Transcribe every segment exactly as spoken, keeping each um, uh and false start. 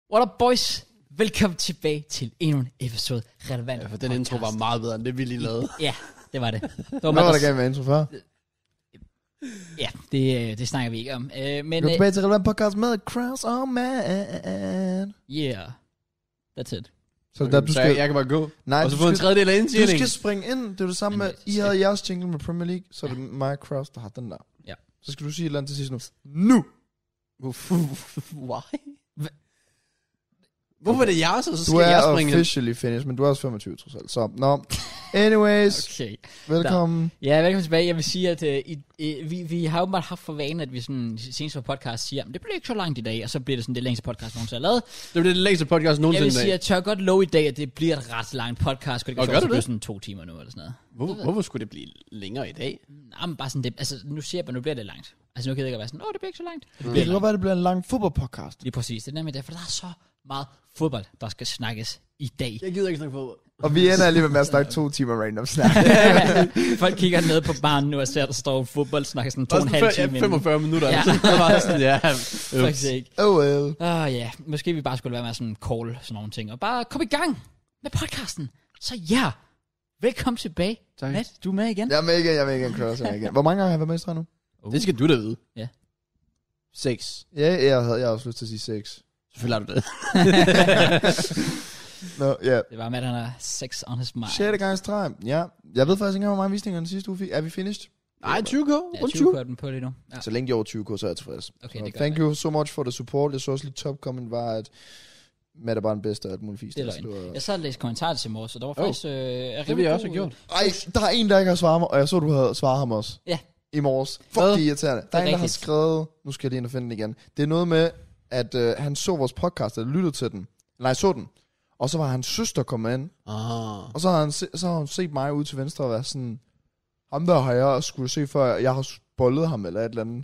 What up, boys? Velkommen tilbage til endnu en episode relevant. Ja, for den intro var meget bedre end det, vi lige lavede. Ja, det var det. Det var Nå, var der gerne med intro før. Ja, det, det snakker vi ikke om. Uh, men, Gå tilbage til relevant podcast med Kraus og Man. Yeah, that's it. Så der, du skal... jeg, jeg kan bare gå. Nej, og så få en tredjedel af indtjening. Du skal springe ind. Det er det samme med, I havde jeres jingle med Premier League, så er det mig og Kraus, der har den der. Ja. Så skal du sige et eller andet til sidst nu. Nu! Why? Hvorfor er det jeg, så, så skal du jeg springe Du er officially finished, men du er også femogtyve trods alt. Så, nå. No. Anyways. Okay. Velkommen. Da. Ja, velkommen tilbage. Jeg vil sige, at uh, i, uh, vi, vi har jo bare haft for vane, at vi sådan senest på podcast siger, det bliver ikke så langt i dag, og så bliver det sådan det længste podcast, nogensinde har lavet. Det bliver det længste podcast nogensinde i dag. Jeg vil sige, at jeg tør godt love i dag, at det bliver et ret langt podcast. Og gør du det? Sådan to timer nu, eller sådan noget. Hvor, hvorfor skulle det blive længere i dag? Nej, men bare sådan det, altså nu siger jeg bare, nu bliver det langt. Altså nu kan det ikke være sådan, åh, det bliver ikke så langt. Det, det kan godt være, det bliver en lang fodboldpodcast. Lige præcis, det er nemlig det, for der er så meget fodbold, der skal snakkes i dag. Jeg gider ikke snakke fodbold. Og vi ender alligevel med at snakke to timer random snak. Folk kigger ned på barnen nu og ser, der står fodbold, snakker sådan to og en halv time. Ja, femogfyrre minutter. Ja. Altså. Det var sådan, ja. Faktisk ikke. Oh well. Åh oh, ja, måske vi bare skulle være med sådan call sådan nogle ting, og bare komme i gang med podcasten. Så ja, velkommen tilbage. Tak. Matt, du er med igen? Jeg er med igen, jeg er med igen, Cross, jeg er med igen. Hvor mange gange har jeg været med i streg nu? Uh. Det skal du da vide. Ja. Seks. Ja, jeg havde jeg også lyst til at sige seks. Selvfølgelig har du det. Nå, no, ja. Yeah. Det var med, at han har sex on his mind. Sjette gang i streg, ja. Jeg ved faktisk ikke, hvor mange visninger den sidste uge fik. Er vi finished? Nej, tyve k. Ja, tyve k er den på lige nu. Ja. Så længe de over tyve k, så er jeg tilfreds. Okay, so, det gør thank det. you so much for the support. Jeg så også lige top comment var, at Matt er bare den bedste af alt muligt fisk. Det er løgn. Jeg sad og læste kommentarer til morges, så der var faktisk... Oh. Øh, det vil jeg også have gjort. Ej, der er en, der ikke har svaret mig, og jeg så, du havde svaret ham også. Ja. I morges. Fuck, det er irriterende. Der er, er en, der har skrevet... Nu skal jeg lige ind og finde den igen. Det er noget med, at øh, han så vores podcast, eller lyttede til den. Nej, så den. Og så var hans søster kommet ind. Ah. Og så har, han se, så har han set mig ud til venstre og været sådan... Ham der har jeg skulle se før, jeg har bollet ham eller et eller andet.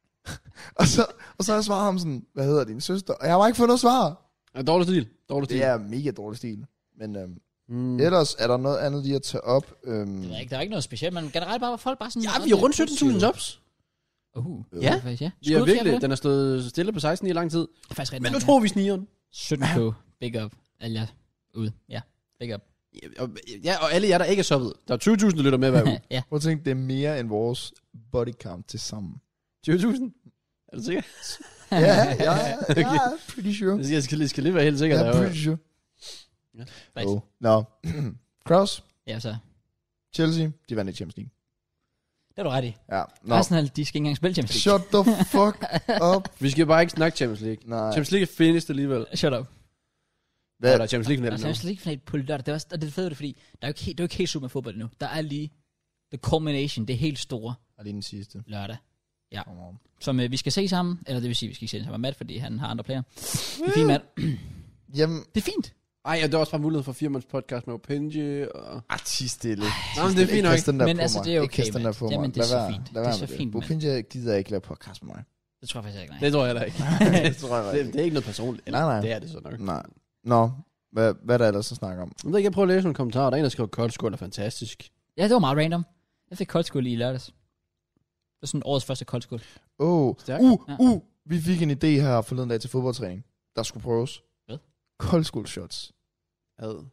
og, så, og så har jeg svaret ham sådan, hvad hedder din søster? Og jeg har bare ikke fået noget svar. Ja, dårlig stil. Dårlig stil. Det er mega dårlig stil. Men øhm, mm. ellers er der noget andet lige at tage op. Øhm, det er ikke, der er ikke noget specielt, men generelt bare var folk bare sådan... Ja, vi er rundt sytten tusind tops. Uh, ja, faktisk, ja. Vi er virkelig, den har stået stille på seksten i lang tid. Det er faktisk men nu tror vi snigeren. sytten k, big up. Alle jer ude, ja, big up. Ja, og, ja, og alle jer, der ikke er soppet. Der er tyve tusind, der lytter med hver uge. Ja. Prøv at tænke, det er mere end vores body count til sammen. tyve tusind? Er du sikker? ja, ja, ja, okay. Ja, pretty sure. Jeg skal, jeg skal lige være helt sikker. Ja, yeah, pretty sure. Ja. Oh. Nå. Kraus? Ja, så. Chelsea, de vandt i Champions League. Det er du ret i. Ja. No. Arsenal, de skal ikke engang spille Champions League. Shut the fuck up. Vi skal bare ikke snakke Champions League. Nej. Champions League er finished alligevel. Shut up. Hvad er der Champions League-finalen nu? Champions League-finalen på lørdag. Det, var, og det er fedt, fordi der er jo ikke, helt, det er jo ikke helt super med fodbold nu. Der er lige the culmination, det er helt store. Og lige den sidste. Lørdag. Ja. Som øh, vi skal se sammen. Eller det vil sige, vi skal ikke se sammen med Matt, fordi han har andre player. Det er fint, Matt. Jamen. Det er fint. Ej, ja, det er også bare mulighed for firmands podcast med Opinji og... Ah, tis stille. Nej, men det er fint nok. Men altså, det er okay, Matt. Jamen, det er så fint. Det er så fint, Opinji gider ikke lave podcast med mig. Det tror jeg faktisk ikke, nej. Det tror jeg heller ikke. det tror jeg det, det er ikke noget personligt. Nej, nej. Det er det så nok. Nej. Nå, hvad, hvad er der ellers at snakke om? Jeg ved ikke, jeg prøver at læse nogle kommentarer. Der er en, der skriver, Kold Skål er fantastisk. Ja, det var meget random. Jeg fik Kold Skål i lørdags. Det var sådan årets første Kold Skål. Åh, oh. uh, uh, vi fik en idé her forleden dag til fodboldtræning. Der skulle prøves. Hvad? Kold Skål shots. Ad.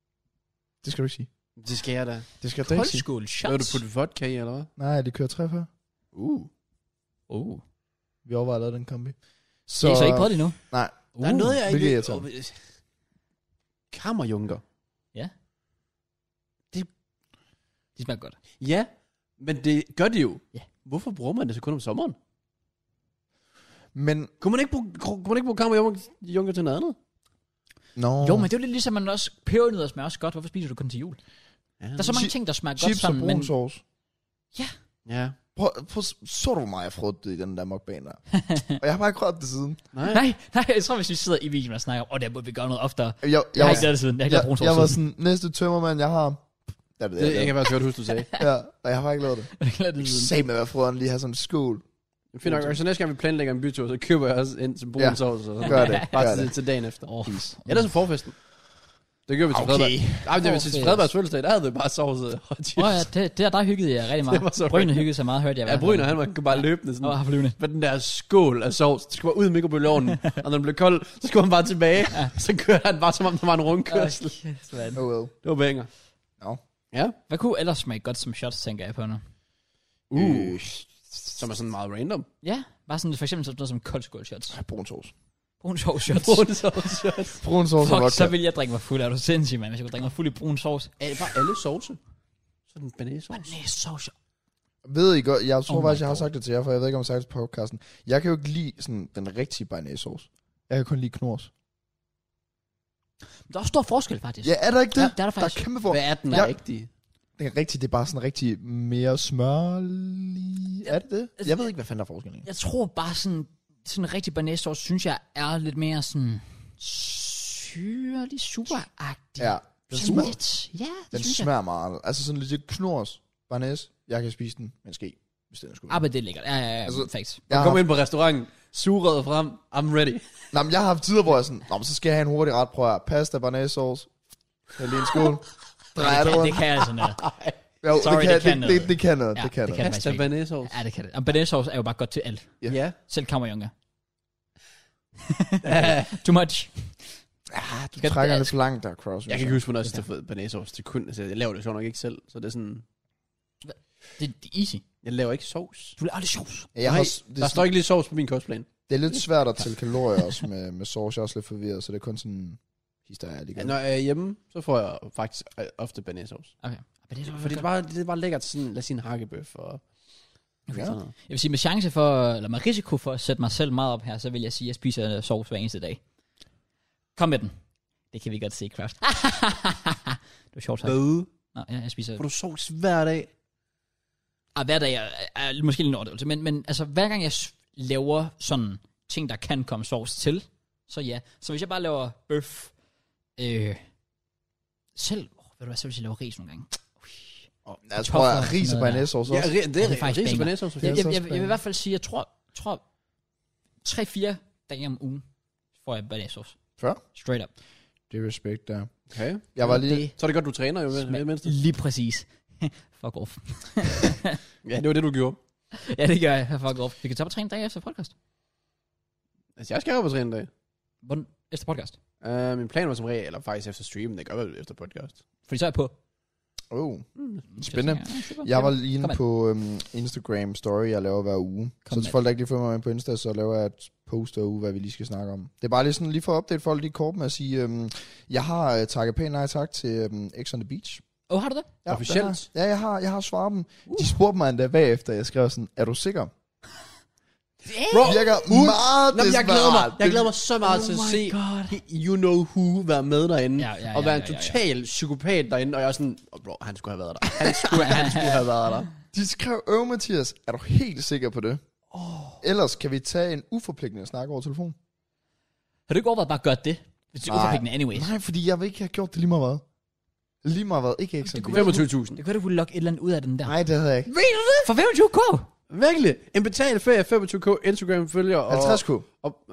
Det skal du ikke sige. Det skal jeg da. Det skal du ikke sige. Kold Skål shots? Vil du putte vodka i, eller hvad? Nej, det kører tre før. Uh. Uh. Vi overvejer at lave den kombi. Så... Jeg har så ikke prøvet det nu. Nej. Uh. Der er noget, jeg ikke... Oh, Kammerjunker. Ja. Det... De smager godt. Ja, men det gør det jo. Ja. Hvorfor bruger man det så kun om sommeren? Men... Kunne man ikke bruge, kunne man ikke bruge kammerjunker til noget andet? No. Jo, men det er jo lidt ligesom, man også... Pebernødder smager også godt. Hvorfor spiser du kun til jul? Ja. Der er så mange ting, der smager godt sammen. Chips og brun sauce. Ja. Ja. Prøv, prøv, så du hvor meget jeg frugtede i den der mukbane der. Og jeg har bare ikke rørt det siden. Nej. nej, nej, jeg tror, hvis vi sidder i videoen og snakker om, åh, oh, der må vi gøre noget oftere. Jeg, jeg, jeg har ikke lavet det siden. Jeg har ikke lavet brun sauce Jeg var sådan, næste tømmermand, jeg har... Det, det, det jeg kan bare godt huske, du sagde. Ja, og jeg har bare ikke lavet det. Jeg har ikke det siden. Sag med, hvad frøderen lige har sådan en skål. Fint nok, så næste gang vi planlægger en bytur, så køber jeg også ind til brun ja. sauce. Og gør det. Bare gør til, det. til dagen efter. Oh. Ellers så forfesten. Det gjorde vi til Okay. Fredberg. Nej, men det var til Fredbergs fødselsdag, der havde vi bare sovset og chips. Åh oh, ja, det, det, der hyggede jeg rigtig meget. Bryne hyggede sig meget, hørte jeg. Ja, Bryne, han var bare løbende sådan. Åh, oh, flyvende. Med den der skål af sovs. Det skulle bare ud i mikrobølgeovnen. Og når den blev kold, så skulle han bare tilbage. Ja. Så kørte han bare, som om der var en rundkørsel. Okay, Oh well. Det var banger. No. Ja. hvad kunne ellers smage godt som shots, tænker jeg på nu? Uh. Som er sådan meget random. Ja, bare sådan for eksempel sådan noget som koldskål shots. Brun sovs. Brun sovs shots. Brun sovs shots. Brun sovs og Fuck, vodka. så vil jeg drikke mig fuld. Er du sindssyg, mand, hvis jeg kunne drikke mig fuld i brun sovs? Er det bare alle sovse? Sådan en banæssovs. Banæssovs. Ved I godt, jeg tror Oh oh faktisk, my jeg har God. sagt det til jer, for jeg ved ikke, om jeg har sagt det på podcasten. Jeg kan jo ikke lide sådan den rigtige bearnaisesauce. Jeg kan kun lide knors. Der er også stor forskel, faktisk. Ja, er der ikke det? Ja, det er der faktisk. Der er kæmpe for. Hvad er den Ja. rigtige? Den er rigtig, det er bare sådan rigtig mere smørlig. Er det det? Jeg ved ikke, hvad fanden der er forskellen. Jeg tror bare sådan, sådan en rigtig banæssovs, synes jeg, er lidt mere sådan syrlig, suragtig. Ja, den, Sådan smager, lidt. Ja, det den synes jeg. smager meget. Altså sådan lidt knors, bearnaise. Jeg kan spise den, men ske, hvis den er sgu. Ah, men det er lækkert. Ja, ja, ja, Altså, altså, facts. Jeg Jeg har, kom ind på restauranten, surrede frem, I'm ready. nej, men jeg har haft tider, hvor jeg sådan, nå, men så skal jeg have en hurtig ret. Prøv at pasta, bearnaisesauce. Jeg lige en skål. Drejer det det, kan, rundt. det kan jeg sådan noget. Jo, Sorry, det, kan, det kan det, noget. det, det kan noget. Ja, det kan det noget. kan det Pasta faktisk. banæssovs. Ja, det kan det. Og banæssovs er jo bare godt til alt. Ja. Ja. Selv kammerjunker. Too much. Ah, du Skal- trækker lidt for langt der, Cross. Jeg kan ikke huske, hvornår jeg synes, det er banæssovs. Det kun, altså, jeg laver det så nok ikke selv, så det er sådan... Det, det er easy. Jeg laver ikke sovs. Du laver aldrig sovs. Ja, jeg har, Nej, også- det, der er står ikke lige sovs på min kostplan. det er lidt svært at tælle kalorier også med, med sauce. Jeg er også lidt forvirret, så det er kun sådan... Hister jeg lige Ja, når jeg er hjemme, så får jeg faktisk øh, ofte banæssovs. Okay. Men det er Fordi det er bare, det er bare lækkert, sådan, lad os sige en hakkebøf og... Ja. sådan noget. Jeg vil sige, med chance for, eller med risiko for at sætte mig selv meget op her, så vil jeg sige, at jeg spiser sovs hver eneste dag. Kom med den. Det kan vi godt se, Kraft. Det var sjovt sagt. Hvad? Nå, ja, jeg spiser... Får du sovs hver dag? Ah, hver dag er, er måske lidt en overdrivelse, men, men altså, hver gang jeg s- laver sådan ting, der kan komme sovs til, så ja. Så hvis jeg bare laver bøf, øh, selv, oh, ved du hvad, så vil jeg lave ris nogle gange. Jeg tror, Kartofler, at ris og sådan noget bearnaisesauce Ja, også. ri- det det er er faktisk ris og banger. banæssovs. Jeg, Ja, jeg, så jeg, spændende. jeg vil i hvert fald sige, jeg tror, tror tre fire dage om ugen får jeg banæssauce. Før? Straight up. Det er respekt der. Okay. Jeg var lige... Det Så er det godt, du træner jo med, med smag- mindste. lige præcis. Fuck off. Ja, det var det, du gjorde. Ja, det gør jeg. Fuck off. Vi kan tage på træne dage efter podcast. Altså, jeg skal op og træne en dag. Hvordan? Efter podcast. Uh, min plan var som regel, eller faktisk efter stream, det gør vel efter podcast. Fordi så er jeg på. Oh, Mm. spændende. Ja, super. Jeg var lige inde Kom på um, Instagram story, jeg laver hver uge. Kom så med. til folk, der ikke lige følger mig med på Insta, så laver jeg et post hver uge, hvad vi lige skal snakke om. Det er bare lige sådan, lige for at update folk lige kort med at sige, um, jeg har uh, takket pænt nej tak til um, X on the Beach. Åh, oh, har du det? Ja, Officielt? det har- Ja, jeg har, jeg har svaret dem. De spurgte mig endda bagefter, jeg skrev sådan, er du sikker? Bro, Virker ud- meget Nå, men jeg glæder mig, desperat. jeg glæder mig så meget Oh til at my se God. You Know Who være med derinde, Ja, ja, ja, og være en ja, ja, ja. total psykopat derinde, og jeg er sådan, oh, bro, han skulle have været der. Han skulle, han skulle have været der. De skrev, øv Mathias, er du helt sikker på det? Oh. Ellers kan vi tage en uforpligtende snak over telefon. Har du ikke overvejet bare at gøre det? Hvis det er Nej. uforpligtende anyways. Nej, fordi jeg vil ikke have gjort det lige meget hvad. Lige meget hvad, ikke ekstra. Det kunne være- femogtyve tusind. Det kunne du kunne lokke et eller andet ud af den der. Nej, det havde jeg ikke. Ved du det? For femogtyve k? Virkelig. En betalt ferie, femogtyve k, Instagram følger og... halvtreds k. og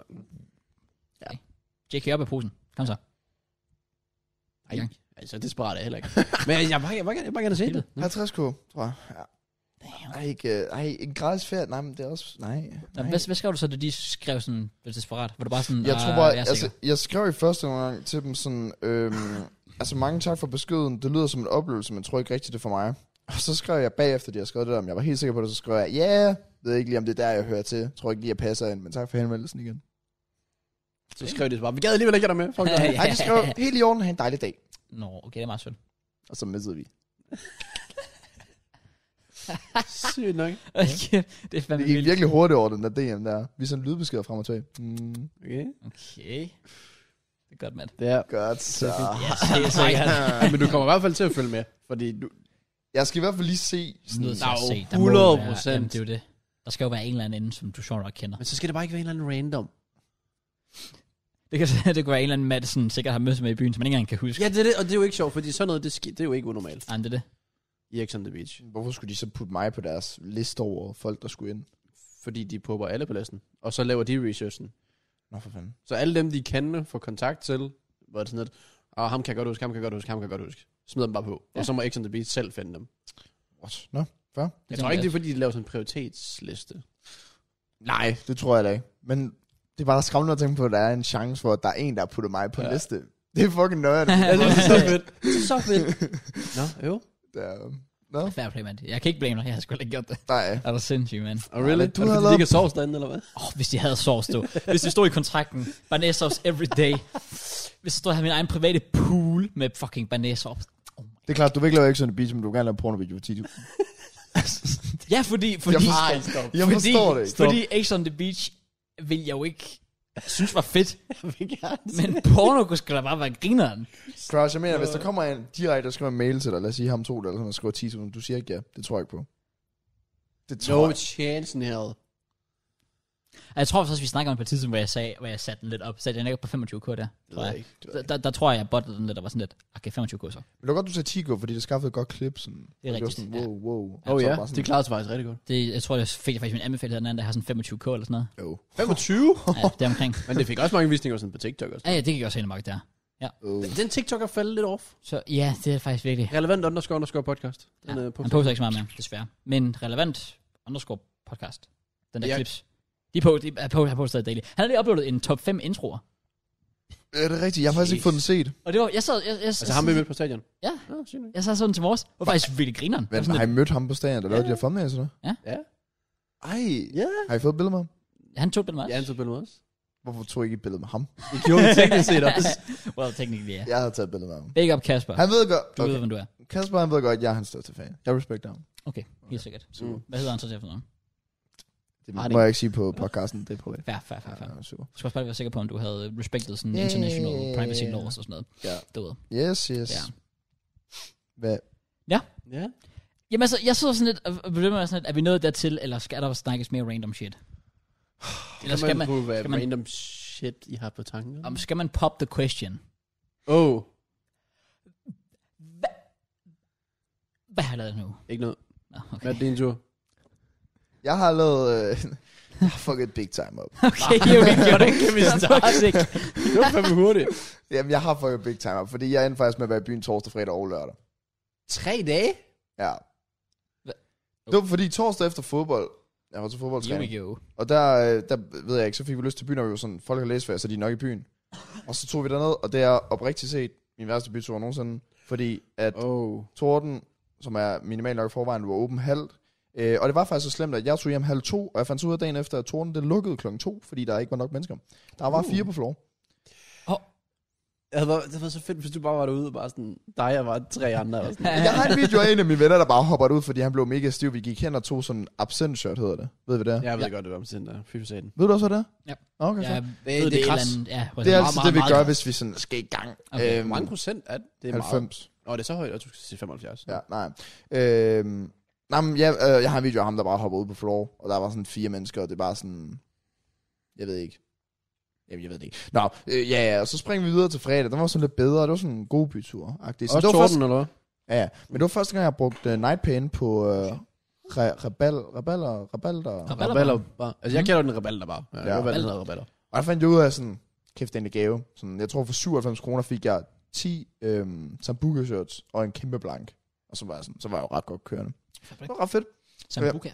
J K op af posen. Kom så. Ej, altså desperat er jeg heller ikke. Men jeg, jeg, bare, jeg, bare, jeg, bare gerne se det. halvtreds k, tror jeg. Ja. Damn. Ej, ikke, ej, en gratis ferie. Nej, men det er også... Nej. Nå, nej. hvad, hvad skrev du så, da de skrev sådan, det desperat? Var du bare sådan, Jeg "Ah, tror bare, jeg er altså, sikker"? jeg skrev i første omgang til dem sådan, øhm, altså mange tak for beskeden, det lyder som en oplevelse, men tror ikke rigtigt det er for mig. Og så skrev jeg bagefter, de har skrevet det der, om jeg var helt sikker på det, så skrev jeg, ja, yeah, ved ikke lige, om det er der, jeg hører til. Tror ikke lige, jeg passer ind, men tak for henvendelsen igen. Så skrev de så bare, vi gad alligevel ikke have dig med. Fuck dig. Ej, de skrev, helt i orden, have en dejlig dag. Nå, okay, det er meget sødt. Og så missede vi. Sygt nok. Okay, det er fandme Det gik vildt. virkelig hurtigt over den der D M der. Vi sendte lydbeskeder frem og tilbage. Mm, Okay. Okay. Det er godt, Matt. Det er... godt, så. Yes, det er sikkert. Ja, men du kommer i hvert fald til at følge med, fordi du... Jeg skal i hvert fald lige se sådan, Nødt til Der at er jo se. Der må hundrede jo være- procent. Jamen, det er jo det. Der skal jo være en eller anden ende, som du sjovt nok kender. Men så skal det bare ikke være en eller anden random. Det kan, det kan være en eller anden Matt, sådan sikkert har mødt med i byen, som man ikke engang kan huske. Ja, det er det, og det er jo ikke sjovt, fordi sådan noget, det, sker, det er jo ikke unormalt Ej, det er det. i X on the Beach. hvorfor skulle de så putte mig på deres liste over folk, der skulle ind? Fordi de pupper alle på listen, og så laver de researchen. Nå for fanden. Så alle dem, de kan få kontakt til, hvor det sådan lidt, Og ham kan jeg godt huske, ham kan jeg godt huske, ham kan jeg godt huske. Smider dem bare på. Ja. Og så må X on the Beach selv finde dem. What? Nå, fair. Jeg tror ikke, det er fordi, de laver sådan en prioritetsliste. Nej, det tror jeg da ikke. Men det er bare skræmmende at tænke på, at der er en chance for, at der er en, der har puttet mig på en Ja. liste. Det er fucking nøjere. Ja, det er så fedt. Det er så fedt. Nå, jo. Det er, nå, Fair play, mand. Jeg kan ikke blame dig. Jeg har sgu heller ikke gjort det. nej. Er du sindssyg, mand? Og really? men du Er det har fordi, de lavet- ikke har sovs derinde, eller hvad? Åh, oh, hvis de havde sauce, du. Hvis det stod i kontrakten. Banæs sauce every day. Hvis jeg stod og havde min egen private pool med fucking banæs sauce. Oh my. Det er klart, du vil ikke lave X on the Beach, men du vil gerne lave pornovideo for ti tusind. Ja, fordi... fordi Jeg forstår, stop. jeg fordi, forstår det ikke. Fordi X on the Beach vil jeg jo ikke synes var fedt. Jeg vil gerne se. Men porno kunne sgu da bare være grineren. Crush, jeg mener, hvis der kommer en direkte og skriver en mail til dig, lad os sige ham to, eller sådan, og skriver ti tusind, du siger ikke ja. Det tror jeg ikke på. Det tror No jeg. chance in hell. Jeg tror også, vi snakker om på et tidspunkt, hvor jeg, sagde, hvor jeg satte den lidt op. Satte jeg den ikke op på femogtyve k der? Det Tror ved jeg jeg. ikke. Det ved Der, jeg ikke. der, der tror jeg, jeg bottede den lidt, og var sådan lidt, okay, femogtyve k så. Men det var godt, du sagde ti K, fordi det skaffede et godt klip. Sådan. Det er var rigtigt, sådan, ja. wow, wow. Åh oh, Så ja, bare sådan, det klarede sig faktisk rigtig godt. Det, jeg tror, det fik jeg faktisk min anbefaling den anden, der har sådan femogtyve k eller sådan noget. Jo. femogtyve? Ja, det er omkring. Men det fik også mange visninger sådan på TikTok også. Ja, ja, det gik også helt meget der. Oh. Den TikTok er faldet lidt off. Så ja, det er faktisk virkelig. Relevant underscore underscore podcast. Den Ja, er på. han poster ikke så meget mere, desværre. Men relevant underscore podcast. Den der Ja. clips. De på, de er på, har postet daily. Han har lige uploadet en top fem introer. Ja, det er rigtigt. Jeg har faktisk ikke fået den set. Og det var, jeg sad, jeg, jeg, Altså ham vi mødte på stadion. Ja. Ja, sygt nok. jeg sad sådan til morges. Det var faktisk virkelig grineren. Det var Men sådan har I lidt- mødt ham på stadion, der lavede de her thumbnails, eller? Ja. Ej, Ja. har I fået et billede med ham? Han tog den med Ja, os. han tog billedet med os. Hvorfor tog I ikke et billede med ham? Det gjorde vi teknisk set også. Well, teknisk ja. Jeg havde taget et billede med ham. Big up Kasper. Han ved godt, Du ved, okay. hvem du er. Kasper, han ved godt, at jeg er hans største fan. Jeg respekterer ham. Okay, helt sikkert. Mm. Hvad hedder han så til for noget? Det Har må det jeg ikke sige på podcasten, det er privat. Fair, fair, fair, fair. Ja, super. Du skal også bare være sikker på, om du havde respektet sådan Ja, international ja, ja, privacy ja. laws og sådan noget. Ja. Du ved. Yes, yes. Ja. Hvad? Ja. Jamen altså, jeg sidder sådan lidt og og begynder sådan lidt, er vi nået dertil, eller skal der snakkes mere random shit? Eller skal man, prøve, hvad skal man- random shit, I har på tanken? om, skal man pop the question? Oh, Hvad har jeg lavet nu? ikke noget. Nå, okay. Hvad er din tur? Jeg har lavet... Øh, jeg har fucket big time up. Okay, here we go. Hvordan kan vi starte? Sick. Det var fandme hurtigt. Jamen, jeg har fucket big time up, fordi jeg endte faktisk med at være i byen torsdag, fredag og lørdag. Tre dage? Ja. Hva? Det var fordi torsdag efter fodbold, jeg var til Here fodboldtræning, we go. og der, øh, der ved jeg ikke, så fik vi lyst til byen, og vi var sådan, folk har læsefærd, så de er nok i byen. Og så tog vi derned, og det er oprigtigt set min værste bytur nogensinde, fordi at Oh. Torden, som er minimalt nok i forvejen, var åben halvt. Øh, og det var faktisk så slemt, at jeg tog hjem halv to, og jeg fandt så ud af dagen efter, at Torden det lukkede klokken to, fordi der ikke var nok mennesker. Der var Uh. fire på floor. Det havde været, det havde været så fedt, hvis du bare var derude, og bare sådan, dig og bare tre andre. Og sådan. Jeg har en video af en af mine venner, der bare hopper ud, fordi han blev mega stiv. Vi gik hen og tog sådan en absent-shirt, hedder det. Ved vi det? Jeg ved Ja. godt, det var om sådan der. Fy for satan. Ved du også, hvad det er? Ja. Okay, Ja, så. det, det det er er kras. et eller andet- ja, Det er meget, altid meget, det, vi meget gør, kras. hvis vi sådan skal i gang. Okay. Hvor Øhm, mange procent er det? Det er meget. halvfems. Åh, det er så højt, at du skal sige femoghalvfjerds. Ja, nej. Øhm, nej, men jeg, øh, jeg har en video af ham, der bare hopper ud på floor, og der var sådan fire mennesker, og det er bare sådan... Jeg ved ikke. Jamen, jeg ved det ikke. Nå, øh, ja, ja, og så springer vi videre til fredag. Den var sådan lidt bedre, det var sådan en god bytur. Så Også det var Torden, første, eller hvad? ja, ja, men det var første gang, jeg brugte uh, night pain på uh, re, rebel, rebeller, rebeller. Rebeller. Rebeller bare. Altså, jeg kender den rebeller bare. Ja, Ja. ja. Rebeller hedder rebeller. Og jeg fandt jo ud af sådan, kæft, det er en gave. Sådan, jeg tror for syvoghalvfems kroner fik jeg ti øhm, Sambuca shirts og en kæmpe blank. Og så var jeg, sådan, så var jeg jo ret godt kørende. Det var ret fedt. Sambuca.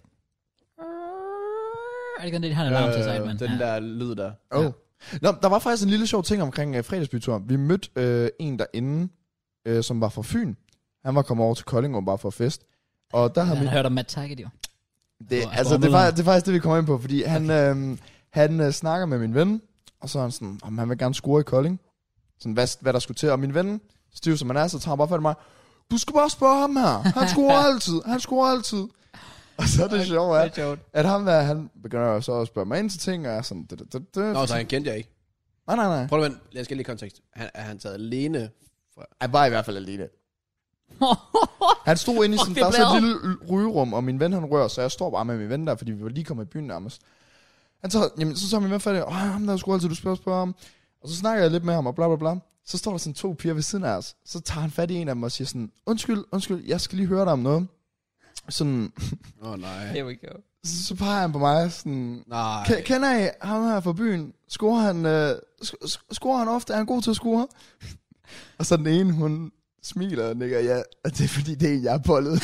Er det ikke den, de har en alarm til sig, Øh, mand? Den der lyd der. Oh. Ja. Nå, der var faktisk en lille sjov ting omkring uh, fredagsbyturen. Vi mødte uh, en derinde, uh, som var fra Fyn. Han var kommet over til Kolding bare for fest. Og der Jeg havde vi... har hørt om Matt Taggart, jo. Det, Hvor- altså, hvor det, er møder faktisk, det er faktisk det, vi kommer ind på, fordi han, øhm, han øh, snakker med min ven, og så er han sådan, om han vil gerne score i Kolding. Sådan, hvad, hvad der skulle til. Og min ven, stiv som han er, så tager han bare fat i mig. Du skal bare spørge ham her. Han scorer altid. Han scorer altid. Og så er det sjovt, at, at ham der, han begynder jo så at spørge mig ind til ting, og jeg er sådan, det, det, det, det. Nå, så han kendte jeg ikke. Nej, nej, nej. Prøv at vente, jeg skal lige kontekst. Han, er han taget alene fra... Han var i hvert fald alene. Han stod inde i Fuck, sådan, det der er så blev- et lille rygerum, og min ven han rører, så jeg står bare med min ven der, fordi vi var lige kommet i byen nærmest. Han tager, jamen, så tager min ven fat i, åh, ham der skulle altid, du spørger, spørger ham. Og så snakker jeg lidt med ham, og bla bla bla. Så står der sådan to piger ved siden af os. Så tager han fat i en af dem og siger sådan, undskyld, undskyld, jeg skal lige høre dig om noget. Sådan, Åh, oh, nej. Here we go. så, så peger han på mig, sådan, Nej. "Ke- kender I ham her fra byen? Scorer han, øh, sk- sk- scorer han ofte? Er han god til at score? Og så den ene, hun smiler og nikker, ja, og det er fordi, det er en, jeg har bollet.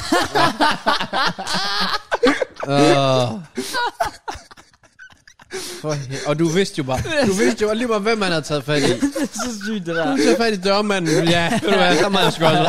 Uh. Og du vidste jo bare, du vidste jo lige bare, hvem man havde taget fat i. Det er så sygt, det der. Du tager fat i dørmanden. Ja, ved du hvad, så må jeg skåle.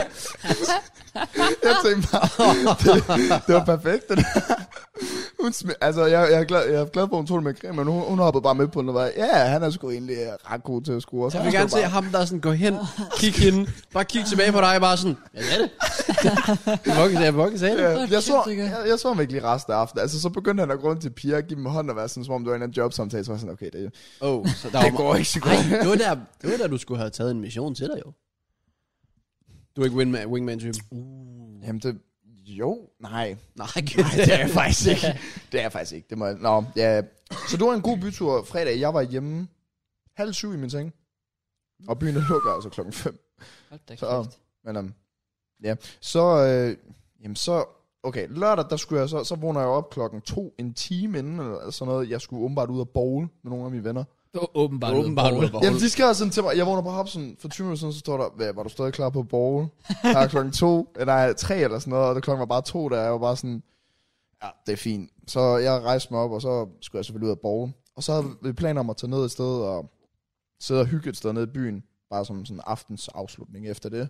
Jeg tænkte bare, det, det var perfekt, det der. Hun sm- altså, jeg, jeg, er glad, jeg er glad for, at hun tog det med creme, men hun, hun hoppede bare med på den, og var, ja, han er sgu egentlig ret god til at score. Jeg vil gerne se ham, der sådan går hen, kig hende, bare kig tilbage på dig, bare sådan, ja, det er det. Jeg vokket sagde det. Ja, jeg, så, jeg, jeg så ham ikke lige resten af aftenen. Altså, så begyndte han at gå rundt til piger og give dem hånd og være sådan, som om det var en anden jobsamtale. Så var jeg sådan, okay, det, oh, så der det var går ikke så godt. Ej, det var, der, det var der, du skulle have taget en mission til dig, jo. Du er ikke wingman, wingman-type. Uh. Jamen, det... Jo, nej. Nej, nej, det er jeg faktisk ikke. Det er jeg faktisk ikke. Det må jeg... Nå, ja. Så du var en god bytur fredag. Jeg var hjemme halv syv i min seng. Og byen lukker altså klokken fem. Så, men um, ja. Så, øh, jamen så... Okay, lørdag, der skulle jeg så... Så vågner jeg op klokken to, en time inden, eller sådan noget. Jeg skulle åbenbart ud og bowle med nogle af mine venner. Åbenbart, åbenbart ud at bowle. Jamen, de skrev sådan til mig. Jeg vågner på Hobson for tyve minutter siden, så står der, hvad, var du stadig klar på at bowle? Der er klokken to, nej, tre eller sådan noget, og det klokken var bare to, der jeg var bare sådan, ja, det er fint. Så jeg rejste mig op, og så skulle jeg selvfølgelig ud og bowle. Og så havde vi planer om at tage ned et sted og sidde og hygge et sted nede i byen, bare som sådan en aftens afslutning efter det.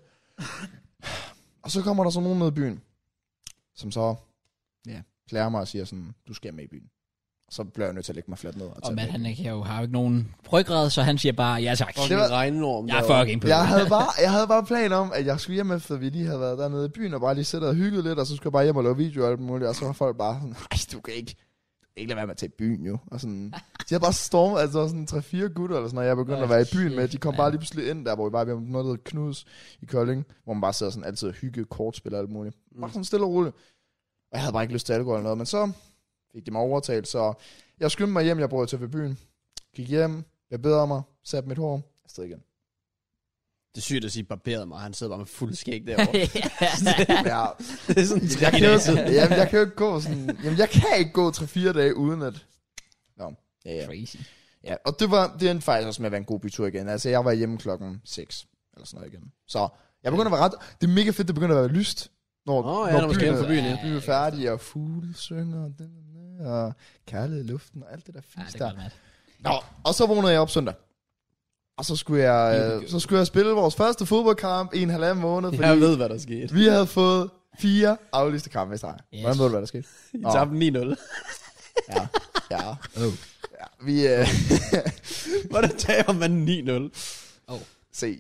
Og så kommer der så nogen ned i byen, som så, ja, klæder mig og siger sådan, du skal med i byen. Så bliver jeg nødt til at lægge mig fladt ned. Og, og Matt, han ikke, jo, har jo ikke nogen ryggrad, så han siger bare, ja tak. Det var regnorm. Jeg er fucking på jeg havde, bare, jeg havde bare planer om, at jeg skulle hjem efter, vi lige havde været dernede i byen, og bare lige sætte og hygget lidt, og så skulle jeg bare hjem og lave video og alt muligt, og så var folk bare sådan, nej, du kan ikke, du kan ikke lade være med at tage i byen, jo. Og sådan, de havde bare stormet, altså sådan tre-fire gutter, eller sådan noget, jeg begyndte oh, at være i byen med, de kom bare lige pludselig ind der, hvor vi bare var noget, der Knuds i Kolding, hvor man bare sidder sådan altid og hygge, kortspil og alt muligt. Bare sådan stille og roligt. Og jeg havde bare ikke lyst til alkohol eller noget, men så fik de mig overtalt, så jeg skyndte mig hjem, jeg brugte til ved byen. Gik hjem, jeg bedre mig, satte mit hår, afsted igen. Det er sygt at sige, barberede mig, han sidder bare med fuld skæg derovre. Ja. Det er sådan, jeg, kan jo, jamen, jeg kan jo ikke gå sådan, jamen jeg kan ikke gå tre-fire dage uden at, nå, ja, ja. Crazy. Ja, og det var, det endte faktisk også med at være en god bytur igen. Altså jeg var hjemme klokken seks, eller sådan noget igen. Så jeg begynder at være ret, det er mega fedt, det begynder at være lyst. Når, oh, ja, når, når man skal hjem fra byen, ja. byen er færdig, og fugle synger, og, den, og kærlighed i luften, og alt det der fisk ja, der. Godt, Nå, og så vågnede jeg op søndag. Og så skulle jeg, øh, så skulle jeg spille vores første fodboldkamp i en halvanden måned. Fordi jeg ved, hvad der skete. Vi havde fået fire aflyste kampe i streg. Yes. Hvordan ved du, hvad der skete? I tabte ni nul. Ja, ja. Oh. Ja, vi... Øh... Hvordan tager man ni nul? Oh. Se.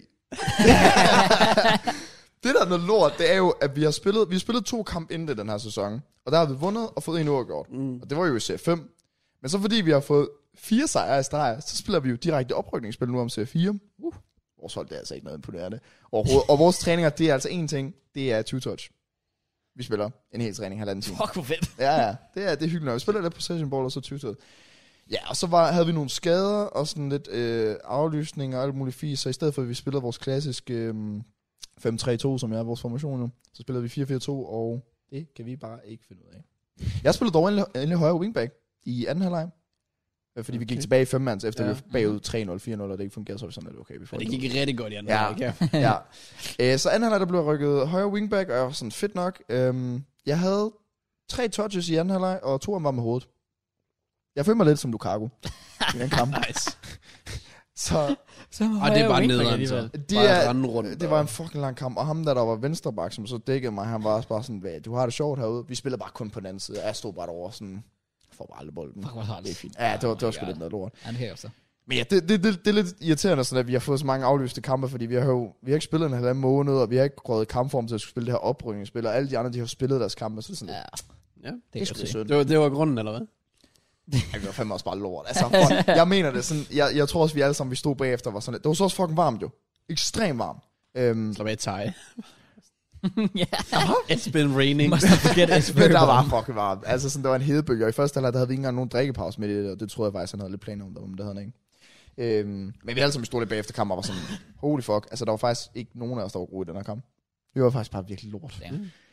Det der er noget lort, det er jo, at vi har spillet, vi har spillet to kampe inden den her sæson. Og der har vi vundet og fået en uafgjort. Mm. Og det var jo i serie fem. Men så fordi vi har fået fire sejre i streg, så spiller vi jo direkte oprykningsspil nu om serie fire. Uh, vores hold, det er altså ikke noget imponerende. Og, og vores træninger, det er altså en ting, det er two-touch. Vi spiller en hel træning, halvanden time. Fuck, hvor fedt. Ja, ja, det er, det er hyggeligt. Vi spiller lidt possession ball og så two-touch. Ja, og så var, havde vi nogle skader og sådan lidt øh, aflysning og alt muligt fis. Så i stedet for, at vi spillede vores klassiske øh, fem tre to, som er vores formation nu, så spillede vi fire fire to, og det kan vi bare ikke finde ud af. Jeg spillede dog endelig, endelig højre wingback i anden halvleg. Fordi okay. vi gik tilbage i fem mands, efter ja. vi bagud tre nul, fire nul, og det ikke fungerede, så vi sådan lidt, okay, vi får det gik rigtig godt i anden ja. halvleg, ja. ja. Æ, så anden halvleg, der blev rykket højre wingback, og jeg var sådan fedt nok. Øhm, jeg havde tre touches i anden halvleg, og to af dem var med hovedet. Jeg følte mig lidt som Lukaku i den kamp. Nice. Så, så og det var nederen, så. Det, er, rundt, det var en fucking lang kamp, og ham der, der var venstreback, som så dækkede mig, han var også bare sådan, hvad, du har det sjovt herude. Vi spillede bare kun på den anden side, jeg stod bare derovre sådan, får bare aldrig bolden. Fuck, hvor det er fint. Ja, det var, det var sgu lidt noget lort. Ja, det kan også. Men ja, det, det, det, det er lidt irriterende, sådan, at vi har fået så mange aflyste kampe, fordi vi har jo vi har ikke spillet en halvanden måned, og vi har ikke røget kampform til at spille det her oprykningsspil, og alle de andre, de har spillet deres kampe, så sådan ja. Ja, det, det, det, det, var, det var grunden, eller hvad? Jeg var fandme også bare lort. Altså, fuck, jeg mener det sådan, jeg, jeg tror også, vi alle sammen, vi stod bagefter, var sådan lidt. Det var så også fucking varmt jo. Ekstremt varmt. Øhm, så var jeg tag. Ja. It's been raining. Must not forget it's very der var fucking varmt. Altså sådan, der var en hedebølge, og i første halvleg der havde vi ikke engang nogen drikkepause med det, og det troede jeg faktisk, han havde lidt planer om, der, men det havde han ikke. Øhm, men vi alle sammen stod lidt bagefter kampen, og var sådan, holy fuck. Altså, der var faktisk ikke nogen af os, der var gode i den her kamp. Vi var faktisk bare virkelig lort. Ja.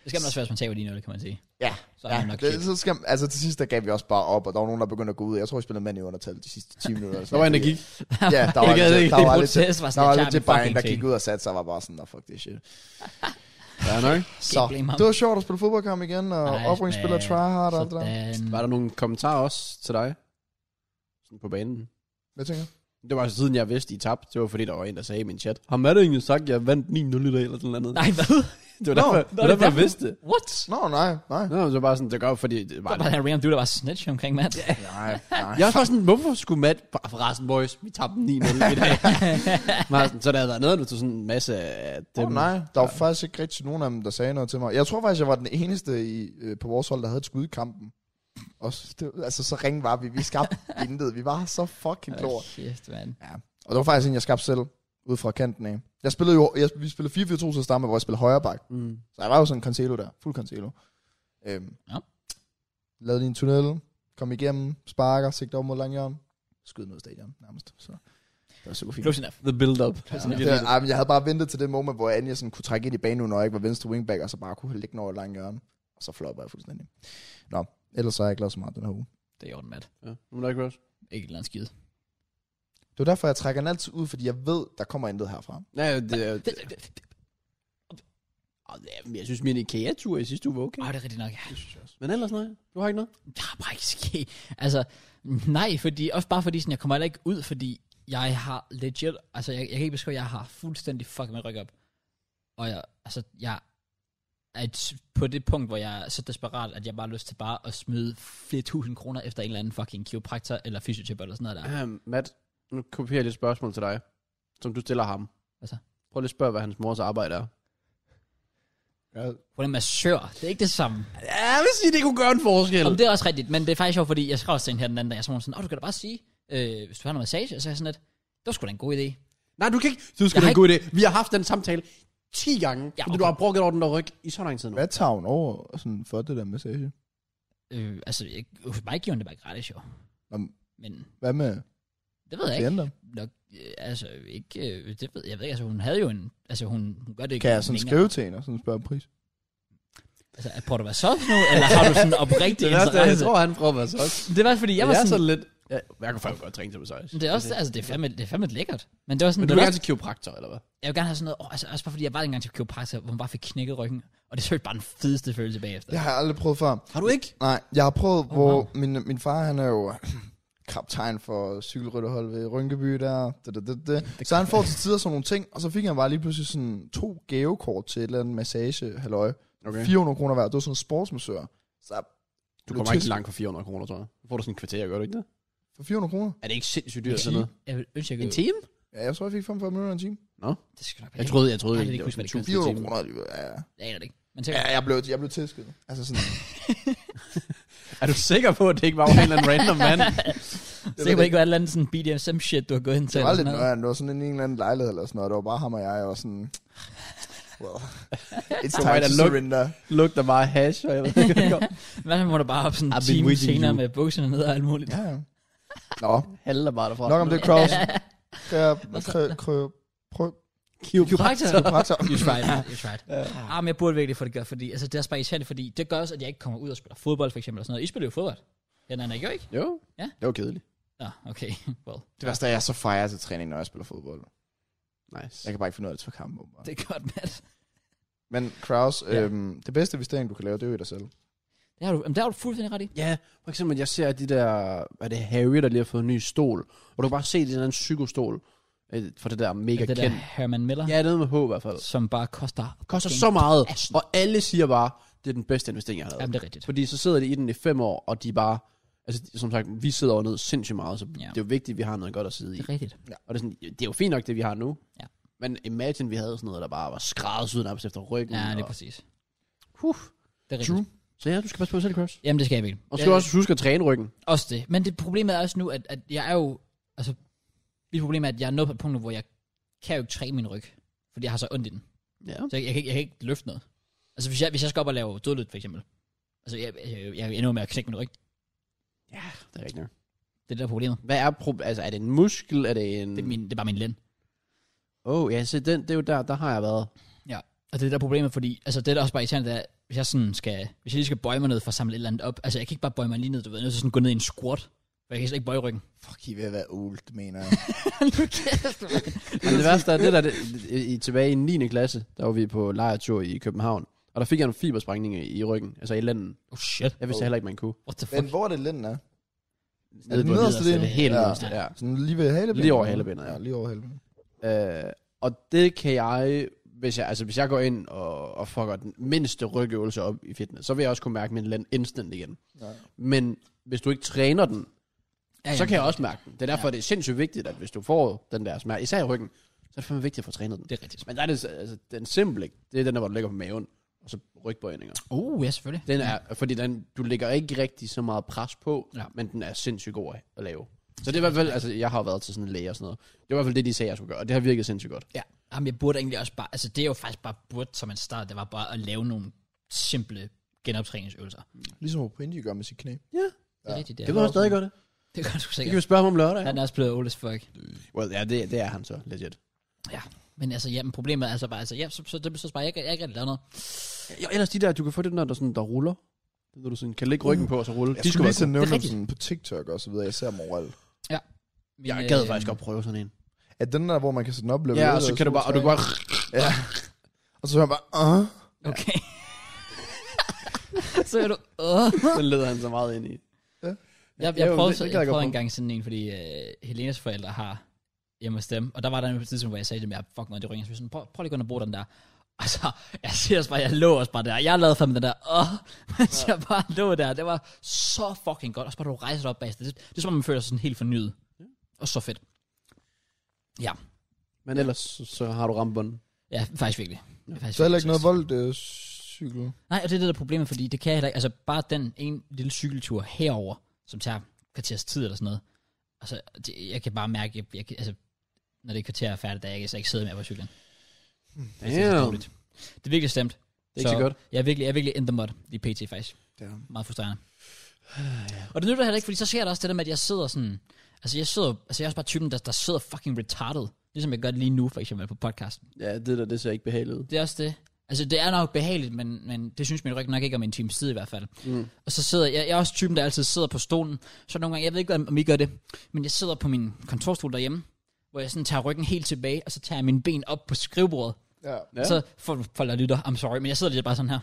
Det skal man også være, hvis man taber lige noget, kan man sige. Ja, Så er ja man nok det, shit. så skal, altså til sidst, der gav vi også bare op, og der var nogen, der begyndte at gå ud. Jeg tror, jeg spillede mand i undertal de sidste ti minutter. Der var en, der gik. Ja, der var, Jeg lidt, gad der, ikke. der var Det lidt, protest var der sådan, var jeg lidt til tager min bare en, der fucking gik ud og satte sig, og var bare sådan, der fuck det shit. Ja, nok. Så, blame ham. det var sjovt at spille fodboldkamp igen, og Nice, oprykningsspiller man. tryhard og alt det der. Sådan. Var der nogle kommentarer også til dig? Sådan på banen. Hvad tænker du? Det var siden jeg vidste, I tabte. Det var fordi, der var en, der sagde i min chat. Har Matt egentlig sagt, at jeg vandt ni nul i dag, eller sådan noget? Nej, hvad? Det var Nå, derfor, det var derfor, jeg vidste det. What? Nå, nej, nej. Nå, det var bare sådan, det gør fordi det Det var var bare en random dude, der var snitch omkring Matt. Nej, nej. Jeg var bare sådan, hvorfor skulle Matt... Forresten, boys, vi tabte ni nul i dag. Men sådan, så der havde været noget, du tog sådan en masse af dem. Åh, nej, der var faktisk ikke rigtig nogen af dem, der sagde noget til mig. Jeg tror faktisk, jeg var den eneste i, øh, på vores hold, der havde et skud i kampen. Og s- det, altså, så ringe var vi. Vi skabte intet. Vi var så fucking klor. Oh, shit, man. Ja. Og det var faktisk en, jeg skabte selv, ud fra kanten af. Jeg spillede jo, jeg, vi spillede fire fire to til at starte med, hvor jeg spillede højre bak. Mm. Så jeg var jo sådan en Cancelo der, fuld Cancelo. Øhm, Ja. Lavede lige en tunnel, kom igennem, sparker, sigter op mod langhjørne, skød ned i stadion nærmest. Så det var super fint. Close enough. The build-up. Ja, det, ej, men jeg havde bare ventet til det moment, hvor Anja sådan kunne trække ind i banen, når jeg ikke var venstre wingback, og så bare kunne ligge den over langt hjørne. Og så flopper jeg fuldstændig. Nå, ellers så har jeg ikke lavet så meget den her uge. Det er i orden, Matt. Ja, nu er der ikke også. Ikke et eller andet skid. Det er derfor, jeg trækker den altid ud, fordi jeg ved, der kommer intet herfra. Nej, det er... Det, det, jeg synes, min IKEA-tur i sidste uge var okay. Åh, det er rigtigt nok. Ja. Men ellers nej. Du har ikke noget? Jeg har bare ikke ske. Altså, nej, fordi, også bare fordi, sådan, jeg kommer heller ikke ud, fordi jeg har legit, altså jeg, jeg kan ikke beskrive, at jeg har fuldstændig fucking med ryk op. Og jeg, altså, jeg er et, på det punkt, hvor jeg er så desperat, at jeg bare har lyst til bare at smide flere tusind kroner efter en eller anden fucking kiropraktor eller fysioterapeut eller sådan noget der. Um, Matt, nu kopierer jeg lidt spørgsmål til dig, som du stiller ham. Hvad så? Prøv lige at spørge, hvad hans mors arbejde er. Ja. På den massør, det er ikke det samme. Ja, jeg vil sige, det kunne gøre en forskel. Om det er også rigtigt, men det er faktisk sjovt, fordi jeg skrev også til en her den anden dag, jeg så sådan, åh, du kan da bare sige, øh, hvis du har noget massage, og så er jeg sådan lidt, det var sgu da en god idé. Nej, du kan ikke. Du skal Jeg have har en god idé. Vi har haft den samtale ti gange, Ja, ja, fordi okay. du har brugt over den der ryg i så lang tid nu. Hvad tager hun over sådan, for det der massage? Øh, altså, jeg, hos mig gjorde hun det bare gratis, jo. Om, Men hvad med det ved jeg ikke. klienter? Nok, øh, altså, ikke, øh, det ved jeg ved ikke, altså hun havde jo en, altså hun, hun gør det ikke. Kan jeg sådan længere. skrive til hende og sådan spørge om pris? Altså, prøver du at være så nu, eller har du sådan oprigtig Det er også, jeg interesse? tror, han prøver at også. Det var fordi, jeg var Jeg er sådan, sådan lidt... Ja, jeg kan faktisk godt trænge til massage. det er også, altså, det er fandme, det er fandme lækkert. Men det var sådan, Men det du var vil også, gerne til kiropraktor, eller hvad? jeg vil gerne have sådan noget, åh, altså, også bare fordi jeg var engang til kiropraktor, hvor man bare fik knækket ryggen, og det så bare den fedeste følelse bagefter. Det har jeg aldrig prøvet før. Har du ikke? Nej, jeg har prøvet, Oh, hvor wow. min, min far, han er jo kaptajn for cykelrytterhold ved Rynkeby der. Det, det, det, det. Så han får til tider sådan nogle ting, og så fik han bare lige pludselig sådan to gavekort til et eller andet massage, halløj. Okay. fire hundrede kroner hver. Det var sådan en sportsmassør. Så Du blev kommer ikke tilskudt. langt for fire hundrede kroner, tror jeg. Så får du sådan en kvarter, gør du ikke det? For fire hundrede kroner? Er det ikke sindssygt Jeg dyrt, sådan noget? Jeg vil ønske, jeg En kunne... time? Ja, jeg tror, jeg fik femogfyrre minutter en time. Nå. Det skal nok være. Jeg troede, jeg troede, Ej, det, det det, kunne var ikke sådan være to fire hundrede timer. kroner alligevel, ja. Jeg aner det ikke. Men tænker, Ja, jeg blev, jeg blev tilskuddet. Altså sådan, Er du sikker på, at det ikke var en eller anden random mand? sikker på, det ikke var et eller andet sådan B D S M shit, du har gået hen til. det var eller lidt sådan noget. nøjeren. Det var sådan en, en eller anden lejlighed eller sådan noget. Det var bare ham og jeg, jeg var sådan... Well, it's Så time var to der luk- surrender. Lugter bare af hash, og jeg ved ikke godt. Hvad må du bare op sådan en I've been time waiting senere you. med bukserne ned og alt muligt. Ja, ja. Nå, Halder bare derfra. nok om det, Kraus. Prøv. Kiropraktor. Kiropraktor. You tried, you tried. Ah, men jeg burde virkelig få det gjort, fordi altså, det er også bare irriterende, fordi det gør også, at jeg ikke kommer ud og spiller fodbold, for eksempel. Og sådan noget. I spiller jo fodbold. Ja, nej, nej, gør I ikke? Jo. Ja. Det var kedeligt. Ja, okay. Well, Det værste er, at jeg er så fejrer til træning, når jeg spiller fodbold. Nice. Jeg kan bare ikke finde ud af det for kampen. åbenbart. det er godt, Matt. Men Kraus, Ja. øhm, det bedste investering, du kan lave, det er jo i dig selv. Det har du, jamen, det har du fuldstændig ret i. Ja, for eksempel, jeg ser de der, hvad er det, Harry, der lige har fået en ny stol, og du kan bare se den anden psykostol, øh, for det der mega Det der kendt. Herman Miller, Ja, det er noget med H i hvert fald. som bare koster... Koster fucking så meget, assen. og alle siger bare, det er den bedste investering, jeg har lavet. Jamen, det er rigtigt. Fordi så sidder de i den i fem år, og de bare, altså som sagt, vi sidder over ned sindssygt meget, så Ja. det er jo vigtigt, at vi har noget godt at sidde i. Det er rigtigt. Og det er, sådan, det er jo fint nok, det vi har nu. Ja. Men imagine, vi havde sådan noget, der bare var skræddersyet nærmest efter ryggen. Ja, det er og, præcis. huh. Det er rigtigt. Så ja, du skal passe på selv, Cross. Jamen, det skal jeg virkelig. Og så skal du også huske at træne ryggen. Også det. Men det problemet er også nu, at, at jeg er jo... Altså, mit problem er, at jeg er nået på et punkt nu, hvor jeg kan jo ikke træne min ryg. Fordi jeg har så ondt i den. Ja. Så jeg, jeg, kan, ikke, jeg kan ikke løfte noget. Altså, hvis jeg, hvis jeg skal op og lave dødløft, for eksempel. Altså, jeg, jeg, jeg ender med at knække min ryg. Ja, det er rigtigt. Det er det der problemet. Hvad er pro- altså er det en muskel, er det en... Det er, min, det er bare min lænd. Åh, oh, ja, så den, det er jo der, der har jeg været. Ja. Og det er det der problemet, fordi... Altså, det er der også bare irriterende, det er, hvis jeg sådan skal, hvis jeg lige skal bøje mig ned for at samle et eller andet op, altså jeg kan ikke bare bøje mig lige ned, du ved, jeg er nødt til sådan gå ned i en squat, for jeg kan slet ikke bøje ryggen. Fuck, I er ved at være old, det mener jeg. Men det værste er, det der, det, i, tilbage i niende klasse, der var vi på lejretur i København, og der fik jeg en fibersprængning i ryggen, altså i lænden. Oh shit. Jeg vidste Oh. heller ikke, man kunne. What the fuck? Men hvor er det lænden er? Nede den på nederste nederste, del? det helt Ja. nederste, ja. Sådan lige ved halebenet? Lige over halebenet, ja. Ja, lige over halebenet. Øh, og det kan jeg, hvis jeg, altså hvis jeg går ind og, og fucker den mindste rygøvelse op i fitness, så vil jeg også kunne mærke min lænd instant igen. Ja. Men hvis du ikke træner den, Ja, ja, så kan jeg ja. også mærke den. Det er derfor, Ja. ja. det er sindssygt vigtigt, at hvis du får den der smerte, især i ryggen, så er det fandme vigtigt at få trænet den. Det er rigtigt. Men der er det, altså, den simple, det er den der, hvor du ligger på maven, og så rygbøjninger. Uh, ja, selvfølgelig. Den er, fordi den, du lægger ikke rigtig så meget pres på, Ja. men den er sindssygt god at- at lave. Så det er i hvert fald, altså jeg har jo været til sådan en læge og sådan noget. Det var i hvert fald det, de sagde, jeg skulle gøre, og det har virket sindssygt godt. Ja. Jamen, jeg burde egentlig også bare, altså det er jo faktisk bare burde som en start, det var bare at lave nogle simple genoptræningsøvelser. Ligesom hvor Pinji gør med sit knæ. Ja, Det er Ja. rigtigt, det det er. kan du stadig gøre det. Det kan du Det kan sikkert. vi spørge ham om lørdag. Han er også blevet old as fuck. Well, ja, det, det er han så, legit. Ja, men altså, ja, men problemet er altså bare, altså, ja, så, så det betyder bare, jeg, jeg, jeg ikke rigtig lavet noget. Ja, ellers de der, du kan få det der, der, sådan, der ruller. Det, hvor du sådan, kan lægge ryggen på og så rulle. Jeg De skulle lige så være nævne Det er dem rigtigt. sådan på TikTok og så videre. Jeg ser dem overalt. Min, gode. Jeg gad øh, faktisk godt prøve sådan en. Er den der, hvor man kan sætte den op? level Ja, et og så eller kan du bare, og du kan bare... Ja. Og så hører man bare, uh. Okay. Så er du, åh. Den leder han så meget ind i. Jeg, Ja, jeg jo, prøvede, det- så, det jeg kan jeg godt prøvede prøve. engang sådan en, fordi øh, Helenas forældre har hjemme hos dem, og der var der en tidspunkt, hvor jeg sagde til dem, jeg fuck noget, det ringer, så sådan, prøv, prøv lige at gå ind og bruge den der. Og så, jeg siger også bare, jeg lå også bare der, jeg lavede fandme den der, åh, mens jeg bare lå der, det var så fucking godt, og så bare du rejser dig op bagefter, det, det er som om man føler sig sådan helt fornyet, og så fedt. Ja, Men ellers, så, så har du ramt bunden. ja, faktisk virkelig. Det er faktisk Så er heller ikke virkelig noget vold, det er cykel. Nej, og det er det, der er problemet, fordi det kan jeg heller ikke. Altså, bare den en lille cykeltur herover, som tager kvarters tid eller sådan noget. Altså, det, jeg kan bare mærke, jeg, jeg, kan- altså, når det kvarter er færdigt, da jeg kan så ikke sidde mere på cyklen. Det er, så dårligt. Det er virkelig stemt. Det er ikke så godt. Jeg er virkelig, jeg er virkelig in the mud i P T faktisk. Ja. Meget frustrerende. Og det nytter heller ikke, fordi så sker der også det der med, at jeg sidder sådan... Altså, jeg sidder... Altså, jeg er også bare typen, der, der sidder fucking retarded. Ligesom jeg gør det lige nu, for eksempel på podcasten. Ja, det der, det ser ikke behageligt ud. Det er også det. Altså, det er nok behageligt, men, men det synes min ryg nok ikke om en times tid i hvert fald. Mm. Og så sidder jeg, jeg er også typen, der altid sidder på stolen. Så nogle gange, jeg ved ikke, om I gør det, men jeg sidder på min kontorstol derhjemme, hvor jeg sådan tager ryggen helt tilbage, og så tager jeg mine ben op på skrivebordet. Ja. Ja. Ja. Så for, for der lytter, I'm sorry, men jeg sidder lige bare sådan her.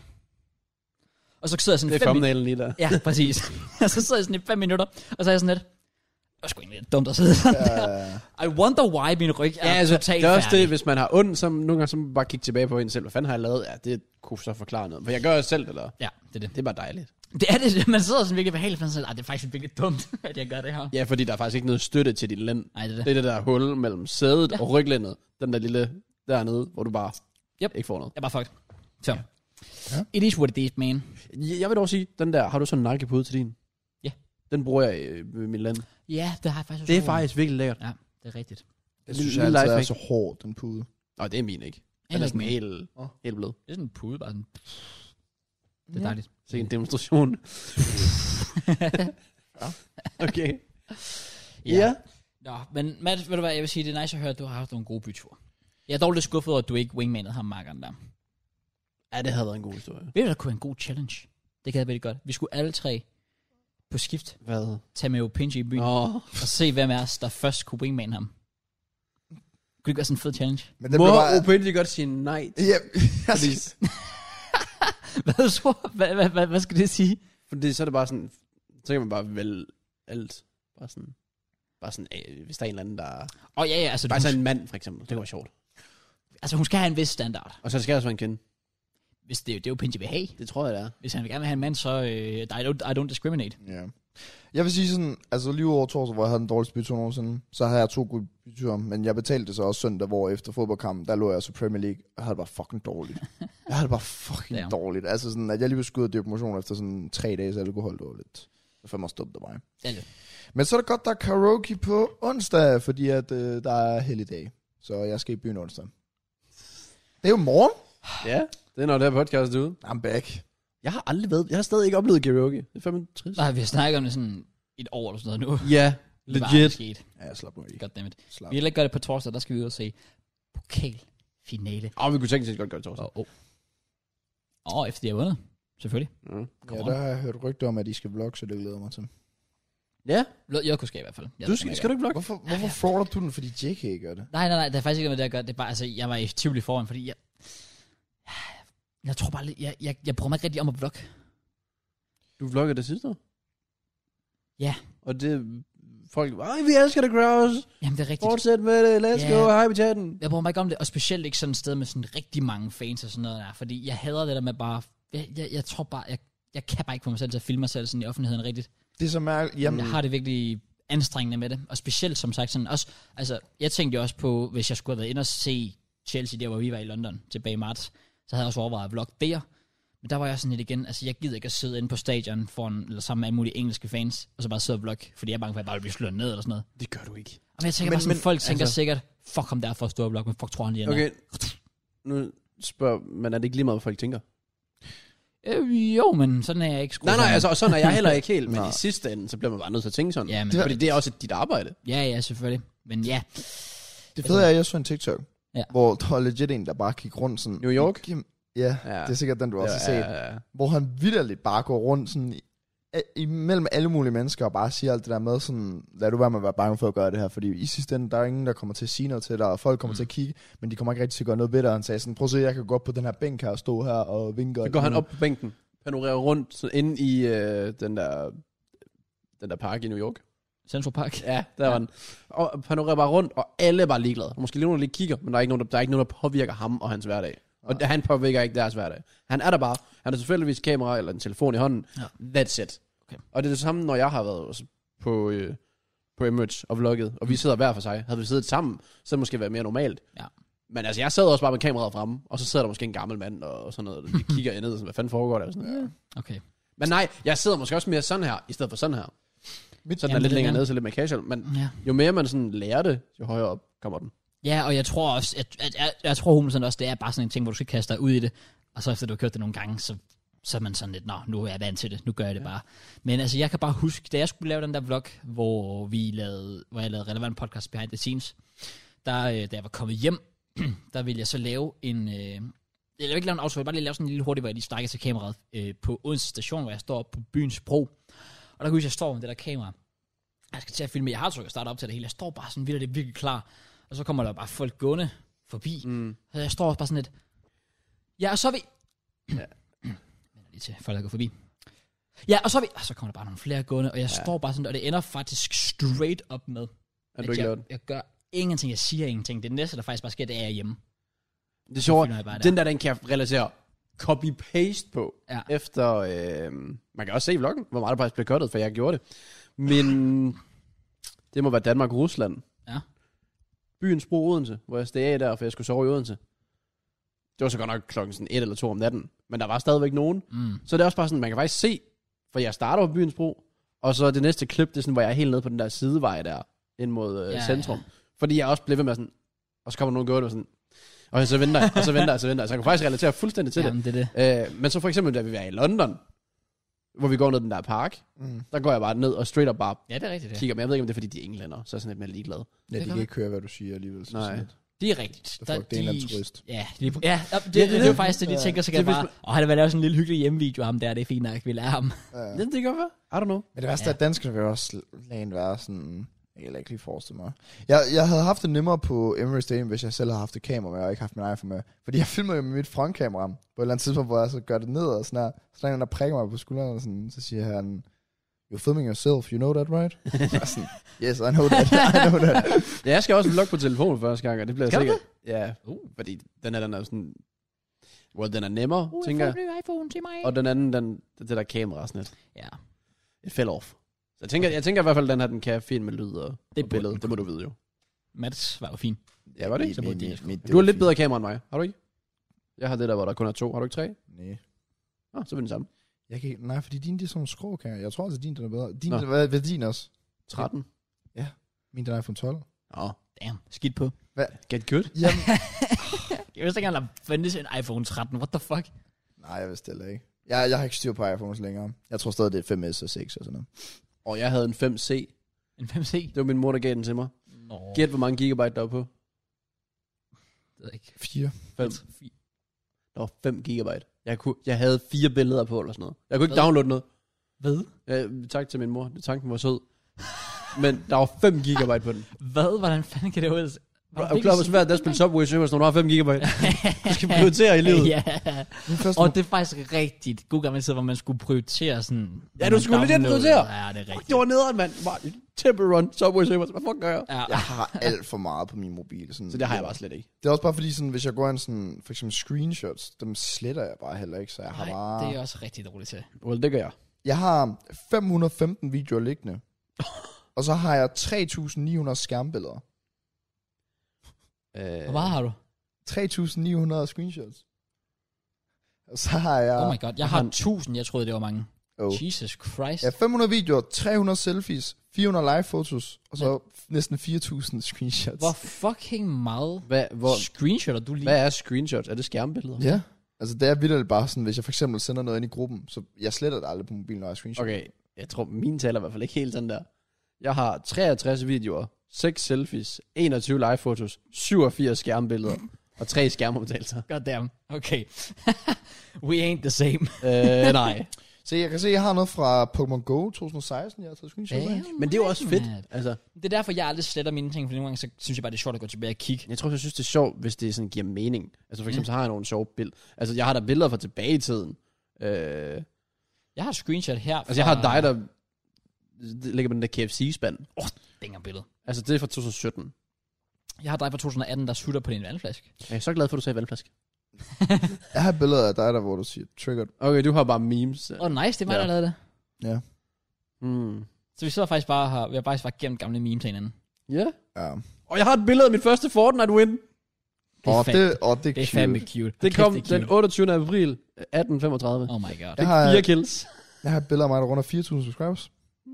Og så sidder jeg sådan Det er fem min- thumbnailen lige der. Ja, præcis. og så sidder jeg sådan i fem minutter, og så er jeg sådan lidt, det var sgu egentlig lidt dumt at sidde sådan der. I wonder why min ryg er Ja, altså, totalt det er også færdig. det, hvis man har ondt, så nogle gange så må man bare kigge tilbage på en selv. Hvad fanden har jeg lavet? Ja, det kunne så forklare noget. For jeg gør det selv, eller? Ja, det er det. Det er bare dejligt. Det er det, man sidder sådan virkelig behageligt, for sådan, det er faktisk virkelig dumt, at jeg gør det her. Ja, fordi der er faktisk ikke noget støtte til din lænd. Nej, det er det. Det er det der hul mellem sædet Ja. ja. og ryglændet. Den der lille dernede, hvor du bare Yep. ikke får noget. Jeg er bare fucked. Så. Ja. It is what it is, man. Jeg jeg vil dog sige, den der, har du sådan en Nike-pude til din? Ja. Den bruger jeg øh, med min land. Ja, det har jeg faktisk Det er også faktisk virkelig lækkert. Ja, det er rigtigt. Jeg Lille- synes, jeg lille altid er lifehack. så hård, den pude. Nå, det er min ikke. Den Heller er sådan ikke helt, Åh. helt blød. Det er sådan en pude, bare sådan. Det er Ja. dejligt. Se en demonstration. Okay. Ja. Nå, men Matt, ved du hvad, jeg vil sige, det er nice at høre, at du har haft nogle gode byture. Jeg er dog lidt skuffet over, at du ikke wingmanede ham, markeren der. Ja, det havde været en god historie. Ved du, der kunne være en god challenge? Det kan jeg virkelig godt. Vi skulle alle tre på skift Hvad? tage med Opinji i byen, Åh. og se, hvem af os, der først kunne wingman ham. Kunne det ikke være sådan en fed challenge? Men Må blev bare... Opinji godt sige nej? Ja, Fordi, Hvad, så? Hvad, hvad, hvad, hvad skal det sige? fordi så er det bare sådan, så kan man bare vælge alt. Bare sådan, bare sådan, øh, hvis der er en eller anden, der... Åh oh, ja, ja, altså, Bare hun, sådan en mand, for eksempel. Det kunne være sjovt. altså hun skal have en vis standard. Og så skal der også være en kvinde. Hvis det, det er jo Opinji vil have. Det tror jeg, det er. Hvis han vil gerne vil have en mand, så øh, I, don't, I don't discriminate. Ja. Jeg vil sige sådan, altså lige over torsdag, hvor jeg havde den dårligste bytur nogensinde, så havde jeg to gode byture, men jeg betalte det så også søndag, hvor efter fodboldkampen, der lå jeg så Premier League, og havde det bare fucking dårligt. Jeg havde det bare fucking Ja. dårligt. Altså sådan, at jeg lige ville skulle ud og dyrke motion efter sådan tre dages alkohol, det var lidt, det var fandme dumt af mig. Ja, det. Men så er det godt, der er karaoke på onsdag, fordi at øh, der er helligdag, så jeg skal i byen onsdag. Det er jo morgen. Ja, det er når det her podcast er ude. I'm back. Jeg har aldrig været, jeg har stadig ikke oplevet karaoke. Det er fandme trist. Nej, vi har snakket om det sådan et år eller sådan noget nu. Ja, Det var aldrig legit. sket. Ja, jeg slap nu i. Goddammit. Slap. Vi vil ikke gøre det på torsdag, der skal vi ud og se pokalfinale. Åh, vi kunne tænke sig godt gøre det torsdag. Åh, oh, oh. oh, efter de har vundet. Selvfølgelig. Mm. Ja, der har jeg hørt rygter om, at de skal vlogge, så det glæder mig til. Ja, Jeg kunne skal i hvert fald. Jeg du ved, skal, om jeg skal du gør. ikke vlogge? Hvorfor, hvorfor frauder du den, fordi J K ikke gør det? Nej, nej, nej, det er faktisk ikke noget med det, jeg gør. Det er bare, altså, jeg var i Tivoli foran, fordi jeg... Jeg tror bare lidt, jeg, jeg, jeg bruger mig ikke rigtig om at vlogge. Du vloggede det sidste år? Ja. Og det... Folk, ej, vi elsker det, Kraus. Jamen, det er rigtigt. Fortsæt med det, let's Ja. go, hype i chatten. Jeg bruger mig ikke om det, og specielt ikke sådan et sted med sådan rigtig mange fans og sådan noget der, fordi jeg hader det der med bare... Jeg, jeg, jeg tror bare, jeg, jeg kan bare ikke få mig selv til at filme mig selv sådan i offentligheden rigtigt. Det er så mærkeligt. Jamen, Jeg har det virkelig anstrengende med det, og specielt som sagt sådan også... Altså, jeg tænkte jo også på, hvis jeg skulle have været inde og se Chelsea, der hvor vi var i London tilbage i marts, så havde jeg også overvejet at vlogge der. Men der var jeg sådan lidt igen, altså jeg gider ikke at sidde inde på stadion foran, eller sammen med alle mulige engelske fans, og så bare sidde og vlogge, fordi jeg er bange for, at jeg bare vil blive slået ned eller sådan noget. Det gør du ikke. Og jeg tænker Men- bare sådan, men, folk tænker altså- sikkert, fuck ham der for at stå og vlogge, men fuck tror han lige, han Okay, nu spørger, men er det ikke lige meget, hvad folk tænker? er. Øh, jo, men sådan er jeg ikke skruet Nej, nej, sammen. altså, og sådan er jeg heller ikke helt, men Nej. i sidste ende, så bliver man bare nødt til at tænke sådan. Ja, men, Det- Fordi det er også dit arbejde. ja, ja, selvfølgelig. Men ja, det fede er, at jeg så en TikTok, Ja. hvor der var legit en, der bare gik rundt sådan... New York? Jamen, Ja, Ja. det er sikkert den, du også har set. Ja, ja. Hvor han vitterligt bare går rundt sådan i, imellem alle mulige mennesker og bare siger alt det der med sådan, lad du være med at være bange for at gøre det her, fordi i sidste ende, der er ingen, der kommer til at sige noget til dig, og folk kommer mm. til at kigge, men de kommer ikke rigtig til at gøre noget ved dig. Han sagde sådan, prøv at se, jeg kan gå op på den her bænk her og stå her og vinke. Så går han op på bænken, panorerer rundt så inde i øh, den der den der park i New York. Central Park. Ja, der var den. Og panorerer bare rundt, og alle er bare ligeglade. Måske lige nogen, der lige kigger, men der er ikke nogen, der, der, er ikke nogen, der påvirker ham og hans hverdag. Og han påvirker ikke deres hverdag. Han er der bare. Han har selvfølgelig kamera eller en telefon i hånden. Ja. That's it. Okay. Og det er det samme, når jeg har været på, øh, på Emirates og vlogget, og vi sidder hver for sig. Havde vi siddet sammen, så havde det måske været mere normalt. Ja. Men altså, jeg sad også bare med kameraet fremme, og så sidder der måske en gammel mand og sådan noget, og kigger ind og sådan, hvad fanden foregår der? Og sådan noget. Ja. Okay. Men nej, jeg sidder måske også mere sådan her, i stedet for sådan her. Mit, Så den er Jamen, lidt det er længere gerne. nede, så lidt mere casual. Men Ja. jo mere man sådan lærer det, jo højere op kommer den. Ja, og jeg tror også, at, at, at jeg tror hundrede procent også, det er bare sådan en ting, hvor du skal kaste dig ud i det, og så efter du har kørt det nogle gange, så, så er man sådan lidt, nå, nu er jeg vant til det, nu gør jeg det bare. Men altså, jeg kan bare huske, da jeg skulle lave den der vlog, hvor vi lavede, hvor jeg lavede relevant podcast behind the scenes, der, øh, da jeg var kommet hjem, der ville jeg så lave en, øh, jeg vil ikke lave en outro, jeg vil bare lige lave sådan en lille hurtigt, hvor jeg lige snakker til kameraet øh, på Odense station, hvor jeg står på byens bro, og der kan jeg huske, jeg står med det der kamera, jeg skal til at filme, jeg har trykket at starte op til det hele, jeg står bare sådan vildt, det er virkelig klar. Og så kommer der bare folk gående forbi. Mm. Så jeg står bare sådan lidt... Ja, og så er vi... Ja. Venter lige til, folk der går forbi. Ja, og så er vi... Og så kommer der bare nogle flere gående, og jeg Ja. står bare sådan, og det ender faktisk straight up med, At at du ikke laver jeg, det. jeg gør ingenting, jeg siger ingenting. Det næste, der faktisk bare sker, det er jeg hjemme. Det er sjovt. filmer jeg bare der. Den der, den kan jeg relatere copy-paste på. Ja. Efter... Øh, man kan også se i vloggen, hvor meget der faktisk blev cuttet, for jeg gjorde det. Men... det må være Danmark-Rusland. Ja. Byens Bro Odense, hvor jeg steg af der, for jeg skulle sove i Odense. Det var så godt nok klokken sådan et eller to om natten. Men der var stadigvæk nogen. Mm. Så det er også bare sådan, man kan faktisk se, for jeg starter på Byens Bro, og så det næste klip, det er sådan, hvor jeg er helt nede på den der sidevej der, ind mod øh, Ja, centrum. ja. Fordi jeg også blev ved med sådan, og så kommer nogen gående og sådan, og så venter jeg, og så venter jeg, og så venter jeg. Så jeg kan faktisk relatere fuldstændig til Jamen, det er det. det. Øh, men så for eksempel, da vi var i London, hvor vi går ned den der park, Mm. der går jeg bare ned og straight up bare Ja, det er rigtigt, det. kigger, men jeg ved ikke, om det er, fordi de er englænder, så er jeg sådan lidt mere ligeglad. Ja, de kan kan ikke høre, hvad du siger alligevel. Så Nej. sådan lidt. Det er rigtigt. Så fuck, det er en eller anden turist. Ja, lige, ja, ja, det, Ja, det, det det, er det, er jo det. faktisk det, de Ja. tænker sig Det er, bare, og han vil lave sådan en lille hyggelig hjemmevideo af ham der, det er fint nok, vi lærer ham. Ja. Ja, det kan godt være. I don't know. Men det værste Ja. er, at danskerne vil også lade en være sådan... Jeg kan ikke lige forestille mig. Jeg, jeg havde haft det nemmere på Emirates Stadium, hvis jeg selv havde haft et kamera med, og ikke haft min iPhone med. Fordi jeg filmer jo med mit frontkamera på et eller andet tidspunkt, hvor jeg så gør det ned, og sådan her. Så er der en, der prikker mig på skulderen, og sådan, så siger han, you're filming yourself, you know that, right? Jeg er sådan, yes, I know that, I know that. Ja, jeg skal også vlogge på telefonen første gang, og det bliver Skal du sikkert. Ja, Uh. fordi den her, den er sådan... Well, den er nemmere, Uh, tænker jeg. iPhone til mig. Og den anden, den, det der kamera er sådan et, Ja, et fell off. Så jeg tænker, jeg tænker i hvert fald, at den her, den kan fint med lyd og, Det og billede. burde Det må du vide jo. Mats var jo fin. Ja, var det Mit- ikke? mit- mit- mit- det Du har var lidt fint. bedre kamera end mig, har du ikke? Jeg har det der, hvor der kun er to. Har du ikke tre? Nej. Nå, så er vi den samme. Jeg kan ikke, nej, fordi din, det er sådan nogle skråkamera. Jeg tror altså, din den er bedre. Din, Nå. hvad, hvad er din også? tretten. Min, den er iPhone tolv. Nå, Damn, skidt på. get good. Jamen, Jeg vidste ikke, at der fandtes en iPhone tretten. What the fuck? nej, jeg vidste det heller ikke. Jeg, jeg har ikke styr på iPhones længere. Jeg tror stadig, det er fem S og seks og sådan noget. Og jeg havde en fem C. En fem C? Det var min mor, der gav den til mig. Nå, Gæt, hvor mange gigabyte der var på. det ved jeg ikke. Fire. Fem. Fire. Der var fem gigabyte. Jeg, kunne, jeg havde fire billeder på, eller sådan noget. Jeg kunne ikke Hvad? downloade noget. Hvad? Ja, tak til min mor. Det tanken var sød. Men der var fem gigabyte på den. Hvad? Hvordan fanden kan det ud? Er du klar på svært, der spiller Subway Surfers, når du har fem gigabyte? Du skal prioritere i livet. Ja. Først, Og det er faktisk rigtigt. God gammel tid, hvor man skulle prioritere sådan... Ja, du skulle legit prioritere. Ja, det er rigtigt. Det var nederen, mand. Bare Temple Run, Subway Surfers. Hvad fuck gør jeg? Ja. jeg har alt for meget på min mobil. Sådan, Så det har jeg bare slet ikke. Det er også bare fordi, sådan, hvis jeg går ind sådan, for eksempel screenshots, dem sletter jeg bare heller ikke, så jeg har Nej, bare... det er også rigtig dårligt til. Well, det gør jeg. Jeg har fem hundrede og femten videoer liggende. Og så har jeg tre tusind ni hundrede skærmbilleder. Øh, Hvor meget har du? tre tusind ni hundrede screenshots. Og så har jeg... Oh my god, jeg har tusind, jeg troede det var mange. Oh. Jesus Christ. Ja, fem hundrede videoer, tre hundrede selfies, fire hundrede live-fotos, og så næsten fire tusind screenshots. Hvor fucking meget Hvad, hvor, screenshotter du lige? hvad er screenshots? Er det skærmbilleder? Ja, altså det er vildt bare sådan, hvis jeg for eksempel sender noget ind i gruppen, så jeg sletter det aldrig på mobilen, når jeg screenshot. Okay, jeg tror, mine taler i hvert fald ikke helt sådan der. Jeg har treogtres videoer, seks selfies, enogtyve live-fotos, syvogfirs skærmbilleder og tre skærmoptagelser. God damn. Okay. We ain't the same. øh, nej. Så jeg kan se, at jeg har noget fra Pokémon Go to tusind og seksten, jeg har taget screenshot af. Men det er jo også fedt. Mad. Altså, Det er derfor, jeg aldrig sletter mine ting, for nogle gange så synes jeg bare, det er sjovt at gå tilbage og kigge. jeg tror, jeg synes, det er sjovt, hvis det sådan giver mening. Altså for eksempel, så har jeg nogle sjove billeder. Altså, jeg har der billeder fra tilbage i tiden. Øh, Jeg har et screenshot her. altså, jeg har dig, der ligger på den der K F C-spand. Åh, oh, det billede. Altså, det er fra to tusind sytten. Jeg har dig fra to tusind atten, der sutter på din vandflaske. Jeg er så glad for, at du sagde vandflaske. Jeg har billeder af dig, der hvor du siger, triggered. Okay, du har bare memes. Åh, oh, nice, det er mig, Ja. der lavede det. Ja. Mm. Så vi sidder faktisk bare her, vi har faktisk bare gemt gamle memes til hinanden. Ja. Yeah. Ja. Og jeg har et billede af mit første Fortnite-win. Det er, Og fandme, det, og det er det er cute. fandme cute. Det Hold kom kæft, det er den cute. otteogtyvende april atten femogtredive. Oh my god. Jeg har, Fire kills. jeg har et billede af mig, der runder fire tusind subscribers.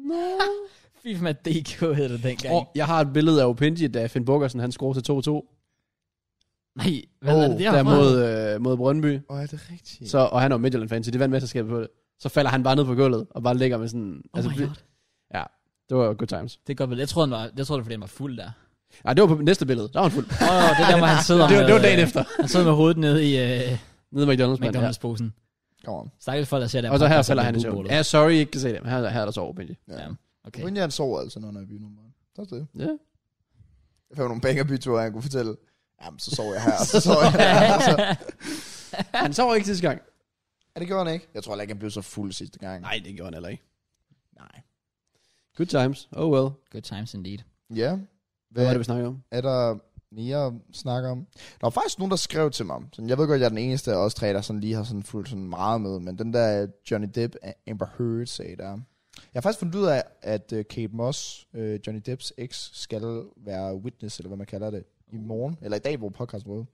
FIFA D K hed det dengang. Og jeg har et billede af Opinji, da Finn Bukkersen, han scorede til to to. Nej, hvad Oh, er det Der der? mod, øh, mod Brøndby. Åh, oh, er det rigtigt? Så, og han er jo Midtjylland-fan, så de vandt mesterskabet på det. Så falder han bare ned på gulvet, og bare ligger med sådan... Oh my god. Ja, det var good times. Det er godt vel. Jeg troede, han var, jeg troede, det var, fordi han var fuld der. Nej, det var på næste billede. Der var han fuld. Åh, oh, det er der, hvor han sidder det, var, med, det var dagen øh, efter. Han sidder med hovedet nede i øh, Nede i McDonald's, mand. Ja. McDonald's-posen. Come on. Stakkels folk, der ser der. Og så her podcast, falder der han i bliver søvn. googlet. Ja, sorry, I ikke kan se det. Men her, her er der så Opinji. Ja. Ja, okay. Okay. Han sover altså, når han er i byen. Så er det. Ja. Jeg får nogle bangerbyture, han kunne fortælle. Jamen, så sover jeg her, og så sover jeg her. Og så... Han sov ikke sidste gang. Ja, det gjorde han ikke. Jeg tror heller ikke, han blev så fuld sidste gang. Nej, det gjorde han heller ikke. Nej. Good times. Oh well. Good times indeed. Ja. Hvad var det, vi snakkede om? Er der mere at snakke om? Der var faktisk nogen, der skrev til mig. Sådan, jeg ved godt, jeg er den eneste af os tre, der sådan lige har sådan fulgt sådan meget med. Men den der Johnny Depp, Amber Heard sagde der. Jeg har faktisk fundet ud af, at uh, Kate Moss, uh, Johnny Depps eks, skal være witness, eller hvad man kalder det, i morgen. Eller i dag, hvor podcasten var ude.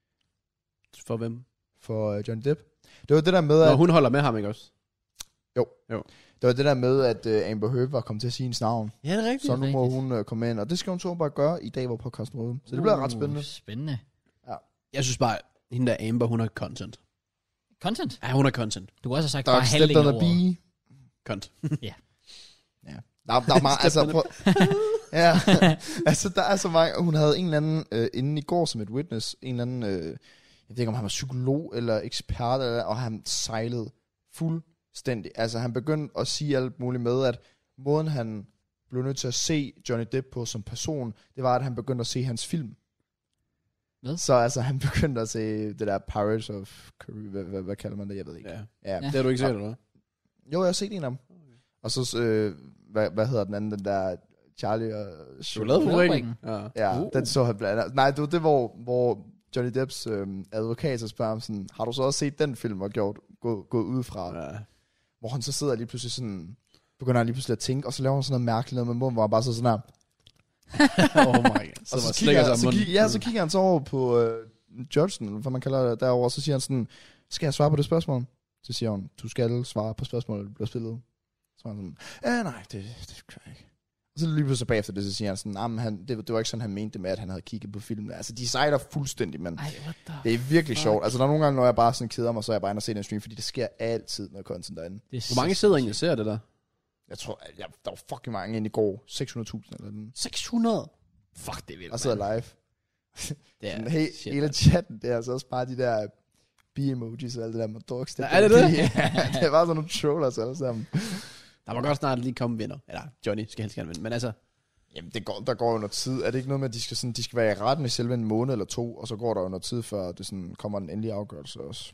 For hvem? For uh, Johnny Depp. Det var det der med, Når at... hun holder med ham, ikke også? Det var det der med, at uh, Amber Heard var kommet til at sige hendes navn. Ja, det er rigtigt. Så nu må rigtigt. hun uh, komme ind. Og det skal hun så bare gøre i dag, hvor podcasten var ude. Så det bliver ret spændende. Uh, spændende. Jeg synes bare, hende der Amber, hun har content. Content? Ja, hun har content. Du har også sagt Der bare er stepped halvdelen on af a ordet. bee. Kont. Ja. Der, der er meget, altså, Stepped prøv, ja, altså, der er så mange, hun havde en eller anden, øh, inden i går som et witness, en eller anden, øh, jeg ved ikke om han var psykolog eller ekspert, eller, og han sejlede fuldstændig. Altså, han begyndte at sige alt muligt med, at måden han blev nødt til at se Johnny Depp på som person, det var, at han begyndte at se hans film. Hvad? Så altså, han begyndte at se det der Pirates of Caribbean, hvad, hvad, hvad kalder man det, jeg ved ikke. Ja. Ja. Ja. Det har du ikke set, eller hvad? Jo, jeg har set en af dem. Og så, øh, hvad, hvad hedder den anden, den der Charlie og... Chokoladefabrikken. Ja. Ja, Uh. den så han blandt andet. Nej, det var det, hvor, hvor Johnny Depps øh, advokat så spørger ham sådan, har du så også set den film og gjort, gå, gået ud fra? Ja. Hvor han så sidder lige pludselig sådan, begynder han lige pludselig at tænke, og så laver han sådan noget mærkeligt noget med munden, hvor han bare så sådan her. Oh my god. Så, Og så så, slikker kigger, sig han, så, munden. kigger, ja, så kigger han så over på øh, judgen, eller hvad man kalder det derovre, og så siger han sådan, skal jeg svare på det spørgsmål? Så siger hun, du skal svare på spørgsmålet, der bliver spillet. Så er han sådan, øh, nej, det, det kan jeg ikke. Og så lige pludselig bagefter det, så siger han sådan, nah, han, det, det var ikke sådan, han mente det med, at han havde kigget på filmen. Altså, de sejler fuldstændig, men Ej, what the det er virkelig fuck? sjovt. Altså, der er nogle gange, når jeg bare sådan keder mig, så er jeg bare inde og se den stream, fordi det sker altid noget content derinde. Det er Hvor mange så sidder egentlig og ser det der? Jeg tror, at jeg, der var fucking mange inde i går. seks hundrede tusind eller den. seks hundrede? Fuck, det er vildt, Og sidder mand. live. Det Sådan, er hey, shit, hele mand. chatten, det er altså også bare de der B bi-emojis og alt det der med dogs. Ja, er det det? Ja, det er bare sådan nogle trollers alle sammen. Der må godt snart lige komme vinder. Eller Johnny skal helst gerne vinde, men altså... Jamen, det går, der går jo noget tid. Er det ikke noget med, at de skal, sådan, de skal være i retten i selve en måned eller to, og så går der jo noget tid, før det sådan, kommer den endelige afgørelse også?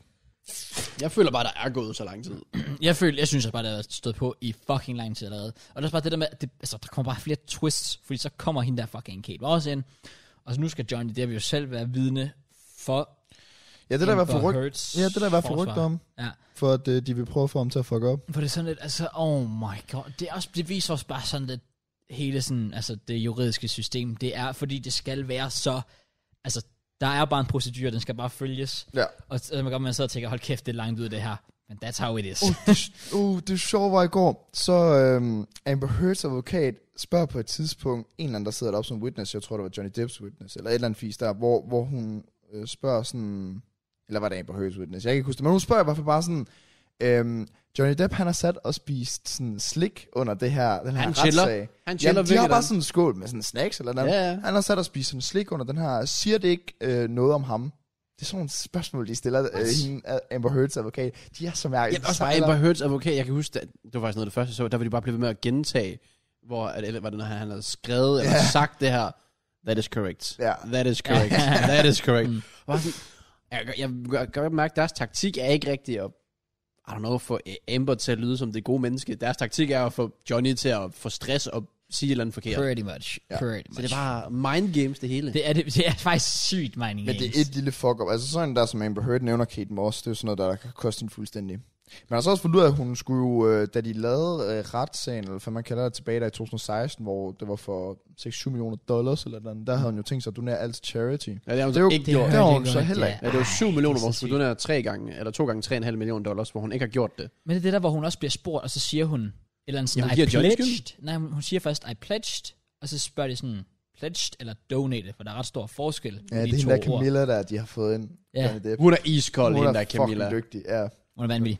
Jeg føler bare, der er gået så lang tid. Jeg føler, jeg synes at bare, der har stået på i fucking lang tid allerede. Og det er også bare det der med, det, altså, der kommer bare flere twists, fordi så kommer hende der fucking Kate Ross ind, og så nu skal Johnny Depp jo selv være vidne for Ja, det der var for Amber rygt. Heards Ja, det der var for forsvar. rygt om, Ja. for at uh, de vil prøve at få ham til at fuck op. For det er sådan lidt, altså, oh my god, det, er også, det viser også bare sådan lidt, hele sådan, altså det juridiske system, det er, fordi det skal være så, altså, der er bare en procedure, den skal bare følges. Ja. Og så man godt man sidder og tænker, hold kæft, det er langt ud af det her. Men that's how it is. Uh, det, uh, det sjove var i går, så øhm, Amber Heards advokat spørger på et tidspunkt, en eller anden, der sidder deroppe som witness, jeg tror, det var Johnny Depps witness, eller et eller andet fis der, hvor, hvor hun øh, spørger sådan, eller var det Amber Heards witness, jeg kan ikke huske det, men hun spørger i hvert fald bare sådan, øhm, Johnny Depp, han har sat og spist sådan slik under det her, den her Han chiller. retssag. Han chiller Ja, de har virkelig bare den. sådan en skål med sådan snacks eller noget. Ja, ja. Han har sat og spist sådan slik under den her, siger det ikke øh, noget om ham? Det er sådan nogle spørgsmål, de stiller øh, hende, Amber Heards advokat. De er så mærkelige. Ja, også bare Amber Heards advokat. Jeg kan huske, det, det var faktisk noget af det første, så der ville de bare blive ved med at gentage, hvor eller, var det, når han havde skrevet eller Ja. sagt det her. That is correct. Ja. That is correct. That is correct. Mm. Sådan, jeg, jeg, jeg kan godt mærke, at deres taktik er ikke rigtig at, I don't know, få Amber til at lyde som det gode menneske. Deres taktik er at få Johnny til at få stress og sige et eller andet forkert. Pretty much. Ja. Pretty much. Så det er bare mind games, det hele. Det er, det, det er faktisk sygt mining Men det er et lille fuck up. Altså sådan der, som Amber Heard nævner Kate Moss, det er jo sådan noget, der kan koste hende fuldstændig. Men jeg har så også fundet ud af, at hun skulle jo, øh, da de lavede øh, retssagen, eller hvad man kalder det, tilbage der i to tusind og seksten, hvor det var for seks til syv millioner dollars, eller noget, der havde hun jo tænkt sig at donere alt til charity. Ja, det har hun Det så er jo- ikke det gjort. Det har hun hørte jeg så godt, heller ja. ikke. Ja, det var syv Ej, millioner, det er hvor så hun donerer tre gange, eller to gange tre komma fem millioner dollars, hvor hun ikke har gjort det. Men det er det der, hvor hun også bliver spurgt, og så siger hun, et eller andet sådan, Ja, hun I giver Johnny pledged. Nej, hun hun siger først, I pledged, og så spørger de sådan, pledged eller donated, for der er ret stor forskel på Ja, det de er to hende der ord. Camilla, der de har fået ind. Ja. Johnny Depp. Hun er iskold, Hun hende er der Camilla. fucking dygtig, ja. Hun er vanvittig.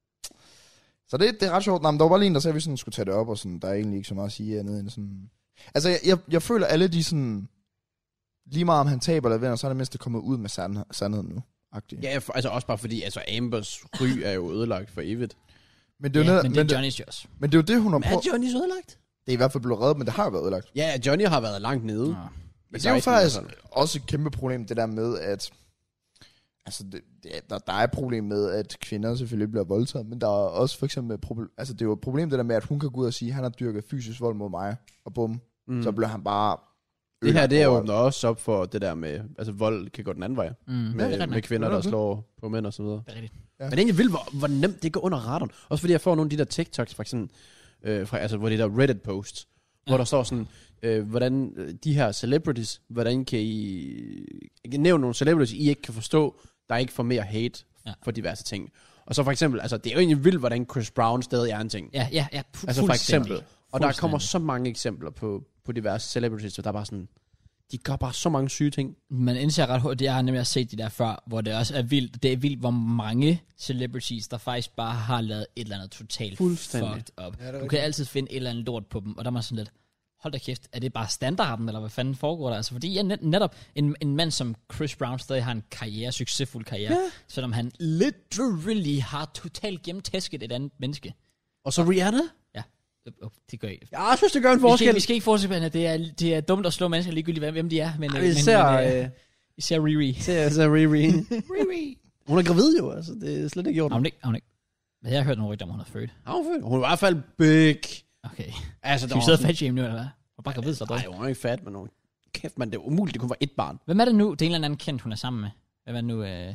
Så det, det er ret sjovt. Nå, men der var bare lige en, der sagde, at vi sådan skulle tage det op, og sådan, der er egentlig ikke så meget at sige andet end sådan... Altså, jeg, jeg, jeg føler alle de sådan... Lige meget om han taber eller vinder, så er det mindst det kommer ud med sand, sandheden nu. Agtigt. Ja, for, altså også bare fordi, altså Ambers ry er jo ødelagt for evigt. Men det er jo, Ja, netop- men men, det er det, Johnny's jo også. men det er jo det, hun har Men er prøvet... Johnny så ødelagt? Det er i hvert fald blevet reddet, men det har jo været ødelagt. Ja, Johnny har været langt nede. Nå. Men det er jo faktisk også et kæmpe problem, det der med, at... Altså, det, det, er- der, der er et problem med, at kvinder selvfølgelig bliver voldtaget, men der er også for eksempel et problem... Altså, det er jo et problem, det der med, at hun kan gå ud og sige, at han har dyrket fysisk vold mod mig, og bum, mm. så bliver han bare... Det her, det overalt. åbner også op for det der med, altså vold kan gå den anden vej. Mm, Med, det er ret med nok. kvinder, Det er der det. slår på mænd og så videre. Det er rigtigt. Ja. Men det er egentlig vildt, hvor, hvor nemt det går under radaren. Også fordi jeg får nogle af de der TikToks, for eksempel, øh, fra, altså, hvor det der Reddit-posts, ja. hvor der står sådan, øh, hvordan øh, de her celebrities, hvordan kan I, I kan nævne nogle celebrities, I ikke kan forstå, der ikke får mere hate Ja. for diverse ting. Og så for eksempel, altså det er jo egentlig vildt, hvordan Chris Brown stadig er en ting. Ja, ja, ja. Fu- Altså for eksempel. fuldstændig. Og der Fuldstændig. kommer så mange eksempler på, på diverse celebrities, så der er bare sådan, de gør bare så mange syge ting. Man indser ret hurtigt, jeg har nemlig også set de der før, hvor det også er vildt, det er vildt, hvor mange celebrities, der faktisk bare har lavet et eller andet totalt Fuldstændig. fucked up. Ja, det er Du rigtigt. kan altid finde et eller andet lort på dem, og der er man sådan lidt, hold da kæft, er det bare standarden, eller hvad fanden foregår der? Altså, fordi ja, net, netop en, en mand som Chris Brown stadig har en karriere, succesfuld karriere, ja. selvom han literally har totalt gennemtæsket et andet menneske. Og så Rihanna? Ja, det, det gør ikke. Jeg synes, det gør en Vi skal, forskel. vi skal ikke forestille at det er, det er dumt at slå mennesker ligegyldigt, hvem de er. Men, Ej, men, vi ser, men, øh, øh, vi ser Riri. ser, ser Riri. Riri. Hun er gravid jo, altså. Det er slet ikke gjort. Har hun ikke? Har hun ikke? Men jeg har hørt nogle rygter om, hun er født. Har hun født? Hun er i hvert fald big. Okay. Altså, Skal vi sidde og fat shame nu, eller hvad? Hun er bare gravid, så Nej, dog. hun er ikke fat, men hun... Kæft, man, det er umuligt, det kun var et barn. Hvem er det nu? Det er en eller anden kendt, hun er sammen med. Hvem er det nu? Øh... Jeg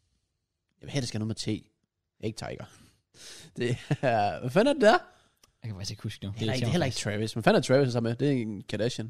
vil have, det skal have noget med te. Ikke Tiger. Det er... Hvad fanden er det der? Jeg kan faktisk ikke huske nu. Det er ikke, irriterer heller mig ikke Travis. Hvad fanden er Travis sammen med? Det er en Kardashian.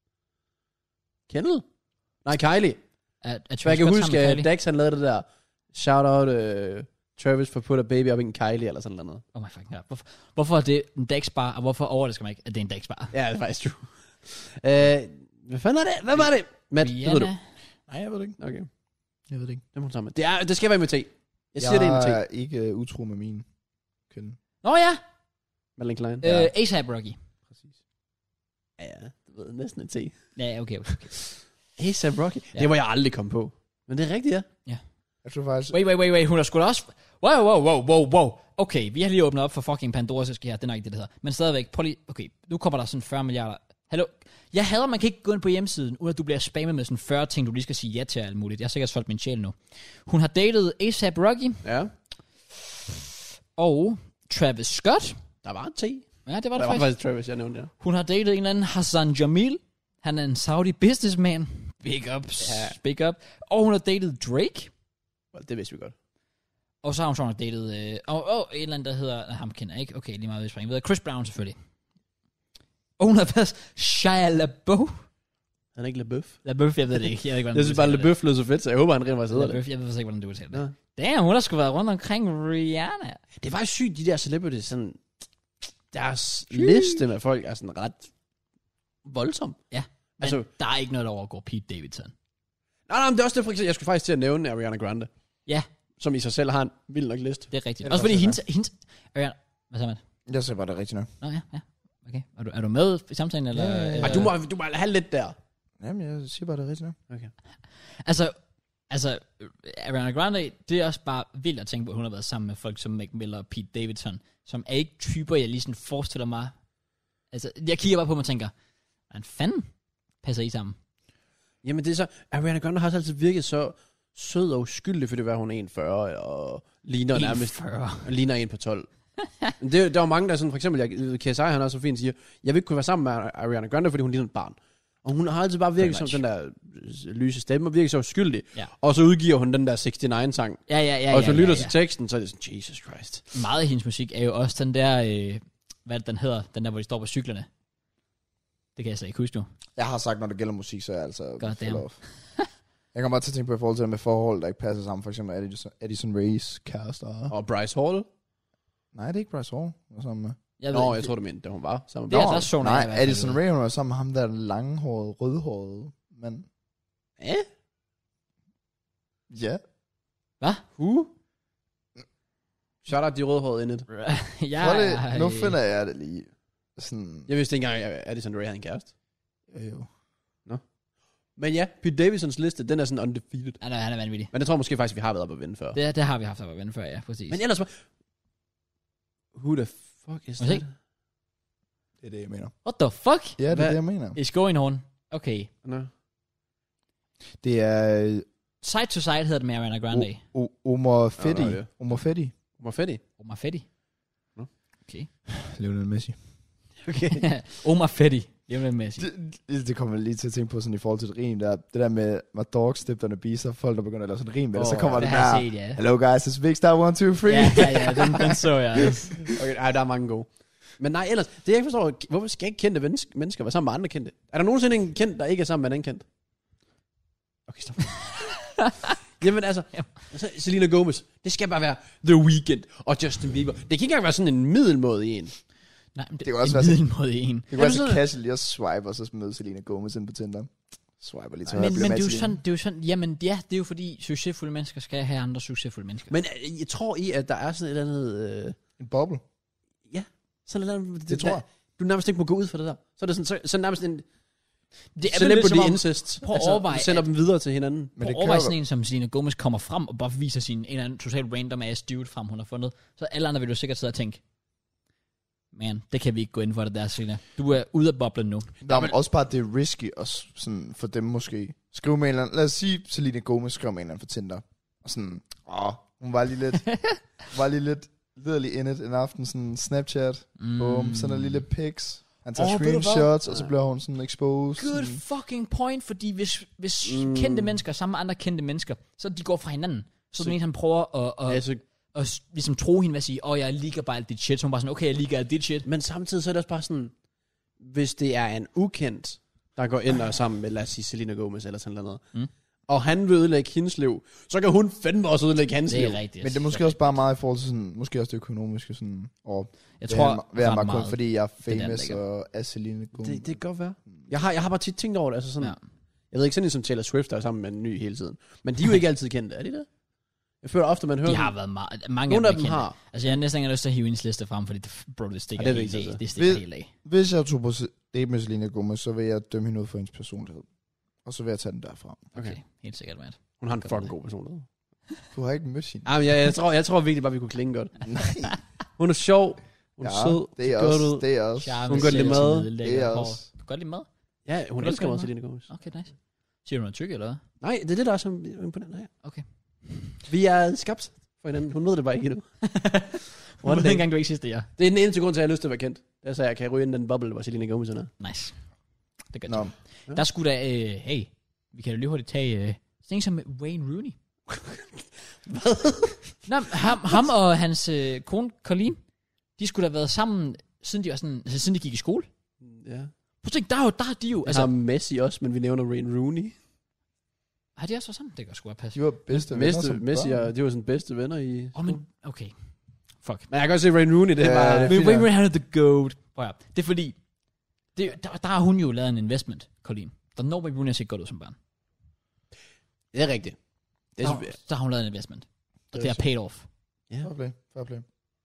Kendall? Nej, Kylie. faktisk. Er, er Så jeg kan godt huske, sammen med at Kylie? Dax han lavede det der. Shout out uh, Travis for put a baby up in Kylie, eller sådan noget. Oh my fucking god. Hvorfor, hvorfor er det en Dax-bar, og hvorfor overrasker man ikke, at det er en Dax-bar? Ja, det er faktisk true. uh, hvad fanden er det? Hvad var det? Matt, det ved du. Rihanna? Nej, jeg ved det ikke. Okay, Jeg ved det ikke. det må du sammen med. Det, er, det skal være med te. Jeg Jeg, siger, det er en te. er ikke uh, utro med min kvinde. Nå ja! Madeleine Klein. Ja. Øh, A$AP Rocky. Præcis. Ja, ja, du ved, næsten en te. Ja, okay, okay. A$AP Rocky. Ja. Det var jeg aldrig komme på. Men det er rigtigt, ja. Jeg Jeg tror faktisk... Wait, wait, wait, wait. Hun er sgu da også... Wow, wow, wow, wow, wow. Okay, vi har lige åbnet op for fucking Pandora's æske her. Det er nok ikke det, det hedder. Men stadigvæk, prøv lige... Okay, nu kommer der sådan fyrre milliarder. Hallo? Jeg hader, man kan ikke gå ind på hjemmesiden, uden at du bliver spammet med sådan fyrre ting, du lige skal sige ja til alt muligt. Jeg har sikkert solgt min sjæl nu. Hun har datet A$AP Rocky. Ja. Og Travis Scott. Der var en T. Ja, det var det Der var faktisk. faktisk Travis, jeg nævnte, ja. Hun har datet en eller anden Hassan Jamil. Han er en Saudi businessman. Big ups. Ja. Big up. Og hun har datet Drake. Det vidste vi godt. Og så har hun så nok datet... Øh, og, og en eller anden, der hedder... Nej, ham kender jeg ikke. Okay, lige meget ved springe videre. Chris Brown selvfølgelig. Og hun har faktisk Shia LaBeouf. Han er ikke LaBeouf. LaBeouf, jeg ved det ikke. Jeg ved ikke, hvordan Jeg synes bare, LaBeouf lød så fedt, så jeg håber, han rent faktisk hedder det. LaBeouf, jeg ved faktisk ikke, hvordan du udtaler det. Ja. Damn, hun har sgu været rundt omkring Rihanna. Det er faktisk sygt, de der celebrities, sådan... Deres liste med folk er sådan ret voldsom. Ja, men Altså- altså, der er ikke noget, der overgår Pete Davidson. Nej, nej, men det er også det, for eksempel, jeg skulle faktisk til at nævne Ariana Grande. Ja. Som i sig selv har en vild nok liste. Det er rigtigt. Det er Også fordi faktisk hendes... hendes Ariana, hvad sagde man? Jeg siger bare, det er rigtigt nok. Nå ja, ja. Okay. Er du, er du med i samtalen, eller? Ja, ja, ja. eller? Ej, du må, du må have lidt der. Jamen, jeg siger bare, det er rigtigt nok. Okay. Altså, altså, Ariana Grande, det er også bare vildt at tænke på, at hun har været sammen med folk som Mac Miller og Pete Davidson, som er ikke typer, jeg lige sådan forestiller mig. Altså, jeg kigger bare på dem og tænker, hvordan fanden passer I sammen? Jamen det er så, Ariana Grande har altid virket så sød og uskyldig, fordi hun er en komma fyrre og ligner nærmest fyrre. og ligner en på tolv. Men det, der var mange, der sådan, for eksempel, jeg, K S I, han også så fint siger, jeg vil ikke kunne være sammen med Ariana Grande, fordi hun ligner et barn. Og hun har altid bare virket som den der lyse stemme, og virket så uskyldig. Ja. Og så udgiver hun den der seksoghalvfems-sang. Ja, ja, ja. Og så ja, lytter ja, til teksten, så er det sådan, Jesus Christ. Meget af hendes musik er jo også den der, øh, hvad den hedder, den der, hvor de står på cyklerne. Det kan jeg slet ikke huske nu. Jeg har sagt, når det gælder musik, så er jeg altså... God damn. full off. Jeg kommer bare til at tænke på i forhold til det med forhold, der ikke passer sammen. For eksempel Addison, Addison Rae's kærester. Og Bryce Hall. Nej, det er ikke Bryce Hall. Hun er sammen med. Jeg ved, Nå, ikke, jeg tror du mente, da hun var sammen Det med er Bryce. der så Nej, jeg i hvert fald Addison ud. Rae, hun er sammen med ham der langhårede, rødhårede mand. Ja? Ja. Hvad? Uh. Shout out de rødhårede indet. ja, Prøv det, nu finder jeg det lige. Sådan, Jeg vidste ikke engang, at Addison Rae havde en kæreste. jo, jo. Men ja, Pete Davidsons liste, den er sådan undefeated. Han er, han er vanvittig. Men det tror jeg måske faktisk, vi har været oppe at vinde før. Det, det har vi haft at vende før, ja, præcis. Men ellers var... Who the fuck is Må jeg that? se? Det er det, jeg mener. What the fuck? Ja, det er Hvad? det, jeg mener. Is going on. Okay. Nå. Det er Side to side hedder det med Ariana Grande. o- o- Omar Fetti. Nå, nå, ja. Omar Fetti. Hvor fedt. Omar Fetti. Nå. Okay. Lionel Messi. Okay. Omar Fetti. Lionel Messi. Det, det, det kommer jeg lige til at tænke på sådan i forhold til et rim der. Det der med my dog stepped on a bee, så folk der begynder at lave sådan et rim med det, så Åh, kommer Det det har jeg der. set, ja. Hello guys, it's Big Star one, two, three. Ja, ja, ja, den, den så jeg også. Okay, ej, der er mange gode. Men nej, ellers, det jeg ikke forstår, hvorfor skal ikke kendte mennesker, mennesker være sammen med andre kendte? Er der nogensinde en kendt, der ikke er sammen med en anden kendt? Okay, stop. Jamen altså, altså, Selena Gomez, det skal bare være The Weeknd og Justin Bieber. Det kan ikke engang være sådan en middelmåde i en. Nej, men det, Det kan også en være så- middelmåde en. Det kunne være så Jamen, så- casual lige at swipe, og så møde Selena Gomez ind på Tinder. Swiper lige til Men, højre, bliver men det er jo matchet sådan, ind. det er jo sådan, jamen ja, det er jo fordi succesfulde mennesker skal have andre succesfulde mennesker. Men øh, jeg tror I, at der er sådan et eller andet... Øh, En boble. ja, sådan et eller andet... Det tror jeg. der, du nærmest ikke må gå ud for det der. Så er det sådan, så, så nærmest en det er vel lidt celebrity som om, incest. prøv at overveje, du sender dem videre til hinanden. Men Men det på overvej kan sådan jo- en som Selena Gomez kommer frem og bare viser sin en eller anden total random ass dude frem, hun har fundet. Så alle andre vil jo sikkert sidde og tænke, man, det kan vi ikke gå ind for det der, Selena. Du er ude af boblen nu. Der er også bare, det er risky og s- sådan for dem måske. Skriv med en eller anden, lad os sige, Selena Gomez skriver med en eller anden for Tinder. Og sådan, åh, hun var lige lidt, hun var lige lidt liderlig in it en aften, sådan Snapchat, mm. boom, sådan en lille pics. Han tager Åh, oh, ved du hvad? screenshots, og så bliver hun sådan exposed. Good Sådan. fucking point, fordi hvis, hvis Mm. mm. kendte mennesker sammen med andre kendte mennesker, så de går fra hinanden. Så, så den ene, han prøver at, at, Altså, at, at ligesom tro hende ved at sige, åh, oh, jeg liker bare alt dit shit. Så hun bare sådan, okay, jeg liker alt dit shit. men samtidig så er det også bare sådan, hvis det er en ukendt, der går ind og er sammen med, lad os sige, Selena Gomez eller sådan noget, Mm. og han vil ødelægge hendes liv, så kan hun fandme også ødelægge hans Det liv. er rigtigt. Men det er måske også bare meget i forhold til sådan, måske også det økonomiske sådan, og jeg tror, være ret mig kun meget. fordi jeg er der, der famous ligger. og er Selena Gomez. Det, det kan godt være. Jeg har, jeg har bare tit tænkt over det, altså sådan, Ja. ja. Jeg ved ikke sådan en som Taylor Swift, der er sammen med en ny hele tiden. Men de er jo ikke altid kendte, er de det? Jeg føler ofte, man hører De har dem. været meget, mange Nogle af af dem, dem er kendte. har. Altså, jeg har næsten ikke lyst til at hive hendes liste frem, fordi det, bro, det stikker Ja, det er helt vigtigt, af. så. Det stikker Ved- helt af. Hvis jeg tog på se- date med Selena Gomez, så vil jeg dømme hende ud for hendes personlighed. Og så vil jeg tage den derfra. Okay, helt sikkert, Matt. Hun har en fucking god personlighed. Du har ikke mødt hende. Jamen, jeg, jeg, tror, jeg tror virkelig bare, vi kunne klinge godt. Nej. Hun er sjov. Hun er Ja, sød. det er ser godt også. ud. Det er også. Charme, Hun kan godt lide mad. selvtillid, lækker Det er hår. også. Du kan godt lide mad? Ja, hun Kan du elsker godt meget lide Selena Gomez. Okay, nice. Siger du noget tyk, eller hvad? Nej, det er det, der er så imponerende her. Okay. Vi er skabt for hinanden. Hun ved det bare ikke endnu. Hun ved ikke engang, du ikke sidste, ja. Det er den eneste grund til, at jeg har lyst til at være kendt. Det er så, jeg kan ryge ind i den boble, hvor Selena Gomez er. Nice. Det gør Nå. det. Ja. Der skulle da, øh, hey, vi kan jo lige hurtigt tage, øh, ting som Wayne Rooney. Hvad? Nå, ham, ham og hans øh, kone, Colleen, de skulle da have været sammen, siden de, var sådan, altså, siden de gik i skole. Ja. Prøv at tænke, der er jo, der er de jo, Altså, altså, Messi også, men vi nævner Wayne Rooney. har de også været sammen? Det kan sgu godt passe. De var bedste venner Messi, som Messi børn. og de var sådan bedste venner i... Åh, oh, men, okay. Fuck. Men jeg kan godt se, Wayne Rooney, det er Ja, bare... det er Men fint, Wayne ja. Rooney, han er the goat. Prøv at, det er fordi, det, der, der har hun jo lavet en investment, Colleen. Der når Wayne Rooney har set godt ud som barn. Det er rigtigt. Det er, Der, der har hun lavet en investment. Og Det det er har paid off. ja. Fair play, fair play.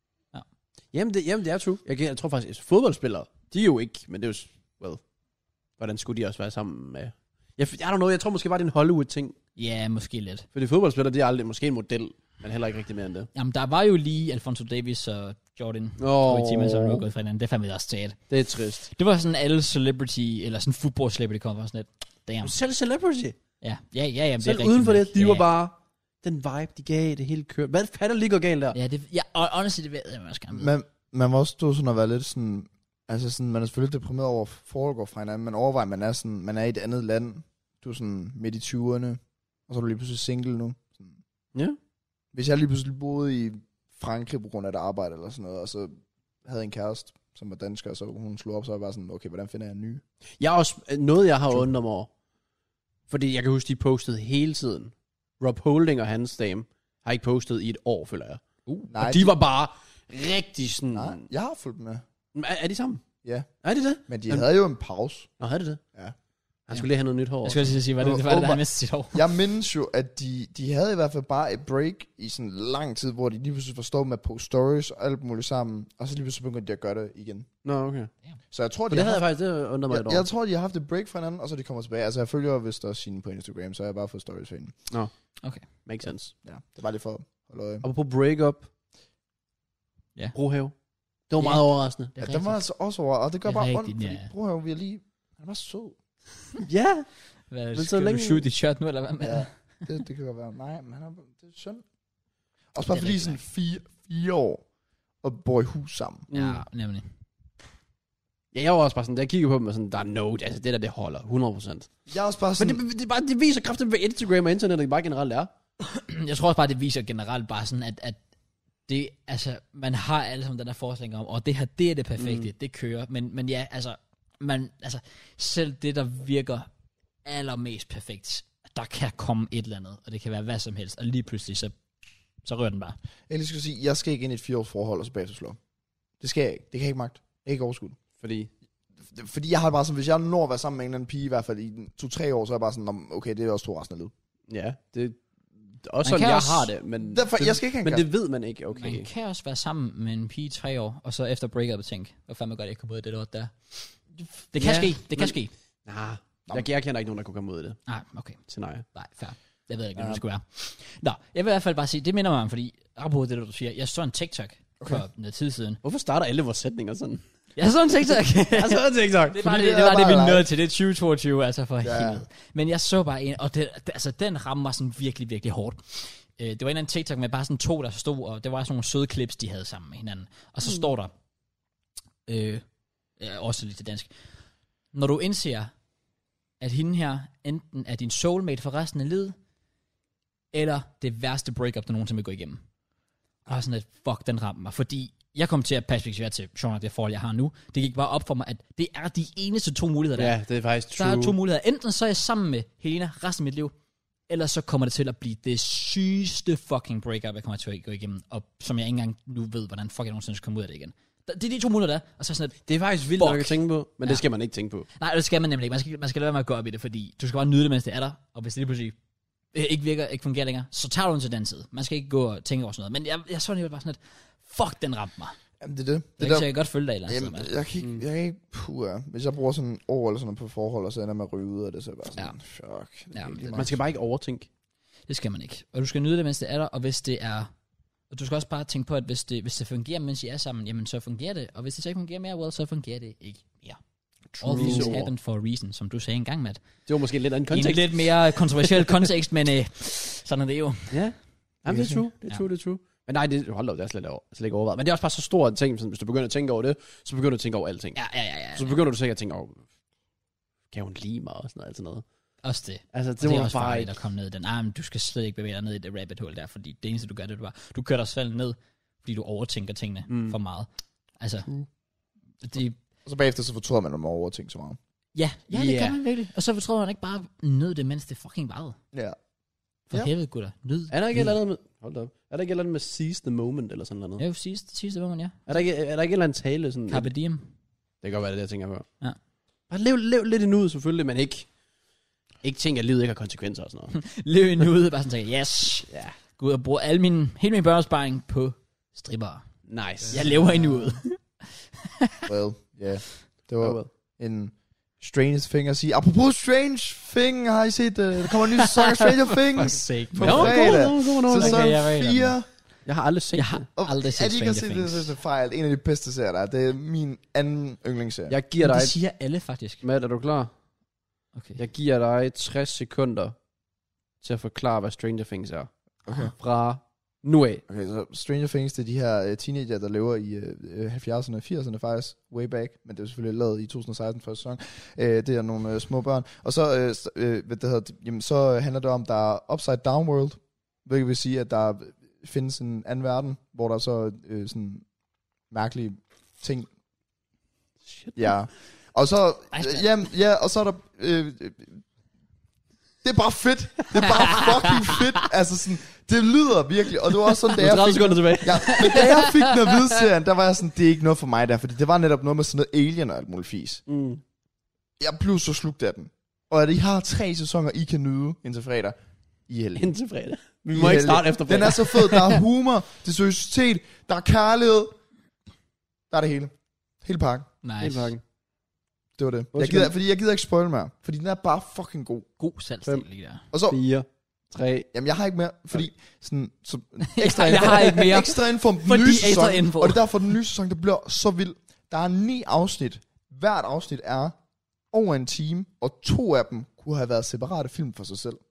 Jamen, det, jamen, det er true. Jeg, jeg tror faktisk, at fodboldspillere, de er jo ikke, men det er jo... Well, hvordan skulle de også være sammen med... Jeg, I don't know, jeg tror måske bare, det er en Hollywood-ting. Ja, måske lidt. Fordi fodboldspillere, det er aldrig måske en model, men heller ikke rigtig mere end det. Jamen, der var jo lige Alfonso Davis og Jordan Åh, oh. i timen, som var gået fra hinanden. Det fandt vi også til. det er trist. Det var sådan alle celebrity, eller sådan football celebrity kom fra sådan lidt. Damn. Selv celebrity. Ja, ja, ja. Jamen, Selv det er uden for rigtigt. det, de ja, var bare... Den vibe, de gav, det hele kørte. Hvad fanden lige går galt der? Ja, det, ja og honestly, det ved jeg, hvad jeg skal Man, man må også stå sådan og være lidt sådan... Altså sådan, man er selvfølgelig deprimeret over, at foregår fra hinanden, men overvej, man er sådan, man er i et andet land. Du er sådan midt i tyverne, og så er du lige pludselig single nu. Sådan. Ja. Hvis jeg lige pludselig boede i Frankrig på grund af et arbejde eller sådan noget, og så havde en kæreste, som var dansker, og så hun slog op, så var jeg bare sådan, okay, hvordan finder jeg en ny? Jeg er også... Noget, jeg har undret mig over. Fordi jeg kan huske, de postede hele tiden. Rob Holding og hans dame har ikke postet i et år, føler jeg. Uh, Nej, Og de var bare rigtig sådan... Nej, jeg har fulgt med. Er, er de sammen? Ja. Er de det? Men de Men- havde jo en pause. Nå, havde de det? Ja. Han skulle lige have noget nyt hår. jeg skulle lige sige, hvad det, det var det, der havde mistet sit hår. Jeg mindes jo, at de, de havde i hvert fald bare et break i sådan lang tid, hvor de lige pludselig forstod med at poste stories og alt muligt sammen, og så lige pludselig begyndte de at gøre det igen. Nå, okay. Så jeg tror, For de det har havde jeg haft, faktisk det undret mig et år. jeg, jeg tror, de har haft et break fra hinanden, og så de kommer tilbage. Altså, jeg følger jo vist også sine på Instagram, så jeg har bare fået stories for hende. Okay. Makes sense. Ja, det var lige for at holde øje. Og på breakup. Ja. Brohave. Det var Ja. meget overraskende. Det er Ja, den var altså også over, og det gør Det er bare rigtigt, ondt, fordi ja. bror, vi er lige... Han var sød. Ja. Hvad, Men skal så du længe- shoot dit shot nu, eller hvad med? Ja, det, det kan godt være. Nej, men han er, det er synd. Også bare Det er fordi rigtigt. sådan fire, fire år, og bor i hus sammen. Ja, nemlig. Ja, jeg var også bare sådan, da jeg kigger på dem, og sådan, der er no, altså det der, det holder, hundrede procent. Jeg er også bare Men sådan... det, det, det, bare, det viser kraftigt, hvad Instagram og internet bare generelt er. Jeg tror også bare, det viser generelt bare sådan, at, at det, altså, man har alle sammen den der forestilling om, og det her, det er det perfekte, mm. det kører. Men, men ja, altså, man, altså, selv det, der virker allermest perfekt, der kan komme et eller andet, og det kan være hvad som helst, og lige pludselig, så, så rører den bare. Jeg lige skal sige, jeg skal ikke ind i et fireårs forhold, og så bagefter slå. Det skal jeg ikke. Det kan jeg ikke magt. Jeg kan ikke overskue det. Fordi, Fordi jeg har det bare sådan, hvis jeg når at være sammen med en eller anden pige, i hvert fald i to-tre år, så er jeg bare sådan, "Nå, okay, det er også to resten af livet. ja, det det er også Man sådan, kan jeg også- har det, men, Derfor, det, jeg skal ikke have en men kæreste. det ved man ikke, okay. Man kan også være sammen med en pige i tre år, og så efter breakup tænke, hvor fandme godt, jeg kom ud af det lort der. Det kan Ja, ske, det kan men- ske. Nah, jeg, jeg kender ikke nogen, der kunne komme ud af det. Nej, okay. Til nej. Nej, fair. Jeg ved ikke, hvad Ja. det skulle være. Nå, jeg vil i hvert fald bare sige, det minder mig om, fordi, apropos det, du siger, jeg så en TikTok okay. for noget tid siden. Hvorfor starter alle vores sætninger sådan? Jeg så en TikTok. Jeg så en TikTok. det var Fordi det, det det, er var det, vi bare nåede live. til. Det er tyve toogtyve, altså for Ja. helvede. Men jeg så bare en, og det, det, altså, den ramte mig sådan virkelig, virkelig hårdt. Øh, det var en eller anden TikTok med bare sådan to, der stod, og det var sådan nogle søde clips, de havde sammen med hinanden. Og så mm. står der, øh, ja, også lidt til dansk, når du indser, at hende her enten er din soulmate for resten af livet, eller det værste breakup, du nogensinde vil gå igennem. Og sådan et, fuck, den ramte mig. Fordi jeg kom til at perspektivere til, sjovt nok det forhold, jeg har nu. Det gik bare op for mig, at det er de eneste to muligheder, der er. Ja, det er faktisk Der true. er to muligheder. Enten så er jeg sammen med Helena resten af mit liv, eller så kommer det til at blive det sygeste fucking breakup, jeg kommer til at gå igennem, og som jeg ikke engang nu ved, hvordan fuck jeg nogensinde skal komme ud af det igen. Det er de to muligheder, der er. Og så sådan et, Det er faktisk vildt Fuck. nok at tænke på, men Ja. det skal man ikke tænke på. nej, det skal man nemlig ikke. Man skal, man skal lade være med at gå op i det, fordi du skal bare nyde det, mens det er der, og hvis det lige pludselig øh, ikke virker, ikke fungerer længere, så tager du den til den side. Man skal ikke gå og tænke over sådan noget. Men jeg, jeg så alligevel bare sådan et, fuck, den ramte mig. Jamen, det er det. Det det er der, så jeg kan godt følge dig et eller andet jamen, sted, jeg kan ikke, jeg kan ikke, puh, ja. Hvis jeg bruger sådan en år eller sådan noget på forhold, og så ender jeg med at ryge ud af det, så er jeg bare sådan, fuck. Det Ja. er ikke lige Man meget. skal bare ikke overtænke. Det skal man ikke. Og du skal nyde det, mens det er der, og hvis det er... Og du skal også bare tænke på, at hvis det, hvis det fungerer, mens I er sammen, jamen så fungerer det. Og hvis det så ikke fungerer mere, well, så fungerer det ikke mere. All things happen for a reason, som du sagde engang, Matt. Det var måske lidt anden kontekst. I en lidt mere kontroversiel kontekst, men øh, sådan er det jo. Ja, jamen, det er true, det er true, det er true. Men nej, det, hold da, det er slet, slet ikke overvejet. Men det er også bare så stor en ting, hvis du begynder at tænke over det, så begynder du at tænke over alting. Ja, ja, ja. ja. Så begynder du sikkert at tænke over, kan hun lide mig og sådan noget, altid noget. Også det. Altså, det, det det er var også bare farligt at komme ned i den. Ah, men du skal slet ikke bevæge dig ned i det rabbit hole der, fordi det eneste, du gør, det er, du bare, du kører dig selv ned, fordi du overtænker tingene mm. for meget. Altså, mm. det... Og så bagefter, så fortryder man, at man overtænker så meget. Ja, ja, det yeah. kan man virkelig. Og så fortryder man ikke bare nød det, mens det fucking varede. Ja. For ja. helvede, gutter. Nyd. Er der ikke et eller andet med... Hold op. Er der ikke et eller andet med seize the moment, eller sådan noget? Ja, jo, sidste, sidste moment, ja. Er der ikke, er der ikke et eller andet tale sådan... Carpe diem. Det kan godt være, det er det, jeg tænker på. Ja. Bare lev, lev lidt i nuet, selvfølgelig, men ikke... Ikke tænke, at livet ikke har konsekvenser og sådan noget. Lev i nuet, bare sådan tænke, yes. Ja. Gå ud og bruge al min, hele min børnesparing på stripper. Nice. Jeg lever i nuet. Well, ja. Yeah. Det var Oh, well. en strange thing at sige. Apropos strange thing, har I set, uh, der kommer en ny sæson af Stranger Things sake. på Nå, fredag. god, god, god, Sæson Okay, jeg ved fire. Jeg har aldrig set Jeg har det. Og aldrig at set I ikke har Stranger set det, Things. så er det fejl. En af de bedste serier, der er. Det er min anden yndlingsserie. Jeg giver Men dig... det siger alle faktisk. Matt, er du klar? Okay. Jeg giver dig tres sekunder til at forklare, hvad Stranger Things er. Okay. Fra nu af. Okay, så Stranger Things, det er de her uh, teenager, der lever i uh, halvfjerdserne og firserne faktisk, way back, men det er selvfølgelig lavet i to tusind og seksten første sæson. Uh, det er nogle uh, små børn. Og så, uh, uh, hvad det hedder, jamen, så handler det om, der er upside down world, hvilket vil sige, at der findes en anden verden, hvor der er så uh, sådan mærkelige ting. Shit. Ja. Og så, Ej, uh, jamen, ja, og så er der... Uh, det er bare fedt. Det er bare fucking fedt. Altså sådan, det lyder virkelig, og det var også sådan, da jeg tredive fik, sekunder tilbage. ja, men da jeg fik den at vide serien, der var jeg sådan, det er ikke noget for mig der, fordi det var netop noget med sådan noget alien og alt muligt fis. Mm. Jeg blev så slugt af den. Og at I har tre sæsoner, I kan nyde indtil fredag. I helgen. Indtil fredag. Vi I må ikke helgen. starte efter fredag. Den er så fed. Der er humor, det er seriøsitet, der er kærlighed. Der er det hele. Hele pakken. Nice. Helt pakken. Det var det. Jeg Undskyld. gider, fordi jeg gider ikke spoil mere, fordi den er bare fucking god. God salgstil lige der. Og så, Fire. Tre. jamen jeg har ikke mere, fordi sådan, så ekstra Jeg info, har ikke mere. ekstra info om den Fordi nye ekstra sæson, info. og det er derfor, den nye sæson, det bliver så vild. Der er ni afsnit. Hvert afsnit er over en time, og to af dem kunne have været separate film for sig selv.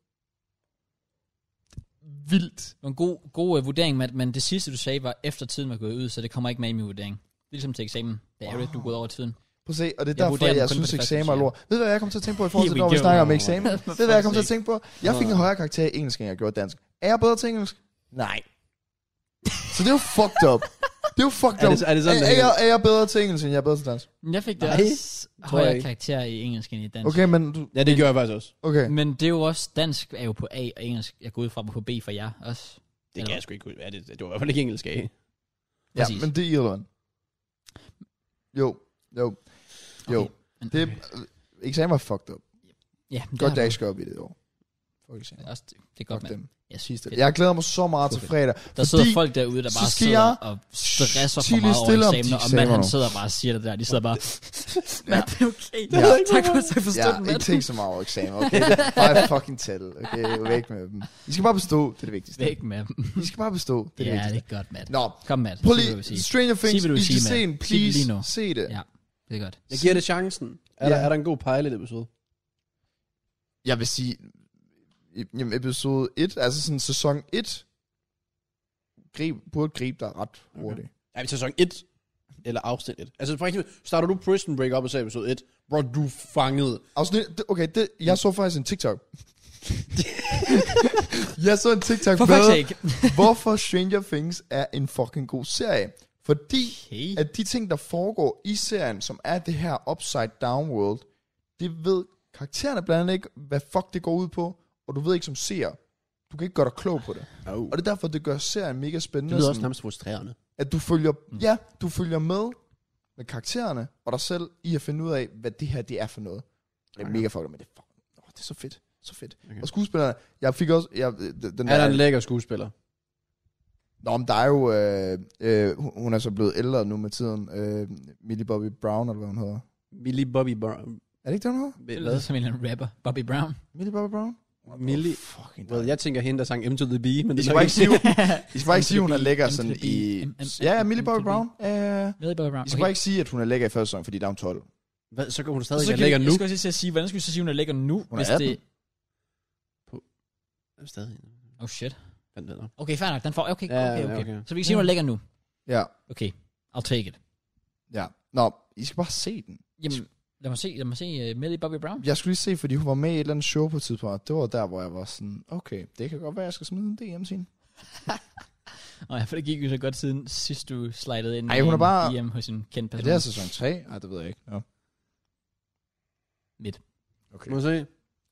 Vildt. En god, god uh, vurdering, Matt, men det sidste, du sagde, var efter tiden var gået ud, så det kommer ikke med i min vurdering. Det er ligesom til eksamen. Det er ærgerligt, wow. Du er gået over tiden. Prøv at se, og det er Jeg derfor, vurderer jeg, den jeg kun på synes, det første, eksamen er du lort. Ved du, hvad jeg kom til at tænke på i forhold til, Here we når vi go. snakker om eksamen? Ved du, hvad jeg kom til at fuck's tænke på? Jeg fik en højere karakter i engelsk, end jeg gjorde i dansk. Er jeg bedre til engelsk? Nej. Så det er jo fucked up. Det er jo fucked Er up. det- er det sådan, er, det er, jeg, er jeg bedre til engelsk, end jeg er bedre til dansk? Men jeg fik det Nej, også tror jeg højere ikke. karakter i engelsk end i dansk. Okay, men du... Ja, det gør jeg faktisk også. Okay. Men det er jo også, dansk er jo på A, og engelsk, jeg går ud fra på B for jer også. Det Eller kan jeg sgu ikke ud. Ja, det, det var i hvert fald ikke engelsk af. Ja, Præcis. men det er irrelevant. Jo, jo, jo. Okay, men- Det er, eksamen var fucked up. Ja, det Godt, har jeg du. ikke skal op i det i år. Fuck eksamen. Også, det, det er godt, Fuck mand. dem. Jeg synes det. Jeg glæder mig så meget til Fedt. fredag. Der sidder folk derude, der så bare skal sidder jeg og stresser sige for meget lidt stille over om de eksamener, og eksamener Matt han nu. sidder bare og siger det der. De sidder bare, Ja. Matt, det er okay. Ja. Ja. Tak for, tak for Ja, støtten, ikke Matt. tænk så meget over eksamen, okay? Det er bare fucking tælle, okay? Væk med dem. I skal bare bestå, det er det vigtigste. Væk med dem. I skal bare bestå, det er det Ja, det vigtigste. er godt, Matt. Nå, Kom, Matt. prøv Sig, hvad du vil lige, sige. Stranger Sig, Things, hvad du vil I skal sige, se Matt. den, Sig det lige please. nu. Se det. Ja, det er godt. Jeg giver det chancen. Er, Ja. der, er der en god pilot-episode? Jeg vil sige, jamen episode et, altså sådan sæson et, grib, burde gribe dig ret hurtigt. Ja, vi sæson et. Eller afsnit et. Altså for eksempel, starter du Prison Break op og ser episode et, bro, du er fanget. Afsnit, det- okay, det, jeg så faktisk en TikTok. jeg så en TikTok For med, fuck's sake. hvorfor Stranger Things er en fucking god serie. Fordi Okay. at de ting, der foregår i serien, som er det her upside down world, det ved karaktererne blandt andet ikke, hvad fuck det går ud på, og du ved ikke som seer. Du kan ikke gøre dig klog på det. Oh. Og det er derfor, det gør serien mega spændende. Det lyder også sådan, nærmest frustrerende. at du følger, mm. ja, du følger med med karaktererne, og dig selv i at finde ud af, hvad det her det er for noget. Det er Okay. mega fucking, men det er, fuck, oh, det er så fedt. Så fedt. Okay. Og skuespillerne, jeg fik også, jeg, den Er der en lækker skuespiller? Nå, men der er jo, øh, øh, hun- hun er så blevet ældre nu med tiden, øh, Millie Bobby Brown, eller hvad hun hedder. Millie Bobby Brown. Er det ikke det, hun hedder? Det lyder som en eller anden rapper. Bobby Brown. Millie Bobby Brown? Millie. Fucking Well, jeg tænker hende, der sang M to the B, men I det skal er bare nok ikke sige, ikke. I skal bare ikke sige, hun er lækker M to sådan the B. i... M- M- Ja, M- Millie M Bobby to the B. Brown. Øh, Millie Bobby Brown. I skal bare ikke sige, at hun er lækker i første sæson, fordi der er hun tolv. Hvad, så kan hun stadig Så være kan lækker vi, nu. jeg skulle også til at sige, hvordan skal vi så sige, hun er lækker nu? Hun er hvis atten. det... Er stadig. Oh shit. Den der. Okay, fair nok. Den får... Okay, Ja, okay, ja, okay. okay. Så vi kan sige, hun er lækker nu. Ja, Okay, I'll take it. ja. Nå, I skal bare se den. Jamen, lad mig se, lad mig se uh, Millie Bobby Brown. Jeg skulle lige se, fordi hun var med i et eller andet show på et tidspunkt. Det var der, hvor jeg var sådan, okay, det kan godt være, jeg skal smide en D M sin. Nå ja, for det gik jo så godt siden sidst du slidede ind Ej, hun er bare- hjem hos en kendt Er person. det her sæson tre? Nej, det ved jeg ikke. Ja. Midt. Okay. Må jeg se?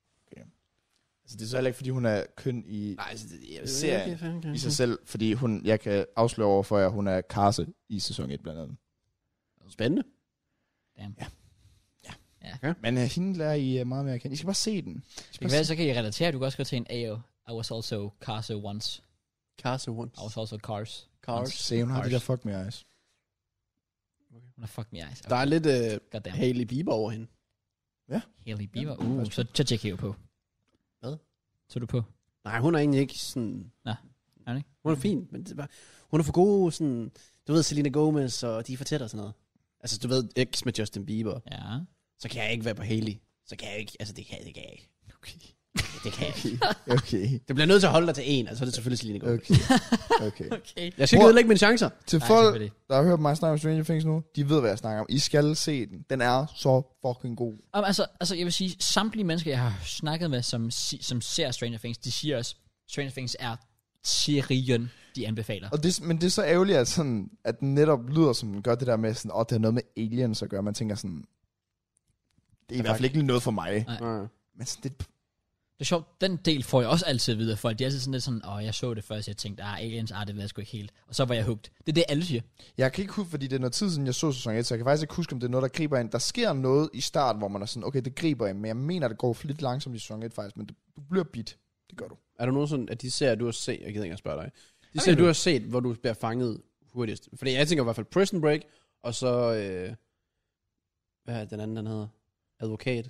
Altså, det er så heller ikke, fordi hun er køn i, Nej, altså, det, jeg Ser okay, fair, okay. i sig selv, fordi hun, jeg kan afsløre over for jer, hun er Karse i sæson et blandt andet. Spændende. Damn. Ja. Ja. Ja. ja. Men uh, hende lærer I uh, meget mere at kende. I skal bare se den. I Det skal kan bare være, se. så kan I relatere. Du kan også gå til en A O. I was also Cars once. Cars once. I was also Cars. Cars. Se, hun har Cars. de der fuck me eyes. Hun er fuck me eyes. Der er lidt uh, Goddamn. Hailey Bieber over hende. Hailey Bieber. Ja, Uh, faktisk. så, så tjekker jeg jo på. Hvad? Så er du på? Nej, hun er egentlig ikke sådan... Nå, er hun ikke? Hun er fin, men det er bare... Hun er for god, sådan... Du ved, Selena Gomez, og de er for tæt og sådan noget. Altså, du ved, X med Justin Bieber. Ja. Så kan jeg ikke være på Hailey. Så kan jeg ikke... Altså, det kan, det kan jeg ikke. Okay. Det kan jeg ikke. Okay. Det bliver nødt til at holde dig til en, altså så er det selvfølgelig Selena Gomez. Okay. Okay. Okay. Jeg skal Hvor- ikke ødelægge mine chancer. Til Nej, folk, selvfølgelig. der har hørt mig snakke om Stranger Things nu, de ved, hvad jeg snakker om. I skal se den. Den er så fucking god. Um, altså, altså, jeg vil sige, samtlige mennesker, jeg har snakket med, som, si- som ser Stranger Things, de siger også, Stranger Things er serien, de anbefaler. Og det, men det er så ærgerligt, at, sådan, at den netop lyder som den gør det der med, sådan, åh, det har noget med aliens at gøre. Man tænker sådan, det er i hvert fald ikke lige noget for mig. Nej. Nej. Men sådan, det, Det er sjovt, den del får jeg også altid videre folk. De er altid sådan lidt sådan, åh, jeg så det først, jeg tænkte, ah, aliens, ah, det ved jeg sgu ikke helt. Og så var jeg hooked. Det er det, alle siger. jeg kan ikke huske, fordi det er noget tid siden, jeg så sæson et, så jeg kan faktisk ikke huske, om det er noget, der griber ind. Der sker noget i starten, hvor man er sådan, okay, det griber ind, men jeg mener, det går lidt langsomt i sæson et faktisk, men du, du bliver bit. Det gør du. Er der nogen sådan, at de serier, du har set... Jeg gider ikke engang spørge dig. De Okay, serier, du- du har set, hvor du bliver fanget hurtigst. Fordi jeg tænker i hvert fald Prison Break, og så... Øh, hvad er den anden, den hedder? Advokat.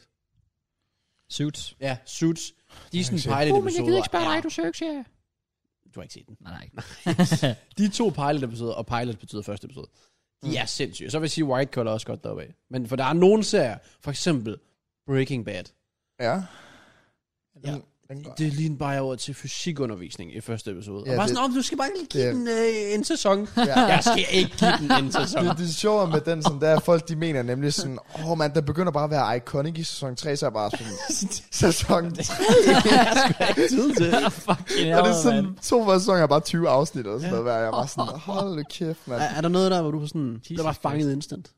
Suits. Ja, Suits. De er sådan ikke set. pilot episoder. du søger ikke serie. Du har ikke set den. Nej, nej. De to pilot episoder, og pilot betyder første episode, de Mm. er sindssyge. Så vil jeg sige White Collar også godt deroppe af. Men for der er nogle serier, for eksempel Breaking Bad. Ja. Ja. Den, den går. Det ligner bare over til fysikundervisning i første episode. Ja, og bare det- sådan, oh, du skal bare lige give det- den øh, en sæson. Ja. Jeg skal ikke give den en sæson. Det, det er sjovt med den, sådan der folk de mener nemlig sådan, åh oh, man, der begynder bare at være iconic i sæson tre, så er jeg bare sådan, sæson tre. Tid til. Fucking Og det er hell, sådan, man. to første sæson er bare tyve afsnit og sådan noget, hvor jeg er bare sådan, hold nu kæft, mand. Er, er der noget der, hvor du var sådan, Jesus der var fanget Christ. instant?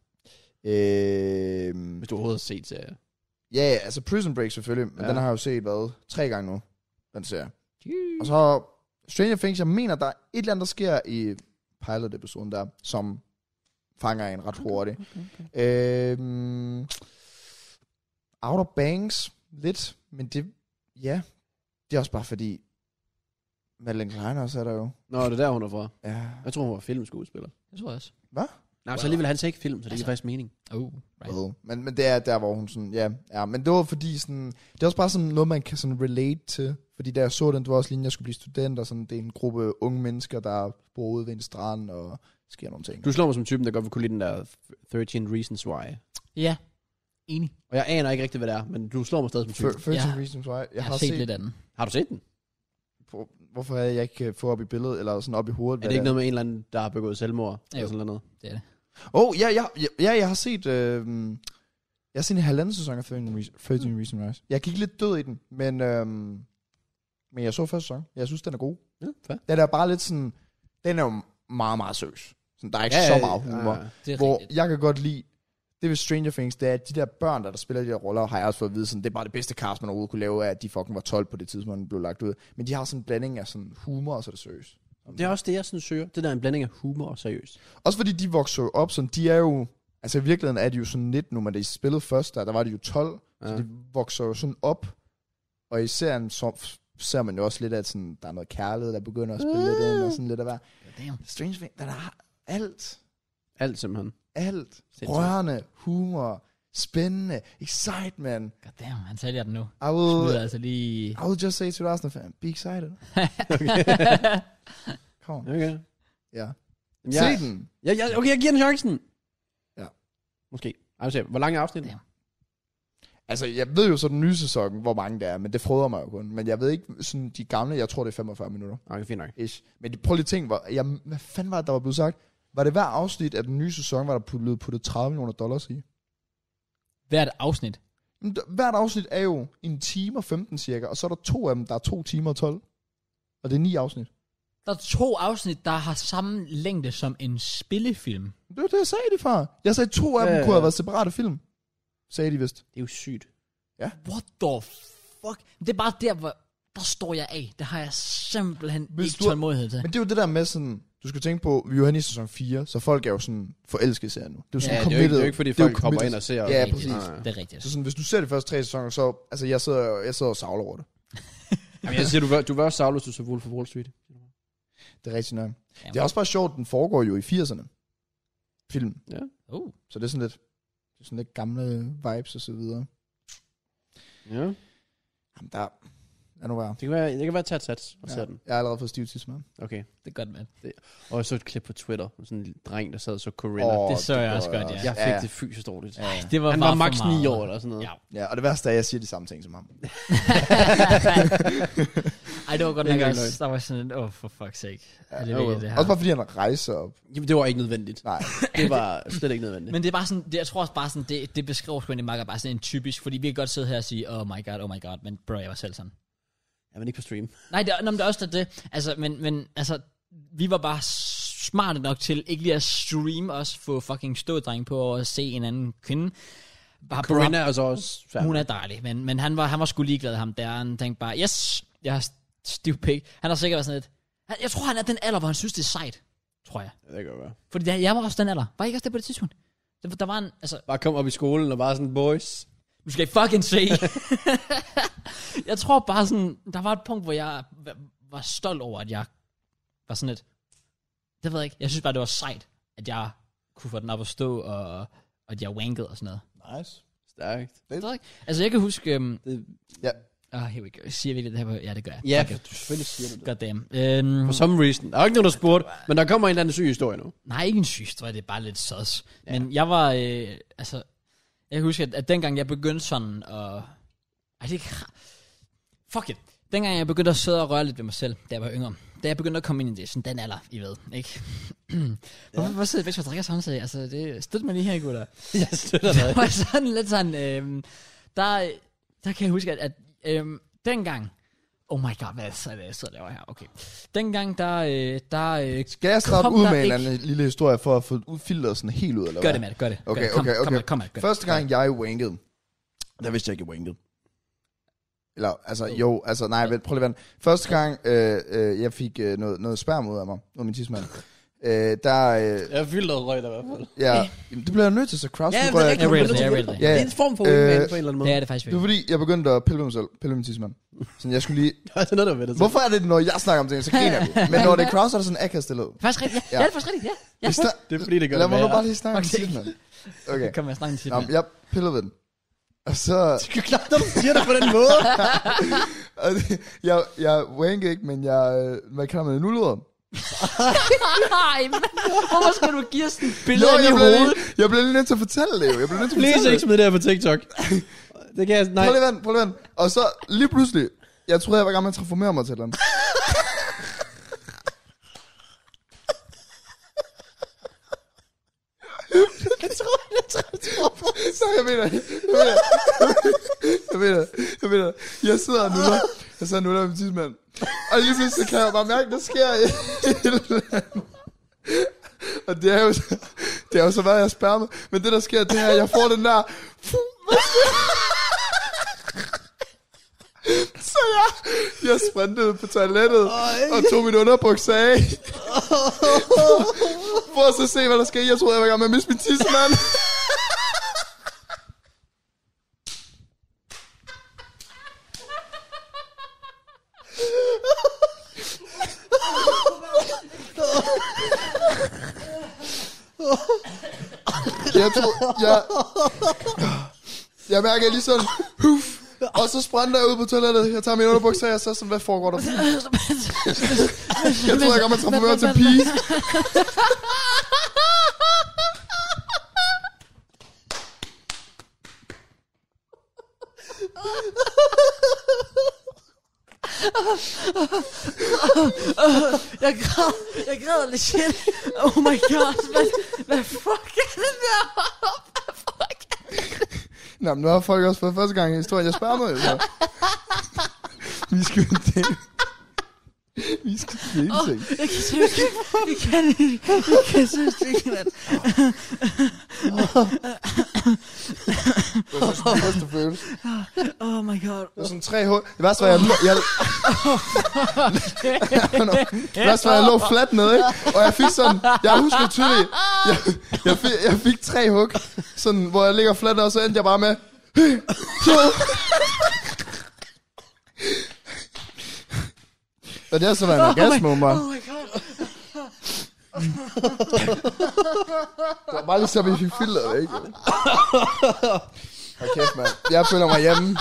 Øhm, Hvis du overhovedet har set serier. ja, ja, altså Prison Break selvfølgelig, men Ja. den har jeg jo set, hvad, tre gange nu, den serie. Jeez. Og så Stranger Things, jeg mener, der er et eller andet, der sker i pilot-episoden der, som fanger en ret hurtigt. Okay, okay. Øhm, Outer Banks, lidt, men det, ja, det er også bare fordi, Madeleine Klein også er der jo. Nå, det er der, hun er fra. Ja. Jeg tror, hun var filmskuespiller. Det tror jeg også. Hvad? Nej, så alligevel han sagde ikke film, så det Altså- giver faktisk mening. Oh, right. Well, men, men det er der, hvor hun sådan, ja, ja, men det var fordi sådan, det er også bare sådan noget, man kan sådan relate til, fordi da jeg så den, det var også lige, inden jeg skulle blive student, og sådan, det er en gruppe unge mennesker, der bor ude ved en strand, og sker nogle ting. Du slår mig som typen, der godt vil kunne lide den der thirteen Reasons Why. Ja, enig. Og jeg aner ikke rigtigt, hvad det er, men du slår mig stadig som typen. First Ja. Reasons Why, jeg, Jeg har, har set, set, lidt af den. Har du set den? på, hvorfor er jeg ikke få op i billedet, eller sådan op i hovedet, Er det ikke noget med en eller anden, der har begået selvmord? Eller sådan noget? Det er det. Åh, oh, ja, ja, ja, ja, jeg har set, øh, jeg har set en halvanden sæson af thirteen Reasons Why. Jeg gik lidt død i den, men, øh, men jeg så første sæson. Jeg synes, den er god. Ja, fair. Den er bare lidt sådan, den er jo meget, meget seriøs. Sådan, der er ikke Ja, så ja, meget humor. ja, ja. Det er Hvor rigtigt. jeg kan godt lide, det ved Stranger Things, det er, at de der børn, der, der spiller de der roller, har jeg også fået at vide, sådan, det er bare det bedste cast, man overhovedet kunne lave, af, at de fucking var tolv på det tidspunkt, den blev lagt ud. Men de har sådan en blanding af sådan humor, og så er det seriøst. Det er også det, jeg sådan søger. Det der er en blanding af humor og seriøst. Også fordi de vokser jo op, sådan, de er jo, altså i virkeligheden er de jo sådan nitten nu, men da de spillede først, der, der var de jo tolv, ja. Så Ja. de vokser jo sådan op, og i serien så ser man jo også lidt, at sådan, der er noget kærlighed, der begynder at spille lidt ind, og sådan lidt af hver. Damn. Stranger Things, der er alt, Alt simpelthen. alt, Sindssygt. rørende, humor, spændende, excitement. Goddamn, han sælger den nu. I will, Smider altså lige... I will just say to Arsenal fan, be excited. Kom on. Okay. Ja. Ja. Se den. Ja, ja, okay, jeg giver den chancen. Ja. Måske. Altså, hvor lang er afsnittet? Ja. Altså, jeg ved jo så den nye sæson, hvor mange der er, men det frøder mig jo kun. Men jeg ved ikke, sådan de gamle, jeg tror det er femogfyrre minutter. Okay, fint nok. Ish. Men de, prøv lige at tænke, hvor, jeg, hvad fanden var det, der var blevet sagt? Var det hver afsnit af den nye sæson, var der puttet, puttet tredive millioner dollars i? Hvert afsnit. Men der- Hvert afsnit er jo en time og femten cirka, og så er der to af dem, der er to timer og tolv. Og det er ni afsnit. Der er to afsnit, der har samme længde som en spillefilm. Det var det, jeg sagde det, far. Jeg sagde, to af dem Ja, ja, kunne ja. have været separate film. Sagde de vist. Det er jo sygt. What the fuck? Det er bare der, hvor... Der står jeg af. Det har jeg simpelthen Hvis ikke du- tålmodighed til. Men det er jo det der med sådan, du skal tænke på, vi er jo henne i sæson fire, så folk er jo sådan forelsket i serien nu. Det er jo sådan Ja, det er jo committed. ikke, det er jo ikke fordi Det er jo folk kommer committed. ind og ser. Ja, det er præcis. rigtigt. Nej. Det er rigtigt. Så sådan, hvis du ser de første tre sæsoner, så, altså jeg sidder, jeg sidder og savler over det. Jamen, jeg siger, du, var- du var også savlet, hvis du så Wolf of Wall Street. Det er rigtig nok. Ja. Det er også bare sjovt, den foregår jo i firserne. Film. Oh. Så det er sådan lidt, det er sådan lidt gamle vibes og så videre. Ja. Jamen der, er nu værre. Det kan være, det kan være at tage et sats og Ja. se den. Jeg har allerede fået stiv tidsmad. Okay. Det er godt, mand. Og så et klip på Twitter. Sådan en lille dreng, der sad og så Corella. Åh, det så jeg gjorde også godt, ja. Jeg fik Ja, ja. det fysisk dårligt. Ja, ja. Det var Han bare var for maks meget. ni år eller sådan noget. Ja. Ja, og det værste er, at jeg siger de samme ting som ham. Ej, det var godt Ikke nok engang også. Der var sådan, åh, oh, for fuck's sake. Ja, Er det jo, virkelig jo. det her? Også bare fordi han rejser op. Jamen, det var ikke nødvendigt. Nej. Det var slet ikke nødvendigt. Men det er bare sådan, det, jeg tror også bare sådan, det, det beskriver sgu egentlig meget bare sådan en typisk, fordi vi kan godt sidde her og sige, oh my god, oh my god, men bro, jeg var selv sådan. Ja, men ikke på stream. Nej, det, er- nå, men det er også det, altså, men, men altså, vi var bare smarte nok til ikke lige at streame os, få fucking stådreng på og se en anden kvinde. Bare bro, Corinna er så også færdig. hun er dejlig, men, men han var, han var sgu ligeglad, ham der. Han tænkte bare, yes, jeg har stiv pik. Han har sikkert været sådan lidt, han- jeg tror, han er den alder, hvor han synes, det er sejt, tror jeg. Ja, det kan godt være. Fordi der, jeg var også den alder. Var I ikke også det på det tidspunkt? Der, der var en, altså, Bare kom op i skolen og bare sådan, boys. du skal fucking se. Jeg tror bare sådan, der var et punkt, hvor jeg var stolt over, at jeg var sådan lidt, det ved jeg ikke, jeg synes bare, det var sejt, at jeg kunne få den op at stå, og, og at jeg wankede og sådan noget. Nice. Stærkt. Det ved jeg ikke. Altså, jeg kan huske, um, Det, oh, here we go. Siger jeg virkelig det her på? Ja, det gør jeg. ja, Okay. du selvfølgelig siger du det. Goddamn. Um, For some reason. Der er jo ikke nogen, der spurgte, men der kommer en eller anden syg historie nu. nej, ikke en syg, tror jeg, det er bare lidt sods. Ja. Men jeg var, øh, altså, jeg kan huske, at, at dengang jeg begyndte sådan at, ej, det er ikke, fuck it. Dengang jeg begyndte at sidde og røre lidt ved mig selv, da jeg var yngre, da jeg begyndte at komme ind i det, sådan den alder, I ved, ikke? Hvorfor, hvorfor sidder jeg og drikker samtidig? Altså, det støtter mig lige her, gutter. Jeg støtter Det var sådan lidt sådan, øhm, der, der kan jeg huske, at, at øhm, dengang, oh my god, hvad er det, jeg sidder og laver her? Okay. Dengang, der, øh, der øh, Skal jeg starte kom ud der med en ikke- eller anden lille historie for at få ud- filteret sådan helt ud, eller gør hvad? det med det, gør det. Okay, gør det. Kom, okay, Kom, okay. med, kom med, gør det. Første gang jeg wankede, der vidste jeg ikke, jeg wankede. Eller, altså, jo, altså, nej, vent, prøv lige at vente. Første gang, øh, øh, jeg fik øh, noget, noget sperm ud af mig, ud af min tidsmand, øh, der, øh, Jeg fyldte noget røg der i hvert fald. ja, jamen, det bliver jeg nødt til, så cross. Ja, nu det går er jeg- rigtigt. Jeg rated det, jeg rated det. Det er en form for wingman Øh, på en eller anden måde. Det er det faktisk Det var virkelig. fordi, jeg begyndte at pille ved mig selv, pille ved min tidsmand. Så jeg skulle lige, Det er noget, der ved det. hvorfor er det, når jeg snakker om ting, så griner vi? Men når det er cross, så er det sådan akavet stillet. Faktisk rigtigt, ja. Ja. ja. det er faktisk rigtigt, ja. ja. Hvis der- Det er fordi, det gør Lad det mig nu værre. bare lige snakke om Okay. tidsmand. Okay. Kom med at snakke til Nå, men jeg pillede ved den. Og så... Det er klart, når du siger det på den måde. og det- jeg, jeg wankede ikke, men jeg... øh, Hvad kalder man det? Nullerede. Nej, men hvorfor skal du give os sådan et billede Jo, ind i jeg blev, hovedet? lige, jeg blev lige nødt til at fortælle det jo. Jeg blev nødt til at Please fortælle ikke det. smid det her på TikTok. Det kan jeg... Nej. Prøv lige vent, prøv lige vent. Og så lige pludselig... Jeg troede, jeg var i gang med at transformere mig til den. Jeg tror, jeg tror, Så jeg mener, jeg mener, jeg mener, jeg mener, jeg sidder og nuller, jeg sidder og nuller med min tidsmand. Og lige pludselig kan jeg bare mærke, der sker et eller andet. Og det er jo, det er jo så meget, jeg spærrer mig. Men det der sker, det er, at jeg får den der... Så jeg, jeg sprintede på toilettet og tog min underbukser af. For at så se, hvad der sker. Jeg troede, jeg var i gang med at miste min tidsmand. Jeg tror, jeg... Jeg mærker lige sådan, huf, og så sprænder jeg ud på toilettet. Jeg tager min underbukser af, og så sådan, hvad foregår der? Jeg tror, jeg kommer transformere til en pige. Jeg græd, jeg græd lidt shit. Oh my god, hvad, hvad fuck er det der? Hvad fuck er det? Nå, men nu har folk også fået første gang i historien. Jeg spørger mig jo så. Vi skal jo det. Vi skal dele oh, ting. Jeg kan seriøst ikke. Jeg kan ikke. Jeg kan seriøst ikke, mand. Det var sådan en første følelse. Oh my god. Det var sådan tre hoved. Det værste var, jeg... jeg det værste var, jeg lå fladt nede, ikke? Og jeg fik sådan... Jeg husker tydeligt. Jeg, jeg, fik, jeg fik tre hug. Sådan, hvor jeg ligger fladt, og så endte jeg bare med... Og det har så været en orgasme, oh, oh my god. Det var bare lige så, vi fik filteret, ikke? Hold kæft, mand. Jeg føler mig hjemme.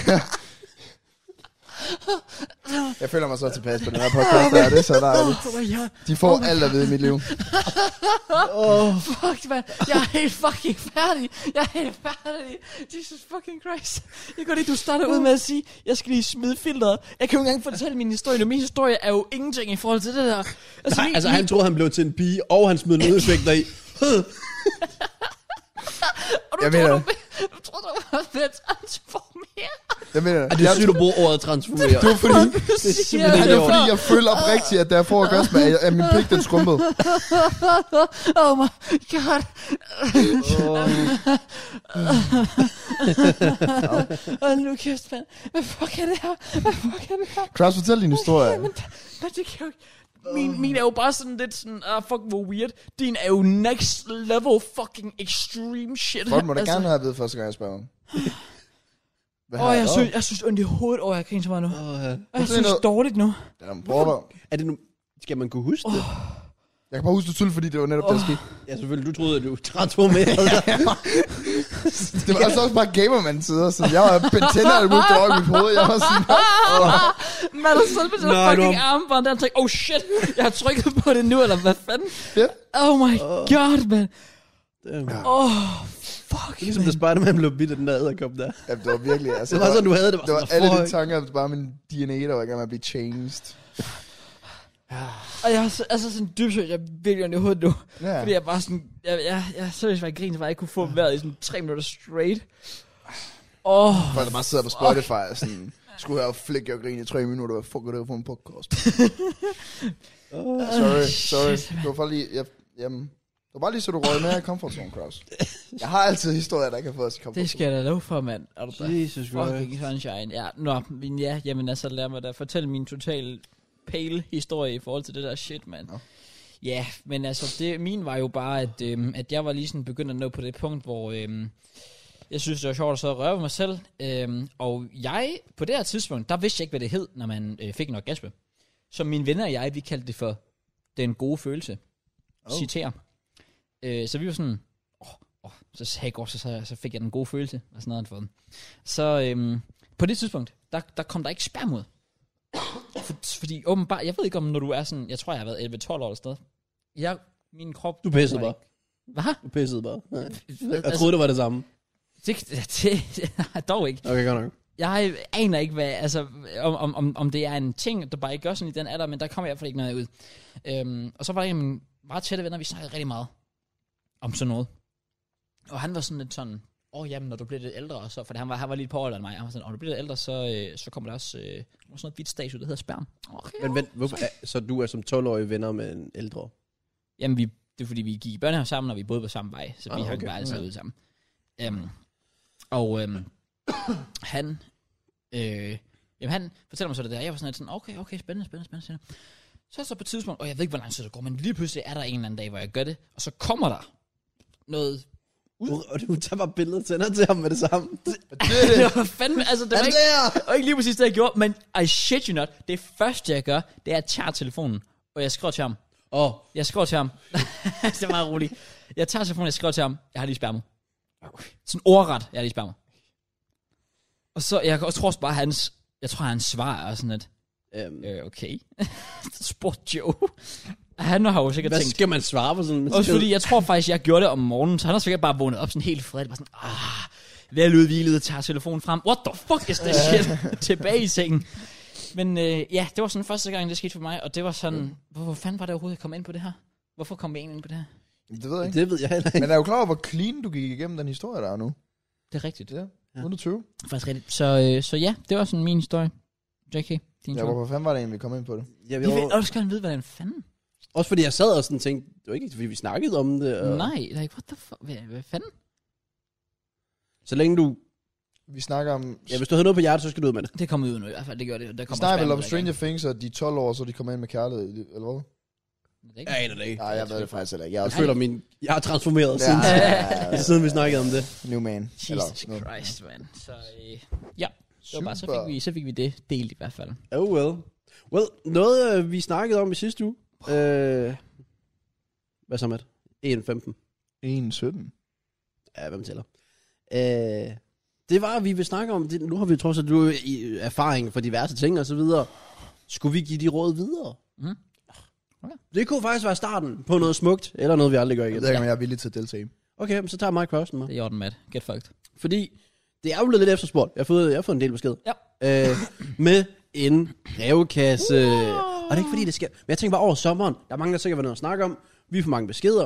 Jeg føler mig så tilpas på den her podcast, der. Det er så dejligt. De får alt at vide i mit liv. Oh, fuck, man. Jeg er helt fucking færdig. Jeg er helt færdig. Jesus fucking Christ. Jeg går lige, du starter ud med at sige, jeg skal lige smide filteret. Jeg kan jo ikke engang fortælle min historie. Min historie er jo ingenting i forhold til det der. Altså, Nej, altså han troede, han blev til en pige, og han smed en udeffekter i. Og du jeg tror, mener... du, du tror, du var ved at transformere. Jeg mener... Er det sygt, du bruger ordet transformere? Det var fordi... Det er simpelthen det er fordi, jeg føler oprigtigt, at da jeg får orgasme, at, at min pik, den skrumpede. Oh my god. Åh, nu kæft, mand. Hvad fuck er det her? Hvad fuck er det her? Kraus, fortæl din historie. Men, men det kan jo ikke... Min, min er jo bare sådan lidt sådan, ah, fuck, hvor weird. Din er jo next level fucking extreme shit. Folk må da altså... gerne have at vide første gang, jeg spørger om. Åh, oh, jeg, synes, jeg synes ondt i hovedet over, jeg griner så meget nu. Oh, ja. Og jeg synes noget... dårligt nu. Ja, prøv Er det nu... Skal man kunne huske det? Oh. Jeg kan bare huske det tydeligt, fordi det var netop oh. det, der skete. Ja, selvfølgelig. Du troede, at du transformerede. Det var altså også bare gamerman-tider. Så jeg var betænder, at det var i mit hoved. Jeg var sådan... Oh. Man har selv med sådan fucking har... armbånd, der tænkte, oh shit, jeg har trykket på det nu, eller hvad fanden? Ja. Yeah. Oh my oh. god, man. Åh, oh, fuck, ligesom da Spider-Man blev bidt af den der æderkop der. Ja, det var virkelig, altså... Det var sådan, du havde det. Det var, det var alle de tanker, det var bare min D N A, der var i gang med at blive changed. Og jeg har altså sådan dybt søgt, jeg virkelig ondt i hovedet nu. Ja. Fordi jeg bare sådan, jeg, jeg, jeg seriøst var i grin, så jeg ikke kunne få vejret i sådan tre minutter straight. Åh. Oh, folk der bare sidder på Spotify og sådan, skulle have flække og grine i tre minutter, hvad fuck er det for en podcast? oh, sorry, sorry. Det var bare lige, jeg, jamen, det var bare lige så du røg med i comfort zone, Kraus. Jeg har altid historier, der ikke har fået os i comfort zone. Det skal jeg da love for, mand. Er du der? Jesus fucking sunshine. Ja, nå, men ja, jamen altså, lad mig da fortælle min totale pale historie i forhold til det der shit, mand. Ja. Ja, men altså, det, min var jo bare, at, øhm, at jeg var lige sådan begyndt at nå på det punkt, hvor øhm, jeg synes, det var sjovt at så røre mig selv. Øhm, og jeg, på det her tidspunkt, der vidste jeg ikke, hvad det hed, når man øh, fik en orgasme. Så mine venner og jeg, vi kaldte det for den gode følelse. Oh. Citer. Øh, så vi var sådan, åh, åh, så sagde jeg godt, så, så, så fik jeg den gode følelse, og sådan noget for dem. Så øhm, på det tidspunkt, der, der kom der ikke sperm ud. For, fordi åbenbart, jeg ved ikke om, når du er sådan, jeg tror, jeg har været elleve tolv år eller sted. Jeg, min krop... Du pissede bare. Hvad? Du pissede bare. Nej. Jeg altså, troede, det var det samme. Det, det, det dog ikke. Okay, godt nok. Jeg aner ikke, hvad, altså, om, om, om det er en ting, der bare ikke gør sådan i den alder, men der kommer i hvert fald ikke noget ud. Øhm, og så var der en af mine meget tætte venner, vi snakkede rigtig meget om sådan noget. Og han var sådan lidt sådan, åh oh, jamen, når du bliver lidt ældre, så, for han var, han var lidt på året end mig, han var sådan, når du bliver lidt ældre, så, øh, så kommer der også øh, sådan noget hvidt stadie, der hedder sperm. Okay, men vent, hvorfor, så du er som tolv-årig venner med en ældre? Jamen, vi, det er fordi, vi gik i børnehave sammen, og vi boede på samme vej, så vi ah, har okay. ikke bare altid okay. ude sammen. Um, og um, han, øh, jamen han fortæller mig så det der, jeg var sådan lidt sådan, okay, okay, spændende, spændende, spændende. Så så på et tidspunkt, og jeg ved ikke, hvor lang tid det går, men lige pludselig er der en eller anden dag, hvor jeg gør det, og så kommer der noget ud. Og du tager bare billedet og sender til ham med det samme. Det, det var fandme, altså det var ikke, og ikke lige præcis det, jeg gjorde, men I shit you not, det første, jeg gør, det er at tage telefonen, og jeg skriver til ham. Åh. Oh. Jeg skriver til ham. Det er meget roligt. Jeg tager telefonen, jeg skriver til ham, jeg har lige sperma. Sådan ordret, jeg har lige sperma. Og så, jeg, jeg tror også bare, hans, jeg tror, hans svar er sådan et, Um, øh, okay. Spurgte Joe. Han har jo sikkert hvad tænkt. skal man svare på sådan en Også besked? fordi, jeg tror faktisk, jeg gjorde det om morgenen, så han har sikkert bare vågnet op sådan helt fredeligt, bare sådan, ah, veludhvilet, tager telefonen frem, what the fuck is this shit? Tilbage i sengen. Men øh, ja, det var sådan første gang, det skete for mig, og det var sådan, mm. hvor, hvor fanden var det overhovedet, jeg kom ind på det her? Hvorfor kom jeg egentlig ind på det her? Det ved jeg ikke. Det ved jeg heller ikke. Men er jo klar over, hvor clean du gik igennem den historie, der er nu? Det er rigtigt. Ja, uden at tyve. Faktisk rigtigt. Så, øh, så ja, det var sådan min historie. J K, din Ja, tur. hvorfor fanden var det egentlig, vi kom ind på det? Jeg Vi vil vil over... også gerne vide, hvordan fanden. Også fordi jeg sad og sådan tænkte, det var ikke fordi vi snakkede om det. Og... Nej, like, what the fuck? Hvad, hvad fanden? Så længe du... Vi snakker om... Ja, hvis du havde noget på hjertet, så skal du ud med det. Det kom ud nu i hvert fald, det gør det. Der Vi kommer snakker vel spam om ud af Stranger gang. Things, og de er tolv år, så de kommer ind med kærlighed, eller hvad? Det er ikke- Jeg aner det ikke. Nej, jeg ved det faktisk heller ikke. Jeg er Jeg også føler min... Jeg har transformeret Ja, siden, ja, ja. siden vi snakkede om det. New man. Jesus Eller, Christ, man. Så øh, ja, det var bare, så, Super. fik vi, så fik vi det delt i hvert fald. Oh well. Well, noget øh, vi snakkede om i sidste uge. Øh... Hvad så med det? en femten. en sytten. Ja, hvem tæller? Øh... Det var, at vi vil snakke om det. Nu har vi trods alt du i erfaring for diverse ting og så videre. Skulle vi give de råd videre? Mm. Okay. Det kunne faktisk være starten på noget smukt, eller noget, vi aldrig gør Jeg igen. ved ikke, om jeg er villig til at deltage. Okay, så tager Mike først med. Det er i orden, Matt. Get fucked. Fordi det er jo blevet lidt efterspurgt. Jeg har fået, jeg har fået en del besked. Ja. Øh, med en brevkasse. Wow. Og det er ikke fordi, det sker. Men jeg tænker bare over sommeren. Der er mange, der sikkert var noget at snakke om. Vi får mange beskeder.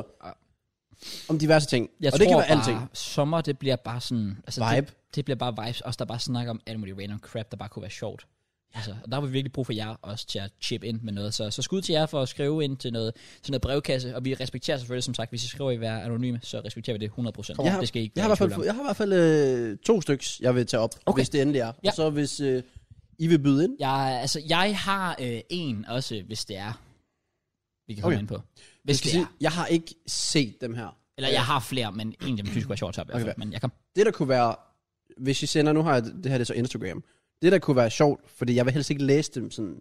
Om diverse ting. Jeg og tror det kan være bare, alting. sommer, det bliver bare sådan... Altså, Vibe. Det, det bliver bare vibes. Også der bare snakker om alt muligt random crap, der bare kunne være sjovt. Altså, og der har vi virkelig brug for jer også til at chip ind med noget. Så, så skud til jer for at skrive ind til noget, til noget brevkasse. Og vi respekterer selvfølgelig, som sagt, hvis I skriver, I være anonyme, så respekterer vi det hundrede procent. Jeg har, Det skal I ikke jeg har, i hvert fald, jeg har i hvert fald øh, to stykker, jeg vil tage op, Okay. hvis det endelig er. Ja. Og så hvis øh, I vil byde ind. Jeg, altså, jeg har øh, en også, hvis det er, vi kan komme Okay. ind på. Jeg, Hvis skal det er. sige, jeg har ikke set dem her. Eller jeg har flere, men en af dem synes jeg kunne være sjovt at tage op i hvert fald. Okay. Men jeg kan... Det der kunne være, hvis I sender, nu har jeg, det her det er så Instagram. Det der kunne være sjovt, fordi jeg vil helst ikke læse dem sådan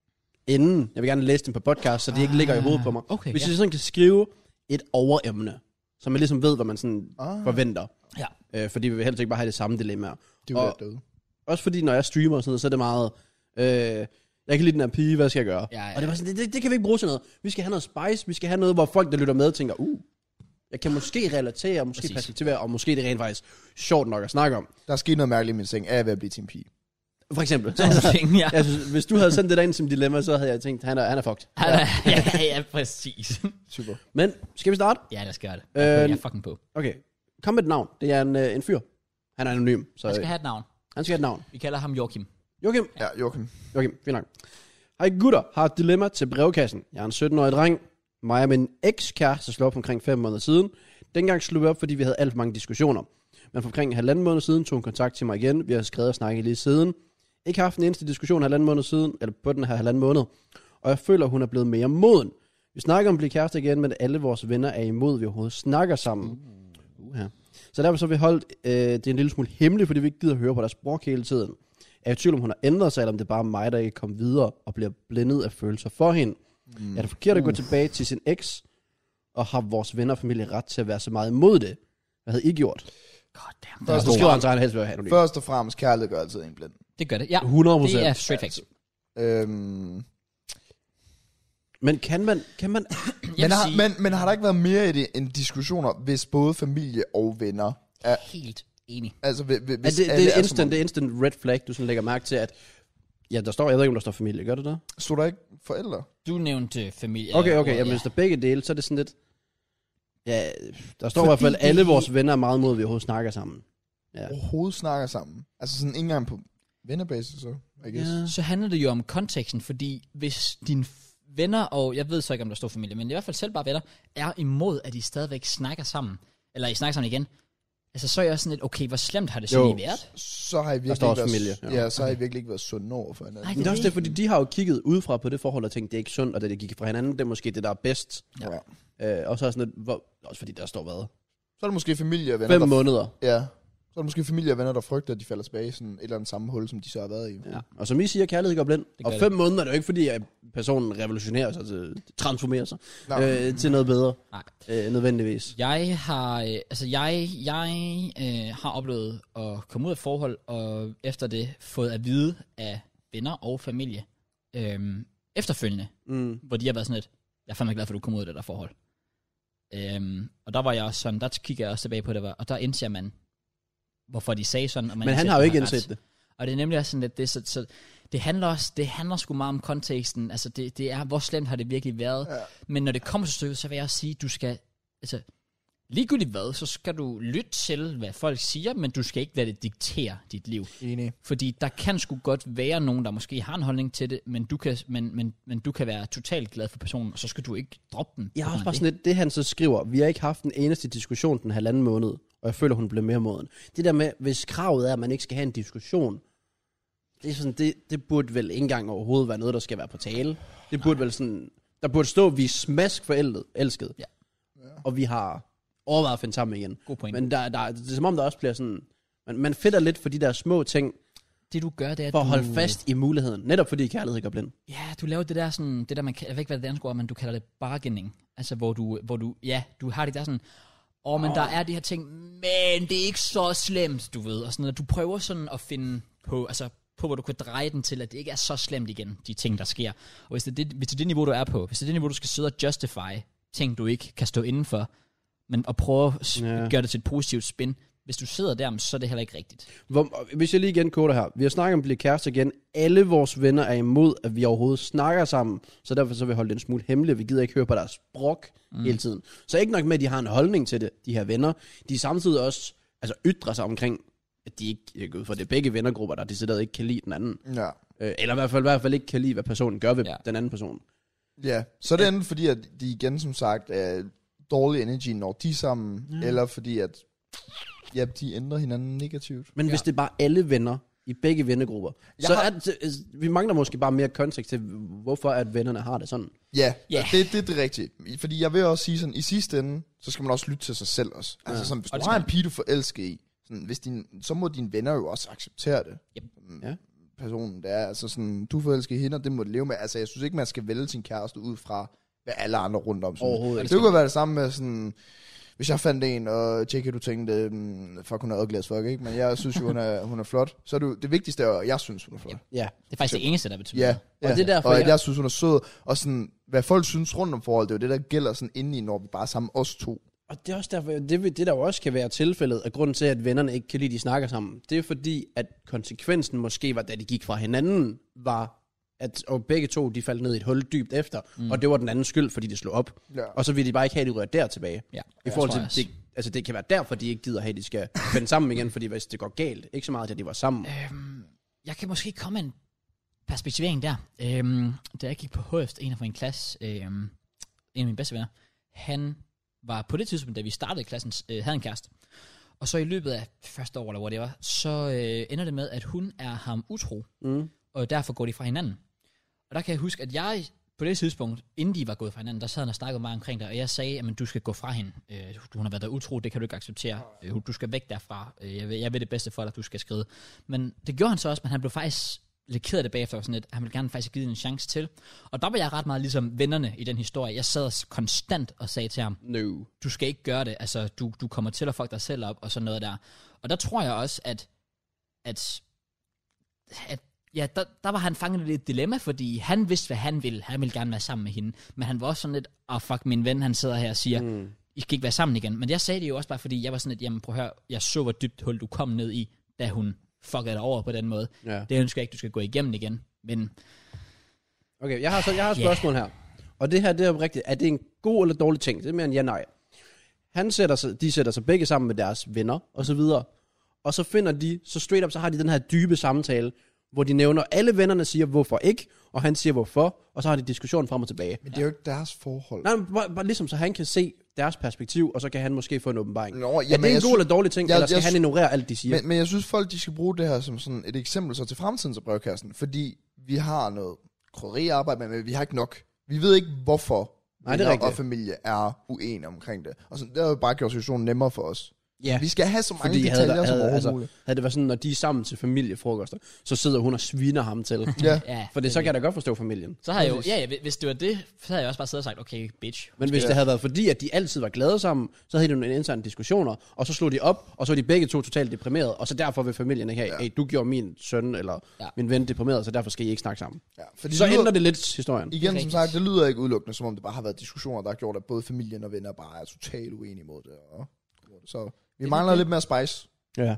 inden. Jeg vil gerne læse dem på podcast, så de ikke Ah, ligger i hovedet på mig. okay, Hvis ja. I sådan kan skrive et overemne, så man ligesom ved, hvad man sådan Ah. forventer. Ja. Øh, fordi vi vil helst ikke bare have det samme dilemma. Det er Og- jo døde. Også fordi, når jeg streamer og sådan noget, så er det meget... Øh, jeg kan lide den her pige, hvad skal jeg gøre? Ja, ja. Og det var sådan, det, det, det kan vi ikke bruge til noget. Vi skal have noget spice, vi skal have noget, hvor folk, der lytter med, tænker, uh, jeg kan måske relatere, måske Præcis. perspektivere, og måske det er rent faktisk sjovt nok at snakke om. Der er sket noget mærkeligt i min seng. Er jeg ved at blive til en pige? For eksempel. Sådan nogle ting, ja. Jeg synes, hvis du havde sendt det derind som dilemma, så havde jeg tænkt, han er, han er fucked. Ja, ja, ja, præcis. Super. Men, skal vi starte? Ja, lad os gøre det. Øh, Jeg er fucking på. Okay. Kom med et navn. Det er en, øh, en fyr. Han er anonym. Så, Han skal øh, have et navn. han skal have et navn. Vi kalder ham Joachim. Joachim. Ja, Joachim. Joachim, fint nok. Hej gutter, har et dilemma til brevkassen. Jeg er en sytten-årig dreng. Mig og min ekskæreste slog op omkring fem måneder siden. Dengang slog vi op, fordi vi havde alt for mange diskussioner. Men for omkring en halvanden måned siden tog hun kontakt til mig igen. Vi har skrevet og snakket lige siden. Ikke haft en eneste diskussion halvanden måned siden, eller på den her halvanden måned. Og jeg føler, hun er blevet mere moden. Vi snakker om at blive kærester igen, men alle vores venner er imod, vi overhovedet snakker sammen. Uh-huh. Så derfor så har vi holdt øh, det er en lille smule hemmeligt, fordi vi ikke gider at høre på deres sprog hele tiden. Jeg er i tvivl om, hun har ændret sig, eller om det er bare mig, der ikke kom videre og bliver blændet af følelser for hende. Mm. Er det forkert at gå tilbage til sin eks, og har vores venner og familie ret til at være så meget imod det? Hvad havde I gjort? God damn. Først Så og skriver han fremmest, så, han helst vil have anonym. først og fremmest, kærlighed gør altid en blind. Det gør det. Ja, hundrede procent. det er straight facts. Øhm, Men kan man... Kan man Jeg men, vil har, sige, men, men har der ikke været mere i det end diskussioner, hvis både familie og venner er... helt enig. Altså, hvis, hvis er det, det, alle er som instant, om- det er instant red flag, du sådan lægger mærke til, at... Ja, der står... Jeg ved ikke, om der står familie. Gør det der? Stod der ikke forældre? Du nævnte familie. Okay, okay. Ja. Jamen, hvis der er begge dele, så er det sådan lidt... Ja, der står i hvert fald, at alle vores venner er meget mod, at vi overhovedet snakker sammen. Ja. Overhovedet snakker sammen. Altså sådan ikke engang på vennerbasis, så, I guess. Ja. Så handler det jo om konteksten, fordi hvis dine venner, og jeg ved så ikke, om der står familie, men i hvert fald selv bare venner, er imod, at I stadigvæk snakker sammen, eller I snakker sammen igen, altså så er jeg sådan lidt, okay, hvor slemt har det så Jo. lige været? Så har I virkelig står ikke også været, familie, ja. ja. så har I virkelig ikke været sunde over for hinanden. Nej, Men det er også det, fordi de har jo kigget udefra på det forhold og tænkt, det er ikke sundt, og det, det gik fra hinanden, det er måske det, der er bedst. Ja. Øh, og så er sådan lidt, hvor, også fordi der står hvad? Så er det måske familie og venner, Fem der, måneder. ja, Så er der måske familie og venner, der frygter, at de falder tilbage i sådan et eller andet samme hul, som de så har været i. Ja. Og som I siger, kærlighed går blind. Og det. fem måneder er det jo ikke, fordi at personen revolutionerer sig, til, transformerer sig øh, til noget bedre. Nej. Øh, nødvendigvis. Jeg har, øh, altså jeg, jeg øh, har oplevet at komme ud af forhold, og efter det fået at vide af venner og familie, øh, efterfølgende, Mm. hvor de har været sådan lidt, jeg er fandme glad for, at du kom ud af det der forhold. Øh, og der var jeg også sådan, der kigger jeg også tilbage på det, og der indser man, hvorfor de sagde sådan. Og man Men han indser, har jo at ikke de ret. indset det. Og det er nemlig også sådan lidt, det, så, så det handler også, det handler sgu meget om konteksten, altså det, det er, hvor slemt har det virkelig været. Ja. Men når det kommer til stykket, så vil jeg også sige, du skal, altså, ligegyldigt hvad, så skal du lytte til, hvad folk siger, men du skal ikke lade det diktere dit liv. Enig. Fordi der kan sgu godt være nogen, der måske har en holdning til det, men du kan, men, men, men du kan være totalt glad for personen, og så skal du ikke droppe den. Jeg har på også grund bare af sådan lidt, det han så skriver, vi har ikke haft en eneste diskussion den halvanden måned, og jeg føler, hun blev mere moden. Det der med, hvis kravet er, at man ikke skal have en diskussion, det, er sådan, det, det burde vel ikke engang overhovedet være noget, der skal være på tale. Det burde vel sådan, der burde stå, vi er smask forældet, elsket, Ja. og vi har overvejet at finde sammen igen. God point. Men der, der, det er som om, der også bliver sådan, man, man fedter lidt for de der små ting, det du gør, det er, at for at du, holde fast i muligheden, netop fordi kærlighed går blind. Ja, du laver det der sådan, det der man, jeg ved ikke hvad det danske ord, men du kalder det bargaining. Altså hvor du, hvor du, ja, du har det der sådan, åh, oh, men der er de her ting, men det er ikke så slemt, du ved, og sådan noget. Du prøver sådan at finde på, altså på, hvor du kan dreje den til, at det ikke er så slemt igen, de ting, der sker. Og hvis det er det, hvis det, er det niveau, du er på, hvis det er det niveau, du skal sidde og justify ting, du ikke kan stå indenfor, men at prøve at Ja. gøre det til et positivt spin, hvis du sidder der, så er det heller ikke rigtigt. Hvor, hvis jeg lige igen koder her. Vi har snakket om at blive kærester igen. Alle vores venner er imod, at vi overhovedet snakker sammen. Så derfor så vil vi holde det en smule hemmeligt. Vi gider ikke høre på deres brok mm. hele tiden. Så ikke nok med, at de har en holdning til det, de her venner. De samtidig også altså, ytrer sig omkring, at de ikke, jeg går ud fra det er begge vennergrupper, der decideret ikke kan lide den anden. Ja. Øh, eller i hvert, fald, i hvert fald ikke kan lide, hvad personen gør ved Ja. den anden person. Ja, så er det enten fordi, at de igen som sagt er dårlig energy, når de er sammen, Ja. ja. eller fordi, at ja, de ændrer hinanden negativt. Men Ja. hvis det er bare alle venner, i begge vennegrupper, Jeg så har- er det, vi mangler måske bare mere kontekst til, hvorfor at vennerne har det sådan. Ja, Ja. yeah. det, det er det rigtige. Fordi jeg vil også sige sådan, i sidste ende, så skal man også lytte til sig selv også. Altså Ja. sådan, hvis Og du det har skal en pige, du forelsker i, sådan, hvis din, så må dine venner jo også acceptere det. Yep. Mm, Ja. Personen, det er altså sådan, du forelsker i hende, og det må du leve med. Altså jeg synes ikke, man skal vælge sin kæreste ud fra, hvad alle andre rundt om synes. Overhovedet Det ikke. kunne være det samme med sådan, hvis jeg fandt en, og J K, du tænkte, mm, fuck, hun er ugly as fuck, ikke? Men jeg synes jo, hun er, hun er flot. Så er det jo, det vigtigste er, at jeg synes, hun er flot. Yep. Ja. Det er faktisk det eneste, der betyder Ja, noget. ja. Og det er derfor, og at jeg- jeg synes, hun er sød. Og sådan, hvad folk synes rundt om forholdet, det er jo det, der gælder sådan inde i, når vi bare er sammen os to. Og det er også derfor, det, vil- det der jo også kan være tilfældet, af grunden til, at vennerne ikke kan lide, at de snakker sammen, det er fordi, at konsekvensen måske var, da de gik fra hinanden, var, at og begge to, de faldt ned i et hul dybt efter, mm. og det var den anden skyld, fordi det slog op. Ja. Og så ville de bare ikke have, at de rører der tilbage. Ja, I forhold tror jeg til, det, altså det kan være derfor, de ikke gider have, at de skal finde sammen igen, fordi hvis det går galt, ikke så meget til, at de var sammen. Øhm, jeg kan måske komme med en perspektivering der. Øhm, da jeg gik på H F, en af min klasse, øhm, en af mine bedste venner, han var på det tidspunkt, da vi startede klassen, øh, havde en kæreste. Og så i løbet af første år, eller hvor det var, så øh, ender det med, at hun er ham utro, Mm. og derfor går de fra hinanden. Og der kan jeg huske, at jeg på det tidspunkt, inden de var gået fra hinanden, der sad han og snakkede meget omkring det, og jeg sagde, at du skal gå fra hende. Øh, hun har været der utro, det kan du ikke acceptere. Øh, du skal væk derfra. Øh, jeg, vil, jeg vil det bedste for dig, at du skal skride. Men det gjorde han så også, men han blev faktisk lidt ked af det bagefter, sådan at han ville gerne faktisk give det en chance til. Og der var jeg ret meget ligesom vennerne i den historie. Jeg sad konstant og sagde til ham, No. du skal ikke gøre det, altså du, du kommer til at fuck dig selv op, og sådan noget der. Og der tror jeg også, at, at, at ja, der, der var han fanget i et dilemma, fordi han vidste, hvad han ville. Han ville gerne være sammen med hende, men han var også sådan lidt, åh oh, fuck, min ven, han sidder her og siger, Mm. I skal ikke være sammen igen. Men jeg sagde det jo også bare, fordi jeg var sådan lidt, jamen prøv at høre, jeg så, hvor dybt hul du kom ned i, da hun fuckede dig over på den måde. Ja. Det ønsker jeg ikke, du skal gå igennem igen. Men Okay, jeg har, så, jeg har et Ja. spørgsmål her. Og det her, det er rigtigt. Er det en god eller dårlig ting? Det er mere en ja-nej. Han sætter sig, de sætter sig begge sammen med deres venner, og så videre. Og så finder de, så straight up, så har de den her dybe samtale, hvor de nævner, alle vennerne siger, hvorfor ikke, og han siger, hvorfor, og så har de diskussion frem og tilbage. Men det er jo ikke deres forhold. Nej, men bare, bare ligesom, så han kan se deres perspektiv, og så kan han måske få en åbenbaring. Nå, Er jamen, det en jeg god sy- eller dårlig ting, Jeg- eller skal jeg han sy- ignorere alt, de siger? Men, men jeg synes, folk de skal bruge det her som sådan et eksempel så til fremtiden til brevkassen, fordi vi har noget krydderiarbejde med, men vi har ikke nok. Vi ved ikke, hvorfor Nej, det er venner rigtigt. og familie er uenige omkring det. Og så, det har jo bare gjort situationen nemmere for os. Ja. Vi skal have så mange Fordi detaljer havde, som havde, overhovedet altså, muligt. havde det været sådan, når de er sammen til familiefrokoster, så sidder hun og sviner ham til. Ja. Ja, For det, så kan jeg da godt forstå familien. Så har jeg jo, Præcis. ja, ja, hvis det var det, så havde jeg også bare siddet og sagt, okay, bitch. Men hvis Ja. det havde været fordi, at de altid var glade sammen, så havde de nogle interne diskussioner, og så slog de op, og så var de begge to totalt deprimerede, og så derfor vil familien ikke have, Ja. hey, du gjorde min søn eller Ja. ja. min ven deprimeret, så derfor skal I ikke snakke sammen. Ja, fordi Så det lyder, ændrer det lidt historien. igen, som Rigtigt. sagt, det lyder ikke udelukkende, som om det bare har været diskussioner, der har gjort, at både familien og venner bare er totalt uenige mod det. Og, så vi Det er mangler det. lidt mere spice. Ja.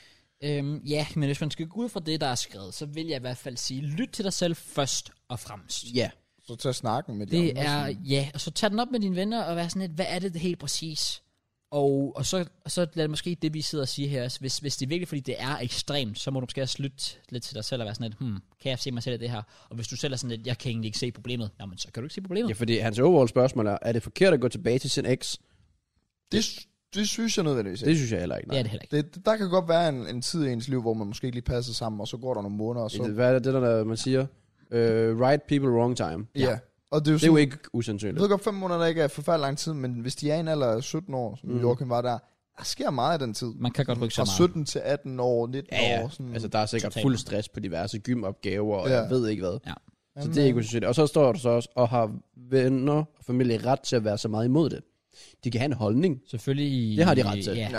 Øhm, ja, men hvis man skal gå ud fra det, der er skrevet, så vil jeg i hvert fald sige, lyt til dig selv først og fremmest. Ja. Så tag snakken med de Det andre. er, sådan. ja, og så tag den op med dine venner, og være sådan lidt, hvad er det, det helt præcis? Og, og, så, og så lad det måske det, vi sidder og siger her også, hvis, hvis det er virkelig, fordi det er ekstremt, så må du måske også lytte lidt til dig selv og være sådan lidt, hmm, kan jeg se mig selv i det her? Og hvis du selv er sådan lidt, jeg kan egentlig ikke se problemet, jamen så kan du ikke se problemet. Ja, fordi hans overall spørgsmål er, er det forkert at gå tilbage til sin eks? Det, det synes jeg nødvendigvis ikke. Det synes jeg heller ikke. Det er det heller ikke. Det, der kan godt være en, en tid i ens liv, hvor man måske ikke lige passer sammen, og så går der nogle måneder, og så... Det, hvad er det, det der, man siger? Uh, right people, wrong time. ja. ja. Og det er jo, Det er sådan, jo ikke jeg usandsynligt. ved godt, fem måneder der ikke er forfærdelig lang tid, men hvis de er i en alder af sytten år, som Mhm. mm. Joachim var der, der sker meget i den tid. Man kan godt rykke så Fra meget. sytten til atten år, nitten Ja, ja. år. Sådan. Altså, der er sikkert Totalt. fuld stress på diverse gymopgaver, og Ja. jeg ved ikke hvad. Ja. Så det er ikke usandsynligt. Og så står der så også, og har venner og familie ret til at være så meget imod det. De kan have en holdning, Selvfølgelig. Det har de ret til. Ja, Ja.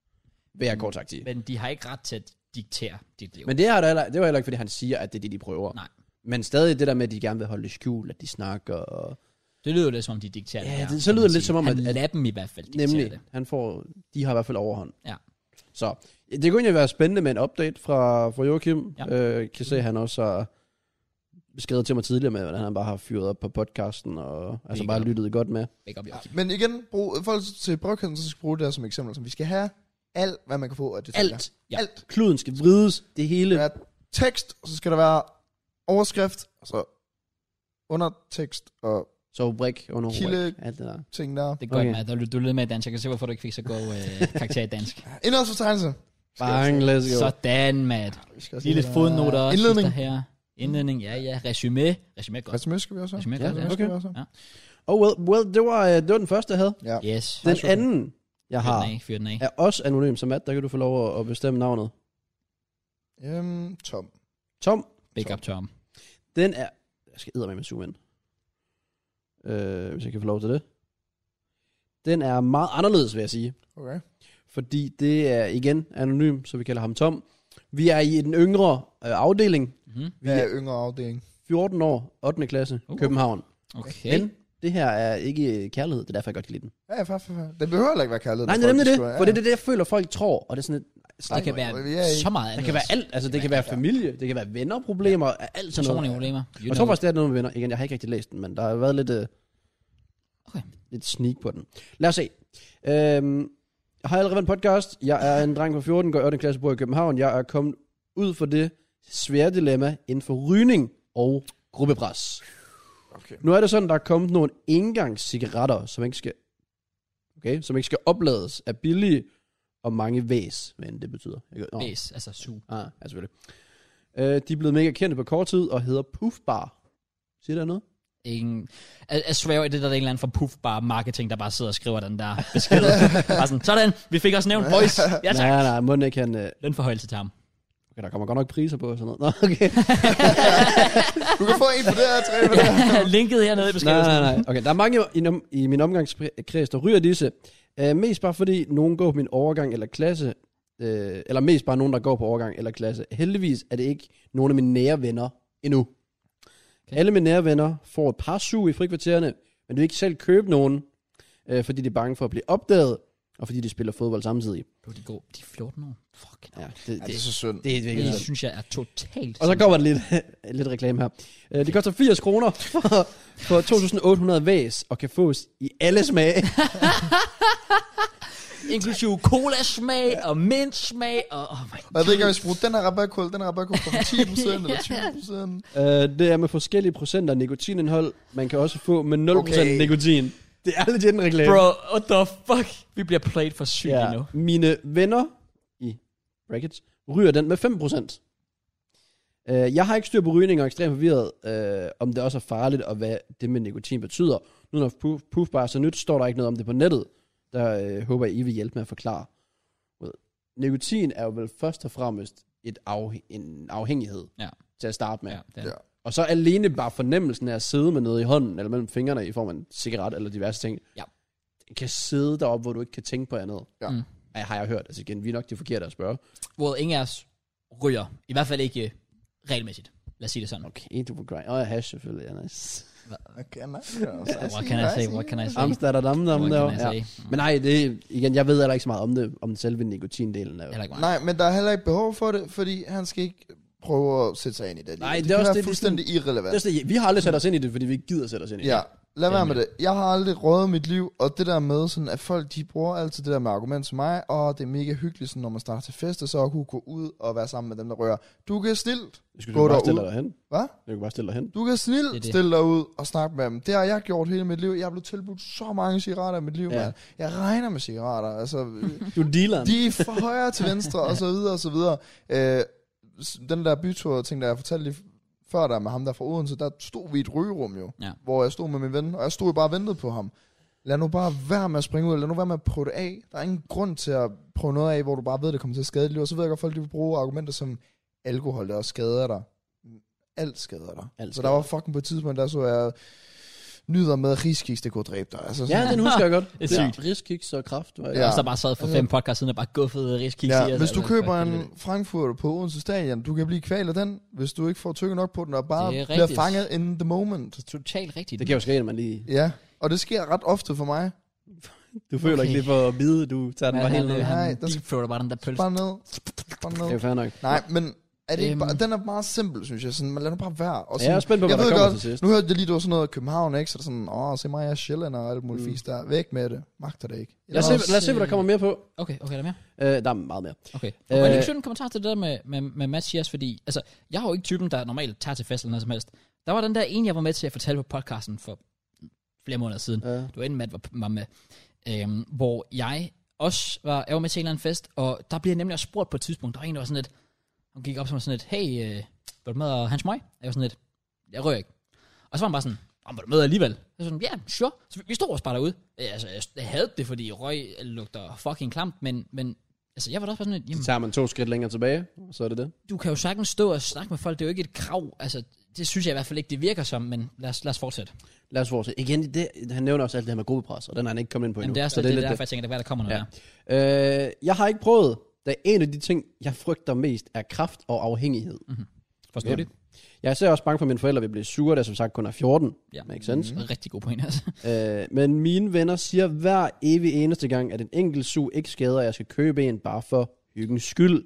vil jeg kort sagt sige. men de har ikke ret til at diktere dit liv. Men det, er der heller, det var heller ikke, fordi han siger, at det er det, de prøver. Nej. Men stadig det der med, at de gerne vil holde det skjult, at de snakker. Og... Det lyder jo lidt som om, de dikterer Ja, det her, det- så kan lyder man det lidt sige. som om, Han at- at- lader dem i hvert fald diktere Nemlig, det. han får, de har i hvert fald overhånd. Ja. Så det kunne egentlig være spændende med en update fra, fra Joachim. Ja. Øh, kan se, at han også har skrevet til mig tidligere med, hvordan han bare har fyret op på podcasten, og altså Mega. bare lyttet godt med. Big up, Joachim. Men igen, brug, folk til brødkassen, så skal bruge det her som eksempel. Så vi skal have alt, hvad man kan få af detaljer. Alt. Ja. Alt. Kluden skal vrides, det hele. Der er tekst, og så skal der være overskrift, og så undertekst og Så brik under Kilde- rubrik, alt det der. ting der. Det er godt, Okay. okay. Matt. Du, du lyder med i dansk. Jeg kan se, hvorfor du ikke fik så god øh, karakter i dansk. Indholdsfortegnelse. Bang, let's go. Sådan, Matt. Vi skal også Lige lidt have- fodnoter også. Indledning. sidst der her. Indledning, ja, ja. Resume. Resume er godt. Resume skal vi også have. Resume er Ja, godt, ja. okay. Skal vi også have. Oh, well, well det, var, øh, det var den første, jeg havde. Ja. Yes. Den super. anden, jeg Fyr den har, af, fyr den af. er også anonym. Så Matt, der kan du få lov at- at bestemme navnet. Øhm, Tom. Tom, Big up, Tom. den er... Jeg skal eddermame med zoom ind. Øh, hvis jeg kan få lov til det. Den er meget anderledes, vil jeg sige. Okay. Fordi det er igen anonym, så vi kalder ham Tom. Vi er i den yngre øh, afdeling. Mm-hmm. Vi Hvad er er yngre afdeling? fjorten år, ottende klasse, Uh. København. Okay. Men det her er ikke kærlighed, det er derfor, jeg godt kan lide den. Ja, ja, for, for, for. Det behøver heller ikke være kærlighed. Nej, når det er folk nemlig det, skriver, for det er det, jeg føler, folk tror, og det er sådan et... Det kan vi er være ikke- så meget Der andet. kan være alt, altså det kan være familie, det kan være venner, problemer, alt sådan noget. Personlige problemer. You Jeg tror know. faktisk, det er noget med venner. Igen, jeg har ikke rigtig læst den, men der har været lidt, uh, Okay. lidt sneak på den. Lad os se. Øhm, jeg har allerede en podcast. Jeg er en dreng på fjorten, går i ottende klasse, bor i København. Jeg er kommet ud for det svære dilemma inden for rygning og gruppepres. Okay. Nu er det sådan, der er kommet nogle engangscigaretter, som ikke skal, okay, som ikke skal oplades af billige og mange væs, hvad end det betyder. Jeg gør- Nå. Væs, altså su. Ah, ja, selvfølgelig. Øh, de er blevet mega kendte på kort tid og hedder Puff Bar. Siger der noget? Ingen, jeg, jeg svæver i det, der er en eller anden fra Puff Bar Marketing, der bare sidder og skriver den der besked. Bare sådan, sådan, vi fik også nævnt boys. Ja, tak. Nej, nej, må den ikke han... Øh, Den forhøjelse til ham. okay, der kommer godt nok priser på og sådan noget. Nå, okay. Du kan få en på det her, tre på det her. Linket hernede i nej, beskrivelsen. nej, nej. Okay, der er mange i, i min omgangskreds, der ryger disse. Uh, mest bare fordi nogen går på min overgang eller klasse. Uh, eller mest bare nogen, der går på overgang eller klasse. Heldigvis er det ikke nogen af mine nære venner endnu. Okay. Alle mine nære venner får et par su i frikvartererne, men de vil ikke selv købe nogen, uh, fordi de er bange for at blive opdaget, og fordi de spiller fodbold samtidig. Bro, de går, de er fjorten år. Fuck. Ja, det, Ja, det er det, så synd. det er virkelig Det synd. synes jeg er totalt. Og så kommer der lidt, lidt reklame her. Uh, det koster firs kroner for, for to tusind otte hundrede væs, og kan fås i alle smage. inklusive cola-smag og mint-smag og oh my Og jeg ved ikke, om jeg skal bruge den her rabatkode, den her rabatkode for ti procent eller tyve procent. Uh, det er med forskellige procenter nikotinindhold. Man kan også få med nul procent Okay. nikotin. Det er lidt en reklame. Bro, what the fuck? Vi bliver played for sygt ja. lige nu. Mine venner i brackets ryger den med fem procent. Uh, jeg har ikke styr på rygning og er ekstremt forvirret, uh, om det også er farligt, og hvad det med nikotin betyder. Nu når Puff, Puff Bar er så nyt, står der ikke noget om det på nettet. Der uh, håber jeg, I vil hjælpe med at forklare. nikotin er jo vel først og fremmest et afhæ- en afhængighed Ja. til at starte med. Ja, det er. Ja. Og så alene bare fornemmelsen af at sidde med noget i hånden, eller mellem fingrene i form af en cigaret eller diverse ting. Ja. Det kan sidde deroppe, hvor du ikke kan tænke på andet. Ja. Mm. Ej, har jeg hørt. Altså igen, vi er nok de forkerte at spørge. Hvor ingen af os ryger. I hvert fald ikke regelmæssigt. Lad os sige det sådan. Okay, du vil grind. Åh, oh, hash selvfølgelig, ja, nice. Okay, nice. What can I say? What can I say? Amsterdam, dam, What der. can I Ja. say? Men nej, det, igen, jeg ved heller ikke så meget om det, om selve nikotindelen af. Heller ikke meget. Nej, men der er heller ikke behov for det, fordi han skal ikke prøve at sætte sig ind i det. Nej, det, det er kan også være det, det er fuldstændig irrelevant. Det er sådan, vi har aldrig sat os ind i det, fordi vi ikke gider sætte os ind i det. Ja, lad være Det er med det. Jeg har aldrig røget mit liv, og det der med, sådan, at folk de bruger altid det der med argument til mig, og det er mega hyggeligt, sådan, når man starter til fester, så at kunne gå ud og være sammen med dem, der rører. Du kan snilt Du skal gå bare derud. stille dig hen. Hvad? Du kan bare stille dig hen. Du kan Det er snilt det. stille dig ud og snakke med dem. Det har jeg gjort hele mit liv. Jeg er blevet tilbudt så mange cigaretter i mit liv, Ja. ja. Jeg regner med cigaretter. Altså, Du er dealeren. de er fra højre til venstre, og så videre, og så videre. Øh, s- den der bytur-ting, der jeg fortalte lige før der med ham der fra Odense, der stod vi i et rygerum jo, Ja. hvor jeg stod med min ven, og jeg stod jo bare og ventede på ham. Lad nu bare være med at springe ud, lad nu være med at prøve det af. Der er ingen grund til at prøve noget af, hvor du bare ved, det kommer til at skade dit liv. Og så ved jeg godt, at folk de vil bruge argumenter som alkohol, der også skader dig. Alt skader dig. Alt Så der var fucking på et tidspunkt, der så jeg nyder med, at riskiks, det kunne dræbe dig. Altså, Ja, den husker jeg godt. Det er sygt. Riskiks og kraft. Var jeg. Ja. Ja. Og så bare sad for Altså- fem podcast siden og bare guffede riskiks Ja, i os. hvis du Altså, køber fuck, en helvede. Frankfurt på Odense Stadion, du kan blive kvalt af den, hvis du ikke får tykket nok på den, og bare Det er bliver rigtigt. fanget in the moment. Totalt rigtigt. Det kan jo ske, at man lige... Ja, og det sker ret ofte for mig. Du føler Okay. ikke lige for at bide, du tager den Men bare han, helt ned. han, Nej, han der skal- deepthroater bare den der pølse. Bare ned. Bare Det er jo ned. fair nok. Nej, men er det ikke Øhm. bare, den er meget simpel, synes jeg. Sådan, man lader nu bare være. Og Ja, jeg er spændt på, jeg hvad der ved kommer godt, til sidst. nu hørte jeg lige, du var sådan noget København, ikke? Så er det sådan, åh, se mig, jeg er sjællænder og alt muligt Mm. fisk der. Væk med det. Magter det ikke. Lad os, se, lad os se, hvad der kommer mere på. Okay, okay, der er mere. Øh, der er meget mere. Okay. Øh. Og jeg lige knytte en kommentar til det der med, med, med Mathias, fordi altså, jeg har jo ikke typen, der normalt tager til fest eller noget som helst. Der var den der en, jeg var med til at fortælle på podcasten for flere måneder siden. Ja. Det var inden Matt var, var med. Øhm, hvor jeg også var, jeg var med til en eller anden fest, og der blev jeg nemlig også spurgt på et tidspunkt. Der var en, der var sådan lidt, hun gik op som sådan lidt, hey, øh, var du med og Hans Møg? Jeg var sådan lidt, jeg rører ikke. Og så var han bare sådan, om var du med alligevel? Jeg var sådan, ja, yeah, sure. Så vi stod også bare derude. Øh, Altså, jeg, jeg havde det, fordi røg lugter fucking klamt, men, men altså, jeg var da også bare sådan lidt, Så jamen, tager man to skridt længere tilbage, og så er det det. du kan jo sagtens stå og snakke med folk, det er jo ikke et krav. Altså, det synes jeg i hvert fald ikke, det virker som, men lad os, lad os fortsætte. Lad os fortsætte. Igen, det, han nævner også alt det her med gruppepres, og den har han ikke kommet ind på endnu. Men det er Så så det, det lidt derfor, jeg tænker, det er, hvad der kommer noget ja. Ja. Øh, jeg har ikke prøvet, da en af de ting, jeg frygter mest, er kraft og afhængighed. Mm-hmm. Forstår Ja. det? Jeg er især også bange for, at mine forældre vil blive sure, der som sagt kun er fjorten. Ja. Makes sense. Mm-hmm. Rigtig god point, altså. Øh, men mine venner siger hver evig eneste gang, at en enkelt sug ikke skader, og jeg skal købe en bare for hyggens skyld.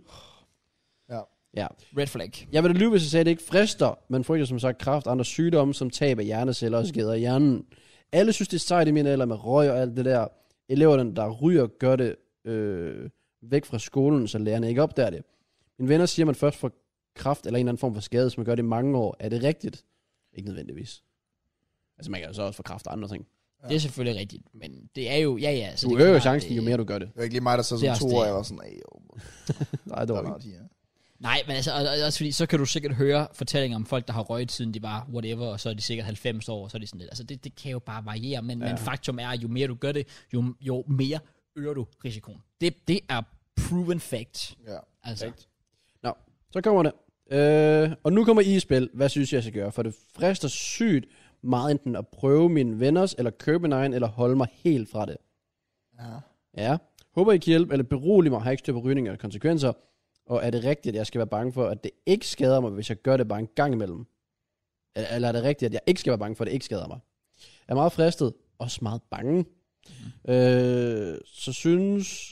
Ja. Ja. Red flag. Jeg vil da lyve, hvis jeg sagde, at det ikke frister, men frygter som sagt kræft og andre sygdomme, som tab af hjerneceller og skader i hjernen. Alle synes, det er sejt i min alder med røg og alt det der. Eleverne, der ryger, gør det øh, væk fra skolen, så lærerne ikke opdager det. Mine venner siger, at man først får kræft eller en eller anden form for skade, hvis man gør det i mange år. Er det rigtigt? Ikke nødvendigvis. Altså man kan jo så også få kræft og andre ting. Det er selvfølgelig rigtigt, men det er jo, ja ja. Så Du det øger jo klart, chancen, det- jo mere du gør det. Det var ikke lige mig, der sad Det er som også to år, det. jeg var sådan, ej, jo. Nej, det var ikke. ikke. Nej, men altså, og, og, også fordi, så kan du sikkert høre fortællinger om folk, der har røget siden de var whatever, og så er de sikkert halvfems år, og så er de sådan lidt. Altså, det, det kan jo bare variere, men, ja. men faktum er, jo mere du gør det, jo, jo mere øger du risikoen. Det, det er proven fact. Ja. Altså, Perfekt. Nå, så kommer det. Øh, og nu kommer I i spil. Hvad synes jeg, jeg skal gøre? For det frister sygt meget enten at prøve mine venners, eller købe en egen, eller holde mig helt fra det. Ja. Ja. Håber I kan hjælpe, eller berolige mig, har ikke styr på rygning og konsekvenser. Og er det rigtigt, at jeg skal være bange for, at det ikke skader mig, hvis jeg gør det bare en gang imellem? Eller, eller er det rigtigt, at jeg ikke skal være bange for, at det ikke skader mig? Jeg er meget fristet, også meget bange. Mm. Øh, så synes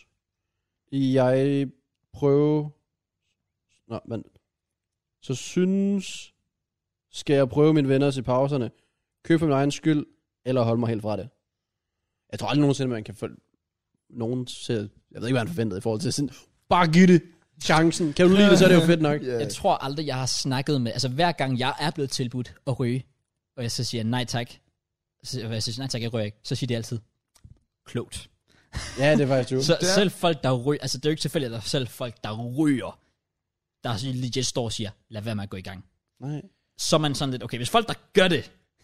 jeg prøve... Nå, men... Så synes... Skal jeg prøve mine venner i pauserne, købe for min egen skyld, eller holde mig helt fra det? Jeg tror aldrig nogensinde, man kan følge nogen selv. Jeg ved ikke, hvad han forventede i forhold til sådan, bare giv det chancen. Kan du lide det, så er det jo fedt nok. Yeah. jeg tror aldrig, jeg har snakket med, altså hver gang jeg er blevet tilbudt at ryge, og jeg så siger nej tak, så jeg siger nej tak, jeg ryger ikke, så siger de altid, klogt. Ja, det er faktisk jo. Så Det er- selv folk, der ryger, altså det er jo ikke tilfældigt, at der er selv folk, der ryger, der legit står og siger, lad være med at gå i gang. Nej. Så er man sådan lidt, okay, hvis folk, der gør det,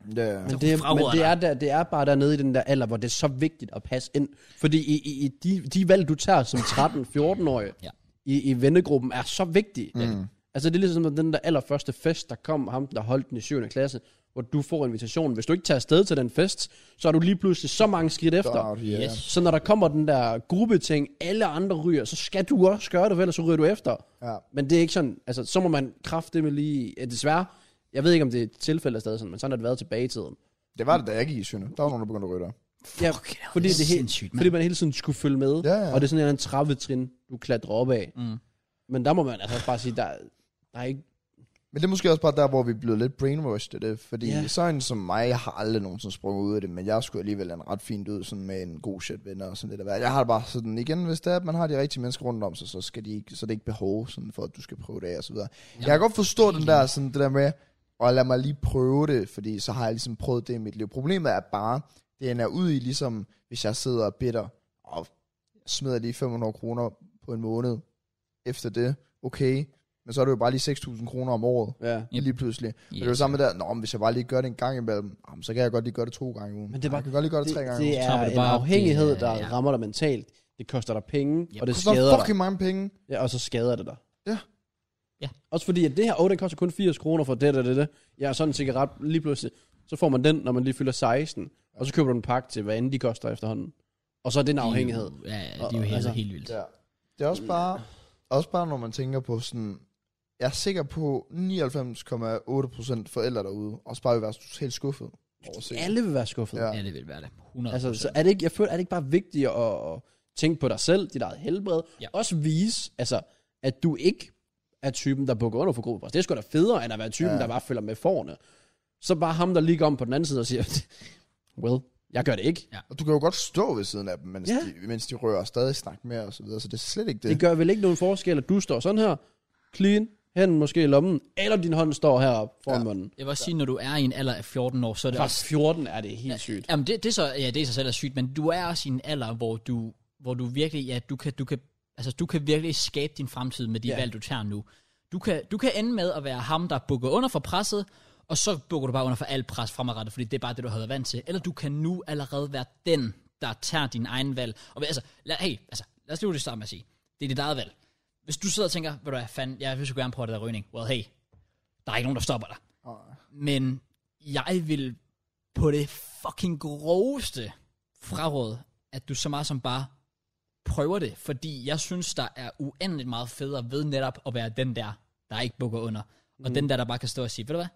Ja. Men, det, er, men det, er der, det er bare dernede i den der alder, hvor det er så vigtigt at passe ind. Fordi i, i, i de, de valg, du tager som tretten-fjorten-årig ja. i, i vennegruppen, er så vigtige. Mm. Altså det er ligesom den der allerførste fest, der kom, ham der holdt den i syvende klasse, hvor du får invitationen. Hvis du ikke tager afsted til den fest, så er du lige pludselig så mange skridt efter. Yeah. Yes. Så når der kommer den der gruppeting, alle andre ryger, så skal du også gøre det, ellers så ryger du efter. Ja. Men det er ikke sådan, altså så må man kraftedeme lige, ja, desværre, jeg ved ikke om det er et tilfælde stadig sådan, men sådan har det været tilbage i tiden. Det var det, da jeg gik i syvende. Der var nogen, der begyndte at ryge der. Ja, Fuck, fordi, det er helt, sindssygt, fordi man hele tiden skulle følge med, Ja, ja. og det er sådan en trappetrin, du klatrer op af. Mm. Men der må man altså bare sige, der, der er ikke... Men det er måske også bare der, hvor vi er blevet lidt brainwashed af det. Fordi Ja. så en som mig, jeg har aldrig nogensinde sprunget ud af det, men jeg skulle alligevel en ret fint ud sådan med en god shit venner og sådan lidt af hvert. Jeg har det bare sådan, igen, hvis det er, at man har de rigtige mennesker rundt om sig, så, skal de ikke, så er det ikke behov sådan, for, at du skal prøve det af og så videre. Ja. Jeg kan godt forstå den der, sådan, det der med, og lad mig lige prøve det, fordi så har jeg ligesom prøvet det i mit liv. Problemet er bare, det ender ud i ligesom, hvis jeg sidder og bitter, og smider lige fem hundrede kroner på en måned efter det, okay, men så er det jo bare lige seks tusind kroner om året, Ja. Yep. lige pludselig. Yes. Men det er jo samme der, nå, men hvis jeg bare lige gør det en gang imellem, jamen, så kan jeg godt lige gøre det to gange i ugen. Men det er bare- jeg kan godt lige gøre det, Det, tre gange i det ugen. Så tager er vi det en bare op. afhængighed, Det, der ja. rammer dig mentalt. Det koster dig penge, Yep. og det Det skader koster dig. fucking mange penge. Ja, og så skader det dig. Ja. Ja. Også fordi, at det her, åh, den koster kun firs kroner for det og det, det. Ja, sådan en cigaret, lige pludselig, så får man den, når man lige fylder seksten, og så køber du en pakke til, hvad end de koster efterhånden. Og så er det en afhængighed. Ja, ja, det er jo Og- helt, altså- helt vildt. Ja. Det er også bare, også bare, når man tænker på sådan, jeg er sikker på nioghalvfems komma otte procent forældre derude, også bare vil være totalt skuffet over at se. Alle vil være skuffet. Ja. Ja, det vil være det. hundrede Altså, procent. så er det ikke, jeg føler, er det ikke bare vigtigt at, at tænke på dig selv, dit eget helbred, Ja. også vise, altså, at du ikke er typen, der bukker under for gruppepres. Det er sgu da federe, end at være typen, Ja. ja. der bare følger med forne. Så bare ham, der ligger om på den anden side og siger, well, jeg gør det ikke. Ja. Og du kan jo godt stå ved siden af dem, mens, Ja. de, mens de rører og stadig snakke med og så videre, så det er slet ikke det. Det gør vel ikke nogen forskel, at du står sådan her, clean, hænden måske i lommen, eller din hånd står heroppe foran Ja. munden. Jeg vil også sige, når du er i en alder af fjorten år, så er det Fra også... fjorten er det helt sygt. Jamen, det, det er så, ja, det er så selv er sygt, men du er også i en alder, hvor du, hvor du virkelig, ja, du kan, du kan, altså, du kan virkelig skabe din fremtid med de Ja. valg, du tager nu. Du kan, du kan ende med at være ham, der bukker under for presset, og så bukker du bare under for alt pres fremadrettet, fordi det er bare det, du har været vant til. Eller du kan nu allerede være den, der tager din egen valg. Og altså, lad, hey, altså, lad os lige det starte med at sige. Det er dit eget valg. Hvis du sidder og tænker, ved du hvad, fanden, jeg vil så gerne prøve det der rygning. Well, hey, der er ikke nogen, der stopper dig. Oh. Men jeg vil på det fucking groveste fraråd, at du så meget som bare prøver det. Fordi jeg synes, der er uendeligt meget federe ved netop at være den der, der ikke bukker under. Og Mm. den der, der bare kan stå og sige, ved du hvad?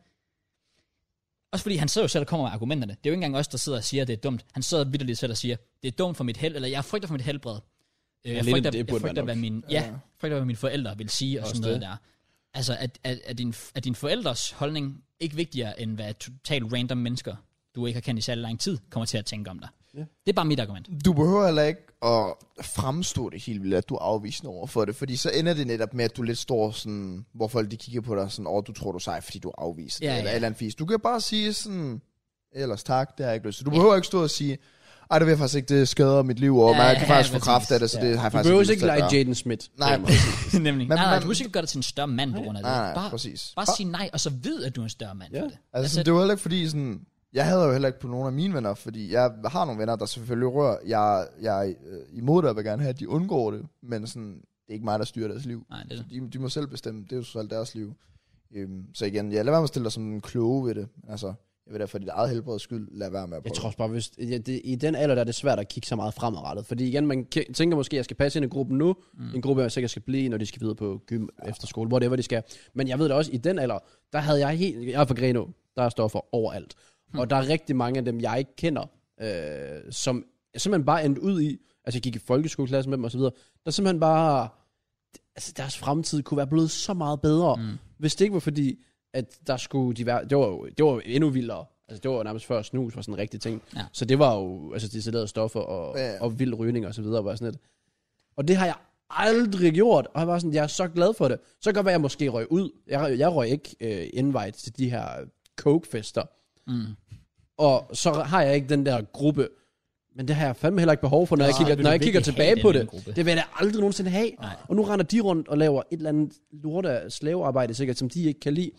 Også fordi han sidder jo selv og kommer med argumenterne. Det er jo ikke engang os, der sidder og siger, at det er dumt. Han sidder vitterligt selv og siger, det er dumt for mit held, eller jeg frygter for mit helbred. Øh, Jeg lidt frygter, det jeg burde frygter, være hvad nok. min, ja, Ja. frygter, hvad mine forældre vil sige, og Også sådan noget det. der. Altså, at, at, at, din, at din forældres holdning ikke vigtigere, end hvad totalt random mennesker, du ikke har kendt i særlig lang tid, kommer til at tænke om dig. Ja. Det er bare mit argument. Du behøver heller ikke at fremstå det helt vildt, at du er afvisende over for det, fordi så ender det netop med, at du lidt står sådan, hvor folk de kigger på dig sådan, åh, du tror du er sej, fordi du er afvist, Ja, eller ja. et eller andet fisk. Du kan bare sige sådan, ellers tak, det har jeg ikke lyst til. Du behøver ikke stå og sige, ej, det vil jeg faktisk ikke, det skader mit liv, og Ja, ja, jeg kan ja, faktisk få præcis. kraft af det, så Ja. det har jeg Du faktisk behøver ikke ikke lyst til at lege gøre. Jaden Smith. Nej, Jamen. præcis. Nemlig. Men- nej, nej, men- du behøver ikke gøre dig til en større mand på grund af det. Nej, nej, bare, præcis. bare sig nej, og så vid, at du er en større mand Ja. for det. Altså, altså, det var heller ikke fordi sådan, jeg havde jo heller ikke på nogle af mine venner, fordi jeg har nogle venner, der selvfølgelig rører, jeg, jeg er øh, imod det, og vil gerne have, at de undgår det, men sådan, det er ikke mig, der styrer deres liv. Nej, det er Så det. de, de må selv bestemme, det er jo så alt deres liv. Øhm, så igen, ja, lad være med at stille dig som en kloge ved det. Altså, jeg ved da for dit eget helbreds skyld, lad være med at prøve. Jeg tror også bare, hvis, ja, det, i den alder der er det svært at kigge så meget fremadrettet. Fordi igen, man k- tænker måske, at jeg skal passe ind i gruppen nu. Mm. En gruppe, jeg sikkert skal blive, når de skal videre på gym, ja. Efterskole, whatever de skal. Men jeg ved da også, i den alder, der havde jeg helt... Jeg er fra Grenå, der står for overalt. Mm. Og der er rigtig mange af dem, jeg ikke kender, øh, som jeg simpelthen bare endte ud i. Altså, jeg gik i folkeskoleklasse med dem og så videre. Der simpelthen bare... Altså, deres fremtid kunne være blevet så meget bedre, mm. hvis det ikke var fordi, at der skulle de være... Det var jo, det var jo endnu vildere. Altså, det var jo nærmest før snus var sådan en rigtig ting. Ja. Så det var jo altså deciderede stoffer og, Ja, ja. og vild rygning og så videre. Var sådan et. Og det har jeg aldrig gjort. Og jeg var sådan, jeg er så glad for det. Så kan det være, at jeg måske røg ud. Jeg, jeg røg ikke uh, invite til de her coke-fester. Mm. Og så har jeg ikke den der gruppe. Men det har jeg fandme heller ikke behov for, når Nå, jeg kigger, vil når du jeg kigger virkelig tilbage have på den det. gruppe? Det vil jeg aldrig nogensinde have. Nej. Og nu render de rundt og laver et eller andet lort af slavearbejde, sikkert, som de ikke kan lide. Ja.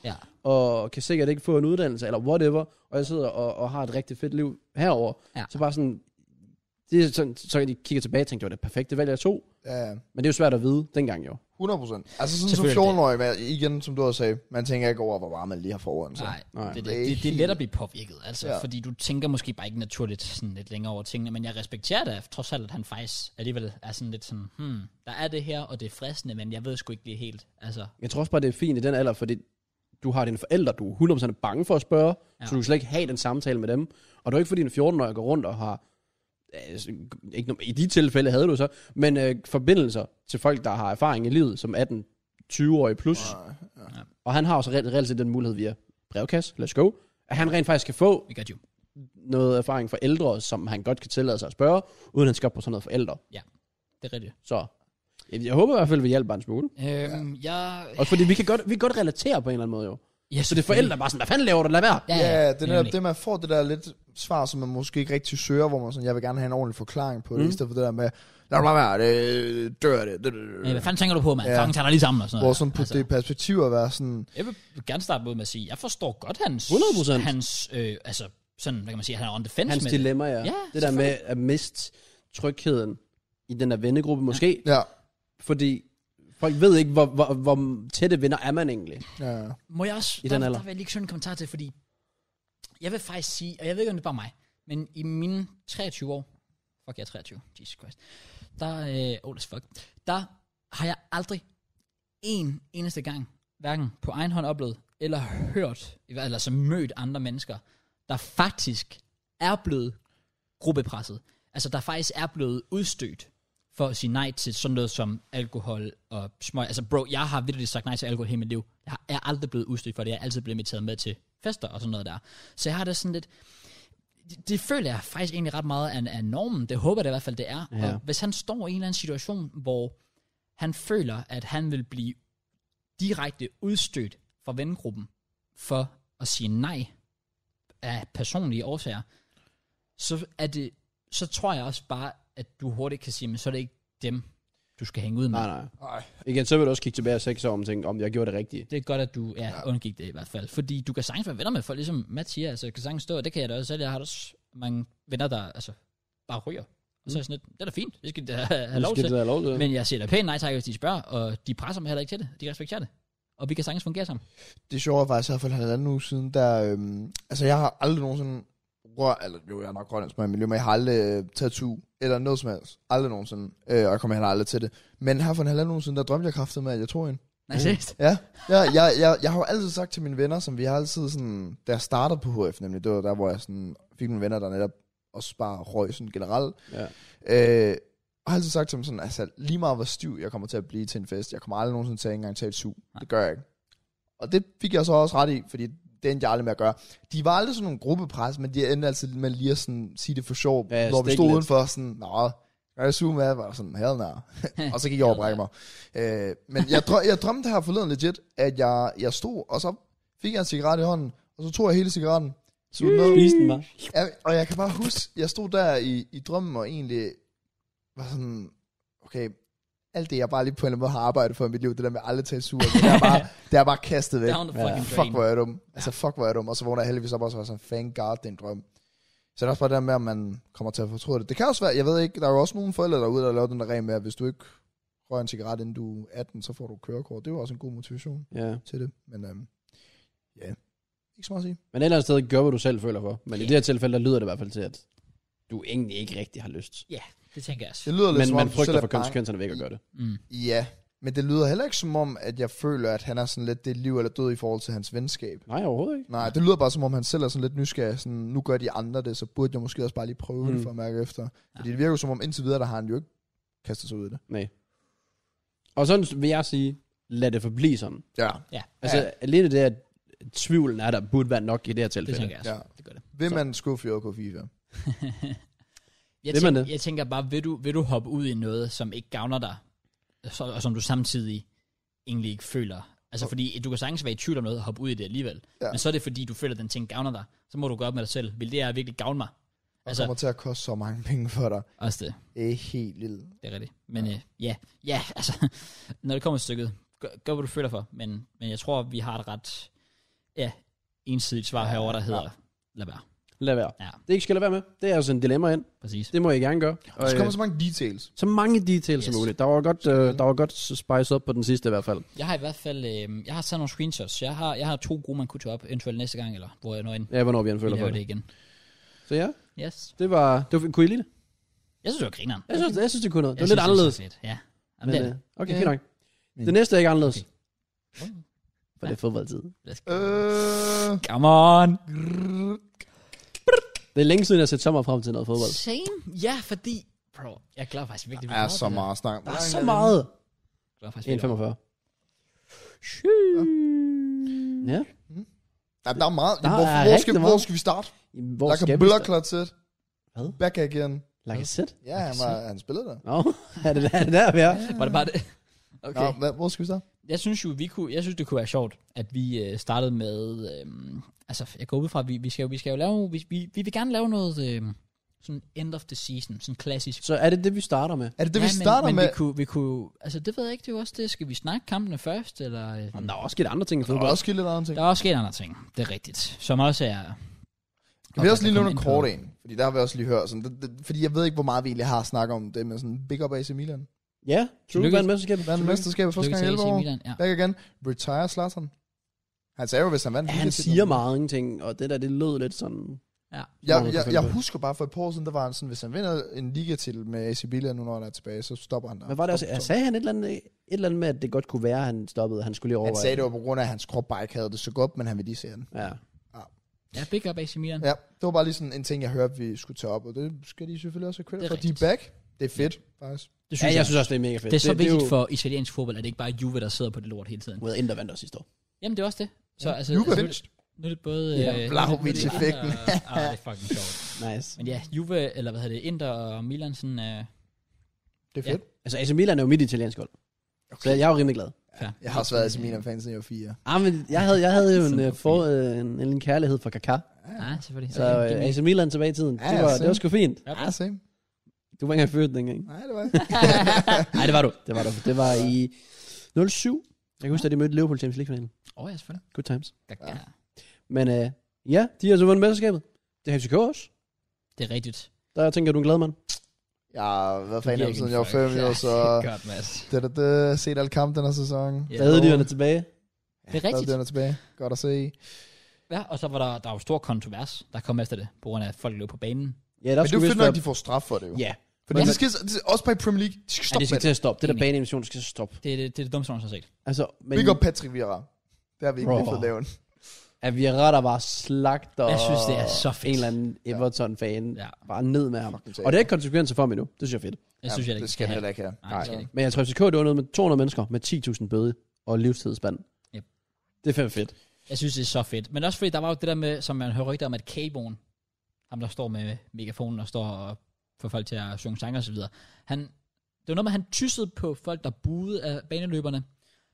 og kan sikkert ikke få en uddannelse, eller whatever, og jeg sidder og, og har et rigtig fedt liv herover. Ja. Så bare sådan, det er sådan, så kan de kigge tilbage og tænke, det var det perfekte valg, jeg tog. Ja, Men det er jo svært at vide dengang jo. hundrede procent. Altså sådan som Selvfølgelig fjorten-årig, hvad- igen, som du også sagde, man tænker ikke over, hvor meget man lige har foran sig. Nej, Nej. det, Det er det, det, det er helt- let at blive påvirket, altså, Ja. ja. fordi du tænker måske bare ikke naturligt sådan lidt længere over tingene, men jeg respekterer det, trods alt, at han faktisk alligevel er sådan lidt sådan, hmm, der er det her, og det er fristende, men jeg ved sgu ikke lige helt, altså, Jeg tror også bare, det er fint i den alder, fordi du har dine forældre, du er hundrede procent bange for at spørge, ja. Ja. så du kan slet ikke have den samtale med dem. Og det er ikke fordi en fjorten-årig går rundt og har, altså, ikke, i de tilfælde havde du så, men øh, forbindelser til folk, der har erfaring i livet, som atten tyve-årige plus. Nej, ja. Og han har også reelt, reelt set den mulighed via brevkasse, let's go, at han rent faktisk kan få we got you. noget erfaring fra ældre, som han godt kan tillade sig at spørge, uden han skal op på sådan noget for ældre. Det er rigtigt. Så jeg, jeg håber i hvert fald, vi hjælper bare en smule. Øhm, jeg... Også fordi vi kan godt, vi kan godt relatere på en eller anden måde jo. Ja, Så det er forældre bare sådan, hvad fanden laver du, lad være. Ja, Ja, det, er nemlig. der, det man får det der lidt svar, som man måske ikke rigtig søger, hvor man sådan, jeg vil gerne have en ordentlig forklaring på det, Mm. i stedet for det der med, lad det bare være, det dør det. det, det, det. Ja, hvad fanden tænker du på, mand? Ja. Ja. Fucking tager dig lige sammen og sådan Hvor noget. sådan på Altså, det perspektiv at være sådan, Jeg vil gerne starte med at sige, jeg forstår godt hans... hundrede procent. Hans, øh, altså, sådan, hvad kan man sige, han er on defense Hans med det. dilemma, ja. Ja, det der med at miste trygheden i den der vennegruppe, måske. ja, Fordi folk ved ikke, hvor, hvor, hvor tætte venner er man egentlig. ja, Må jeg også, I der, den der alder. vil jeg lige knytte en kommentar til, fordi jeg vil faktisk sige, og jeg ved ikke, om det er bare mig, men i mine treogtyve år, fuck, jeg er treogtyve, Jesus Christ, der, øh, old as fuck, der har jeg aldrig en eneste gang, hverken på egen hånd oplevet, eller hørt, eller altså mødt andre mennesker, der faktisk er blevet gruppepresset. Altså, der faktisk er blevet udstødt for at sige nej til sådan noget som alkohol og smøg. Altså, bro, jeg har virkelig sagt nej til alkohol hele mit liv. Jeg er aldrig blevet udstødt for det. Jeg er altid blevet inviteret med til fester og sådan noget der. Så jeg har det sådan lidt... Det, det føler jeg faktisk egentlig ret meget af, af normen. Det håber jeg det i hvert fald, det er. Ja. Og hvis han står i en eller anden situation, hvor han føler, at han vil blive direkte udstødt fra vennegruppen for at sige nej af personlige årsager, så er det, så tror jeg også bare, at du hurtigt kan sige, men så er det ikke dem, du skal hænge ud med. Nej, nej. nej, Igen, så vil du også kigge tilbage seks år og tænke, om jeg gjorde det rigtige. Det er godt, at du ja, Ja. undgik det i hvert fald. Fordi du kan sagtens være venner med folk, ligesom Matt siger, altså jeg kan sagtens stå, og det kan jeg da også selv. Jeg har da også mange venner, der altså, bare ryger. Og så er jeg sådan lidt, det er da fint, det skal de da have, have Nu lov skal til. det have lov til. Men jeg siger da pænt nej tak, hvis de spørger, og de presser mig heller ikke til det. De respekterer det. Og vi kan sagtens fungere sammen. det er sjovt faktisk, i hvert fald halvanden uge siden, der, øhm, altså jeg har aldrig nogensinde rør, eller jo, jeg er nok grønlandsk med miljø, men jeg har aldrig øh, tattoo, eller noget som helst. Aldrig nogensinde, øh, og jeg kommer heller aldrig til det. Men her for en halvanden uge siden, der drømte jeg kraftigt med, at jeg tog en. Nej, seriøst? Ja, ja jeg, jeg, jeg har jo altid sagt til mine venner, som vi har altid sådan, da jeg startede på H F nemlig, det var der, hvor jeg sådan, fik mine venner, der netop også bare røg sådan generelt. Ja. Øh, og har altid sagt til dem sådan, altså lige meget hvor stiv jeg kommer til at blive til en fest, jeg kommer aldrig nogensinde til at ikke engang tage et sug. Det gør jeg ikke. Og det fik jeg så også ret i, fordi det endte jeg aldrig med at gøre. De var aldrig sådan nogle gruppepres, men de endte altid med lige at sådan, sige det for sjov, Ja, når vi stikke stod lidt. udenfor sådan, nå, gør jeg suge med, var der sådan, hell no. Og så gik jeg over og brække mig. Øh, men jeg, drø- jeg drømte her forleden legit, at jeg, jeg stod, og så fik jeg en cigaret i hånden, og så tog jeg hele cigaretten. Så med, Spis den bare. ja, og jeg kan bare huske, jeg stod der i, i drømmen, og egentlig var sådan, okay, alt det, jeg bare lige på en eller anden måde har arbejdet for i mit liv, det der med aldrig tage sur, det er bare, det er bare kastet væk. Down the Ja. fucking Fuck, drain. hvor er jeg dum. Altså, fuck, hvor er jeg dum. Og så vågner jeg heldigvis op også og var sådan, thank god, det er en drøm. Så det er også bare det der med, at man kommer til at fortryde det. Det kan også være, jeg ved ikke, der er jo også nogle forældre derude, der laver den der regel med, at hvis du ikke rører en cigaret, inden du er atten, så får du kørekort. Det er jo også en god motivation Ja. til det. Men øhm, ja, ikke så meget at sige. Men et eller andet sted gør, hvad du selv føler for. Men i Ja. det her tilfælde, der lyder det i hvert fald til, at du egentlig ikke rigtig har lyst. Det tænker jeg også. Det lyder lidt Men som man om, du selv frygter er for bange. konsekvenserne ved ikke at gøre det. Mm. Ja, men det lyder heller ikke som om, at jeg føler, at han er sådan lidt det liv eller død i forhold til hans venskab. Nej, overhovedet ikke. Nej, det lyder bare som om, han selv er sådan lidt nysgerrig. Sådan, nu gør de andre det, så burde jeg måske også bare lige prøve mm. det Mm. for at mærke efter. Fordi det virker jo som om, indtil videre, der har han jo ikke kastet sig ud i det. Nej. Og sådan vil jeg sige, lad det forblive sådan. Ja. Ja, Altså, ja. alene det, at tvivlen er der, burde være nok i det her det tilfælde. tænker jeg også. Ja. Det gør det. Vil Så. man skuffe J K FIFA? Jeg, Vil man tænker, det? jeg tænker bare, vil du, vil du hoppe ud i noget, som ikke gavner dig, så, og som du samtidig egentlig ikke føler? Altså, fordi du kan sagtens være i tvivl om noget og hoppe ud i det alligevel. Ja. Men så er det, fordi du føler, at den ting gavner dig. Så må du gå op med dig selv. Vil det her virkelig gavne mig? Og Altså- altså, kommer til at koste så mange penge for dig. Også det. Det er helt lille. Det er rigtigt. Men ja, øh, ja, ja altså, når det kommer til stykket, gør, gør, hvad du føler for. Men, men jeg tror, vi har et ret ja, ensidigt svar herover der hedder, lad være. Lad være. Ja. Det ikke skal lade være med. Det er altså en dilemma ind. Præcis. Det må jeg gerne gøre. Og så kommer så mange details. Så mange details Yes. som muligt. Der var godt, øh, der var godt spice op på den sidste i hvert fald. Jeg har i hvert fald, øh, jeg har taget nogle screenshots. Jeg har, jeg har to gode, man kunne tage op, eventuelt næste gang, eller hvor jeg når ind. Ja, hvornår vi Vi anføler for laver det. det igen. Så ja, Yes. det var, det var, kunne I lide det? Jeg synes, det var grineren. Jeg synes, jeg synes det kunne noget. Det Jeg var lidt synes, anderledes. Det er så fedt. Ja. Men, Jamen, det er øh, det. okay, Ja. fint nok. Men- Det næste er ikke anderledes. Okay. For det er fodboldtid. Let's go. Øh... Come on. Det er længe siden, jeg har set sommer frem til noget fodbold. Same. Ja, fordi, bro, jeg glæder faktisk virkelig Der er så meget snak. Der er så meget. Jeg glæder faktisk en virkelig femogfyrre. Ja. Ja, der er meget. Der hvor, er hvor, rigtig skal, hvor meget. skal vi starte? Hvor Like skal a vi starte? blood set. Hvad? Back again. Like a sit? Ja, han, var, han spillede der. Nå, er det, er det der, vi er? Var det bare det? Okay. Nå, hvad, hvor skal vi starte? Jeg synes jo, vi kunne, jeg synes, det kunne være sjovt, at vi øh, startede med, øh, altså, jeg går ud fra, at vi, vi, skal jo, vi skal jo lave, vi, vi, vi vil gerne lave noget, øh, sådan end of the season, sådan klassisk. Så er det det, vi starter med? Er det det, ja, vi starter men, med? Men vi kunne, vi kunne, altså det ved jeg ikke, det er jo også det, skal vi snakke kampene først, eller? Øh, Jamen, der er også sket andre ting i Der er fodbold. også sket lidt andre ting. der er også sket andre ting, det er rigtigt, som også er... Kan vi også lige der nævne en kommer kort ind på- en? Fordi der har vi også lige hørt sådan, det, det, fordi jeg ved ikke, hvor meget vi egentlig har snakket om det, men sådan big up A C Milan. Ja, true. Tillykke. Vandt mesterskabet. Vandt mesterskabet første Lykke gang i til elleve A C år. Milan, ja. Back again. Retire Zlatan. Han sagde jo, hvis han vandt. Ja, han ligatitlen. siger meget ingenting, og det der, det lød lidt sådan... Ja. Jeg, Hvor man jeg, kan jeg, finde jeg på det. husker bare for et par år siden, der var han sådan, hvis han vinder en ligatitel med A C Milan nu, når han er tilbage, så stopper han der. Men var det også... Jeg sagde han et eller, andet, et eller andet med, at det godt kunne være, at han stoppede, han skulle lige overveje. Han sagde det var på grund af, at hans krop bare ikke havde det så godt, men han ville lige se den. Ja. Ja, big up A C Milan. Ja, det var bare lige sådan en ting, jeg hørte, vi skulle tage op, og det skal de selvfølgelig også have credit Det for. er De er rigtigt. back. Det er fedt, faktisk. Det Ja, jeg synes også, det er mega fedt. det er så det, vigtigt det er jo, for italiensk fodbold, at det ikke bare er Juve, der sidder på det lort hele tiden. Well, Inter vandt også sidste år. Jamen, det er også det. Så, Ja. altså, Juve altså, vandt. nu er det både... Ja, øh, nu er det- Vlahovic-effekten. nu er det Inter- Ah, det er fucking sjovt. Nice. Men ja, Juve, eller hvad hedder det, Inter og Milan, sådan... Øh, Det er Ja. fedt. Altså, A C Milan er jo mit italiensk hold. Så jeg er jo rimelig glad. fair. Jeg har også været A C Milan-fan, siden jeg var fire. Ah, men jeg havde, jeg havde jo en, Sådan øh, for, øh, en, en kærlighed for Kaká. Ja, selvfølgelig. Så Okay, øh, A C Milan tilbage i tiden. Ja, Det var, ja, det var sgu fint. Ja, Ja, same. Du var ikke engang født dengang. Nej, det var ikke. Nej, det var du. Det var du. Det var i nul syv. Jeg kan huske, at de mødte Liverpool Champions League-finalen. Åh, ja, selvfølgelig. Good times. Ja. Ja. Men øh, ja, de har så vundet mesterskabet. Det har F C K også. Det er rigtigt. Der tænker jeg, du er en glad mand. Jeg har været fan af dem, Virkelig siden jeg var fuck. fem år, så... Godt, Mads. Det er det, det. Set alle kampe den her sæson. Ja. Stadig tilbage. Det er rigtigt. Den er tilbage. Godt at se. Ja, og så var der, der var jo stor kontrovers, der kom efter det, på grund af, at folk løb på banen. Ja, der Men det er skulle jo vist fedt nok, være... at de får straf for det jo. Ja, Fordi Ja. det skal, det, også bare i Premier League, de skal ja, stoppe det skal med til at stoppe. Det der Enig. baneemission skal stoppe. Det er det, det, er det dummeste, man har set. Altså, men Big up Patrick Vieira. Det har vi ikke Bro. lige fået lavet. at vi er ret og bare slagter Jeg synes, det er så fedt. en eller anden Everton-fan. Ja. Bare ned med ham. Fucking Og det er ikke konsekvenser for mig nu. Det synes jeg er fedt. Jeg synes, jeg det skal han heller ikke have. Nej, det skal det ikke. Men jeg tror, F C K det var noget med to hundrede mennesker med ti tusind bøde og livstidsspand. Yep. Det er fandme fedt. Jeg synes, det er så fedt. Men også fordi, der var jo det der med, som man hører rygter om, at K-Bone, ham der står med megafonen og står og får folk til at synge sange og så videre, han, det var noget med, at han tyssede på folk, der buede af baneløberne,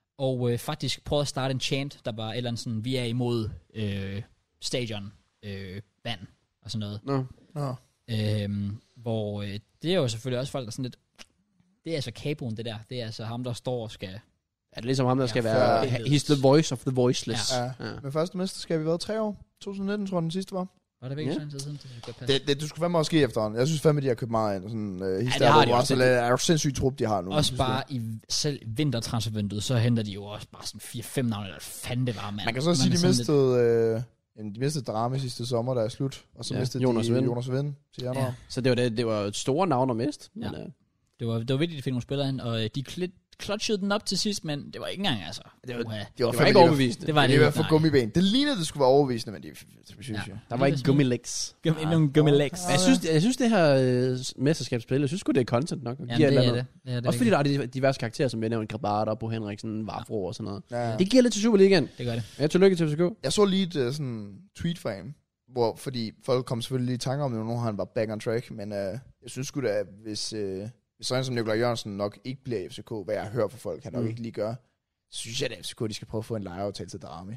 og øh, faktisk prøvede at starte en chant, der var et eller andet sådan, vi er imod øh, stadion, øh, band og sådan noget. Nå. Nå. Øhm, hvor øh, det er jo selvfølgelig også folk, der sådan lidt, det er altså K-Bone det der, det er altså ham, der står og skal, Er det ligesom ham, der skal Ja, være... for- He's the voice of the voiceless. Ja. Ja. Men første mesterskab, vi været tre år. to tusind nitten, tror jeg, den sidste var. var det virkelig Ja. sådan tid siden? Det synes jeg godt passe. Det, det, du skulle fandme også ske efterhånden. Jeg synes fandme, de har købt meget ind. Sådan, uh, det har de også. Så er jo sindssygt trup, de har nu. Også bare i selv vintertransfervinduet, så henter de jo også bare sådan fire fem navne, eller hvad fanden det var, mand. Man kan så sige, er de sådan mistede, øh, jamen, de mistede Drame sidste sommer, der er slut. Og så Ja, mistede Jonas de Vind. Jonas Vind til januar. Ja. Så det var, det, det var et store navn at miste. Men, Ja. øh, Det var, det var vigtigt, at de fik nogle spillere ind, og øh, de klit, clutchede den op til sidst, men det var ikke engang, altså. Det var- Uha. Det var, det var fandme ikke lige- overbevisende. Det var Det det er i ikke, hvert fald nej. gummiben. Det lignede, det skulle være overbevisende, men det synes Ja. jeg. Der var ikke gummilegs. Gum, nogle gummilegs. Men jeg synes, jeg synes det her øh, mesterskabsspil, jeg synes sgu, det er content nok. Jamen, det er det. det, er det Også fordi der er de diverse karakterer, som vi har nævnt, Grabata, Bo Henriksen, Vafro og sådan noget. Ja. Det giver lidt til Superligaen. Det gør det. Ja, tillykke til F C K. Jeg så lige et uh, sådan tweet fra ham, hvor, fordi folk kom selvfølgelig lige i tanker om, at nu har han var back on track, men uh, jeg synes sgu da, at hvis, uh, hvis sådan som Nikolaj Jørgensen nok ikke bliver i F C K, hvad jeg har hørt fra folk, han nok Mm. ikke lige gør, så synes jeg, at F C K de skal prøve at få en lejeaftale til Darami.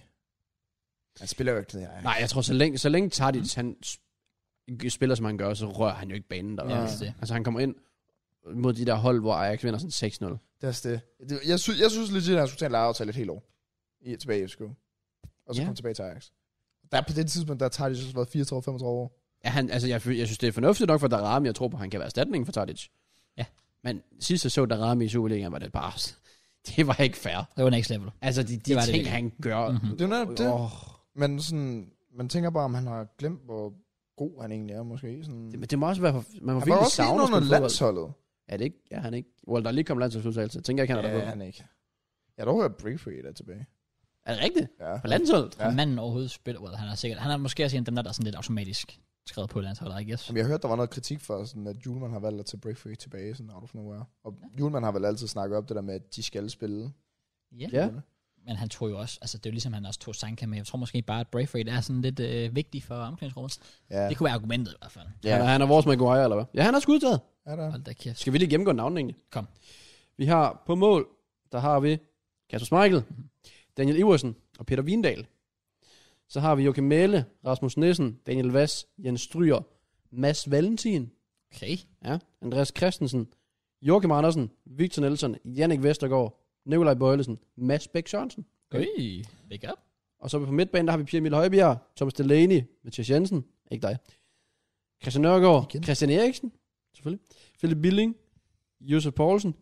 Han spiller jo ikke det her. Nej, jeg tror, så længe, så længe Tadic, han s- spiller, som han gør, så rører han jo ikke banen der. Ja, Ja. det er det. Altså, han kommer ind mod de der hold, hvor Ajax vinder sådan seks nul. Det er også det. det jeg, synes, jeg synes legit, at han skulle tage en lejeaftale et helt år. I, tilbage i F C K. og så Ja. komme tilbage til Ajax. Der på det tidspunkt, der tager de så været fireogtredive femogtredive år. Ja, han, altså, jeg, jeg synes, det er fornuftigt nok for Darami. Jeg tror på, han kan være erstatningen for Tadic. Ja. Men sidst jeg så Darami i Superligaen, var det bare... Det var ikke fair. Det var next level. Altså, de, de Det var det ting, virkelig. han gør... Mhm. Det er jo netop det. Åh, Men sådan, man tænker bare, om han har glemt, hvor god han egentlig er, måske. Sådan. det, men det må også være... Man må Han var virkelig også lige savne at under spille fodbold. landsholdet. Er det ikke? Ja, han er ikke. Well, der er lige kommet landsholdsudtalelse. Jeg tænker ikke, han er Ja, der på. han er ikke. Jeg har dog hørt Braithwaite er tilbage. Er det rigtigt? Ja. På landsholdet? Ja. Ja. Manden overhovedet spiller, well, han er sikkert, han er måske også en af dem, der er sådan lidt automatisk skrevet på landsholdet, I guess. Jamen, jeg har hørt, der var noget kritik for, sådan, at Julemand har valgt at tage Braithwaite tilbage, sådan out of nowhere. Og Julemand har vel altid snakket op det der med, at de skal spille. Ja. Ja. Men han tog jo også, altså det er jo ligesom, han også tog Sanka med. Jeg tror måske bare, at Braithwaite er sådan lidt øh, vigtig for omklædningsrummet. Ja, Det kunne være argumentet i hvert fald. Ja. Han, er, han er vores Maguire, eller hvad? Ja, han er skudtaget. er der. Hold da kæft. Skal vi lige gennemgå navnet egentlig? Kom. Vi har på mål, der har vi Kasper Schmeichel, Daniel Iversen og Peter Vindal. Så har vi Joachim Mæhle, Rasmus Nissen, Daniel Vass, Jens Stryger, Mads Valentin, Okay. ja, Andreas Christensen, Joachim Andersen, Victor Nielsen, Jannik Vestergaard, Nikolaj Bøjlesen, Mads Bæk Sørensen. Øj, big up. Og så på midtbanen, der har vi Pierre Emil Højbjerg, Thomas Delaney, Mathias Jensen, ikke dig, Christian Nørgaard, Igen. Christian Eriksen, selvfølgelig, Philip Billing, Josef Poulsen.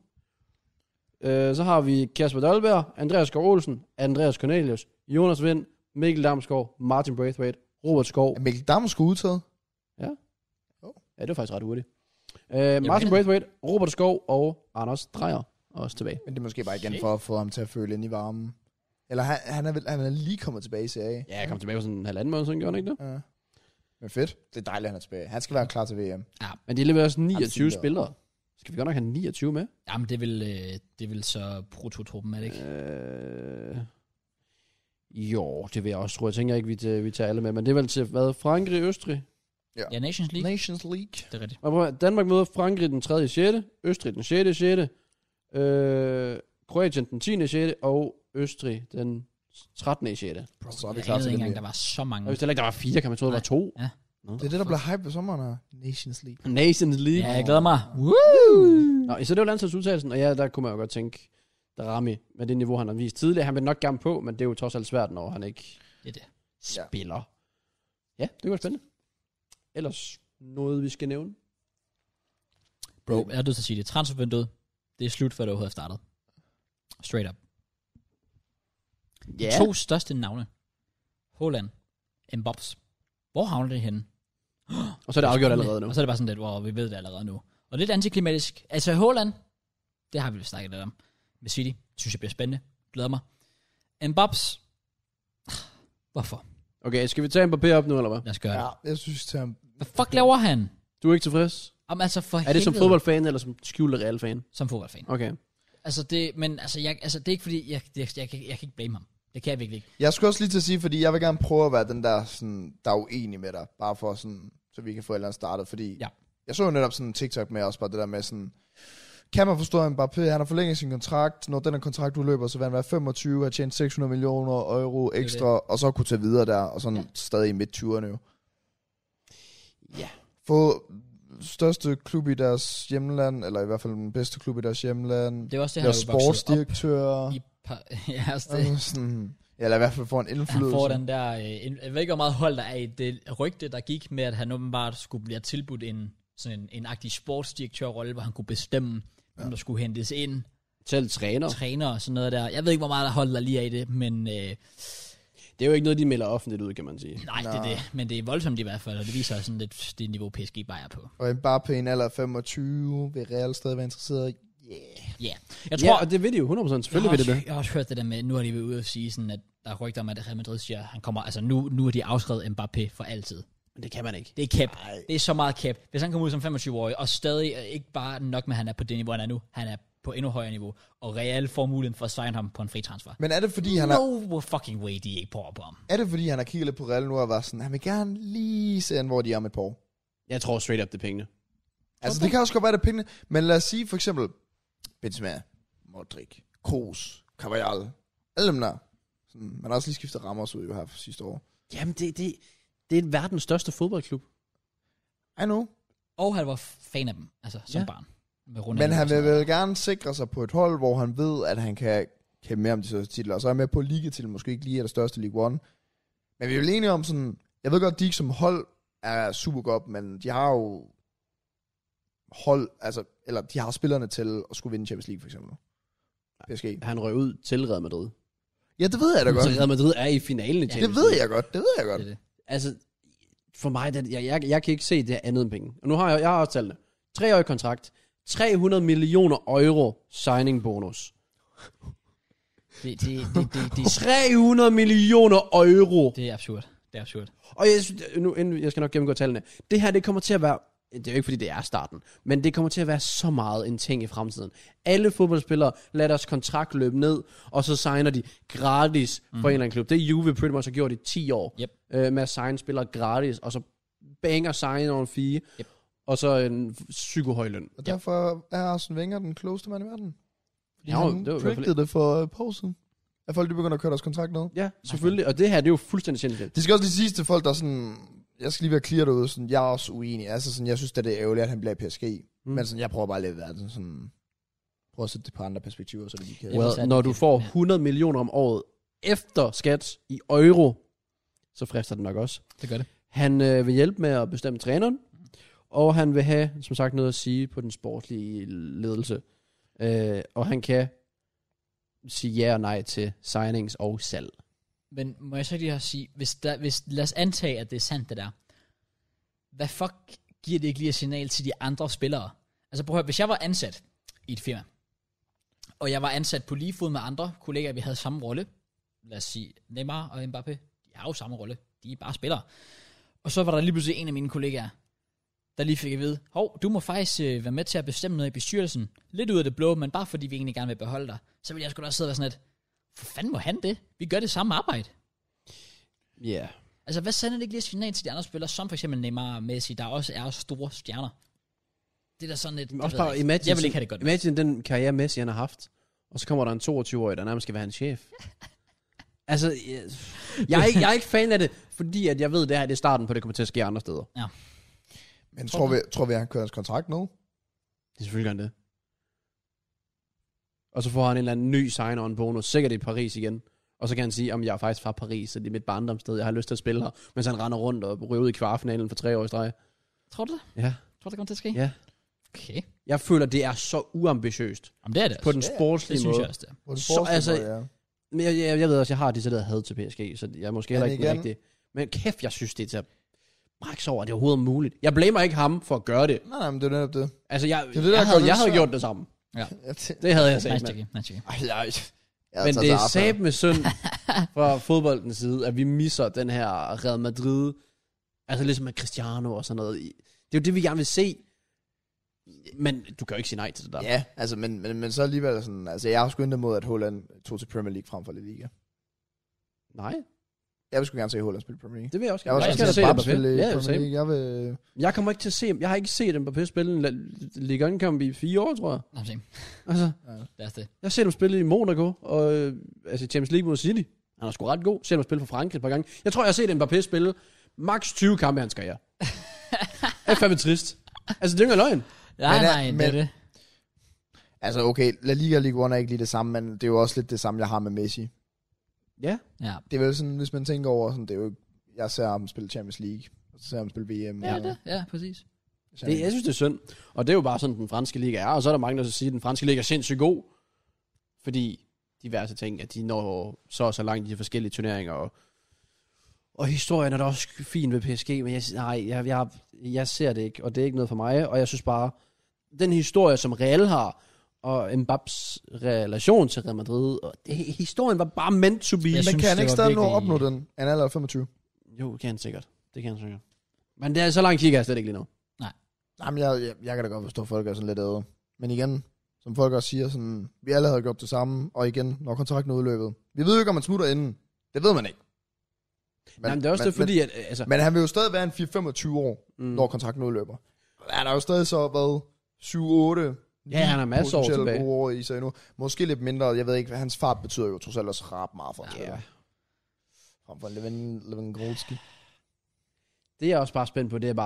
Øh, så har vi Kasper Dahlberg, Andreas Skov Olsen, Andreas Cornelius, Jonas Vind, Mikkel Damsgaard, Martin Braithwaite, Robert Skov. Er Mikkel Damsgaard udtaget? Ja, det var faktisk ret hurtigt. Øh, Martin vildt. Braithwaite, Robert Skov og Anders Dreyer også tilbage. Men det er måske bare igen Okay. for at få ham til at føle ind i varmen. Eller han, han, er, vel, han er lige kommet tilbage i serie. Ja, jeg kom tilbage for sådan en halvanden måned, siden gjorde han ikke det? Ja. Men fedt. Det er dejligt, at han er tilbage. Han skal være klar til V M. Men de leverer også niogtyve Absolut. spillere. Skal vi godt nok have niogtyve med? Jamen, det vil, øh, det vil så prototruppen, er det ikke? Øh... Jo, det vil jeg også tro. Jeg tænker ikke, vi, tager, vi tager alle med. Men det er vel til, hvad? Frankrig, Østrig? Ja, Nations League. Nations League. Det er rigtigt. Og prøv at- Danmark møder Frankrig den tredje sjette, Østrig den sjette sjette, øh, Kroatien den tiende sjette og Østrig den trettende sjette. Bro, så er vi Jeg klar anede til ikke det. engang, der var så mange. Og hvis det heller ikke der var fire, kan man tro, der var to. Ja. Nå. Det er det, der bliver hype ved sommeren her. Nations League. Nations League. Ja, jeg glæder mig. Woo! Nå, så det var landsholdsudtagelsen, og ja, der kunne man jo godt tænke, Darami, med det niveau, han har vist tidligere, han vil nok gerne på, men det er jo trods alt svært, når han ikke Det er det. spiller. Ja, det kunne være spændende. Ellers noget, vi skal nævne. Bro, jeg er nødt til at sige det. Transfervinduet, det er slut, før det overhovedet er startet. Straight up. Ja. To største navne. Holland. Mbappé. Hvor havner det henne? Og så er det afgjort allerede nu. Og så er det bare sådan lidt, hvor vi ved det allerede nu. Og lidt antiklimatisk. Altså Holland, det har vi jo snakket lidt om. Med City, synes jeg bliver spændende. Glæder mig. Mbappé. Hvorfor? Okay, skal vi tage en papir op nu, eller hvad? Lad os gøre Ja, det. jeg synes til ham. Hvad fuck laver han? Du er ikke tilfreds? Om, altså for Er det som helvede. fodboldfan, eller som skjult Real-fan? Som fodboldfan. Okay. Altså det, men altså, jeg, altså det er ikke fordi, jeg, jeg, jeg, jeg, jeg kan ikke blame ham. Det kan jeg virkelig ikke. Jeg skulle også lige til at sige, fordi jeg vil gerne prøve at være den der, sådan, der er uenig med dig. Bare for sådan, så vi kan få et eller andet startet. Fordi Ja. jeg så jo netop sådan en TikTok med også bare det der med sådan, kan man forstå, at Mbappé, han har forlænget sin kontrakt, når den her kontrakt udløber, så vil han være femogtyve, have tjent seks hundrede millioner euro er ekstra, og så kunne tage videre der, og sådan Ja. ja. stadig i midt-tyverne jo. Ja. Få største klub i deres hjemland, eller i hvert fald den bedste klub i deres hjemland. Det er også det, Være han er jo vokset op sportsdirektør. i par, ja, altså det, Altså sådan, ja, eller i hvert fald få en han indflydelse. får den der, øh, en, jeg ved ikke, hvor meget hold der er i det rygte, der gik med, at han åbenbart skulle blive tilbudt en, sådan en, en agtig sportsdirektørrolle, hvor han kunne bestemme, ja. om der skulle hentes ind, Selv træner. træner og sådan noget der. Jeg ved ikke, hvor meget der hold der lige er i det, men øh, Det er jo ikke noget, de melder offentligt ud, kan man sige. nej, det er Nej. det. Men det er voldsomt i hvert fald, og det viser sådan lidt det niveau, P S G bare er på. Og Mbappé i en alder af femogtyve, vil Real stadig være interesseret. Yeah. Ja, yeah. jeg Ja, tror, og det ved de jo hundrede procent. Selvfølgelig jeg har ved det også, det. Jeg har også hørt det der med, nu har de været ude og sige sådan, at der er rygter om, at Real Madrid siger, at han kommer, altså nu, nu er de afskrevet Mbappé for altid. Men det kan man ikke. Det er cap. Nej. Det er så meget cap. Hvis han kommer ud som femogtyve-årig, og stadig øh, ikke bare nok med, at han er på det niveau, han er nu, han er på endnu højere niveau, og Real får muligheden for at signe ham på en fri transfer. Men er det fordi, han har, No fucking way, de ikke prøver på ham. er det fordi, han har kigget lidt på Real nu og var sådan, han vil gerne lige se, hvor de er om et par år. Jeg tror straight up, det er pengene. Altså, det kan også godt være, det er pengene. Men lad os sige for eksempel, Benzema, Modric, Kroos, Carvajal, alle dem der. Sådan, man har også lige skiftet Ramos ud jo her for sidste år. Jamen, det, det, det er verdens største fodboldklub. I know. Og han var fan af dem, altså som Ja. barn. Med Ronaldo Men han og sådan vil noget. vel gerne sikre sig på et hold, hvor han ved, at han kan kæmpe mere om de største titler. Og så er jeg med på ligatitlen, måske ikke lige er det største League One. Men vi er jo enige om sådan, jeg ved godt, de ikke som hold er super godt, men de har jo hold, altså, eller de har spillerne til at skulle vinde Champions League, for eksempel. P S G. Han røg ud til Real Madrid. Ja, det ved jeg da godt. Så Real Madrid er i finalen i Ja, Champions det ved League. jeg godt, det ved jeg godt. Det er det. Altså, for mig, det, jeg, jeg, jeg kan ikke se det her andet end penge. Og nu har jeg, jeg har også talt det. Treårig kontrakt. tre hundrede millioner euro signing bonus. Det, det, det, det, det, tre hundrede millioner euro. det er absurd. Det er absurd. Og jeg, synes, nu, inden, jeg skal nok gennemgå tallene. Det her, det kommer til at være, det er jo ikke fordi det er starten, men det kommer til at være så meget en ting i fremtiden. Alle fodboldspillere lader deres kontrakt løbe ned, og så signer de gratis for mm. en eller anden klub. Det er Juve pretty much har gjort i ti år, Yep. øh, med at signe spillere gratis, og så banger sign on fee, Yep. og så en psykohøj løn. Og derfor er Arsene Wenger den klogeste mand i verden. Fordi Ja, han det var i hvert fald- predicted det for uh, pausen. At folk de begynder at køre deres kontrakt ned. Ja, selvfølgelig. Og det her, det er jo fuldstændig sindssygt. Det skal også lige siges til folk, der er sådan... Jeg skal lige være clear derude, sådan, jeg er også uenig. Altså sådan, jeg synes, at det er ærgerligt, at han bliver i P S G. Mm. Men sådan, jeg prøver bare at leve verden sådan... Prøv at sætte det på andre perspektiver, så det lige kan... Ja. Well, så er det når du det. får Ja. hundrede millioner om året efter skat i euro, så frister det nok også. Det gør det. Han øh, vil hjælpe med at bestemme træneren, og han vil have, som sagt, noget at sige på den sportslige ledelse. Øh, og han kan sige ja og nej til signings og salg. Men må jeg så lige have sige, hvis der, hvis, lad os antage, at det er sandt, det der. Hvad fuck giver det ikke lige et signal til de andre spillere? Altså prøv at høre, hvis jeg var ansat i et firma, og jeg var ansat på lige fod med andre kollegaer, vi havde samme rolle, lad os sige Neymar og Mbappé, de har jo samme rolle, de er bare spillere. Og så var der lige pludselig en af mine kollegaer, der lige fik at vide, hov, du må faktisk øh, være med til at bestemme noget i bestyrelsen, lidt ud af det blå, men bare fordi vi egentlig gerne vil beholde dig, så vil jeg sgu da sidde og være sådan et, for fanden må han det? Vi gør det samme arbejde. Ja. Yeah. Altså, hvad sender det ikke lige et signal til de andre spillere, som for eksempel Neymar og Messi, der også er store stjerner? Det er da sådan lidt... Også bare imagine, jeg vil ikke have det godt. Imagine den karriere Messi, han har haft, og så kommer der en toogtyve-årig, der nærmest skal være hans chef. altså, jeg, jeg, er ikke, jeg er ikke fan af det, fordi at jeg ved, det her det er starten på, det kommer til at ske andre steder. Ja. Men tror vi, tror vi, at han kører hans kontrakt nu? Det er selvfølgelig gerne det. Og så får han en eller anden ny sign-on bonus, sikkert i Paris igen. Og så kan han sige, om jeg er faktisk fra Paris, så det er mit barndomssted, jeg har lyst til at spille her, mens han render rundt og ryger ud i kvartfinalen for tre år i streg. Tror du det? Ja. Tror du, det kommer til at ske? Ja. Okay. Jeg føler, det er så uambitiøst. Jamen, det er det På også. den det sportslige synes måde. jeg også, det er. På den Så, sportslige altså- måde, ja. Men jeg, jeg, jeg ved også, jeg har decideret had til P S G, så jeg er måske heller Men ikke igen- rigtig. Men kæft, jeg synes, det er til at brække over, at det er overhovedet muligt. Jeg blamer ikke ham for at gøre det. Nej, nej, men det er netop det. Altså, jeg, Det er det, der jeg, gør havde, det jeg havde svært. gjort det samme. Ja. Ja, det, Det havde jeg sagt. Nice mand. check, nice check. ej, jeg, jeg Men taget det er til Arsenal. sat med synd fra fodboldens side, at vi misser den her Real Madrid. Altså ligesom med Cristiano og sådan noget. Det er jo det, vi gerne vil se. Men du kan jo ikke sige nej til det der. Ja, altså, men, men, men så alligevel sådan, altså jeg har sgu ikke mod, at Holland tog til Premier League frem for La Liga. Nej, Jeg vil sgu gerne se Holland spille Premier League. det vil jeg også Jeg vil gerne. også Jeg gerne skal se da Mbappé se spille i Ja, Premier same. League. Jeg vil... Jeg kommer ikke til at se, jeg har ikke set Mbappé spille en La- Liga kamp i fire år, tror jeg. Nå, se. Altså, Det er det. jeg har set ham spille i Monaco, og øh, altså i Champions League mod City. Han er sgu ret god. Set ham spille for Frankrig et par gange. Jeg tror, jeg har set Mbappé spille max tyve kampe i hans karriere. Det er fandme trist. Altså, det er jo ikke løgn. Nej, Men, nej, men- det er det. Altså okay, La Liga og Ligue et er ikke lige det samme, men det er jo også lidt det samme, jeg har med Messi. Ja. Ja. Det er vel sådan, hvis man tænker over, sådan, det er jo, jeg ser ham spille Champions League, og så ser ham spille V M. Ja, og- det. Ja, præcis. Det, jeg synes, det er synd. Og det er jo bare sådan, den franske liga er. Og så er der mange, der så siger, at den franske liga er sindssygt god. Fordi diverse ting, at de når så og så langt i de forskellige turneringer. Og, og historien er da også fin ved P S G, men jeg, nej, jeg, jeg, jeg ser det ikke. Og det er ikke noget for mig. Og jeg synes bare, den historie, som Real har, og Mbappés relation til Real Madrid, og det, historien var bare meant to be. Jeg Men synes, kan han det ikke var stadig nå at virkelig- opnå den? Han er allerede femogtyve. Jo, det kan han sikkert. Det kan han sikkert. Men det er så langt kigger jeg slet ikke lige nu. Jamen, jeg, jeg, jeg kan da godt forstå, at folk er sådan lidt æde. Men igen, som folk også siger, sådan, vi alle havde gjort det samme, og igen, når kontrakten er udløbet. Vi ved jo ikke, om man smutter inden. Det ved man ikke. Men, Nej, men det er også men, det, fordi, at, altså, Men, men han vil jo stadig være en fire femogtyve år, mm, når kontrakten udløber. Han er jo stadig så været syv otte. Ja, han har masser af år tilbage. gode år i sig endnu. Måske lidt mindre, jeg ved ikke, hvad hans fart betyder jo trods alt også ret meget for ham. ja. Frem for Lewandowski. Det jeg er også bare spændt på, det er bare,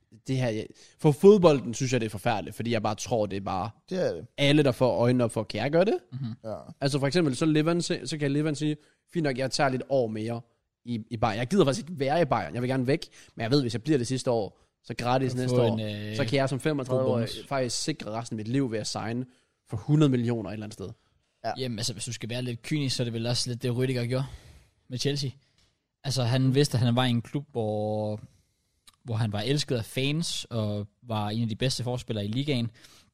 det her, for fodbolden synes jeg, det er forfærdeligt, fordi jeg bare tror, det er bare Det er det. alle, der får øjnene op for, kan jeg gøre det? Mm-hmm. Ja. Altså for eksempel, så, Levan, så kan Levan sige, fint nok, jeg tager lidt år mere i, i Bayern. Jeg gider faktisk ikke være i Bayern, jeg vil gerne væk, men jeg ved, hvis jeg bliver det sidste år, så gratis Kan næste få år, en, øh, så kan jeg som femogtredive-årig bonus. faktisk sikre resten af mit liv ved at signe for hundrede millioner et eller andet sted. Ja. Jamen, altså, hvis du skal være lidt kynisk, så er det vel også lidt det, Rüdiger gjorde med Chelsea. Altså, han vidste, at han var i en klub, hvor, hvor han var elsket af fans, og var en af de bedste forspillere i ligaen.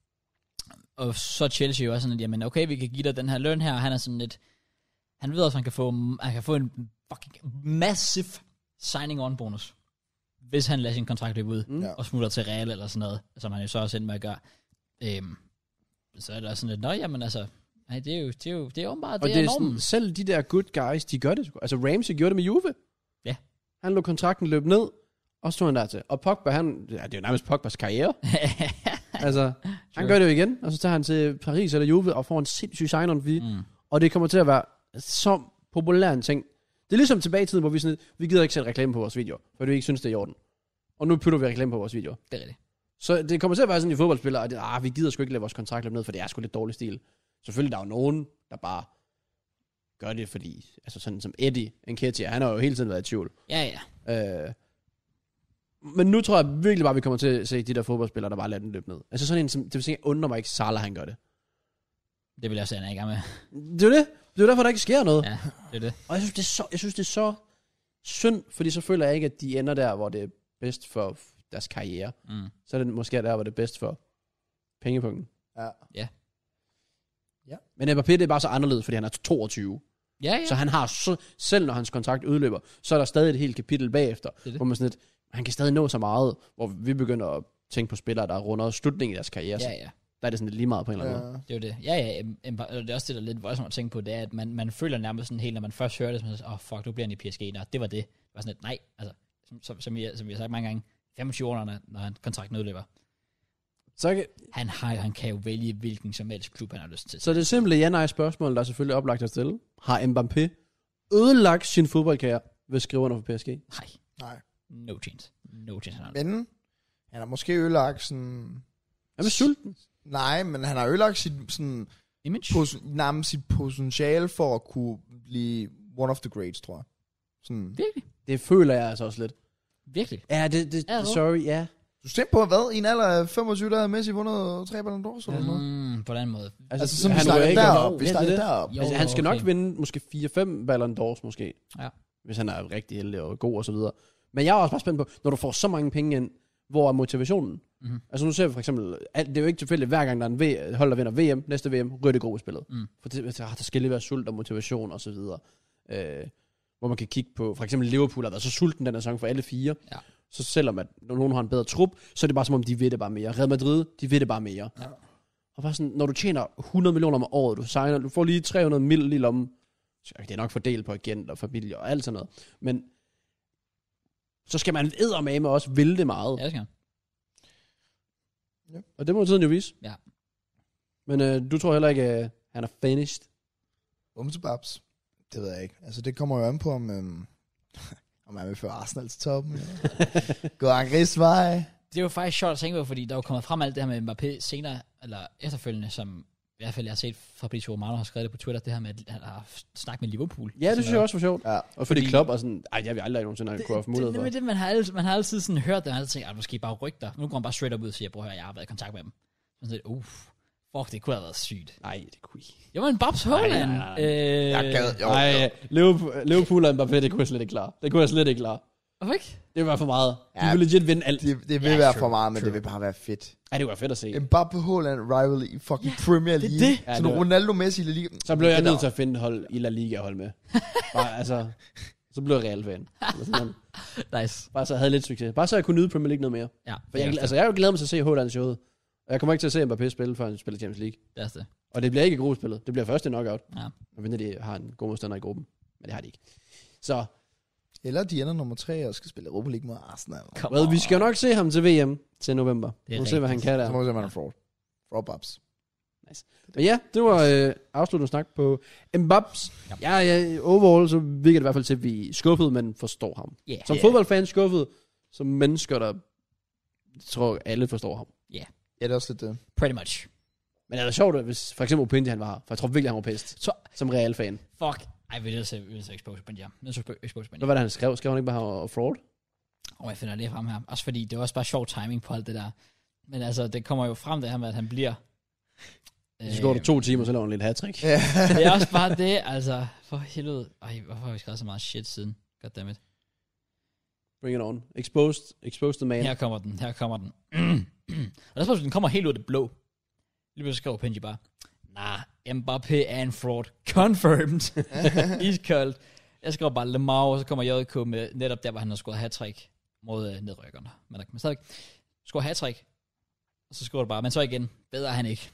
Og så Chelsea jo også sådan, at, jamen, okay, vi kan give dig den her løn her, og han er sådan lidt, han ved også, at han kan få, han kan få en fucking massive signing-on bonus, hvis han lader sin kontrakt løbe ud, Mm. Ja. og smutter til Real eller sådan noget, som han jo så også endte med at gøre. Øhm, så er det også sådan lidt, nå, jamen altså, nej, det er jo, det er jo, det er åbenbart, Og det, det er er sådan, normen. selv de der good guys, de gør det sgu. Altså Ramsey gjorde det med Juve. Ja. Han lå kontrakten løbe ned, og så stod han der til. Og Pogba, han, ja, det er jo nærmest Pogbas karriere. Altså, han gør det jo igen, og så tager han til Paris eller Juve, og får en sindssyg sign-on fee. Mm. Og det kommer til at være så populær en ting. Det er ligesom tilbage i tiden, hvor vi sådan, vi gider ikke sætte reklame på vores videoer, for vi ikke synes, det er i orden. Og nu putter vi reklame på vores videoer. Det er rigtigt. Så det kommer til at være sådan i fodboldspillere, at det, ah, vi gider sgu ikke lade vores kontrakt løbe ned, for det er sgu lidt dårlig stil. Selvfølgelig der er jo nogen, der bare gør det, fordi, altså sådan som Eddie Nketiah, han har jo hele tiden været i tvivl. Ja, ja. Øh, men nu tror jeg virkelig bare, vi kommer til at se de der fodboldspillere, der bare lader den løbe ned. Altså sådan en, som, det vil sige, undrer mig ikke, Salah han gør det. Det vil jeg også, han er i gang med. Det er jo det. Det er jo derfor, der ikke sker noget. Ja, det er det. Og jeg synes, det er så, jeg synes, det er så synd, fordi så føler jeg ikke, at de ender der, hvor det er bedst for deres karriere. Mm. Så er det måske der, hvor det er bedst for pengepunkten. Ja. Men Mbappé, det er bare så anderledes, fordi han er toogtyve. Ja, ja. Så han har, så, selv når hans kontrakt udløber, så er der stadig et helt kapitel bagefter, Det er det. hvor man sådan lidt, han kan stadig nå så meget, hvor vi begynder at tænke på spillere, der runder slutningen af deres karriere. Ja, Så ja. der er det sådan lidt lige meget på en eller anden Ja. måde. Det er jo det. Ja, ja. em- em- og det er også det, der er lidt voldsomt at tænke på, det er, at man, man føler nærmest sådan helt, når man først hører det, så man siger, åh, oh, fuck, nu bliver han i P S G. Nå, det var det. Det var sådan lidt, nej, altså, som, som, som, vi, som vi har sagt mange gange, femogtyve år, når, når han kontrakten udløber. Så, kan- Han, har, han kan jo vælge, hvilken som helst klub, han har lyst til. så det simple ja-nej spørgsmål, der er selvfølgelig oplagt at stille. Har Mbappé ødelagt sin fodboldkarriere ved at skrive under for P S G? Nej, Nej. no chance. No chance. Han har. Men han har måske ødelagt sådan... Er vi sulten? Nej, men han har ødelagt sit, sådan, Image? pos, nærmest sit potentiale for at kunne blive one of the greats, tror jeg. Sådan. Virkelig? Det føler jeg altså også lidt. Virkelig? Ja, det, det Er det? sorry, ja. Du stemte på, hvad? I en alder af femogtyve, der havde Messi vundet tre Ballon d'Or, eller noget? Mm, på den måde. Altså, sådan, vi han snakker ryger ikke deroppe. op. Vi Ja, det er snakker det. deroppe. Jo, Altså, han skal okay. nok vinde måske fire fem Ballon d'Ors måske. Ja. Hvis han er rigtig heldig og god og så videre. Men jeg er også bare spændt på, når du får så mange penge ind, hvor er motivationen? Mhm. Altså nu ser vi for eksempel, at det er jo ikke tilfældigt, hver gang der er en v- hold, der vinder V M, næste V M, ryger det gode i spillet. Mm. For det, ah, der skal lige være sult og motivation og så videre. Øh, hvor man kan kigge på, for eksempel Liverpool har været så sulten den her sæson for alle fire. Ja. Så selvom at nogen har en bedre trup, så er det bare som om, de ved det bare mere. Real Madrid, de ved det bare mere. Ja. Og bare sådan, når du tjener hundrede millioner om året, du signer, du får lige tre hundrede mil lige i lommen. Så det er nok fordelt på agent og familie og alt sådan noget. Men så skal man eddermame også ville det meget. Ja, det skal han. Og det må tiden jo vise. Ja. Men øh, du tror heller ikke, at han er finished? Umsebabs. Det ved jeg ikke. Altså, det kommer jo an på, om, øhm, om han vil føre Arsenal til toppen. Gå Angris vej. Det er jo faktisk sjovt at tænke på, fordi der er jo kommet frem alt det her med Mbappé senere, eller efterfølgende, som i hvert fald jeg har set Fabrizio Romano har skrevet det på Twitter, det her med, at han har snakket med Liverpool. Ja, det synes jeg også var sjovt. Ja. Og fordi, Fordi- Klopp er sådan, ej, jeg vil aldrig nogensinde have Det, kunne have det, mulighed det, for. det, det, man har altid, man har altid sådan hørt det, man har altid tænkt, at måske bare rygter. Nu går han bare straight up ud og siger, prøv at høre, jeg har været i kontakt med dem. Så sådan lidt, uff, fuck, det kunne have været sygt. Nej, det kunne I. Jeg var en Babs Holland. nej, nej. Øh, Jeg gad, jo, Nej, jo. Liverpool, Liverpool og Mbappé, det kunne jeg slet ikke klare. Det kunne jeg slet ikke klare. Hvorfor ikke? Det var for meget. De Ja. ville legit vinde alt. Det, det vil Ja, være true, for meget, men true. det vil bare være fedt. Ja, det var fedt at se. Mbappé Haaland rival i fucking Premier det er League. det. Ja, Sådan det var- Ronaldo Messi i La Liga. Så blev jeg Det nødt der- til at finde et hold i La Liga at holde med. Bare, altså, så blev jeg Real-fan. Eller sådan noget. Nice. Bare så jeg havde lidt succes. Bare så jeg kunne nyde Premier League noget mere. Ja, For jeg, altså, jeg er jo glad mig til at se Haaland showet. Og jeg kommer ikke til at se Mbappé spille, før han spiller Champions League. det er det. Og det bliver ikke gruppespillet. Det bliver først i knockout. Ja. Og vinder de har en god modstander i gruppen. Men det har de ikke. Så, Eller de ender nummer tre og skal spille Europa League mod Arsenal. Come well, vi on. skal jo nok se ham til V M til november. Det er Vi må se, hvad han rigtigt. kan der. Så må vi se, om han er fraud. Fraud Babs. Men ja, det var øh, afsluttende snak på Mbappé. Ja. Ja, ja, overall så virker det i hvert fald til, at vi er skuffet, men forstår ham. Yeah. Som Yeah. fodboldfan skuffet, som mennesker, der Jeg tror, alle forstår ham. Ja, det er også lidt det. Pretty much. Men det er sjovt, hvis for eksempel Opinji han var her. For jeg tror virkelig, han var pest. Så, Som Real-fan. fuck. Ej, vi er nødt til vi er nødt til at expose Benja. Nødt til at expose Benja. Hvad var det, han skrev? Skrev han ikke bare og fraud? Og jeg finder det frem her. Også fordi, det var også bare sjov timing på alt det der. Men altså, det kommer jo frem det her med, at han bliver... Så går der to timer, så laver han lidt hat-trick. Ja. Det er også bare det, altså. For helvede. Ej, hvorfor har vi skrevet så meget shit siden? Goddammit. Bring it on. Exposed, exposed the man. Her kommer den, her kommer den. Og der spørgsmål, den kommer helt ud af det blå. Lige pludselig skriver Benji bare, nah, Mbappé er en fraud. Confirmed. Iskoldt. Jeg skriver bare Lemar, og så kommer J K med netop der, hvor han har scoret hat-trick mod øh, nedrykkerne. Men der kan man stadig score hat-trick. Og så skriver du bare, men så igen, bedre er han ikke.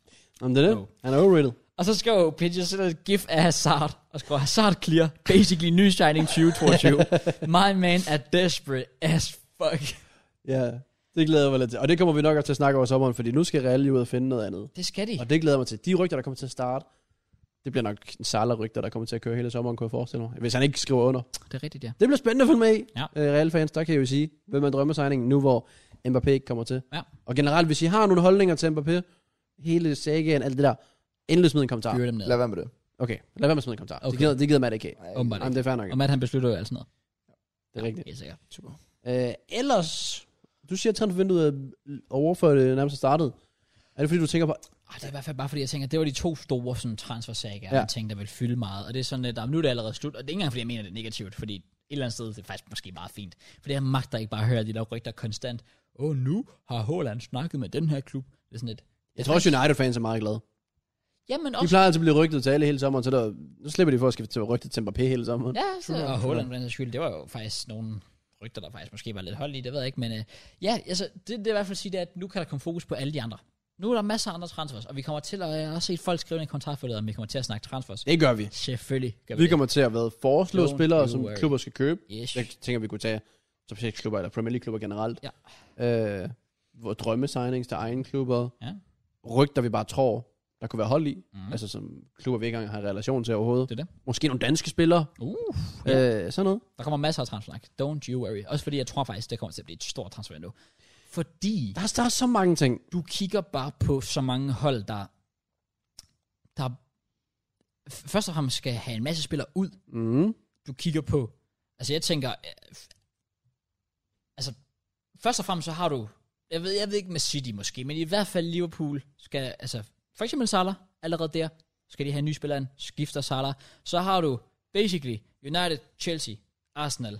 Om det er det? No. Han er overrated. Og så skriver Benji sådan et gif af Hazard, og skriver Hazard clear, basically ny signing tyve toogtyve. My man er desperate as fuck. Ja, det glæder jeg mig lidt til. Og det kommer vi nok også til at snakke over sommeren, fordi nu skal Real ud og finde noget andet. Det skal de. Og det glæder jeg mig til. De rygter, der kommer til at starte, det bliver nok en Salah-rygter, der kommer til at køre hele sommeren, kunne jeg forestille mig. Hvis han ikke skriver under. Det er rigtigt, ja. Det bliver spændende at følge med i. Ja. Øh, Real-fans, der kan jeg jo sige, hvem man drømmer signingen nu, hvor Mbappé ikke kommer til. Ja. Og generelt, hvis I har nogle holdninger til Mbappé, hele sagaen, alt det der, endelig smid en kommentar. Fyre dem ned. Lad være med det. Okay, lad være med at smide en kommentar. Okay. Det gider, det gider Matt ikke af. Åbenbart Jamen, ikke. det er fair nok. Og Matt, han beslutter jo alt sådan noget. Det er rigtigt. Helt sikkert. Super. Øh, ellers, du siger, at transfervinduet er overfor det nærmest er startet. Er det fordi, du tænker på... Ej, det er i hvert fald bare fordi, jeg tænker, det var de to store sådan, transfersager, Ja. jeg tænkte, der ville fylde meget. Og det er sådan lidt, nu er det allerede slut. Og det er ikke engang, fordi jeg mener, det er negativt, fordi et eller andet sted, det er faktisk måske meget fint. For det her magter ikke bare at høre de der rygter konstant. Åh, oh, nu har Haaland snakket med den her klub. Det er sådan lidt... Jeg tror også, United-fans er meget glade. Jamen De også... plejer altid at blive rygtet til alle hele sommeren, så der, nu slipper de for at skifte til rygtet til Mbappé hele sommeren. Ja, så, og Haaland på den skyld, det var jo faktisk nogle rygter, der faktisk måske var lidt hold i, det ved jeg ikke, men øh, ja, altså, det, det er i hvert fald at sige, at nu kan der komme fokus på alle de andre. Nu er der masser af andre transfers, og vi kommer til at, jeg har også set folk skrive i kontraktforledet, om vi kommer til at snakke transfers. Det gør vi. Selvfølgelig gør vi, Vi det. kommer til at være foreslå Don't spillere, you som worry. klubber skal købe. Yes. Jeg tænker, vi kunne tage klubber eller Premier League-klubber generelt. Ja. Øh, hvor drømmesignings til egen klubber. Ja. Rygter, vi bare tror, der kunne være hold i. Mm. Altså som klubber, vi ikke engang har relation til overhovedet. Det er det. Måske nogle danske spillere. Uh, Øh, sådan noget. der kommer masser af transfersnak. Don't you worry. Også fordi jeg tror faktisk, det kommer til at blive et stort transfer nu. Fordi Der er, der er så mange ting. du kigger bare på så mange hold, der, der f- først og fremmest skal have en masse spillere ud. Mm. Du kigger på, altså jeg tænker, øh, f- altså først og fremmest så har du, jeg ved, jeg ved ikke med City måske, men i hvert fald Liverpool skal, altså for eksempel Salah, allerede der, skal de have en ny spiller ind, skifter Salah. Så har du basically United, Chelsea, Arsenal,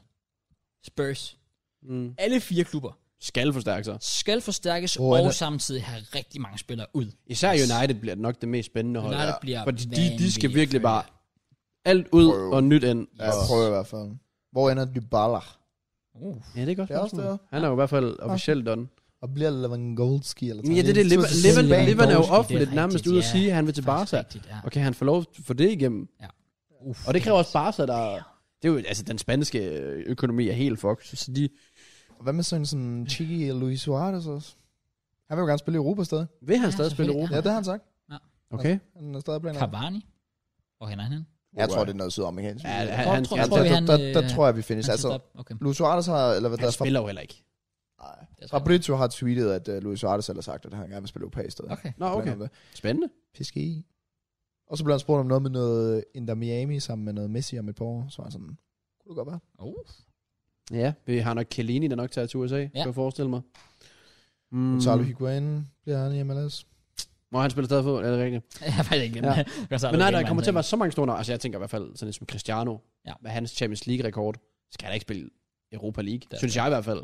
Spurs. Mm. Alle fire klubber Skal forstærke sig. skal forstærkes Oh, og er det- samtidig have rigtig mange spillere ud. Især United bliver nok det mest spændende hold. United ja. bliver Fordi de, de skal vanvittigt virkelig at bare alt ud Prøv. og nyt ind. Ja, jeg prøver i hvert fald. Hvor ender Dybala? følge. Uh. Ja, det er godt. Det er også spørgsmål. det. Han er jo i hvert fald officielt done. Og bliver Lewandowski eller Ja, det er det. Levan, Så- Levan, Levan- Levan er jo Lewandowski, offentligt det er nærmest rigtigt, ude at ja. sige, at han vil til Faktisk Barca. rigtigt, ja. Og kan han få lov at få det igennem? Uf, Og det kræver også Barca, der... Det er jo, altså, den spanske økonomi er helt fucked. Så de... Hvad med sådan som Chiqui og Luis Suarez også? Han vil jo gerne spille i Europa stadig. Vil han Ja, stadig spille selvfølgelig. Europa? Ja, det har han sagt. Okay. Han er stadig planer. Cavani. Hvor hen er han? Jeg tror, det er noget sydamerikansk. Ja, Ja, han- Tror- han- tror- han- tror vi, der, han, der, øh, der, tror jeg, vi finish. Han Altså, stiller op? Okay. Luis Suarez har, eller hvad der Han er, spiller jo heller ikke. Nej. Det tror jeg. Fabrizio har tweetet, at uh, Luis Suarez selv har sagt, at han gerne vil spille europæisk stadig. Okay. Nå, okay. Spændende. P S G. Og så blev han spurgt om noget med noget Inter Miami sammen med noget Messi om et par år. Så var han sådan, kunne det godt være? Uh. Ja, vi har nok Chiellini, der nok tager til U S A, ja. kan jeg forestille mig. Mm. Gonzalo Higuain bliver han i M L S. Må han spille stadig fodbold? Er det rigtigt? Jeg har faktisk ikke glemt Ja. det. Men nej, der kommer til at være så mange store navne. Altså jeg tænker i hvert fald sådan som Cristiano. Ja. Med hans Champions League-rekord. Skal han ikke spille Europa League? Det Synes er jeg i hvert fald.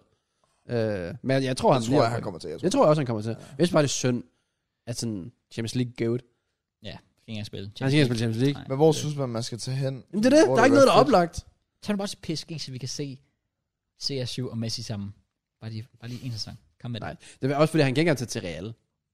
Øh, men jeg tror, han Det tror bliver- jeg, han kommer til. Jeg tror. Det tror jeg også, han kommer til. Ja. Jeg synes bare, det er synd, at sådan Champions League goat. Ja, kan ikke engang spille. Han skal ikke spille Champions League. Nej. Men hvor synes man, man skal tage hen? Jamen det er det. Hvor Der er ikke noget, der er fedt? oplagt. Tag nu bare til P S G, så vi kan se C R syv og Messi sammen. Bare lige, bare lige en sæson. Kom med det. Nej. Det er også, fordi han kan ikke engang tage til Real.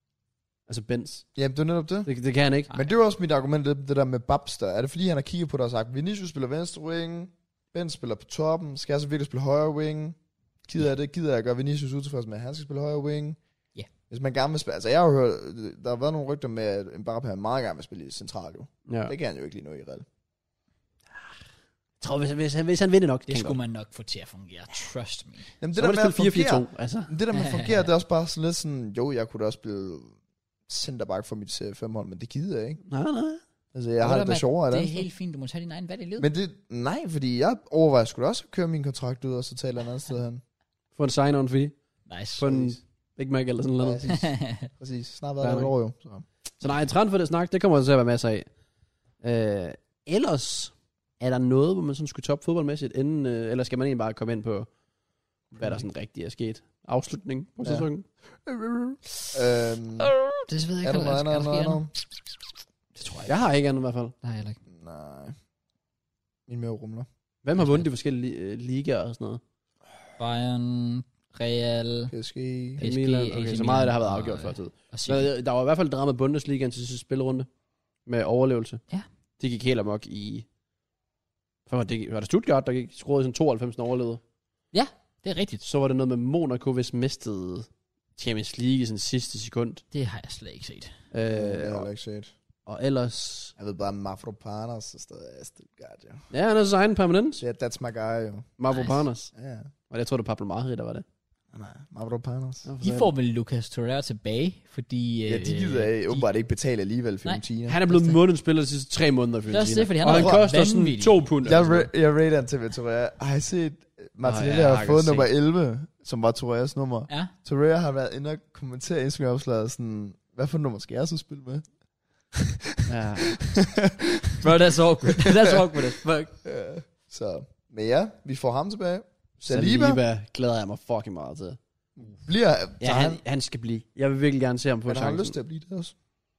Altså Benz. Jamen, det er netop det. Det, det kan han ikke. Nej. Men det er jo også mit argument, det, det der med Babs der. Er det fordi, han har kigget på det og sagt, Vinicius spiller venstre wing, Ben spiller på toppen, skal jeg så virkelig spille højre wing? Gider jeg det? Gider jeg at gøre Vinicius utilfreds med, at han skal spille højre wing? Ja. Hvis man gerne vil spille... Altså, jeg har jo hørt, der har været nogle rygter med, at Mbappé han meget gerne vil spille i central, jo. Ja. Det kan han jo ikke lige nu i Real. tror, hvis, hvis, han, hvis han vinder nok, Det kan skulle godt. man nok få til at fungere. Trust me. Jamen, Så det må der det med at spille fire fire fungere, to, altså. det der med at fungere, det er også bare sådan lidt sådan, jo, jeg kunne da også spille centerback for mit C F fem-hold, men det gider jeg ikke. Nej, nej. Altså, jeg har det da sjovere af Det det. er helt fint, du må tage din egen valg i livet. Men det, nej, fordi jeg overvejer sgu da også at køre min kontrakt ud, og så tage et eller andet sted hen. Få en sign-on fee. Nice. Få en Big Mac eller sådan noget. Ja, præcis. præcis. Snart været Fair der et nok. år jo. Så. Så nej, transfer det snak, det kommer der til at være masser af. Øh, ellers er der noget, hvor man sådan skulle toppe fodboldmæssigt, inden, øh, eller skal man egentlig bare komme ind på, hvad der sådan rigtig er sket? Afslutning på Ja. sæsonen? Øhm, Det ved jeg ikke. er der noget andet, andet, andet? Det tror jeg Jeg har ikke andet i hvert fald. Det har jeg heller ikke. Nej. Min mave rumler. Hvem har vundet de forskellige øh, ligaer og sådan noget? Bayern, Real, P S G. P S G, Milan. A C Okay, så meget af det har været Milan afgjort og- før tid. og City. Men, der var i hvert fald drama Bundesligaen til sidste spillerunde med overlevelse. Ja. Det gik helt amok i... For var det, var det Stuttgart, der gik skruede sådan tooghalvfems overlevede? Det er rigtigt. Så var det noget med Monaco, hvis mistede Champions League i sådan sidste sekund. Det har jeg slet ikke set. Øh, Øh, det har jeg og, ikke set. og ellers... Jeg ved bare, Mavropanos, så står jeg Stuttgart, ja. Ja, han er så egen permanent. Yeah, that's my guy, jo. Mavropanos. Ja, Og jeg tror, det er Pablo Mahri, der var det. nej, Mavropanos. Ja, for De satan. får vel Lucas Torreira tilbage, fordi... Ja, de gider øh, øh, åbenbart ikke betale alligevel, Fiorentina. Han er blevet månedens spiller de sidste tre måneder for Det er også det, fordi han og har han været koster sådan vanvittig. to pund. Jeg, eller sådan ra- jeg rater han til ved Torreira. Har I set, Martinelli Nå, ja, har jeg fået kan nummer se. elleve, som var Torreiras nummer. Ja. Torreira har været inde og kommentere Instagram-opslaget sådan, hvad for nummer skal jeg så spille med? noget. Ja. Bro, that's awkward. That's awkward as fuck. Ja, så, men ja, vi får ham tilbage. Saliba, Saliba glæder jeg mig fucking meget til. bliver, Ja, tager han, han, han skal blive. Jeg vil virkelig gerne se ham på men har han chancen. lyst til at blive det også?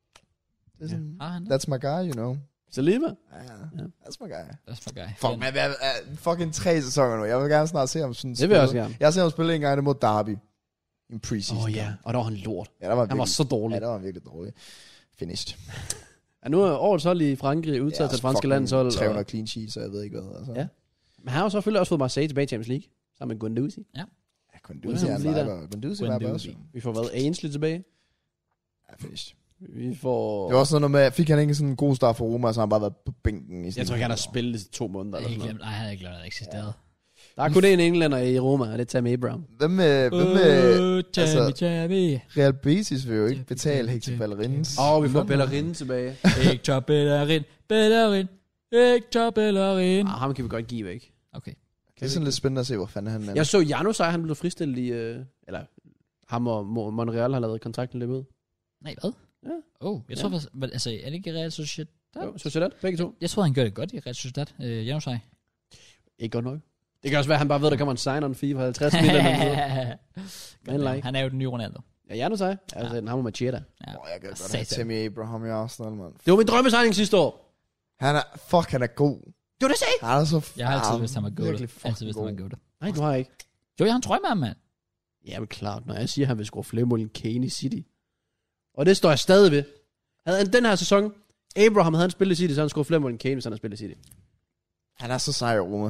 Det er sådan, Har han det? that's my guy, you know. Saliba? Ja, Ja. that's my guy. That's for guy. Fuck, man, hvad, hvad, fucking tre sæsoner nu. Jeg vil gerne snart se ham sådan Det vil jeg også spille. gerne. Jeg har set ham spille en gang mod Derby. I en preseason. Åh oh, ja, og der var han lort. Ja, der var Han var virkelig, så dårlig. ja, der var virkelig dårlig. Finished. Ja, nu er årets hold i Frankrig udtaget Ja, til det franske fucking landshold. tre hundrede Og, clean sheets, så jeg ved ikke hvad. Altså. Ja. men han har jo selvfølgelig også fået Marseille tilbage i Champions League. Sammen med Guendouzi. Ja, Uden Guendouzi ham er lige der. bare. Guendouzi var bare Guendouzi. også. Vi får været Ainsley tilbage. Ja, finished. Vi får... Det var også noget med, fik han ikke sådan en god start for Roma, så har han bare været på bænken i sådan Jeg tror ikke, han har spillet i to måneder. Jeg Eller har sådan ikke noget. glemt, nej, han har ikke glemt, at det eksisterede. Der er kun én englænder i Roma, og det er Tammy Abraham. Hvem med, hvem med Øh, Jamie, altså- Jamie. Real Betis vil jo ikke Jamie, betale Jamie, Hector Jamie. Ballerins. Åh, oh, vi får Bellerin tilbage. Hector Bellerin, Bellerin, Hector Bellerin. Ah, ham kan vi godt give væk. Okay. Det er sådan lidt spændende at se, hvor fanden han er. Jeg så Janusaj, han blev fristillet i... Øh, eller ham og Mo- Monreal har lavet kontrakten løbet ud. Nej, hvad? Ja. Oh, jeg Ja. tror faktisk, men, altså, er det ikke Real Sociedad? Jo, Sociedad, begge to. Jeg troede, han gjorde det godt i Real Sociedad. Øh, Janusaj. Ikke godt nok. Det kan også være, at han bare ved, at der kommer en sign-on fee på halvtreds millioner. Men like. Han er jo den nye Ronaldo. Ja, Janusaj. Altså, den ham og Machida. Ja. Åh, jeg kan godt Satan. have Tammy Abraham i Arsenal, mand. Det var min drømmesigning sidste år. Han er, fuck, han er god. Det var det sagde. Han er så Jeg har altid han vidst, han var god. virkelig fucking Altid vidst, han var god. god. Nej, du har ikke. Jo, jeg har en trøje med ham, mand. Ja, men klart, når jeg siger, at han vil score flere mål end Kane i City. Og det står jeg stadig ved. Havde han den her sæson, Abraham havde han spillet i City, så han scoret flere mål end Kane, hvis han har spillet i City. Han er så sej, Roma.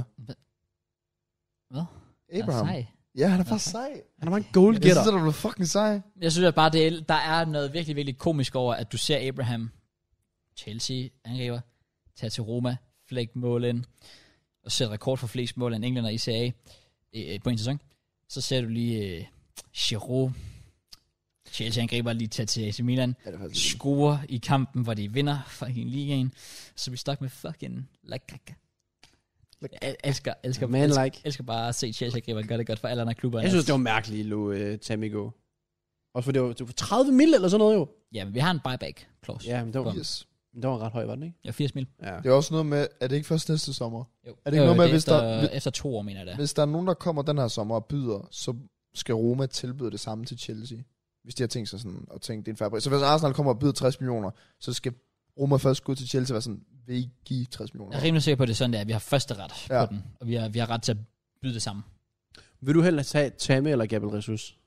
Hvad? Abraham. Han er sej. Ja, han er faktisk sej. Han er bare en Jeg goalgetter. synes, at du er fucking sej. Jeg synes at bare, det er, der er noget virkelig, virkelig komisk over, at du ser Abraham, Chelsea angriber, tage til Roma, flæk mål ind, og sætte rekord for flest mål af en englænder i Serie A øh, på en sæson. Så ser du lige øh, Giroud, Chelsea angriber lige tage til A C Milan, Ja, det er faktisk score i kampen, hvor de vinder fucking ligaen, så vi stak med fucking Lakaka. Jeg elsker, elsker, Man elsker, like. elsker bare at se Chelsea angriber gøre det godt for alle andre klubber. Jeg synes, det var mærkeligt, lå uh, Tammy gå. Også for det var, det var tredive mil eller sådan noget jo. Ja, men vi har en buyback clause. Ja, men det var, yes. men det var ret høj, var den ikke? Ja, firs mil. Ja. Det er også noget med, er det ikke først næste sommer? Jo. Er det ikke noget med, det hvis efter, der- efter to år, mener jeg det. Hvis der er nogen, der kommer den her sommer og byder, så skal Roma tilbyde det samme til Chelsea. Hvis de har tænkt sig sådan, og tænkt, det er en fair pris. Så hvis Arsenal kommer og byder tres millioner, så skal Roma først gå til Chelsea og være sådan, vil I give tres millioner? Jeg er rimelig sikker på, at det er sådan, der, at vi har første ret Ja. på den, og vi har, vi har ret til at byde det samme. Vil du hellere tage Tammy eller Gabriel Jesus?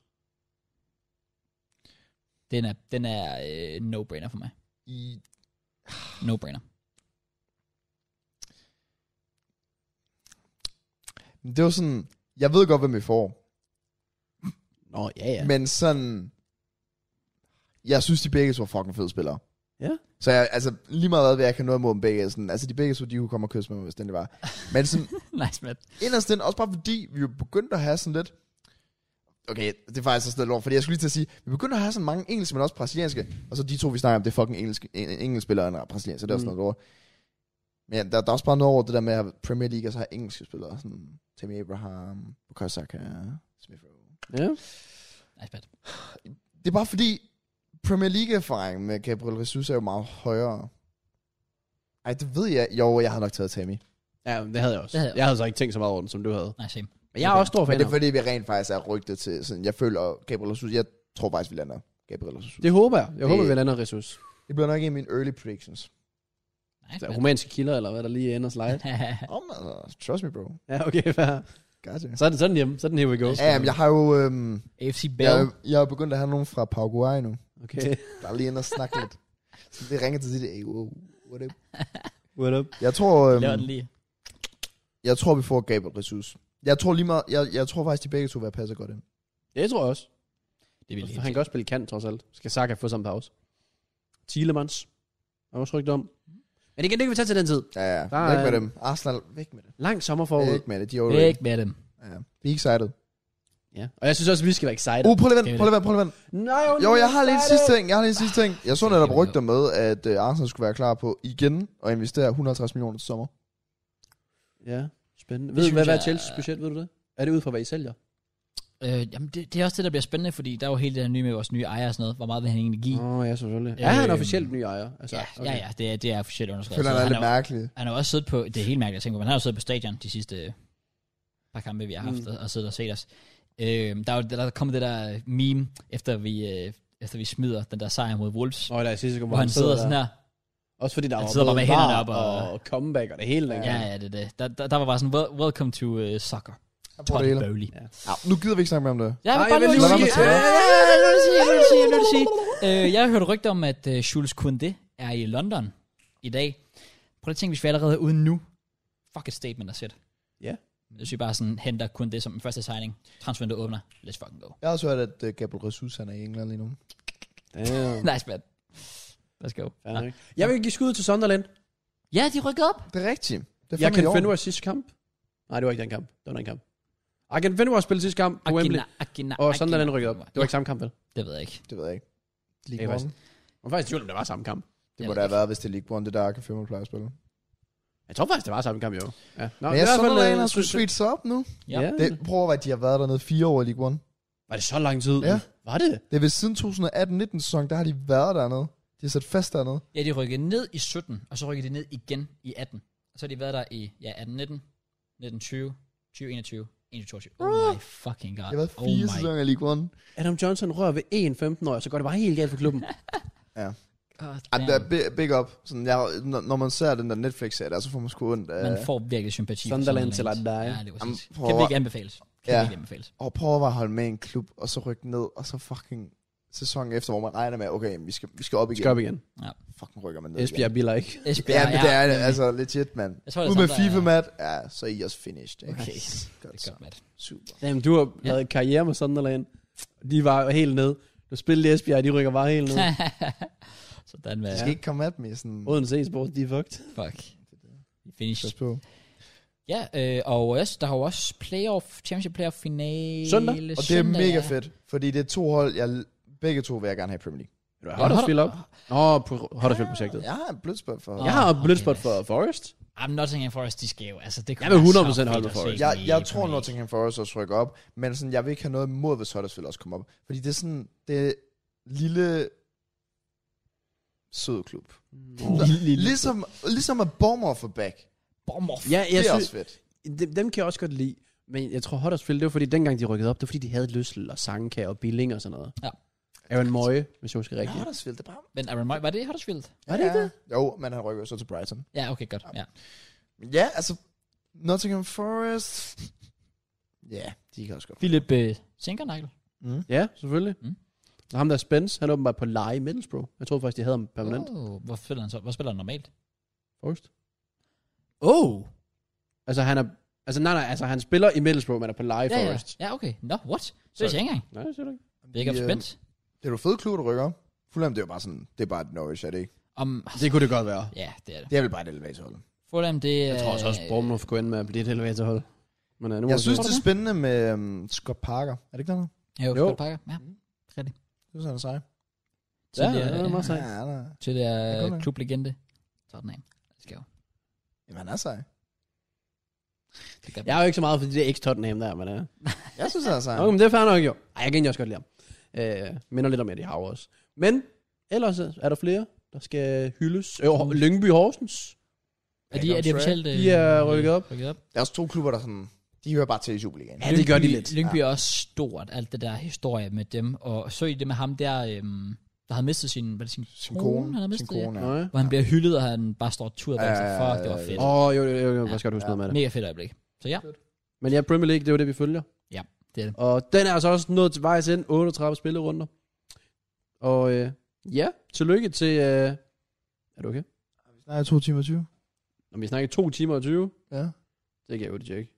Den er, den er øh, no-brainer for mig. I, No-brainer. men det var sådan, jeg ved godt, hvem vi får. Nå, ja, ja. Men sådan, jeg synes, de begge var fucking fede spillere. Ja. Så jeg, altså, lige meget hvad, hvad jeg kan nå imod dem begge. Sådan, altså, de begge så, de kunne komme og kysse med mig, hvis den det var. Men sådan, Nice, man. inderst den, også bare fordi, vi jo begyndte at have sådan lidt... Okay, det er faktisk også lidt lort, fordi jeg skulle lige til at sige, vi begynder at have sådan mange engelske, men også brasilianske, og så de to, vi snakker om, det er fucking engelske, engelske spillere end brasilianske, det er også Mm. noget lort. Men ja, der, der er også bare noget over det der med at have Premier League, og så have engelske spillere, sådan Tammy Abraham, Bukayo Saka, Smith Rowe. Ja. Nice, man. Det er bare fordi, Premier League-erfaringen med Gabriel Jesus er jo meget højere. Ej, det ved jeg. Jo, jeg har nok taget Tammy. Ja, det havde jeg også. Det havde jeg jeg havde så ikke tænkt så meget over den, som du havde. Nej, same. Men jeg er også stor fan Men det er af fordi, vi rent faktisk er rygtet til, sådan, jeg føler, Gabriel Jesus, jeg tror faktisk, vi lander Gabriel Jesus. det. Det håber jeg. Jeg Det- håber, vi lander Jesus. Det bliver nok en af mine early predictions. Nice, Der er man. romanske kilder, eller hvad der lige ender slide. Om, altså, trust me, bro. Ja, okay, fair. Gotcha. Så er den sådan hjemme. Så er den here we go. Ja, men jeg har jo, øhm, A F C Bell. jeg, jeg har begyndt at have nogen fra Paraguay nu. Okay. Der er lige inde og snakke lidt. Så det ringer til sit, hey, wow, what up? What up? Jeg tror, Laver den øhm, lige. jeg tror, vi får Gabriel Jesus. Jeg tror lige meget, jeg, jeg tror faktisk, de begge to vil passe godt ind. Ja, jeg tror også. Det vil Han kan også spille kant, trods alt. Skal Saka få sådan en pause. Thielemans. Er også rygtet om. Men det kan, det kan vi tage til den tid. Ja, ja. Der Væk er- med dem. Arsenal, væk med det. Lang sommer forud. Væk med det. De er jo Væk med dem. Ja. Vi er excited. Ja. Og jeg synes også, vi skal være excited. Uh, prøv lige at Det vent, er prøv lige at vent, prøv lige at vent. Nej, Jo, jeg har lige en sidste ting. Jeg har lige en sidste ting. Jeg så Okay, netop here we rygter med, at uh, Arsenal skulle være klar på igen at investere et hundrede og halvtreds millioner til sommer. Ja, spændende. Det Ved du, synes hvad, hvad er jeg- Chelsea's budget, ved du det? Er det ud fra, hvad I sælger? Øh, jamen, det, det er også det, der bliver spændende, fordi der er jo hele det her nye med vores nye ejer og sådan noget. Hvor meget vil han egentlig give? Åh, oh, ja, selvfølgelig. Er han Øhm, officielt ny ejer? Altså, Ja, okay. ja, ja, det er, det er officielt Jeg underskrevet. føler, Så han er han, lidt er, jo- mærkelig. han har også siddet på, det er helt mærkeligt at tænke på, men han har jo siddet på stadion de sidste øh, par kampe, vi har haft, Mm. mm. og siddet og set os. Øh, der er jo der er kommet det der meme, efter vi, øh, efter vi smider den der sejr mod Wolves, Nå, der er sidste gang, hvor han sidder sådan her. Også fordi der Han var sidder bare med både hænderne VAR op og- og comeback og det hele. Ja, ja, det er det. Der, der, der var bare sådan, "Wel- welcome to uh, soccer. Jeg prøver det Todd hele. Bowley. Ja. Ja, nu gider vi ikke snakke mere om det. Ja, Nej, bare jeg vil nu lige sige, sige- ja, ja, ja, nu vil jeg sige, nu vil jeg sige, nu vil jeg sige. Øh, Jeg har hørt rygter om, at uh, Jules Koundé er i London i dag. Prøv at tænke, hvis vi allerede er ude nu. Fuck et statement at sætte. Ja. Hvis vi bare sådan henter Koundé som en første signing. Transfervinduet åbner. Let's fucking go. Jeg har også hørt, at uh, Gabriel Jesus han er i England lige nu. Damn. Nice, man. Let's go. Fair Nå. nok. Jeg vil give skud til Sunderland. Ja, de rykker op. Det er rigtigt. Det er Jeg fandme kan i finde orden. vores sidste kamp. Nej, det var ikke den kamp. Det var den kamp. Jeg kan finde vores spille sidste kamp på Wembley. Agina, Agina, Og Sunderland Agina. rykkede op. Det var ikke samme kamp, vel? Det ved jeg ikke. Det ved jeg ikke. Det er League faktisk- One. Jeg var faktisk i tvivl, om det var samme kamp. Det Jeg må ved da have ikke. været, hvis det er League One. Det der kan firma plejer at spille. Jeg tror faktisk, det var samme kamp, jo. Ja. Nå, Men i jeg hvert så, fald, at øh, har skulle synes- tweet sig op nu. Ja. Ja. Det, prøv at være, at de har været dernede fire år i League One. Var det så lang tid? Ja. Var det? Det er ved siden to tusind atten nitten sæson, der har de været dernede. De har sat fast dernede. Ja, de rykkede ned i sytten, og så rykkede de ned igen i atten. Og så har de været der i ja, atten nitten, nitten tyve, tyve enogtyve, enogtyve toogtyve. Oh my fucking god. De har været oh fire my sæsoner i League One. Adam Johnson rører ved en femten-årig, så går det bare helt galt for klubben. Ja. God Ej, det er damn. big, big up. Sådan, jeg, når, når man ser den der Netflix-serie, der, så får man sgu ondt af... Man får virkelig sympati for Sunderland til at die. Ja, det er Jamen, præcis. prøv Kan at- virkelig anbefales. Kan Ja. virkelig anbefales. Og prøv at holde med i en klub, og så rykke ned, og så fucking sæson efter, hvor man regner med, okay, vi skal, vi skal op igen. Skal op igen. Fucking rykker man ned Esbjerg igen. biler ikke. Esbjerg, Ja, men det er det, nemlig. altså legit, mand. Jeg tror, det er Ud med sådan, der er- FIFA, Matt. Ja, så er I også finished. Ikke? Okay. Godt Det så. er godt, Matt. Super. Jamen, du har Ja. lavet karriere med Sunderland. De var helt ned. Du spillede i Esbjerg, de rykker bare helt ned. Sådan Du med, skal ikke komme at me sådan... Odense e-sport, de er fucked. fuck. Finish. Pas på. Ja, øh, og yes, der har jo også playoff, championship playoff finale. Søndag. Og det er søndag, mega ja. fedt, fordi det er to hold, jeg begge to vil jeg gerne have i Premier League. Du har Huddersfield op. Åh, oh, på Huddersfield-projektet. Jeg har en blødspot for... Jeg har okay, et blødspot nice. for Forest. Jamen, Nottingham Forest, de skal jo, altså det Jeg kunne vil være så hundrede procent holde fedt med at se Forest. dem Jeg, i jeg Premier tror, League. Nottingham Forest også rykker op, men sådan, jeg vil ikke have noget imod, hvis Huddersfield også kommer op. Fordi det er sådan, det er lille sød klub. Ligesom, ligesom at Bournemouth er back. Bournemouth. Ja, jeg Det er synes, også fedt. dem, dem kan jeg også godt lide. Men jeg tror Huddersfield, det var fordi dengang de rykkede op, det var fordi de havde Løssel og Sanka og Billing og sådan noget. Ja. Aaron Moye, hvis jeg husker Ja, rigtigt. Huddersfield, det er bare... Men Aaron Moy, var det Huddersfield? Var det ikke det? Jo, men han rykker så til Brighton. Ja, okay, godt. Ja. Ja, altså, Nottingham Forest... Ja, de kan også godt. Philip øh, Sinkernagel. Mm. Ja, selvfølgelig. Mm. Og ham der Spence, han er åbenbart på leje i Middlesbrough. Jeg troede faktisk, de havde ham permanent. Oh, hvor spiller han så? Hvor spiller han normalt? Forrest. Oh! Altså han er... Altså nej, nej, altså han spiller i Middlesbrough, men er på leje i Ja, ja. Forest. Ja, okay. Nå, what? Så er jeg ikke engang. Nej, det siger du ikke. Big up De, øh, Spence. Det er jo fed klub, der rykker op. Fulham, det er jo bare sådan, det er bare et Norwich, er det ikke? Om, Det kunne det godt være. ja, det er det. Det er vel bare et elevatorhold. Fulham, det er... Jeg tror også, også Bournemouth kunne ende med at blive et elevatorhold. Men, uh, nu må Jeg vi synes, se. det er spændende med um, Scott Parker. Er det ikke noget? Ja, jo, Jo. Scott Parker. Ja, rigtigt. Det synes han er sej. Ja, Tidligere, det er meget sejt. Ja, han er, til det Det er kunne han. klublegende. Tottenham. Det skal jo. jamen, han er sej. Det gør Jeg er jo ikke så meget for det ikke Tottenham der, men... Uh, Jeg synes, han er sej. okay, men det er fair nok jo. Ej, jeg kan egentlig også godt lide ham. Uh, minder lidt om Eddie Howe også. Men ellers uh, er der flere, der skal hyldes. Øh, Lyngby Horsens. Er de, er de officielt... øh, De er rykket op. rykket op? Der er også to klubber, der sådan... De hører bare til i Superligaen. Ja, det gør de lidt. Lyngby er også stort, alt det der historie med dem. Og så I det med ham der, øhm, der havde mistet sin, hvad det, sin, Sin kone, kone. han havde Sin mistet, ja. kone, ja. Nej. Hvor han bliver hyldet, og han bare står tur og Ja, sig. ja, ja, Fuck, det var ja, fedt. Åh, oh, jo, jo, jo, jo. Jeg skal godt huske Ja. noget med det. Mega fedt øjeblik. Så ja, Men ja, Premier League, det er jo det, vi følger. Ja, det er det. Og den er altså også nået til vejs ind. otteogtredive spillerunder. Og øh, ja, tillykke til... Øh, er du okay? Vi snakker to timer og tyve. Når vi snakker to timer og tyve. Ja. Det kan jeg jo ikke tjekke.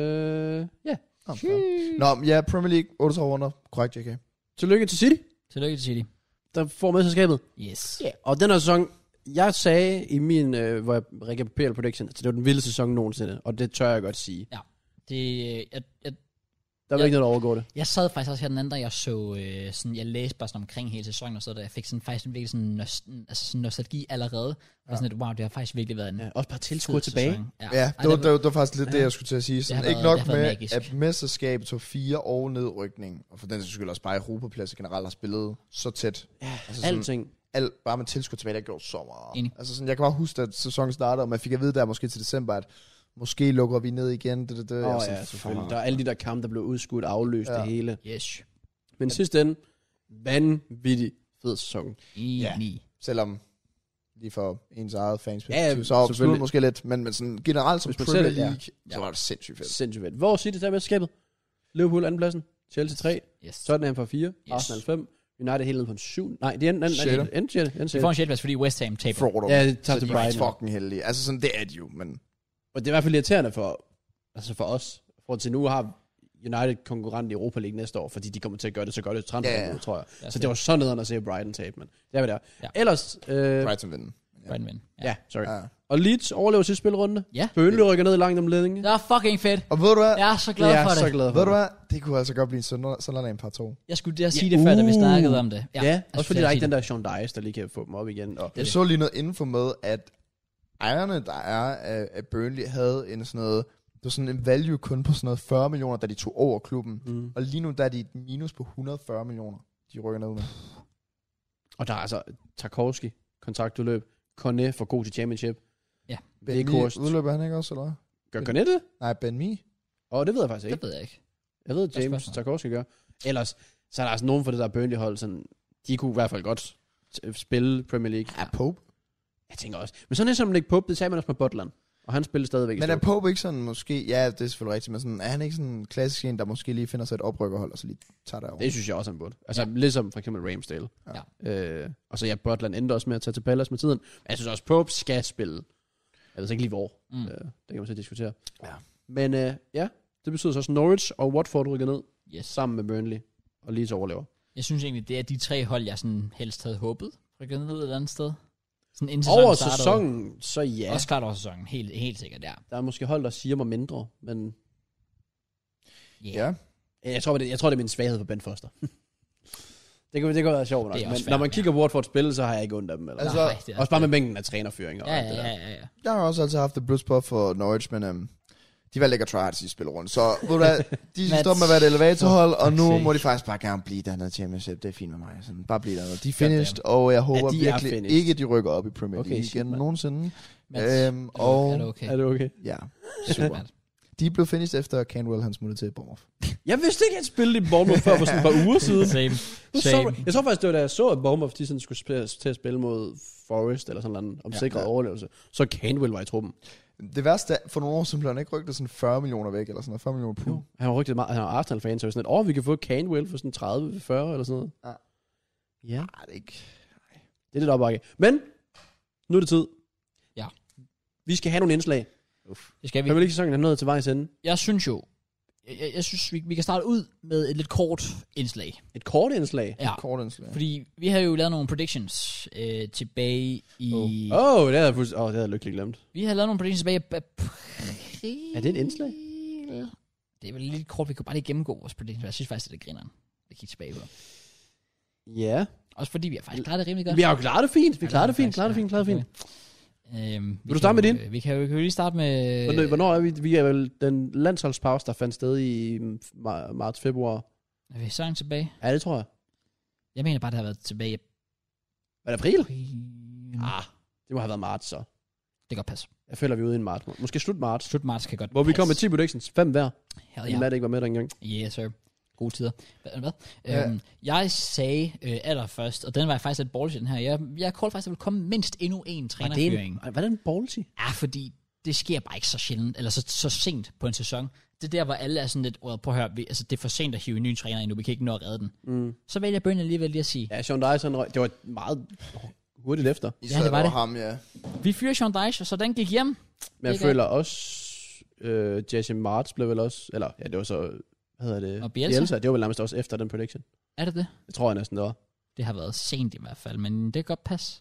Øh, ja. Okay. Nå, ja, Premier League, otteogtredive runder. Korrekt, J K. Tillykke til City, Tillykke til City. der får mesterskabet. Yes. Ja. Og den her sæson, jeg sagde i min, øh, hvor jeg recapitulerer prediction, at det var den vildeste sæson nogensinde. Og det tør jeg godt sige. Det, jeg, jeg, Der var Ja. ikke noget, der overgår det. jeg sad faktisk også her den anden dag, jeg så, øh, sådan, jeg læste bare sådan omkring hele sæsonen, og så der jeg fik sådan faktisk en virkelig sådan, nost- altså sådan nostalgi allerede. Ja. Og sådan et, wow, det har faktisk virkelig været en Ja, også bare fed tilskuer tilbage. sæson. Ja, Ej, det var, det, var, det var faktisk lidt Ja. det, jeg skulle til at sige. Sådan, har ikke været- nok det har været med, magisk. at mesterskabet tog fire og nedrykning, og for den sags skyld også bare Europaplads generelt har spillet så tæt. Ja, Altså sådan- alting. Alt, bare med tilskud tilbage, der gjorde så meget. Enig. Altså sådan, jeg kan bare huske, at sæsonen startede, og man fik at vide der måske til december, at måske lukker vi ned igen. Det, det, det. Åh Jeg var oh, sådan, ja, fuck. selvfølgelig. Der er alle de der kampe, der blev udskudt, afløst Ja. det hele. Yes. Men sidst ende, vanvittig fed sæson. Enig. Selvom lige for ens eget fans, Ja, ja, så absolut selvfølgelig. måske lidt, men, men sådan generelt som Hvis man Premier ser det, ja. League, så var det sindssygt fedt. Sindssygt fedt. Hvor City tager mesterskabet? Liverpool andenpladsen. Chelsea tre. Yes. Tottenham for fire. Yes. Arsenal fem. United helt nede på en syv. Nej, det er en anden. Sjette. En sjette. En Vi får sjette. en sjælplads, fordi West Ham taber. Fraud. Ja, det tager så til de er Brighton. fucking heldige. Altså sådan, det er de jo, men... Og det er i hvert fald irriterende for, altså for os. For til nu har United konkurrent i Europa League næste år, fordi de kommer til at gøre det så godt et transfer, Ja, ja. tror jeg. Ja, Så det var så nederen at se Brighton tabe, men det er vi der. Ja. Ellers, øh, Brighton vinder. Brighton win. ja. ja, sorry. Ja. Og Leeds overlever sidste spilrunde. Ja. Burnley rykker ned langt om ledningen. Det er fucking fedt. Og ved du hvad? Jeg er så glad Jeg for er det. så glad for Ved du det. hvad? Det kunne altså godt blive en Sunder- Sunderland par to. Jeg skulle der sige Ja, det før, da vi uh. snakkede om det. Ja, jeg også skulle fordi til der er at ikke sige den der Sean Dice, der lige kan få dem op igen. Og Jeg så lige noget info med, at ejerne, der er af, af Burnley, havde en sådan noget, det var sådan en value kun på sådan noget fyrre millioner, da de tog over klubben. Mm. Og lige nu, der er de et minus på et hundrede og fyrre millioner, de rykker ned med. Og der er altså Tarkovski, kontraktudløb. Cornet for god til championship. Ja. Ben Mee, Vekhorst. udløber han ikke også, eller hvad? Gør Cornet det? Nej, Ben Mee. Åh, oh, det ved jeg faktisk ikke. Det ved jeg ikke. Jeg ved, at Godt James spørgsmål. Tarkovski gør. Ellers, så er der altså nogen for det der Burnley-hold, sådan, de kunne i hvert fald godt t- spille Premier League. Ja, Pope. Jeg tænker også. Men sådan er som Nick Pope, det sagde man også med Butland. Og han spiller stadigvæk i Men er Stoke. Pope ikke sådan måske, ja, det er selvfølgelig rigtigt, men sådan, er han ikke sådan en klassisk en, der måske lige finder sig et oprykkerhold, og så lige tager det over? Det synes jeg også, han burde. Altså, Ja. ja. Ligesom for eksempel Ramsdale. Ja. Øh, og så ja, Butland endte også med at tage til Palace med tiden. Men jeg synes også, Pope skal spille. Jeg ved ikke lige hvor. Mm. Mm. Øh, det kan man så diskutere. Ja. Men øh, ja, det betyder så også Norwich og Watford rykker ned Yes. sammen med Burnley. Og Leeds overlever. Jeg synes egentlig, det er de tre hold, jeg sådan helst havde håbet. Rykket ned et eller andet sted. Sådan inden Over startede. sæsonen, så ja. Også klart over sæsonen. Helt, helt sikkert, ja. Der er måske hold, der siger mig mindre, men Yeah. Ja. jeg tror, det, jeg tror, det er min svaghed for Ben Foster. det kan det kan være sjovt nok. Det er Men også når fair, man kigger Watford spille, så har jeg ikke ondt af dem. Eller? Altså, Nej, det er Også bare med mængden af trænerføringer. Og Ja, alt det ja, der. ja, ja, ja. Jeg har også altid haft et blodspot for Norwich, men øhm, de valgte ikke at try hard sidste spilrunde. Så ved du hvad, de Mats. stopper med at være et elevatorhold, og nu sake. må de faktisk bare gerne blive dernede i Championship. Det er fint med mig. Sådan, bare blive dernede. De er finished, og jeg håber de er virkelig finished. ikke, de rykker op i Premier Okay, League shit, igen mand. nogensinde. Mats, Øhm, og er det okay? Er det okay? ja, Super. super. De blev finished efter Canwell, han smuttede til Bournemouth. Jeg vidste ikke, at jeg spillede i Bournemouth før for sådan et par uger siden. Same. Så, Same. jeg tror faktisk, det var da jeg så, at Bournemouth de sådan skulle spille, til at spille mod Forest eller sådan noget om Ja. sikret Ja. overlevelse. Så Canwell var i truppen. Det værste er, for nogle år siden blev han ikke rygtet sådan fyrre millioner væk, eller sådan noget, fyrre millioner pund. Han var rygtet meget, han var Arsenal-fan, så var sådan et år, vi kan få Canwell for sådan tredive fyrre eller sådan noget. Ja. Ja. Nej, det er ikke... Det er lidt opbakke. Men, nu er det tid. Ja. Vi skal have nogle indslag. Det skal vi. Premier League-sæsonen er nået til vejs ende. Jeg synes jo, jeg, jeg, jeg synes, vi, vi kan starte ud med et lidt kort indslag. Et kort indslag? Ja, Kort indslag. fordi vi har jo lavet nogle predictions øh, tilbage i... Åh, oh. oh, det havde jeg fuldstændig... Åh, oh, det havde jeg lykkeligt glemt. Vi har lavet nogle predictions tilbage i april. Er det et indslag? Det er vel lidt kort, vi kan bare lige gennemgå vores predictions. Jeg synes faktisk, det er grineren. Det kigger tilbage på. Ja. Også fordi vi har faktisk klaret det rimelig godt. Vi har jo klaret det fint. Vi Ja, klaret det fint, faktisk, klaret det fint, klaret det fint. Øhm, Vil du starte med din? din? Vi kan jo, vi kan jo lige starte med... Hvornår, hvornår er vi? Vi er vel den landsholdspause, der fandt sted i mar- marts, februar. Er vi så langt tilbage? Ja, det tror jeg. Jeg mener bare, det har været tilbage i Var det april? april. Ah, det må have været marts, så. Det kan godt passe. Jeg føler, vi er ude i en marts. Måske slut marts. Slut marts kan godt Hvor vi passe. kom med ti predictions. Fem hver. Hell Ja. ja. Matt ikke var med dengang. Yes, sir. Gode tider. Hvad? hvad? Ja. Øhm, jeg sagde øh, allerførst, og den var jeg faktisk lidt ballsy, den her. Jeg, jeg callede faktisk, at der ville komme mindst endnu en trænerfyring. Var det en ballsy? Ja, fordi det sker bare ikke så sjældent, eller så, så sent på en sæson. Det er der, hvor alle er sådan lidt, well, prøv at høre, vi, altså, det er for sent at hive en ny træner endnu, vi kan ikke nå at redde den. Mm. Så vælger Burnley alligevel lige at sige, Ja, Sean Dyson, det var meget hurtigt efter. Især det var det. ham, ja. vi fyrer Sean Dyche, så den gik hjem. Men jeg Det er føler også, øh, Jesse March blev vel også, eller ja, det var så, hvad hedder det? Og Bielsa? Det var vel nærmest også efter den prediction. Er det det? Det tror jeg næsten, det var. Det har været sent i hvert fald, men det kan godt passe.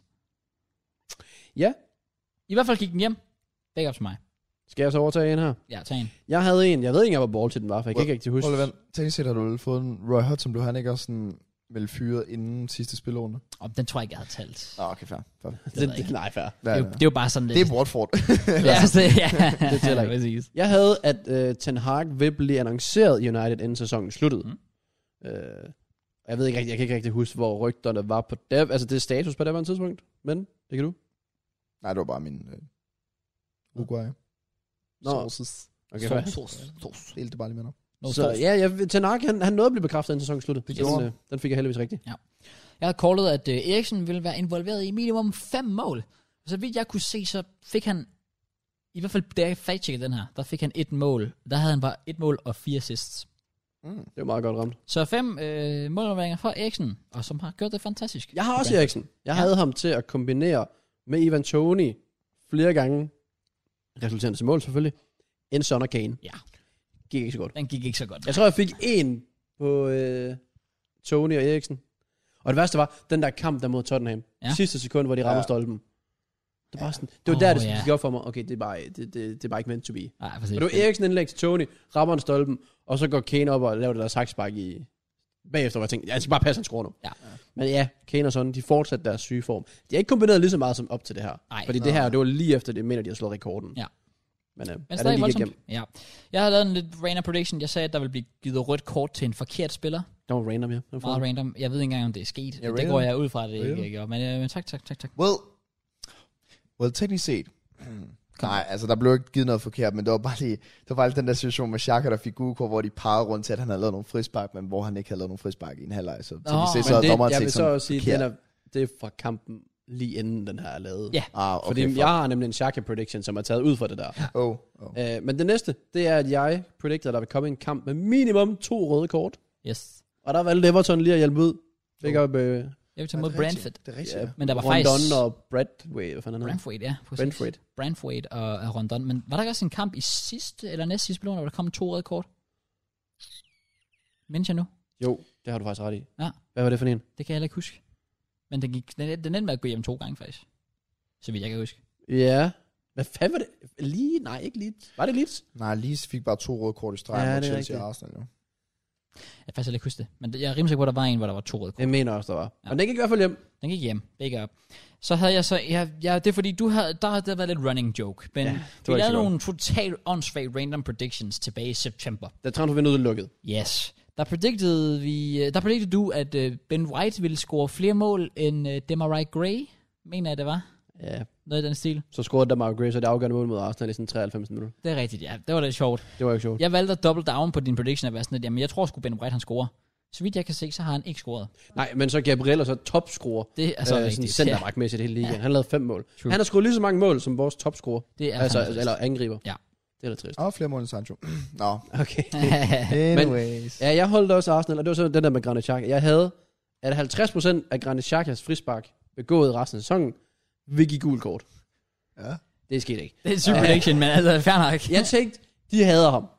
Ja. I hvert fald gik den hjem. Begge op til mig. Skal jeg så overtage en her? Ja, tag en. Jeg havde en, jeg ved ikke engang, hvor ballsy den var, for jeg kan ikke rigtig huske. Hold vent. Teknisk set har du vel fået en Roy Hodgson, blev han ikke også sådan vel fyret inden sidste spilrunde? Og den tror jeg ikke, jeg havde talt. Nå, okay, fair. fair. Det ved jeg det, ikke. nej, fair. Det er, jo, det er jo bare sådan lidt... Det er Watford. ja, altså, det, ja. Det tæller ikke. Præcis. Jeg havde, at uh, Ten Hag vil blive annonceret i United, inden sæsonen sluttede. Mm. Uh, jeg ved ikke rigtig, jeg kan ikke rigtig huske, hvor rygterne var på det. Altså, det er status på det her tidspunkt, men det kan du. Nej, det var bare min uh, Uruguay. Nå. Sources. Okay, Sauce, fair. sauce, sauce. Delte det bare lige med dig. No Så sauce. ja, jeg, Ten Hag, han, han nåede at blive bekræftet, inden sæsonen sluttede. Det den, gjorde øh, den fik jeg heldigvis rigtigt. Jeg havde callet, at uh, Eriksen ville være involveret i minimum fem mål. Så vidt jeg kunne se, så fik han, i hvert fald da jeg fact-checkede den her, der fik han et mål. Der havde han bare et mål og fire assists. Mm. Det var meget godt ramt. Så fem øh, målafleveringer fra Eriksen, og som har gjort det fantastisk. Jeg har også Eriksen. Jeg Ja. havde ham til at kombinere med Ivan Toney flere gange, resulterende til mål selvfølgelig, end Son og Kane. Ja. Gik ikke så godt. Den gik ikke så godt. Jeg tror, jeg fik en på øh, Toney og Eriksen. Og det værste var, den der kamp der mod Tottenham. Ja. Ja. Sidste sekund, hvor de rammer Ja. stolpen. Det var, sådan, det var Åh, der, det ja. gik op for mig. Okay, det er bare, det, det, det er bare ikke meant to be. Nej, præcis. Og det var Eriksen indlæg til Toney, rammer en stolpen, og så går Kane op og laver det der sakspark i... Bagefter var jeg tænkt, jeg skal bare passe hans score nu. Ja. Men ja, Kane og sådan, de fortsatte deres syge form. De har ikke kombineret lige så meget som op til det her. Nej. Fordi det her, det var lige efter, det mener, de har slået rekorden. Ja. Men, øh, Men ja, stadig den gik voldsomt. igennem. Ja. Jeg har lavet en lidt random prediction. Jeg sagde, at der ville blive givet rødt kort til en forkert spiller. Det var random, ja. Det var Meget random. Jeg ved ikke engang, om det er sket. Ja, det random. går jeg ud fra, at det Random. ikke gjorde. Men, øh, men tak, tak, tak, tak. Well, well, teknisk set. Nej, altså der blev ikke givet noget forkert, men det var bare lige, det var bare lige den der situation med Xhaka, der fik gule kort, hvor de pegede rundt til, at han havde lavet nogle frispark, men hvor han ikke havde lavet nogle frispark i en halvleg. Så teknisk Nå, set, så Men havde det, dommeren jeg set vil så som også sige, forkert. den er, det er fra kampen lige inden den her er lavet. Ja. Ah, okay, Fordi fuck. jeg har nemlig en Xhaka prediction, som er taget ud fra det der. Oh, oh. Øh, men det næste, det er, at jeg predicter, at der vil komme en kamp med minimum to røde kort. Yes. Og der valgte Everton lige at hjælpe ud. Big up, øh, Jeg vil tage mod Brentford. Det er rigtigt, ja, ja. Men der var Rondon faktisk- og Bradway, hvad fanden han hedder? Brentford, ja. Præcis. Brentford. Brentford og, og Rondon. Men var der ikke også en kamp i sidste, eller næste sidste spil, hvor der kom to røde kort? Mindes jeg nu? Jo, det har du faktisk ret i. Ja. Hvad var det for en? Det kan jeg heller ikke huske. Men den, gik, den, den endte med at gå hjem to gange, faktisk. Så vidt jeg kan huske. Ja. Hvad fanden var det? Lige? Nej, ikke Leeds. Var det Leeds? Nej, Leeds fik bare to røde kort i streg Ja, mod det er Chelsea rigtigt. og Arsenal. Jo. Jeg kan faktisk heller ikke huske det. Men jeg er rimelig sikker på, at der var en, hvor der var to røde kort. Jeg mener også, der var. Ja. Ja. Men det gik i hvert fald hjem. Den gik hjem. Begge op. Så havde jeg så... Ja, ja, det er fordi, du havde, der har der været lidt running joke. Men Ja, ja, det vi var ikke lavede så godt. nogle totalt åndssvage random predictions tilbage i september. Da transfervinduet lukket. Yes. Der predicted vi... Der predicted du, at uh, Ben White ville score flere mål end uh, Demarai Gray. Mener jeg, det var. Ja. Noget i den stil. Så scorede der Mark Gray, så det afgørende mål mod Arsenal i sådan treoghalvfems minutter. Det er rigtigt, ja. Det var lidt sjovt. Det var ikke sjovt. Jeg valgte at double down på din prediction at være sådan, at jamen, jeg tror sgu Ben White han scorer. Så vidt jeg kan se, så har han ikke scoret. Nej, men så Gabriel er så topscorer. Det er så Altså, øh, sådan rigtigt. centerback-mæssigt hele ligaen. Ja. Han lavede fem mål. True. Han har scoret lige så mange mål som vores topscorer. Det er Altså, fandme eller angriber. Ja. Det er lidt trist. Og flere mål end Sancho. Nå. Okay. Anyways. Ja, jeg holdt også Arsenal, og det var så den der med Granit Xhaka. Jeg havde, at halvtreds procent af Granit Xhakas frispark begået resten af sæsonen, vil give gul kort. Ja. Det skete ikke. Det er en super prediction, men altså, fair nok. Jeg tænkte, de hader ham. Ja.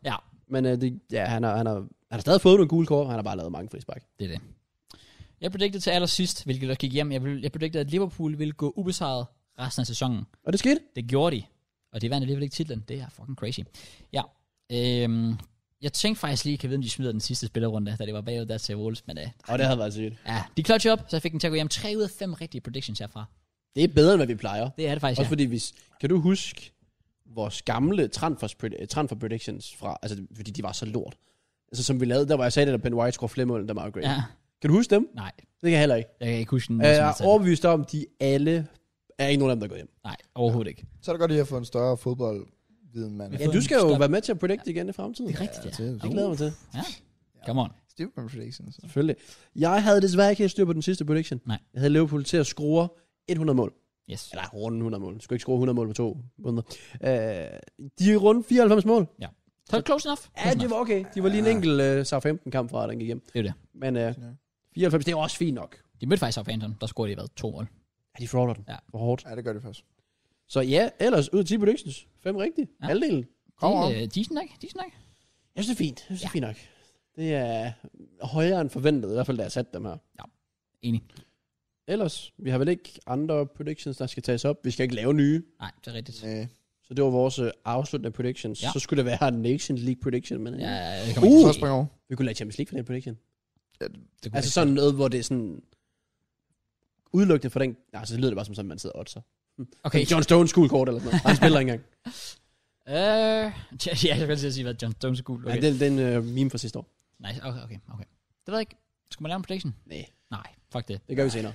Men øh, det, ja, han har, han, har, han har stadig fået nogle gule kort, han har bare lavet mange frispark. Det er det. Jeg predicted til allersidst, hvilket der gik hjem. Jeg, vil, jeg predicted, at Liverpool ville gå ubesejret resten af sæsonen. Og det skete? Det gjorde de. Og det vandt alligevel ikke titlen. Det er fucking crazy. Ja. Øhm, jeg tænkte faktisk lige, kan vide, om de smider den sidste spillerunde, da det var bagud der til Wolves. Men, øh, Og det havde været sygt. ja, de clutch op, så jeg fik den til at gå hjem. Tre ud af fem rigtige predictions herfra. Det er bedre, end hvad vi plejer. Det er det faktisk, Også ja. fordi, hvis, kan du huske vores gamle transfer, transfer predictions fra, altså fordi de var så lort. Altså som vi lavede, der var jeg sagde det, at Ben White scorede flere mål, der var great. Ja. Kan du huske dem? Nej, Det kan jeg heller ikke. jeg kan ikke huske den. Jeg er overbevist om, de alle er ikke nogen af dem, der går hjem. Nej, overhovedet ikke. Så er det godt, at I har fået en større fodboldviden, mand. Ja, du skal jo være med til at predict igen i fremtiden. Det er rigtigt, ja. det, Det glæder mig til. Ja, come on. Steve med predictions. Selvfølgelig. Jeg havde desværre ikke helt styr på den sidste prediction. Nej. Jeg havde Liverpool til at score hundrede mål. Yes. Eller runde hundrede mål. Du skulle ikke score hundrede mål på to måneder. Øh, de er rundt fireoghalvfems mål. Så er det close enough? Ja, Close det enough. var okay. De var lige en enkelt uh, Southampton-kamp fra, den gik hjem. Det er det. Men uh, fireoghalvfems, det er også fint nok. De mødte faktisk Southampton, der scorede de været to mål. Ja, de frauder den. Ja. For hårdt. Ja, det gør det først. Så ja, ellers ud af ti predictions. Fem rigtige. Ja. Ja. Halvdelen. Det Come er on. uh, decent nok, decent nok. Jeg synes, det er fint. Jeg synes, Ja. det er fint nok. Det er højere end forventet, i hvert fald da jeg satte dem her. Enig. Ellers, vi har vel ikke andre predictions, der skal tages op. Vi skal ikke lave nye. Nej, det er rigtigt. Nej. Så det var vores uh, afsluttende predictions. Ja. Ja. Så skulle det være en Nations League prediction. Men, Ja, ja. det kommer Uh, ikke så til. springer over. Vi kunne lade Champions League for den prediction. Det kunne Altså ikke sådan noget, hvor det er sådan udelukkende for den. Nej, så lyder det bare som sådan, man sidder og oddser. Okay. John Stones cool kort eller sådan noget. Han spiller ikke engang. Øh, ja, jeg skal til at sige, hvad John Stones er cool. Okay. Okay. Ja, den, den uh, meme fra sidste år. Nice, okay, okay, okay. Det ved jeg ikke. Skal man lave en prediction? Nej, Nej, fuck det. det gør vi senere.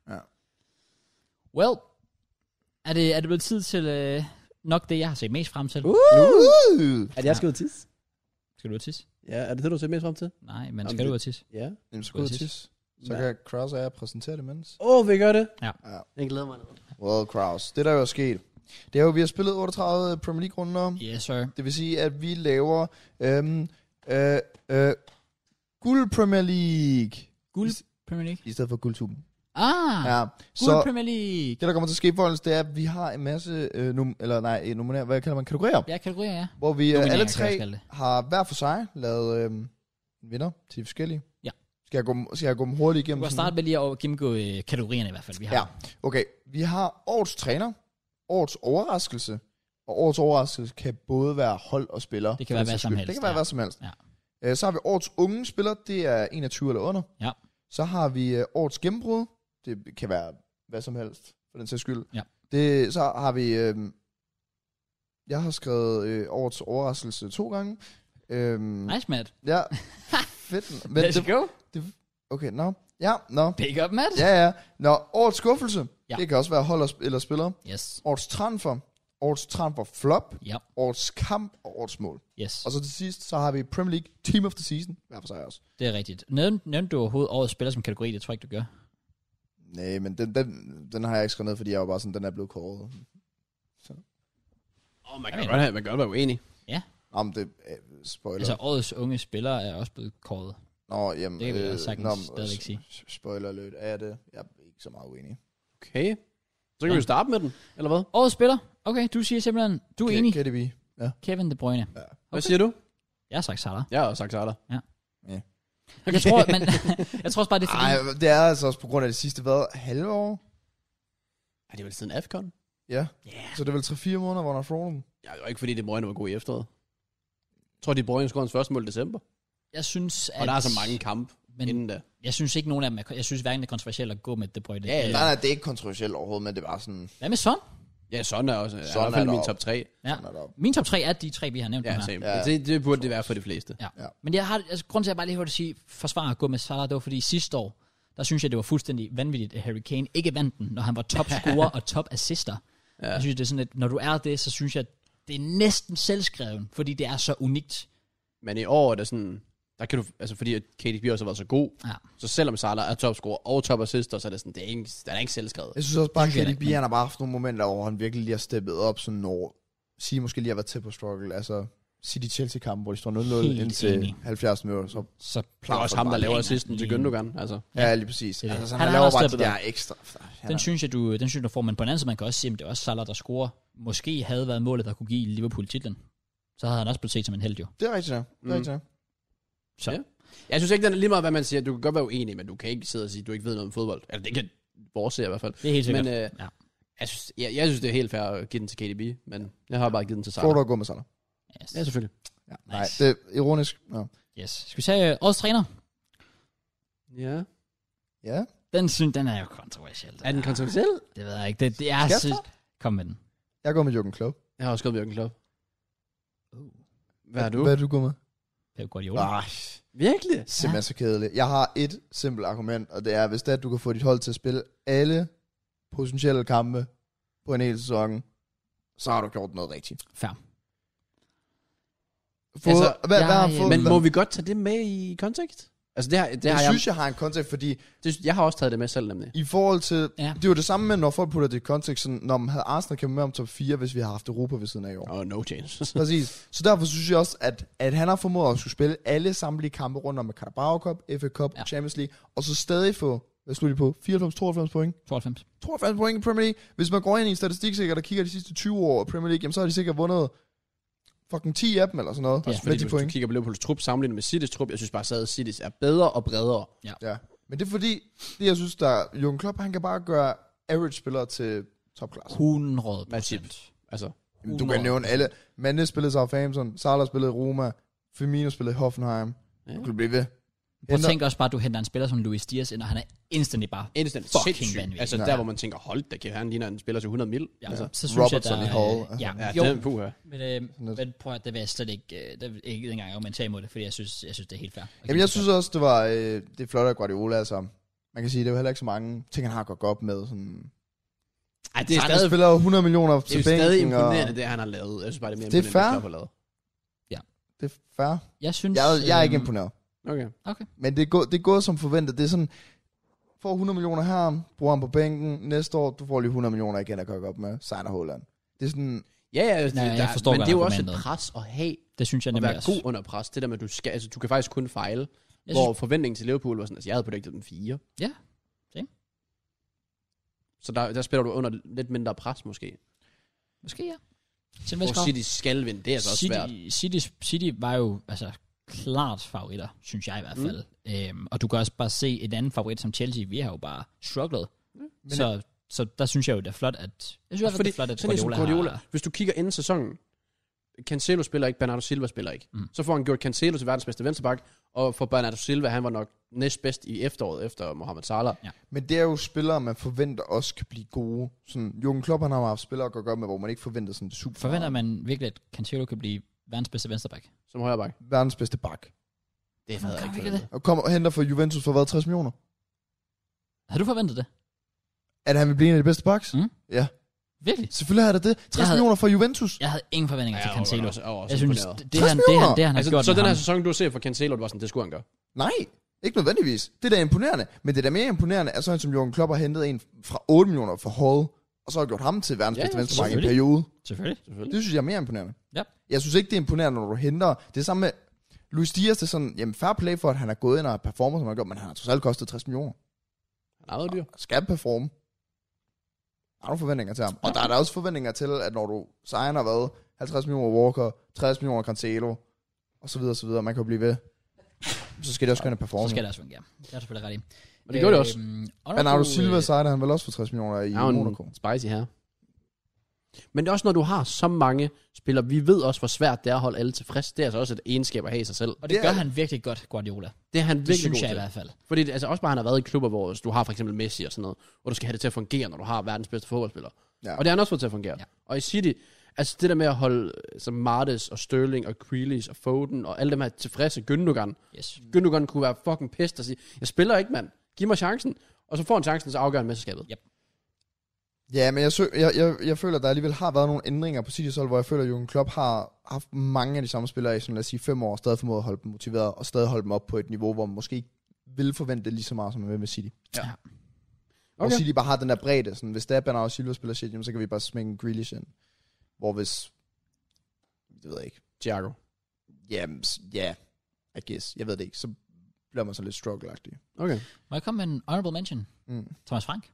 Well, er det, er det blevet tid til øh, nok det, jeg har set mest frem til? Uh! Uh. Er det jeg skal ud tis? Skal du ud og tisse? Ja, er det det, du ser mest frem til? Nej, men Jamen, skal det- du ud og tisse? Ja. Jamen, så gå ud og tis. Så Ja. kan Kraus og jeg præsentere det imens. Åh, oh, vi gør det. Ja. Jeg glæder mig. Well, Kraus. Det der jo er sket, det er jo, at vi har spillet otteogtredive Premier League runder. Yes, sir. Det vil sige, at vi laver øhm, øh, øh, guld Premier League. Guld Premier League. I stedet for guldtuben. Ah, Ja. guld Så Premier League. det, der kommer til at ske for os, det er, at vi har en masse, øh, num- eller nej, nominere, hvad kalder man, kategorier. Ja, kategorier, ja. Hvor vi øh, Nomineringer, alle kan jeg tre kalde det. har hver for sig lavet øh, vinder til de forskellige. Ja. Skal jeg gå, skal jeg gå dem hurtigt Du igennem? kan sådan? starte med lige at gennemgå øh, kategorierne i hvert fald, vi har. Ja, okay. Vi har årets træner, årets overraskelse, og årets overraskelse kan både være hold og spiller. Det kan for være den hvad sags som skyld. helst, Det kan være ja. hvad som helst. Ja. Øh, Så har vi årets unge spiller, det er enogtyve eller under. Ja. Så har vi øh, årets gennembrud, det kan være hvad som helst, for den sags skyld. Ja. Det, så har vi, øh, jeg har skrevet øh, årets overraskelse to gange. Øhm, Nice, Matt. Ja, fedt. Men Let's det, go. okay, nå. No. Ja, nå. No. Pick up, Matt. Ja, ja. Nå, årets skuffelse. Ja. Det kan også være hold og sp- eller spiller. Yes. Årets transfer. Årets transfer flop. Ja. Årets kamp og årets mål. Yes. Og så til sidst, så har vi Premier League Team of the Season. Hver for sig også. Det er rigtigt. Nævnte, nævnte du overhovedet årets spiller som kategori? Det tror jeg ikke, du gør. Nej, men den, den, den har jeg ikke skrevet ned, fordi jeg var bare sådan, den er blevet kåret. Åh, oh, man Jeg kan mener- godt have, man kan godt være uenig. Nå, men det er spoiler. Altså, årets unge spiller er også blevet kåret. Nå, jamen. det kan vi da øh, sagtens nå, men, stadigvæk s- sige. s- Spoiler alert. Er jeg det? Jeg er ikke så meget uenig. Okay. Så kan Ja. vi jo starte med den, eller hvad? Årets spiller? Okay, du siger simpelthen, du er enig. K D B. Ja. Kevin De Bruyne. Hvad Okay. siger du? Jeg har sagt Salah. Jeg har også sagt Salah. Jeg tror, men, jeg tror også bare, det er fordi... Ej, det er altså også på grund af det sidste, hvad? Halve år? Er det vel siden AFCON? Ja. Yeah. Så det er vel tre fire måneder, hvor han har frozen. Ja, det var ikke fordi, det Bruyne var god i efteråret. Jeg tror, De Bruyne scorede hans første mål i december. Jeg synes, at... Og der er så mange kampe Men inden da. jeg synes ikke, nogen af dem er... Jeg synes hverken det er kontroversielt at gå med De Bruyne. Ja, ja. eller- Nej, nej, det er ikke kontroversielt overhovedet, men det er bare sådan, Hvad med Son? Ja, sådan er også. Sådan er i Son hvert fald er min der top tre. Ja. sådan er der. Min top tre er de tre, vi har nævnt nu Ja, her. same. Ja. Ja. Det, det burde det være for de fleste. Ja. Ja. Men jeg har, altså, grund til, at jeg bare lige hørte sige, forsvare at gå med Salah, det var fordi sidste år, der synes jeg, det var fuldstændig vanvittigt, at Harry Kane ikke vandt den, når han var topscorer og top assister. Ja. Jeg synes, det er sådan, at når du er det, så synes jeg, at det er næsten selvskreven, fordi det er så unikt. Men i år er det sådan, der kan du, altså fordi at K D B også har været så god, Ja. så selvom Salah er topscorer og top assister, så er det sådan, det er ikke, det er ikke selvskrevet. Jeg synes også bare, Det synes at jeg K D B, ikke, men- han har bare haft nogle momenter, hvor han virkelig lige har steppet op, sådan når, sige måske lige har været tæt på struggle, altså City-Chelsea-kampen, hvor de står nul nul Helt indtil enig. halvfjerds minutter, så Så Det er også ham, der laver assisten til lige- Gündogan. Altså. ja, lige præcis. Det er det. Altså, Han han, har laver også bare de steppet der op. ekstra. Han Den er- synes jeg, du, den synes jeg, du får, men på den anden side, man kan også sige, at det er også Salah, der scorer. Måske havde været målet, der kunne give Liverpool titlen. så havde han også blevet set som en held jo. Det er rigtigt, ja. Det er Mm. rigtigt, ja. Så. Ja. Jeg synes ikke, det er lige meget, hvad man siger. Du kan godt være uenig, men du kan ikke sidde og sige, at du ikke ved noget om fodbold. Eller det kan vores se i hvert fald. Det er helt sikkert. Men øh, ja. jeg, synes, jeg, jeg synes, det er helt fair at give den til K D B, men jeg har bare givet den til Får Salah. du at gå med Salah? Yes. Ja, selvfølgelig. Ja. Nice. Nej, det er ironisk. Ja. Yes. Skal vi sige uh, årets træner? Ja. ja. Den synes, den er jo kontroversiel. Er den kontroversiel? Det ved jeg ikke. Det, det er Skal jeg så... starte? Kom med den. Jeg går med Jürgen Klopp. Jeg har også gået med Jürgen Klopp. Uh. Hvad er du? Hvad er du gået med? Pep Guardiola. Ej, Virkelig? simpelthen så kedeligt. Jeg har et simpelt argument, og det er, hvis det er, at du kan få dit hold til at spille alle potentielle kampe på en hel sæson, så har du gjort noget rigtigt. Fair. For, Altså, altså, hvad, jeg- hvad har han fået? Men hvad- må vi godt tage det med i kontekst? Altså, det har, det jeg har jeg, synes, jeg har en kontekst, fordi det, jeg har også taget det med selv, nemlig. i forhold til, Ja. det er jo det samme med, når folk putter det i kontekst, sådan, når man havde Arsenal kæmpet med om top fire, hvis vi har haft Europa ved siden af i år. Oh, no chance. Præcis. Så derfor synes jeg også, at, at han har formået at skulle spille alle samtlige kampe rundt om med Carabao Cup, F A Cup, Ja. ja. Champions League, og så stadig få, hvad slutter de på, fireoghalvfems tooghalvfems point? tooghalvfems. tooghalvfems point i Premier League. Hvis man går ind i en statistik sikkert og kigger de sidste tyve år af Premier League, jamen så har de sikkert vundet fucking ti af dem eller sådan noget. Ja. Ja. Fordi Med de hvis du point. kigger på Liverpools trup sammenlignet med Citys trup, jeg synes bare, at Citys er bedre og bredere. Ja. Men det er fordi, det jeg synes, der Jürgen Klopp, han kan bare gøre average spillere til topklasse. hundrede Matip. procent. Altså, Du kan nævne alle. Mane spillede Southampton, Salah spillede i Roma, Firmino spillede i Hoffenheim. Ja. Du kan blive ved. Prøv at Henter- tænke også bare, at du henter en spiller som Luis Diaz ind, og han er instantly bare... instant Fucking sindssyg. vanvittig. Altså, Ja. der hvor man tænker, hold da kæft, han ligner en spiller til hundrede mil. Ja, Altså, så synes Robertson jeg, i der, Hull, øh, altså. ja, ja, jo, den puha. men, øh, men prøv at det vil jeg slet ikke, øh, det vil ikke engang argumentere imod det, fordi jeg synes, jeg synes det er helt fair. Jamen jeg synes også, det var øh, det er flot af Guardiola, altså. Man kan sige, det er jo heller ikke så mange ting, han har gået op med. Sådan. Ej, det er Så han stadig, spiller hundrede millioner det er til jo stadig bænken, imponerende, og det han har lavet. Jeg synes bare, det er mere Det er imponerende, fair. Klopp har lavet. det er fair. Jeg synes... Jeg, jeg er ikke øhm, imponeret. Okay. Okay. Men det er, gået, det er gået som forventet. Det er sådan, får hundrede millioner her, bruger ham på bænken. Næste år, du får lige hundrede millioner igen at gøre op med. Signer Holland. Det er sådan, Ja, ja, det, Nej, jeg der, forstår men godt det er jo også et argumentet. pres at have, Det synes jeg at nemlig være også. god under pres. Det der med, at du skal, altså, du kan faktisk kun fejle. Jeg Hvor synes, forventningen til Liverpool var sådan, altså jeg havde predicted dem fire. Ja, same. Så der, der spiller du under lidt mindre pres måske. måske ja. Til en vis Hvor grad. City skal vinde, det er altså også svært. City, City, City var jo altså klart favoritter, synes jeg i hvert fald. Mm. Øhm, og du kan også bare se en anden favorit som Chelsea. Vi har jo bare strugglet. Mm. Så, så der synes jeg jo, det er flot, at... Jeg synes i hvert fald, det er flot, at sådan en som Guardiola, Guardiola, har... hvis du kigger inden sæsonen, Cancelo spiller ikke, Bernardo Silva spiller ikke. Mm. Så får han gjort Cancelo til verdens bedste venstreback, og for Bernardo Silva, han var nok næstbedst i efteråret efter Mohamed Salah. Ja. men det er jo spillere, man forventer også kan blive gode. Sådan, Jürgen Klopp, han har haft spillere at gøre med, hvor man ikke forventer sådan super. Forventer man virkelig, at Cancelo kan blive verdens bedste venstreback? Som højre back. Verdens bedste bak. Det havde jeg Kan ikke vi forventet. Og kommer og henter for Juventus for hvad, tres millioner? Havde du forventet det? At han vil blive en af de bedste backs? Mm. Ja. Virkelig? Selvfølgelig har det det. tres havde- millioner for Juventus. Jeg havde ingen forventninger til Ja, Cancelo. jeg var også, jeg var også Jeg synes, imponeret. det, det, han, det, han, det han har Altså, gjort så med den her ham... sæson, du ser for Cancelo, det var sådan, det skulle han gøre. Nej, ikke nødvendigvis. Det er da imponerende. Men det er da mere imponerende, at sådan som Jürgen Klopp har hentet en fra otte millioner for Hull, og så har gjort ham til verdens Ja, bedste ja, venstreback i en selvfølgelig. periode. Selvfølgelig. Selvfølgelig. Det synes jeg er mere imponerende. Ja. Jeg synes ikke, det er imponerende, når du henter... Det er samme med Luis Diaz, det er sådan, jamen fair play for, at han er gået ind og har performet, som han har gjort, men han har trods alt kostet tres millioner. Han er meget dyr. Skal performe. Der er nogle forventninger til ham. Og der er der også forventninger til, at når du signer hvad, halvtreds millioner Walker, tres millioner Cancelo, og så videre, og så videre, man kan jo blive ved. Så skal det også kunne performe. Så skal det også fungere. Det er selvfølgelig ret i. Og det gjorde det også. Øhm, Bernardo honorable, Silva øh, signer han vel også for tres millioner i Han er jo Monaco. en spicy her. Men det er også, når du har så mange spillere, vi ved også, hvor svært det er at holde alle tilfreds. Det er altså også et egenskab at have i sig selv. Og det Det er- gør han virkelig godt, Guardiola. Det er han Det virkelig synes god jeg i til. hvert fald. Fordi det, altså også bare, han har været i klubber, hvor du har for eksempel Messi og sådan noget, hvor du skal have det til at fungere, når du har verdens bedste fodboldspiller. Ja. Og det har han også fået til at fungere. Ja. Og i City, altså det der med at holde som Martes og Sterling og Grealish og Foden og alle dem her tilfredse, Gündogan. Yes. Gündogan kunne være fucking pest og sige, jeg spiller ikke, mand. Giv mig chancen. Og så får han chancen, så afgør han mesterskabet. Yep. Ja, men jeg, sø- jeg, jeg, jeg føler, at der alligevel har været nogle ændringer på City's hold, hvor jeg føler, at Jürgen Klopp har haft mange af de samme spillere i sådan, lad os sige, fem år, og stadig formået at holde dem motiveret, og stadig holde dem op på et niveau, hvor man måske ikke vil forvente lige så meget, som man vil med City. Ja. Ja. Hvor Okay. City bare har den der bredde, sådan, hvis det er Bernardo Silva spiller shit, jamen, så kan vi bare smække en Grealish ind. Hvor hvis, det ved jeg ikke, Thiago. jamen, s- ja, yeah, I guess, jeg ved det ikke, så bliver man så lidt struggle-agtig. Okay. Må jeg komme med en honorable mention? Mm. Thomas Frank?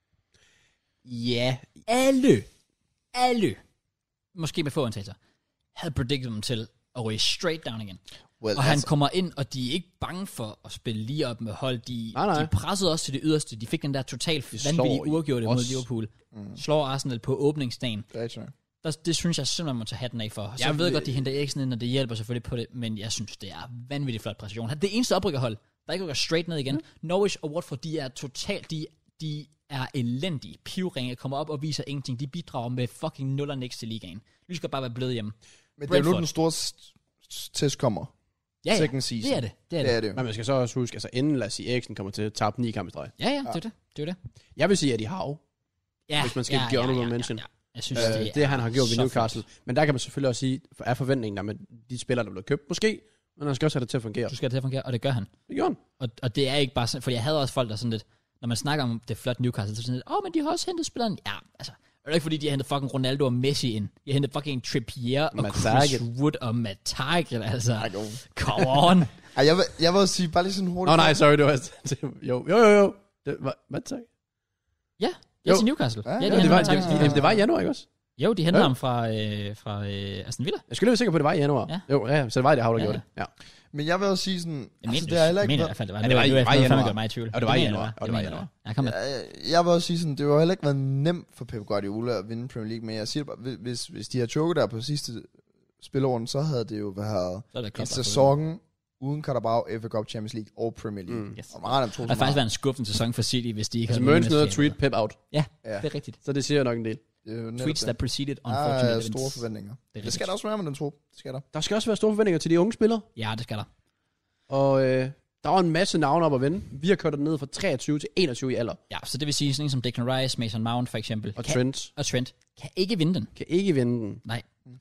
Ja. Alle, alle, måske med få undtagelser, havde predicted dem til at ryge straight down igen. Well, Og han altså, kommer ind, og de er ikke bange for at spille lige op med hold. De, Nej, nej. de pressede også til det yderste. De fik den der totalt De slår vanvittige i uafgjorte mod os. Liverpool. Mm. Slår Arsenal på åbningsdagen. det er ikke sådan. Der, det synes jeg simpelthen, man må tage hatten af for. Så Jeg jeg ved vil- godt, de henter Eriksen ind, og det hjælper selvfølgelig på det, men jeg synes, det er vanvittigt flot præcision. Det eneste oprykkerhold, der ikke rykker straight ned igen. Mm. Norwich og Watford, de er totalt, de, de er elendige. Pivringe kommer op og viser ingenting. De bidrager med fucking nul og niks til ligaen. Vi skal bare være blevet hjemme. Men det er jo nu, Brentford. den store s- s- test kommer. Ja, ja, Second season. det er det. Det er Det det. er det jo. Men man skal så også huske, altså inden, lad os sige, Eriksen kommer til at tabe ni kampe i streg. Ja, ja, det er det. Det er det. Jeg vil sige, at de har Ja, Hvis man skal give honorable mention. Ja, ja. Jeg synes, øh, det, det, han har gjort ved så Newcastle. fedt. Men der kan man selvfølgelig også sige, for er forventningen, at de spillere, der er blevet købt, måske, men han skal også have det til at fungere. Du skal have det til at fungere, og det gør han. Det gjorde han. Og, og det er ikke bare sådan, for jeg havde også folk, der sådan lidt, når man snakker om det flot Newcastle, så er det sådan lidt, åh, oh, men de har også hentet spilleren. Ja, altså, det er ikke fordi, de har hentet fucking Ronaldo og Messi ind. De har hentet fucking Trippier og Matt Chris Target. Wood og Matt Target, altså. Ej, jo. Come on. Ej, jeg vil, jeg vil også sige, bare lige sådan hurtigt. Nå nej, sorry, det var... jo, jo, jo, jo. Det var, hvad tak? Ja, Jo. ja, til Newcastle. Ja, Ja, ja, de Ja, hentede det, var, Matt det, Target. det, det var i januar, ikke også? Jo, de hentede Ja. ham fra, øh, fra øh, Aston Villa. Jeg skulle lige være sikker på, at det var i januar. Ja. Jo, ja, så det var i det hav, der Ja, gjorde det. Ja. Men jeg vil også sige sådan, Jeg altså, mener, det har heller jeg ikke mener i været, hvert fald, det var. Ja, det var i- nu er jeg var i fandme januar. gjort mig i tvivl. Og det var i mener jeg, januar. det Og det var i mener jeg, januar. Ja, kom med. jeg, jeg vil også sige sådan, det har heller ikke været nemt for Pep Guardiola at vinde Premier League, men jeg siger det bare, hvis, hvis de har choket der på sidste spillerunde, så havde det jo været Så er det en Klopp, der har fået sæson uden Carabao, F A Cup, Champions League og Premier League. Mm. Mm. Yes. Og meget af dem to det. Det har faktisk været en skuffende sæson for City, hvis de ikke Altså, havde Mørens vundet nåede at tweet mesterskabet. Pep out. Ja, Ja. det er rigtigt. Så det siger nok en del. Det er jo netop Tweets det. that preceded Der unfortunate er events. store forventninger. Det, er Det rigtigt. skal der også være med den tro. Det skal der. Der skal også være store forventninger til de unge spillere. Ja, det skal der. Og øh, der var en masse navne op at vinde. Vi har kørt den ned fra treogtyve til enogtyve i alder. Ja, så det vil sige sådan en som Declan Rice, Mason Mount for eksempel. Og kan, Trent Og Trent kan ikke vinde den. kan ikke vinde den. Nej.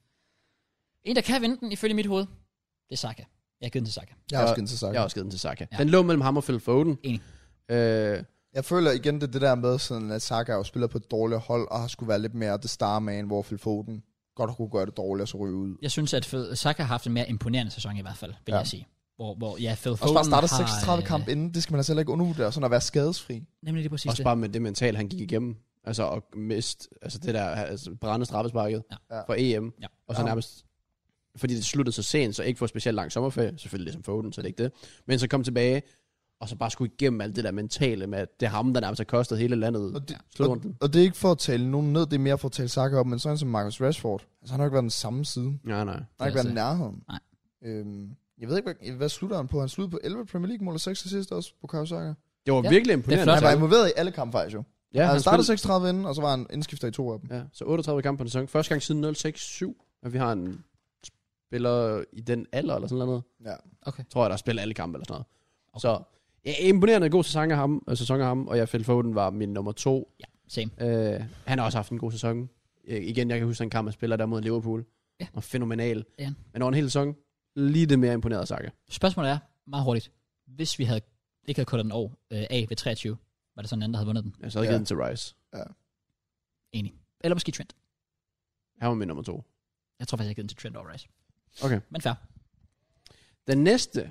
En, der kan vinde den, ifølge mit hoved, det er Saka. Jeg har givet den til Saka. Jeg har Ja, også givet til Saka. Jeg har også givet den til Saka. Ja. Den lå mellem ham og Phil Foden. Enig. Øh, Jeg føler igen, det er det der med, sådan, at Saka jo spiller på et dårligt hold, og har skulle være lidt mere the star man, hvor Phil Foden godt kunne gøre det dårligt, og så ryge ud. Jeg synes, at Phil- Saka har haft en mere imponerende sæson i hvert fald, vil Ja. jeg sige. Hvor, hvor ja, Phil Og Foden bare starter har, seksogtredive øh, kamp inden, det skal man altså heller ikke undervurdere, sådan at være skadesfri. Nemlig det præcis også det. bare med det mental, han gik igennem. Altså at miste, altså det der altså, brændende straffesparket Ja. for E M. Ja. Og så Ja. nærmest, fordi det sluttede så sent, så ikke for specielt lang sommerferie, selvfølgelig ligesom Foden, så det er ikke det. Men så kom tilbage, og så bare skulle igennem alt det der mentale med, at det er ham, der nærmest har kostet hele landet Og det, slutrunden. og, og det er ikke for at tale nogen ned, det er mere for at tale Saka op, men sådan som Marcus Rashford, altså han har jo ikke været den samme side. Han Nej, nej. har ikke altså- været i nærheden. Nej. Øhm, jeg ved ikke, hvad, hvad slutter han på? Han sluttede på elleve Premier League mål og seks assist også på Bukayo Saka. Det var Ja, virkelig det er imponerende. flot. Han var involveret i alle kampe faktisk jo. Ja, Han, han startede spillede, seksogtredive inden, og så var han indskifter i to af dem. ja, så otteogtredive kampe på en sæson. Første gang siden nul seks syv, at vi har en spiller i den alder, eller sådan noget. Ja. Okay. Tror jeg, der spiller alle kampe eller sådan noget. Okay. Så ja, imponerende god sæson af ham, øh, sæson af ham, og jeg Phil Foden var min nummer to. Ja, same. Øh, han har også haft en god sæson. Øh, igen, jeg kan huske en kamp, han spiller der mod Liverpool. Ja. Og fænomenal. Ja. Men over en hel sæson, lige det mere imponeret af Saka. Spørgsmålet er, meget hurtigt, hvis vi havde ikke havde kuttet den år øh, af ved treogtyve, var det sådan en anden, der havde vundet den? Jeg så havde Ja. givet den til Rice. Enig. Eller måske Trent. Han var min nummer to. Jeg tror faktisk, jeg har givet den til Trent over Rice. Okay. Men fair. Den næste.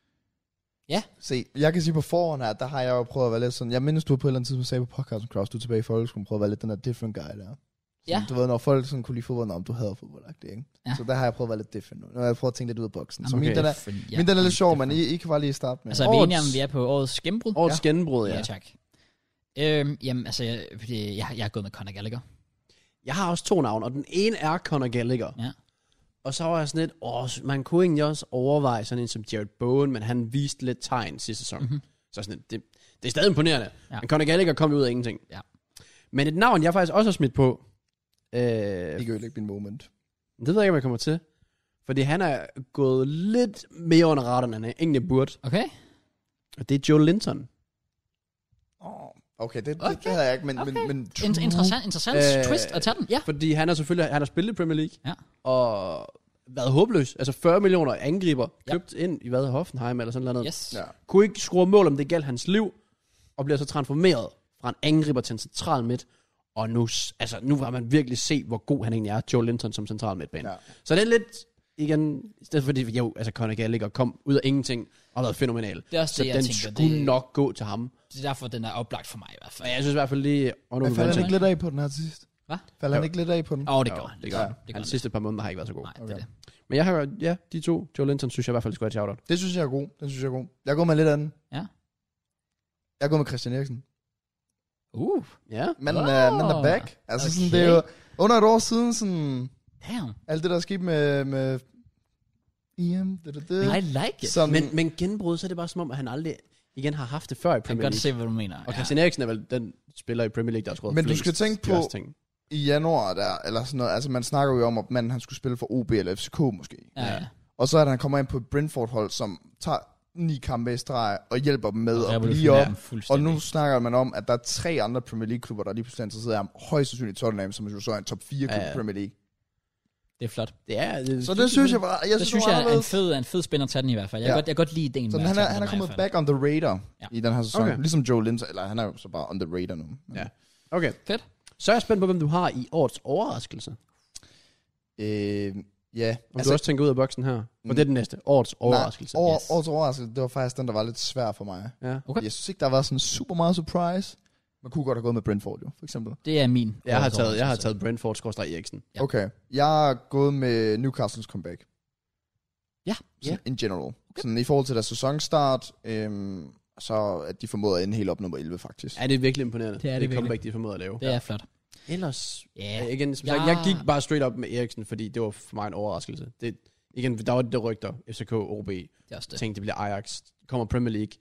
Se, jeg kan sige på forhånd her, der har jeg jo prøvet at være lidt sådan, jeg mindes, du på et eller andet tidspunkt sagde på podcasten, Kraus, du er tilbage i folkeskolen, prøvede at være lidt den der different guy der. Sådan, Ja. Du ved, når folk sådan kunne lide fodbold, om du havde fodboldagtigt, ikke? Ja. Så der har jeg prøvet at være lidt different nu. Nu har jeg prøvet at tænke lidt ud af boksen. Så Okay. min, den er, Different, ja. min den er lidt sjov, men Different. I, I kan bare lige starte med. Altså, er vi enige om, Årets- vi er på årets gennembrud? Årets ja. gennembrud, ja. Ja, tak. Øhm, jamen, altså, jeg, fordi jeg, jeg er gået med Conor Gallagher. Jeg har også to navne, og den ene er Conor Gallagher. Ja. Og så var jeg sådan lidt, åh, man kunne egentlig også overveje sådan en som Jared Bowen, men han viste lidt tegn sidste sæson. Mm-hmm. Så sådan lidt, det, det er stadig imponerende. Ja. Men Conor Gallagher kom jo ud af ingenting. Ja. Men et navn, jeg faktisk også har smidt på, øh, Det kan jo ikke min moment. det ved jeg ikke, om jeg kommer til. Fordi han er gået lidt mere under radaren, end han egentlig burde. Okay. Og det er Joe Linton. Oh, okay, det, det, Okay, det havde jeg ikke, men... okay. men, men In- interessant interessant Øh, twist at tage den. Ja. Fordi han har selvfølgelig han har spillet i Premier League. Ja. Og været håbløs. Altså fyrre millioner angriber. Ja. Købt ind i hvad, Hoffenheim eller sådan noget. Yes. ja. Kunne ikke score mål, om det galt hans liv. Og bliver så transformeret fra en angriber til en central midt. Og nu, altså, nu har man virkelig se, hvor god han egentlig er, Joe Linton som central midtbane. Ja. Så det er lidt, igen, i stedet for det, jo, altså Conor Gallagher kom ud af ingenting, og har været fænomenal. Det er også Så det, jeg den tænker. skulle Det, nok gå til ham. det er derfor, den er oplagt for mig i hvert fald. Men jeg synes i hvert fald lige, Jeg honorable faldt mention. ikke lidt af på den her til sidst. Hvad? Falder han ikke lidt af på den? Åh, oh, det Jo, gør han. det Det gør gør han. han. Det gør Hans han. sidste par måneder har ikke været så gode. Nej, det Okay. er det. Men jeg har, ja, de to, Joe Linton, synes jeg i hvert fald skulle have et shout-out. Det synes jeg er god. Det synes jeg er god. Jeg går med lidt anden. Ja. Jeg går med Christian Eriksen. Uh, Ja. Manden Oh, er, manden er back. Altså okay. sådan, det er jo under et år siden, sådan, damn. alt det der er sket med, med E M, det, det, det. I like it. Som, Men, men genbrud, så er det bare som om, at han aldrig igen har haft det før i Jeg kan Premier godt League. se, hvad du mener. Og Christian Eriksen er vel den spiller i Premier League, der har skåret Men du flest skal tænke på- diverse ting. i januar der, eller sådan noget, altså man snakker jo om, at manden han skulle spille for O B eller F C K måske. Ja, ja. Og så er det, han kommer ind på et Brentford-hold, som tager ni kampe i streg og hjælper dem med at blive Revolutionerer op. dem Og fuldstændig. nu snakker man om, at der er tre andre Premier League-klubber, der lige pludselig er interesseret i ham. Højst sandsynligt Tottenham, som jo så er en top fire klub Ja, ja. i Premier League. Det er flot. Det er, det, Så det synes jeg bare, jeg Det synes, synes det var jeg er en anderledes. fed, er en fed spænder at tage den i hvert fald. Jeg, Ja. kan, godt, jeg kan godt lide ideen. Så med han at er, tage den han er i kommet hvert fald. back on the radar Ja. i den her sæson. Okay. Ligesom Joe Linton, eller han er jo så bare on the radar nu. Men, Ja. Okay. Fedt. Så er jeg spændt på, hvem du har i årets overraskelse. Øh, ja. Om altså, du også tænker ud af boksen her. For det er den næste. Årets overraskelse. Nej, år, Yes. årets overraskelse, det var faktisk den, der var lidt svær for mig. Ja. Okay. Jeg synes ikke, der var sådan super meget surprise. Man kunne godt have gået med Brentford jo, for eksempel. Det er min. Jeg har årets taget, jeg har overraskelse. taget Brentford skorstræk Eriksen. Ja. Okay. Jeg er gået med Newcastles comeback. Ja. Sådan in general. Okay. Sådan i forhold til deres sæsonstart, øhm, så at de formåede at ende helt op nummer elleve faktisk. Ja, det er virkelig imponerende. Det er det det virkelig. comeback, de formåede at lave. Det er flot. Ellers, Ja. ja. igen, som Ja. sagt, jeg gik bare straight up med Eriksen, fordi det var for mig en overraskelse. Det, igen, der var det der rygter, F C K, O B, Det er også jeg det. tænkte, det bliver Ajax, kommer Premier League,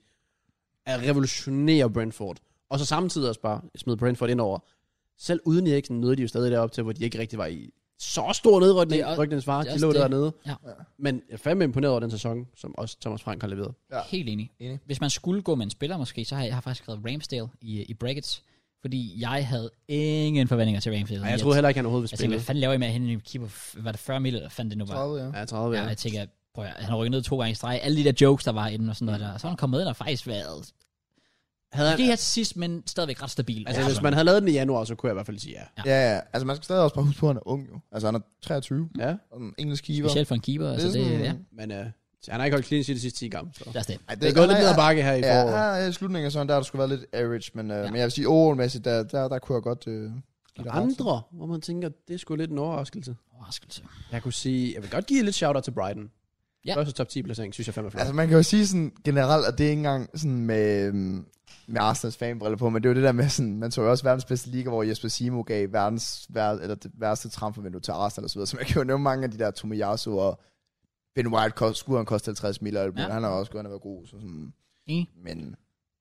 at revolutionere Brentford, og så samtidig også bare smide Brentford ind over. Selv uden Eriksen nåede de jo stadig derop til, hvor de ikke rigtig var i så stor nedrykning, Det er også- rykningsfare, det er de også lå det. dernede. Ja. Men jeg er fandme imponeret over den sæson, som også Thomas Frank har leveret. Ja. Helt enig. Enig. Hvis man skulle gå med en spiller måske, så har jeg, jeg har faktisk skrevet Ramsdale i, i brackets. Fordi jeg havde ingen forventninger til Ramsdale. Nej, jeg troede heller ikke, han overhovedet Jeg ville tænkte, spille. hvad fanden laver I med at hente en keeper? Var det fyrre mil, eller fandt det nu var? tredive, ja. Ja, tredive, Ja, ja. jeg tænker, prøv at, han har rykket ned to gange i streg. Alle de der jokes, der var inde og sådan noget der. Så har han kommet ind og faktisk været... Havde Måske han, her til sidst, men stadigvæk ret stabil. altså, Ja, hvis man havde lavet den i januar, så kunne jeg i hvert fald sige ja. Ja, ja. Altså man skal stadig også bare huske på, at han er ung jo. Altså han er treogtyve. Ja, Og en engelsk keeper. Specielt for en keeper. Altså, det, sådan- ja, men øh, han har ikke holdt clean sheet de sidste ti gange. Så. det er det. Ej, Det er gået lidt ned ad bakke her i Ja, foråret. ja, i slutningen af sådan der, der skulle være lidt average, men, øh, Ja. men jeg vil sige, overall-mæssigt, der, der, der kunne jeg godt øh, give dig ret. Andre, hvor man tænker, det er sgu lidt en overraskelse. Overraskelse. Jeg kunne sige, jeg vil godt give lidt shout-out til Brighton. Ja. Ja. Første top ti placering, synes jeg fandme er flot. Altså man kan jo sige sådan generelt, at det er ikke engang sådan med, øhm, med Arsenals fanbriller på, men det er jo det der med sådan, man så jo også verdens bedste liga, hvor Jesper Simo gav verdens, vær, eller det værste transfervindue til Arsenal og så videre, så man kan jo nævne mange af de der Tomiyasu og Ben White kost, skulle han koste halvtreds mil, og Ja. han har også gået at være god, så sådan, Enig. men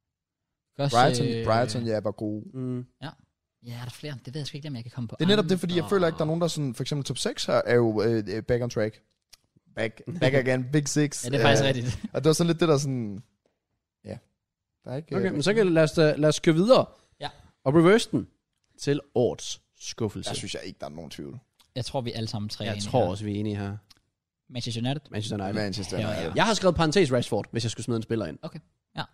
Også, Brighton, øh, Brighton, ja, var god. Mm. Ja, er der flere? Det ved jeg sgu ikke, om jeg kan komme på. Det er netop det, fordi jeg andre. føler ikke, der er nogen, der sådan, for eksempel top seks her, er jo øh, øh, back on track. Back, back again, big six. Ja, det er faktisk Øh, rigtigt. Og det var sådan lidt det, der sådan, ja, der er ikke... Okay, øh, men så kan lad os, da- lad os køre videre. Ja. Og reverse den til årets skuffelse. Der synes jeg ikke, der er nogen tvivl. Jeg tror, vi alle sammen tre er jeg enige tror her. også, vi er enige her. Manchester United. Manchester United. Manchester Ja, United. ja. Jeg har skrevet parentes Rashford, hvis jeg skulle smide en spiller ind. Okay,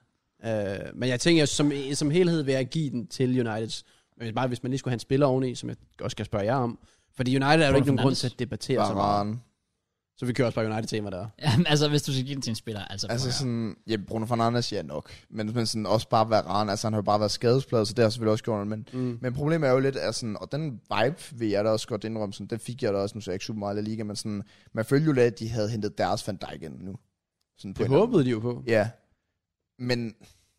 Øh, men jeg tænker, som, som helhed vil jeg give den til United. Men bare hvis man lige skulle have en spiller oveni, som jeg også skal spørge jer om. Fordi United er jo Bruno ikke nogen grund Fernandes. til at debattere så meget. Varane. Så vi kører også bare United-tema der. Jamen, altså, hvis du skal give den til en spiller, altså... Altså prøv at- sådan, ja, Bruno Fernandes, ja nok. Men, men sådan også bare Varane, altså han har jo bare været skadespladet, så det har selvfølgelig også gjort noget. Men, Mm. men problemet er jo lidt, at sådan, og den vibe vil jeg da også godt indrømme, sådan, den fik jeg da også, nu så jeg ikke super meget i La Liga, men sådan, man følte jo lidt, at de havde hentet deres Van Dijk ind nu. Sådan på Det en eller anden håbede de jo på. Ja. Men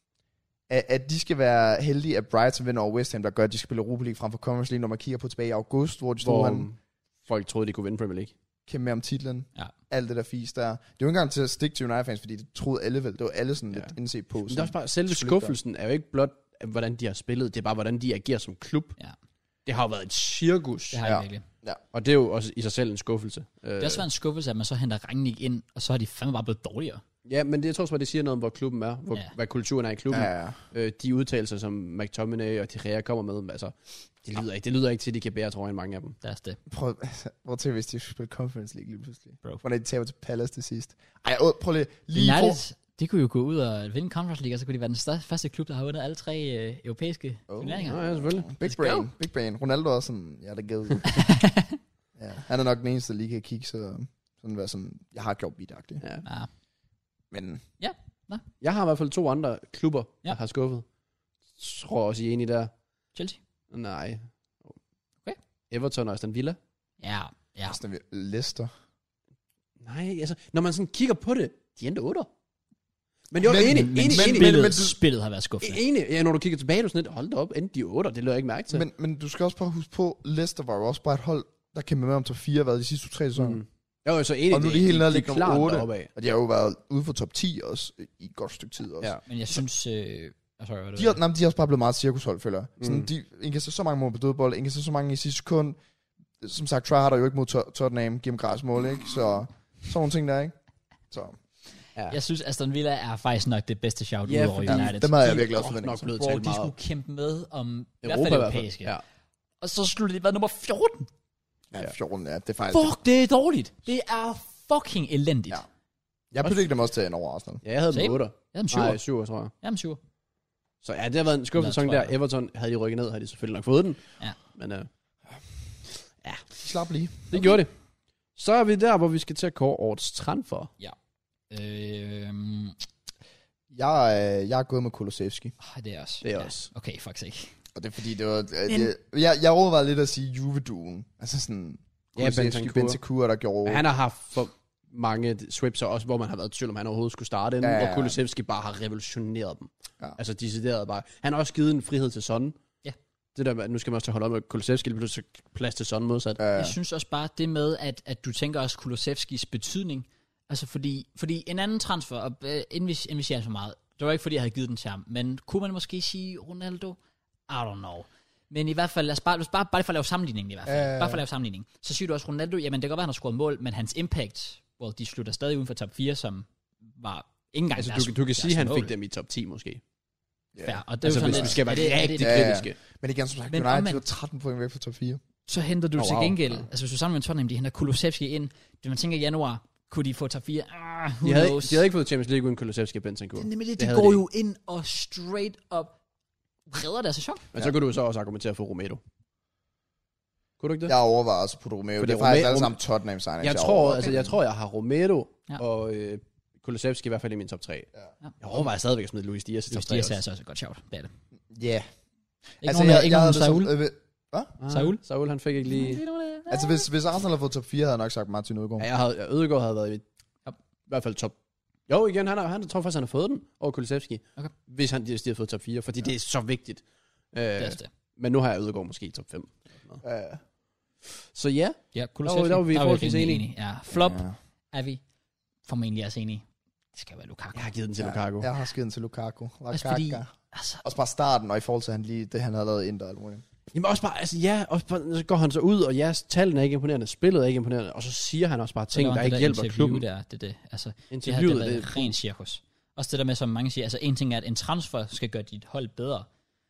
at, at de skal være heldige, at Brighton vinder over West Ham, der gør, at de spiller Europa League frem for Conference League, når man kigger på tilbage i august, hvor de stod Hvor han folk troede, de kunne vinde Premier League. kæmpe med om titlen. Ja. Alt det der fis der. Det er jo ikke engang til at stikke til United-fans, fordi det troede alle vel. Det var alle sådan Ja. lidt indset på. Men det er Sådan. også bare, selve Skulle ikke skuffelsen er jo ikke blot, hvordan de har spillet, det er bare, hvordan de agerer som klub. Ja. Det har jo været et cirkus, Det har Ja. jeg virkelig. og det er jo også i sig selv en skuffelse. Det har også været en skuffelse, at man så henter Rangnick ind, og så har de fandme bare blevet dårligere. Ja, men det, jeg tror også, at det siger noget om, hvor klubben er, hvor, Ja. ja. hvad kulturen er i klubben. Ja, ja. Øh, de udtalelser, som McTominay og Rea kommer med, altså, det lyder, ikke, det lyder ikke til, at de kan bære trøjen, mange af dem. Det er også det. Prøv, altså, prøv at tænke, hvis de spiller Conference League lige pludselig. Bro. Hvordan de taber til Palace til sidst. Ej, åh, prøv lige. Lige for... United, de kunne jo gå ud og vinde Conference League, og så kunne de være den største, første klub, der har vundet alle tre øh, europæiske Oh. turneringer. Ja, ja, selvfølgelig. Big Let's brain, go. big brain. Ronaldo er også sådan, ja, det gad. Ja, han er nok den eneste, der lige kan kigge, så sådan være sådan, jeg har gjort bidagtigt. Ja. Ja. Men Jeg har i hvert fald to andre klubber, Ja. der har skuffet. Tror også, I er enige der. Chelsea. Nej. Okay. Everton og Aston Villa. Ja, ja. Aston Villa. Leicester. Nej, altså, når man sådan kigger på det, de endte otter. Men jo, Men- enig, Men, enig, men, enig, spillet, men du- spillet har været skuffende. enig. Ja, når du kigger tilbage, er du sådan lidt, hold da op, endte de otter, det lød jeg ikke mærke til. Men, men du skal også bare huske på, Leicester var jo også bare et hold, der kæmpede med om top fire, hvad de sidste tre sæsoner. Mm. Mm. Jo, så enig, Og nu er de helt nede og ligger klart nummer otte. deroppe af. Og de har jo været ude for top ti også, i et godt stykke tid også. Ja. Men jeg synes... Øh, oh, sorry, hvad De, har, nej, men de har også bare blevet meget cirkushold, føler jeg. Sådan, Mm. de indkasserer så mange mål på dødbold, indkasserer så mange i sidste sekund. Som sagt, Tryhardt er jo ikke mod Tot- Tottenham, giver dem gratis mål, ikke? Så sådan nogle ting der, ikke? Så Ja. Jeg synes, Aston Villa er faktisk nok det bedste shout Ja, ud over fordi- United. dem havde jeg De- virkelig også godt forventet. nok blevet Bro, talt de meget. skulle kæmpe med om i hvert Europa fald i hvert fald. europæiske. Ja. Og så skulle det være nummer fjorten. ja, fjorten, ja, det er faktisk... Fuck, det er dårligt. Det er fucking elendigt. Ja. Jeg predicted dem også til en over Arsenal. Ja, jeg havde dem Same. otter. Jamen, syv. Nej, syv, tror jeg. Jamen, syv. Så ja, det har været en skuffende Nå, sæson tror der. jeg. Everton havde de rykket ned, havde de selvfølgelig nok fået den. Ja. Men øh, Slap lige. det okay. gjorde det. Så er vi der, hvor vi skal til at kåre årets transfer. Øhm, Jeg, øh, jeg er gået med Kulusevski. ah, det er også. Det er ja. også. Okay, fuck sake. Og det er fordi, det var... Øh, det, jeg, jeg overvejede lidt at sige Juve-duen. Altså sådan... Ja, Kulusevski, Bentancur. Bentancur, der gjorde... Men han har haft for mange swips, også hvor man har været i tvivl, om han overhovedet skulle starte inden, Ja, ja, ja, ja. ja. og Kulusevski bare har revolutioneret dem. Ja. Altså decideret bare. Han har også givet en frihed til Son. Ja. Det der med, at nu skal man også til at holde op med Kulusevski, det bliver så plads til Son modsat. Ja, Jeg synes også bare, det med, at, at du tænker også Kulusevskis betydning. Altså fordi, fordi en anden transfer, og øh, inden, vi, inden vi siger så meget, det var ikke fordi, jeg havde givet den til ham, men kunne man måske sige Ronaldo? I don't know. Men i hvert fald, lad os bare, lad os bare, bare for at lave sammenligning i hvert fald. Øh. Bare for at lave sammenligning. Så siger du også Ronaldo, jamen det kan godt være, han har scoret mål, men hans impact, well, de slutter stadig uden for top fire, som var ikke engang Altså deres- du, du kan deres sige, at han mål. fik dem i top ti måske. Fair. Og det er Altså jo sådan, hvis vi skal være er det- er det- rigtig Ja, ja. kritiske. Men igen, som sagt, Men United omvendt- var tretten point væk fra top fire. Så henter du Oh, oh, til wow. gengæld, Ja. altså hvis du sammen med Tottenham, de henter Kulusevski ind, det man tænker i januar, kunne de få top fire? Ah, who De havde, knows? de havde ikke fået Champions League uden Kulusevski og Bentancur. Det er nemlig det, Det de havde går de jo ind og straight up redder deres sæson. Men så kunne du jo så også argumentere for Romero. Kunne du ikke det? Jeg overvejer også på Romeo. Fordi Det er faktisk Rome- alle sammen Tottenham signings. Jeg tror, altså, jeg tror, jeg har Romero Ja. ja. og øh, Kulusevski i hvert fald i min top tre. Ja. Jeg overvejer stadigvæk at smide Luis Diaz i top Luis tre. Diaz er altså også et godt shout. Det er det. Ja. Yeah. Ikke Altså, nogen, jeg, ikke jeg nogen havde Saul. det som, øh, Ah, Saul? Saul, han fik ikke lige... altså, hvis, hvis Arsenal havde fået top fire, havde jeg nok sagt Martin Ødegaard. Ja, jeg havde, Ødegaard havde været i, Ja. i hvert fald top... Jo, igen, han, har, han tror faktisk, han har fået den over Kulusevski. Okay. Hvis han hvis de har fået top fire, fordi ja. det er så vigtigt. Øh, Det er også det. men nu har jeg Ødegaard måske i top fem. Ja, ja. Så ja, Ja, Kulusevski. Der var- der var vi forholdsvis rimelig enige. Ja, flop Ja. er vi formentlig også enige. Det skal være Lukaku. jeg har givet den til Lukaku. Jeg har skidt den til Lukaku. Også Lukaku. fordi, altså, Også bare starten, og i forhold til han lige, det han havde lavet ind og alt muligt. Jamen også bare, altså ja, også bare, så går han så ud, og ja, tallene er ikke imponerende, spillet er ikke imponerende, og så siger han også bare så ting, laver der han ikke det hjælper interview klubben. Der, det, er det. Altså, det har, det Interviewet, har det, været det, ren cirkus. Også det der med, som mange siger, altså en ting er, at en transfer skal gøre dit hold bedre.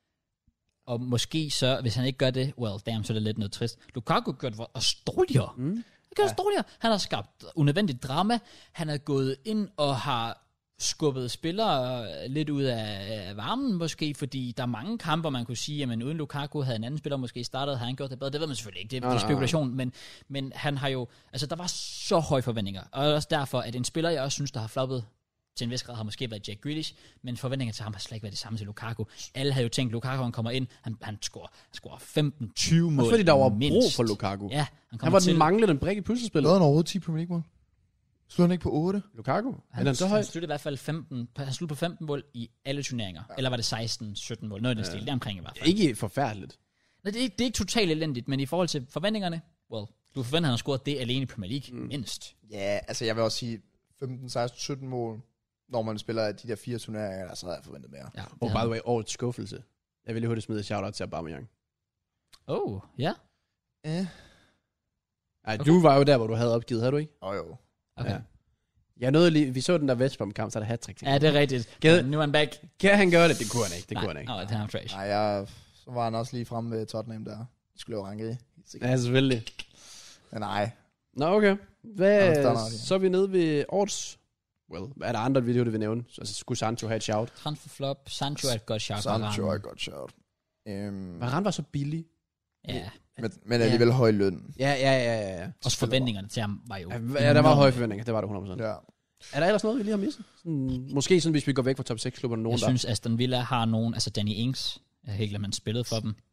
Og måske så, hvis han ikke gør det, well, damn, så er det lidt noget trist. Lukaku gør det os dårligere. Mm. Han gør det os dårligere. Han har skabt unødvendigt drama. Han er gået ind og har skubbet spillere lidt ud af, af varmen måske, fordi der er mange kamper, man kunne sige, at uden Lukaku havde en anden spiller måske startet, havde han gjort det bedre. Det ved man selvfølgelig ikke, det er Nej, nej, nej. spekulation, men, men han har jo, altså der var så høje forventninger, og også derfor, at en spiller, jeg også synes, der har floppet til en vis grad, har måske været Jack Grealish, men forventningerne til ham har slet ikke været det samme til Lukaku. Alle havde jo tænkt, Lukaku han kommer ind, han, han scorer, han scorer femten tyve mål. Også fordi der var mindst. brug for Lukaku. Ja, han, Han kommer var til. den manglende brik i puslespillet. Lavede han overhovedet ti Premier League mål? Slår han ikke på otte? Lukaku? Han, Er den så han højt? sluttede i hvert fald femten, han sluttede på femten mål i alle turneringer. Ja. Eller var det seksten sytten mål? Noget i den stil. Det er omkring i hvert fald. Ikke forfærdeligt. Nej, det, er, det er ikke totalt elendigt, men i forhold til forventningerne, well, du forventer, at han har scoret det alene i Premier League, mm. mindst. Ja, altså jeg vil også sige femten, seksten, sytten mål, når man spiller de der fire turneringer, så havde jeg forventet mere. Ja, Og by the way, årets skuffelse. Jeg vil lige hurtigt smide et shout-out til Aubameyang. Oh, ja. Ja. Ej, Okay. du var jo der, hvor du havde opgivet, havde du ikke? Åh oh, jo. Okay. Ja. Jeg nåede lige, vi så den der West Brom-kamp, så er der hat-trick. Ja, det er rigtigt. Gad- Nu er han back. Kan han gøre det? Det kunne han ikke. Det Nej, kunne han ikke. nej, det er ham trash. Nej, jeg, så var han også lige fremme med Tottenham der. De skulle lave ranke. Helt sikkert. Ja, selvfølgelig. Ja, nej. Nå, okay. Hvad, Ja, der er noget, ja. så er vi nede ved årets... Well, er der andre video, du vil nævne? Altså, skulle Sancho have et shout? Transfer flop. Sancho er et godt shout. Sancho er Varane. et godt shout. Um, Varane var så billig. Ja, men, men alligevel høj løn. Ja, ja, ja, ja. ja. også forventningerne til ham var jo... Ja, ja, der var høje forventninger. Det var det hundrede procent. Ja. Er der ellers noget, vi lige har misset? Sådan, måske sådan, hvis vi går væk fra top seks-klubberne, nogen Jeg der... synes, Aston Villa har nogen... Altså, Danny Ings, jeg har helt glemt, han spillede for dem.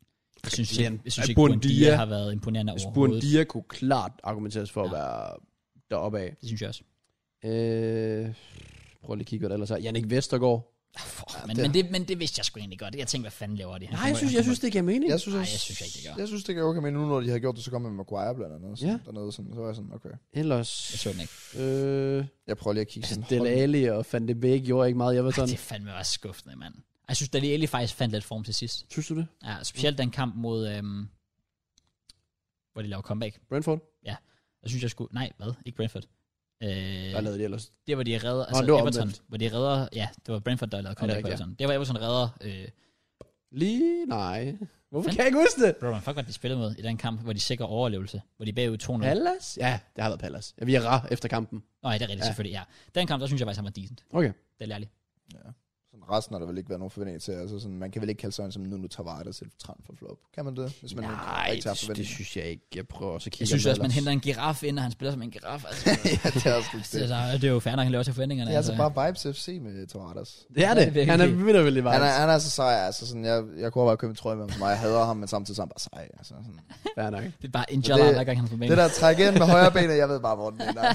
Jeg synes, Glenn. jeg, jeg synes Ej, ikke, Buendia- Buendia har været imponerende overhovedet. Buendia kunne klart argumenteres for at Ja. være deroppe af. Det synes jeg også. Øh, prøv lige at kigge, hvad der ellers er. Jannik Vestergaard. Ja, men, det. Men, det, men det vidste jeg sgu egentlig godt. Jeg tænkte, hvad fanden laver de? Han Nej, kommer- jeg synes, han jeg synes, kommer- det giver mening. Jeg synes, Nej, også, jeg synes ikke, det gør. Jeg synes, det gør okay, men nu når de har gjort det, så kommer med Maguire blandt andet. Ja. Dernede, sådan, så var jeg sådan, okay. Ellers... Jeg så den ikke. Øh, Jeg prøver lige at kigge altså, sådan. Dele Alli og Van de Beek gjorde ikke meget. Jeg var Ej, sådan... det er fandme også skuffende, mand. Jeg synes, Dele Alli faktisk fandt lidt form til sidst. Synes du det? Ja, specielt den kamp mod... Øhm, hvor de lavede comeback. Brentford? Jeg synes, jeg skulle... Nej, hvad? Ikke Brentford. Øh, Hvad lavede de ellers? det hvor de redder... Altså det var Everton, omvendt. hvor de redder... Ja, det var Brentford, der lavede comeback på rigtigt, Everton. Det var Everton redder... Øh, Lige... Nej. Hvorfor Fand- kan jeg ikke huske det? bro, man fuck, hvad de spillede mod i den kamp, hvor de sikrer overlevelse. Hvor de er bagud to nul. Pallas? Ja, det har været Pallas. Ja, vi er rar efter kampen. Nå, ja, det er rigtigt, Ja. ja. selvfølgelig, ja. Den kamp, der synes jeg faktisk, han var decent. Okay. Det er lærligt. Sådan, resten har der vel ikke været nogen forventning til. Altså sådan, man kan vel ikke kalde sådan som Nuno Tavares til transferflop. Kan man det? Hvis man ikke Nej, rigtig har det, det forventninger? synes jeg ikke. Jeg prøver også at kigge. Jeg synes om også, man ellers. henter en giraf ind, og han spiller som en giraf. Altså, ja, det er også lidt det, det. er, det er jo fair nok, han lever til forventningerne. Det er altså bare Vibes F C med Tavares. Det er Ja, det. det er Han er virkelig. vildt vildt Han er, vibes. han er så sej, altså sådan, jeg, jeg kunne bare købe en trøje med ham for mig. Jeg hader ham, men samtidig så er han bare sej. Altså, sådan. Fair nok. Det er bare en Så jalla, det- hver gang han får Det med. der træk ind med højre benet, jeg ved bare, hvor den er.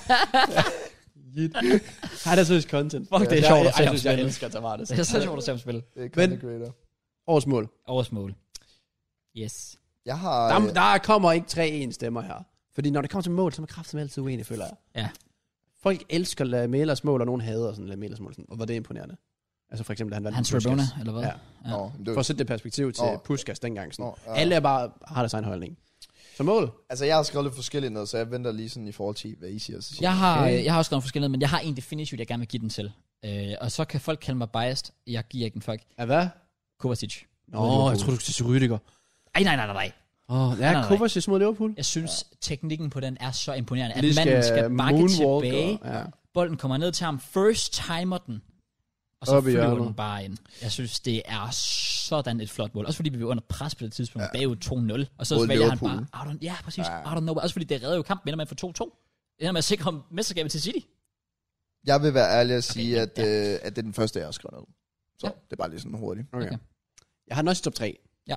Han er seriøst content. Fuck, det er Jeg- sjovt at jeg, se jeg, ham synes, jeg spille. elsker Tavares. Det er så sjovt at se ham spille. Det er Men- content creator. Årets mål. Årets mål. Yes. Jeg har... Der, øh, der kommer ikke tre en stemmer her. Fordi når det kommer til mål, så er man kraftigt altid uenig, føler jeg. Ja. Folk elsker Lamellers mål, og nogen hader sådan Lamellers mål. Sådan, og hvor det er imponerende. Altså for eksempel, da han vandt Hans med Puskas. Rabona, eller hvad? Ja. Ja. Nå, men det, For at sætte det perspektiv til Nå. Puskas dengang. Sådan. Nå, ja. Alle er bare har deres egen holdning. Så mål. altså, jeg har skrevet lidt forskelligt ned, så jeg venter lige sådan i forhold til, hvad I siger. Så siger Jeg har, Okay. jeg har også skrevet forskellige, men jeg har en definition, jeg gerne vil give den til. Øh, og så kan folk kalde mig biased. Jeg giver ikke en fuck. Ja, hvad? Kovacic. Nå, jeg tror du skulle sige Rüdiger. Ej, nej, nej, nej, nej. Åh, oh, nej, ja, nej. Kovacic mod Liverpool. Jeg synes, ja. teknikken på den er så imponerende. At Lige manden skal bakke moonwalk tilbage. Og, ja. Bolden kommer ned til ham. First timer den. Og så Op i flyver hjørnet. den bare ind. Jeg synes, det er sådan et flot mål. Også fordi vi var under pres på det tidspunkt. Ja. Bagud to nul. Og så Mod vælger han Liverpool. bare... Out of, ja, præcis. Ja. Ja. Out of nowhere. Også fordi det redder jo kampen. Ender med at få to to. Det ender med at sikre mesterskabet til City. Jeg vil være ærlig at sige, Okay, at, ja. øh, at det er den første, jeg har skrevet ned. Så Ja. det er bare lige sådan hurtigt. Okay. Okay. Jeg har den også i top tre. Ja.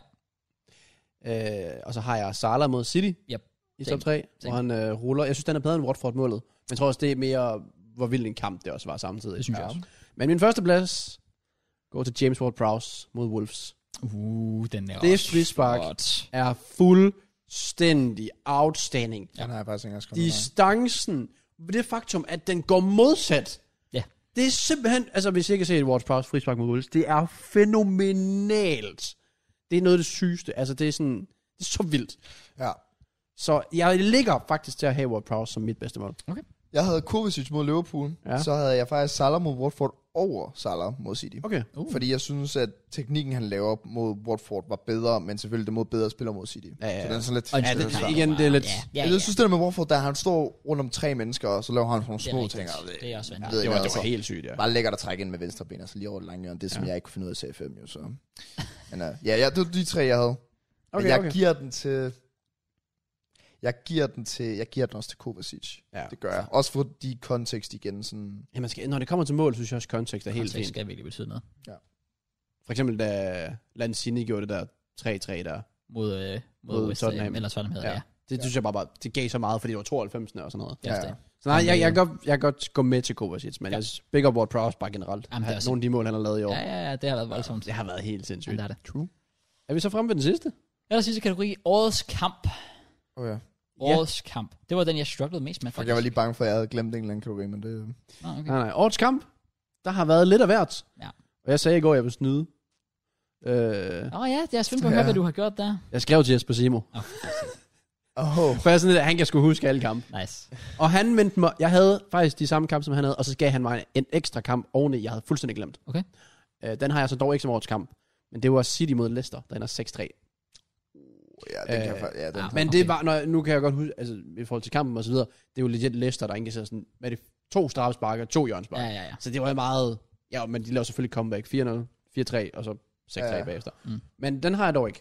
Øh, og så har jeg Salah mod City Yep. i Same. top tre, hvor Same. han øh, ruller. Jeg synes, den er bedre end Watford-målet. Men jeg tror også, det er mere, hvor vild en kamp det også var samtidig. Det synes jeg også. Men min første plads går til James Ward-Prowse mod Wolves. Uh, den er Det også frispark. flot. Er fuldstændig outstanding. Ja. Den har jeg faktisk ikke engang skrevet ned. Distancen, det faktum, at den går modsat. Ja. Det er simpelthen, altså hvis I ikke har set Ward-Prowse frispark mod Wolves, det er fænomenalt. Det er noget af det sygeste. Altså det er sådan, det er så vildt. Ja. Så jeg ligger faktisk til at have Ward-Prowse som mit bedste mål. Jeg havde Kovacic mod Liverpool. Ja. Ja. Så havde jeg faktisk Salah mod Watford over Salah mod City. Okay. Uh. Fordi jeg synes, at teknikken, han laver mod Watford, var bedre, men selvfølgelig det mod bedre spillere mod City. Ja, ja, ja. Så den er sådan lidt... Og Ja, en det- stor- igen, det er lidt- Ja, ja, Jeg ja. synes, det der med Watford, der han står rundt om tre mennesker, og så laver han sådan nogle Det er små rigtigt. ting. og Det er også vanvittigt. ved Det jeg var, hvad, det var altså. helt sygt, ja. Bare lækkert at trække ind med venstre ben, altså lige over det lange hjørne. Det, som Ja. jeg ikke kunne finde ud af at C F M, jo, så... Men, uh, ja, ja, det var de tre, jeg havde. Okay, Men jeg okay. giver den til... Jeg giver den til... Jeg giver den også til Kovacic. Ja. Det gør jeg. Også fordi kontekst igen sådan... Ja, man skal, når det kommer til mål, synes jeg også, kontekst er helt Kontekst fint. skal virkelig betyde noget. For eksempel, da Lanzini gjorde det der tre tre der. Mod, øh, mod, Mod West Tottenham. Ham. Eller Tottenham hedder Ja. ja. Det synes jeg bare, bare, det gav så meget, fordi det var tooghalvfems og sådan noget. Det er Ja, også ja. det. Så nej, jeg, jeg, kan godt, jeg kan godt gå med til Kovacic, men Ja. jeg big up Ward-Prowse bare generelt. Jamen, det er også- Nogle af de mål, han har lavet i år. Ja, ja, ja, det har været voldsomt. Det har været helt sindssygt. Men det er det. True. Er vi så fremme ved den sidste? Ellers sidste kategori, årets kamp. Oh, ja. Årets kamp. Det var den, jeg strugglede mest med. Fuck, jeg var lige bange for, at jeg havde glemt en eller anden kategori, men det... Nå, okay. Nej, nej. Årets kamp, der har været lidt af hvert. Ja. Og jeg sagde i går, at jeg ville snyde. Øh, Åh oh, ja, det er spændt på at Ja. høre, hvad du har gjort der. jeg skrev til Jesper Simo. Åh, oh, Oh. For jeg er sådan lidt, at han kan sgu huske alle kampe. nice. Og han vendte mig, jeg havde faktisk de samme kampe, som han havde, og så gav han mig en ekstra kamp oveni, jeg havde fuldstændig glemt. Okay. Øh, den har jeg så dog ikke som årets kamp. Men det var City mod Leicester, der ender seks tre. Ja, den kan Øh, jeg fa- ja, den ja, Men okay. det var, når, nu kan jeg godt huske, altså i forhold til kampen og så videre, det er jo legit Leicester, der indgiver sådan, hvad er det, to straffesparker, to hjørnespark. Ja, ja, ja. Så det var meget, ja, men de lavede selvfølgelig comeback, fire nul, fire tre, og så seks tre Ja, ja. bagefter. Mm. Men den har jeg dog ikke.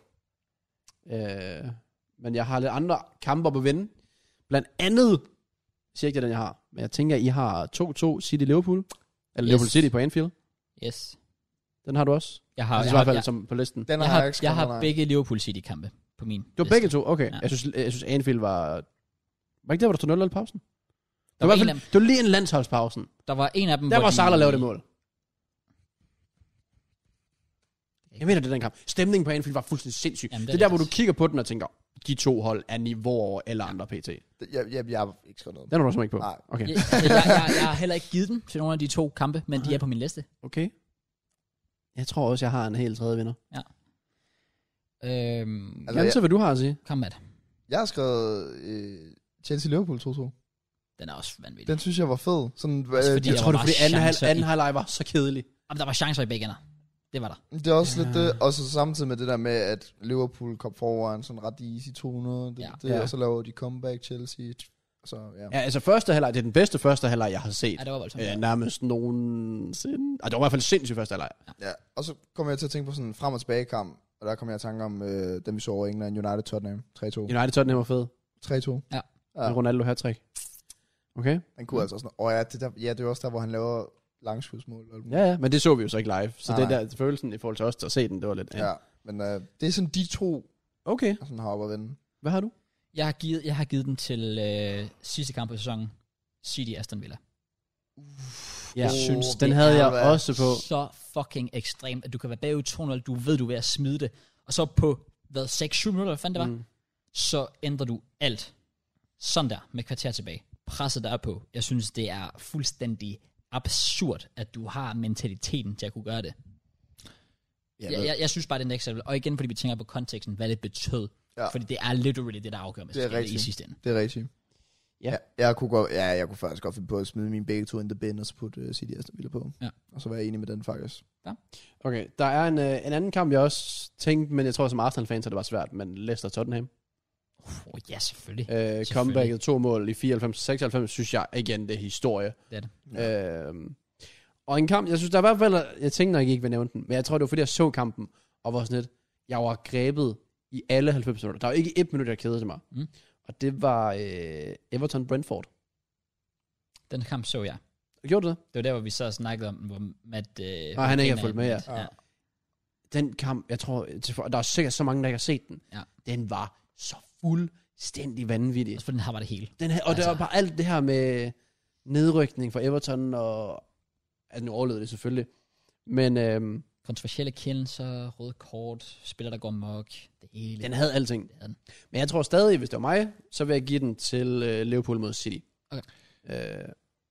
Øh, men jeg har lidt andre kampe på vinde. Blandt andet, jeg siger ikke, det er den, jeg har, men jeg tænker, I har to to City-Liverpool, eller Yes. Liverpool City på Anfield. Yes. Den har du også. Jeg har, Altså, jeg i hvert har, fald jeg, som på listen. Den jeg har jeg har, ikke jeg skrevet, har nej. begge Liverpool City-kampe. på min Det var liste. begge to, okay. Ja. Jeg synes, jeg synes Anfield var... Var ikke der, hvor der stod nul i pausen? Det Der var, var, i en hvert af, fald, det var lige en landsholdspausen. der var en af dem, Der hvor var de- Salah lavede det mål. Jeg mener, det er den kamp. Stemningen på Anfield var fuldstændig sindssyg. Jamen, det det, er det er der, det hvor du også. kigger på den og tænker, de to hold er niveau over alle andre P T. Den Jeg, jeg, jeg har ikke skrevet noget. har du også ikke på? Nej. Okay. Jeg, altså, jeg, jeg, jeg har heller ikke givet dem til nogle af de to kampe, men de er på min liste. Okay. Jeg tror også, jeg har en helt tredje vinder. Øhm, Altså, Jamen, jeg- så hvad du har at sige. kom med det. Jeg har skrevet øh, Chelsea-Liverpool to to. Den er også vanvittig. Den synes jeg var fed. Sådan, Også øh, fordi- Jeg der tror, var det er fordi bare anden, halv, chancer i- anden halvleg var så kedelig. Jamen, der var chancer i begge ender. Det var der. det er også Ja. lidt det. Og så samtidig med det der med, at Liverpool kom foran sådan ret easy to hundrede. Det, Ja. det, Ja. Og så laver de comeback Chelsea. Så ja. Ja, altså første halvleg, det er den bedste første halvleg, jeg har set. Ja, det var voldsomt. Øh, nærmest nogensinde. Ej, det var i hvert fald sindssygt første halvleg. ja. Og så kommer jeg til at tænke på sådan en frem- og tilbage-kamp. Og der kommer jeg i tanke om øh, dem, vi så over England, United Tottenham tre to. United Tottenham var fed. tre to. Ja. Ja. Med Ronaldo hattrick. Okay. Den kunne altså også... Og ja, det, der, ja, det er også der, hvor han laver langskudsmål. og alt muligt. Ja, ja, men det så vi jo så ikke live. Så Nej, det nej. der følelsen i forhold til os til at se den, det var lidt... Ja. Men øh, det er sådan de to, Okay, der sådan har op at vende. hvad har du? Jeg har givet, jeg har givet den til øh, sidste kamp i sæsonen. City Aston Villa. Ja, Jeg synes, den det havde er jeg hvad- også på. Så fucking ekstremt, at du kan være bagud to nul, du ved, du er ved at smide det, og så på, hvad, seks syv minutter, hvad fanden det var, Mm. så ændrer du alt. Sådan der, med kvarter tilbage. Presset der er på. Jeg synes, det er fuldstændig absurd, at du har mentaliteten til at kunne gøre det. Ja, Jeg, jeg, jeg synes bare, det er next level. Og igen, fordi vi tænker på konteksten, hvad det betød. Ja. Fordi det er literally det, der afgør med Det er i rigtigt. sidste ende. Det er rigtigt. Ja. ja. Jeg kunne godt, ja, jeg kunne faktisk godt finde på at smide mine begge to in the bin, og så putte uh, City Aston Villa på. Ja. Og så være jeg enig med den faktisk. Okay, der er en, øh, en anden kamp, jeg også tænkte, men jeg tror som Arsenal-fan, så det var svært, men Leicester Tottenham. Oh, ja, selvfølgelig. Øh, comebacket, to mål i fireoghalvfems seksoghalvfems, synes jeg igen, det er historie. Det er det. Ja. Øh, og en kamp, jeg synes, der er i hvert fald, jeg tænkte nok ikke vil nævne den, men jeg tror, det var fordi, jeg så kampen, og var sådan lidt, jeg var grebet i alle halvfems minutter. Der var ikke et minut, jeg kedede mig. Mm. Og det var øh, Everton-Brentford. Den kamp så jeg. Gjorde du det? Det var der, hvor vi så snakkede om, hvor Matt... Øh, Nej, han ikke har Kane fulgt med, ja. ja. Ja. Den kamp, jeg tror, der er sikkert så mange, der ikke har set den. Ja. Den var så fuldstændig vanvittig. Også for den her var det hele. Den her, og altså, Altså- det var bare alt det her med nedrykning for Everton, og altså nu overlevede det selvfølgelig. Men øhm, Kontroversielle kendelser, røde kort, spiller der går mok, det hele. den havde alting. Det havde den. Men jeg tror stadig, hvis det var mig, så vil jeg give den til øh, Liverpool mod City. Okay. Øh,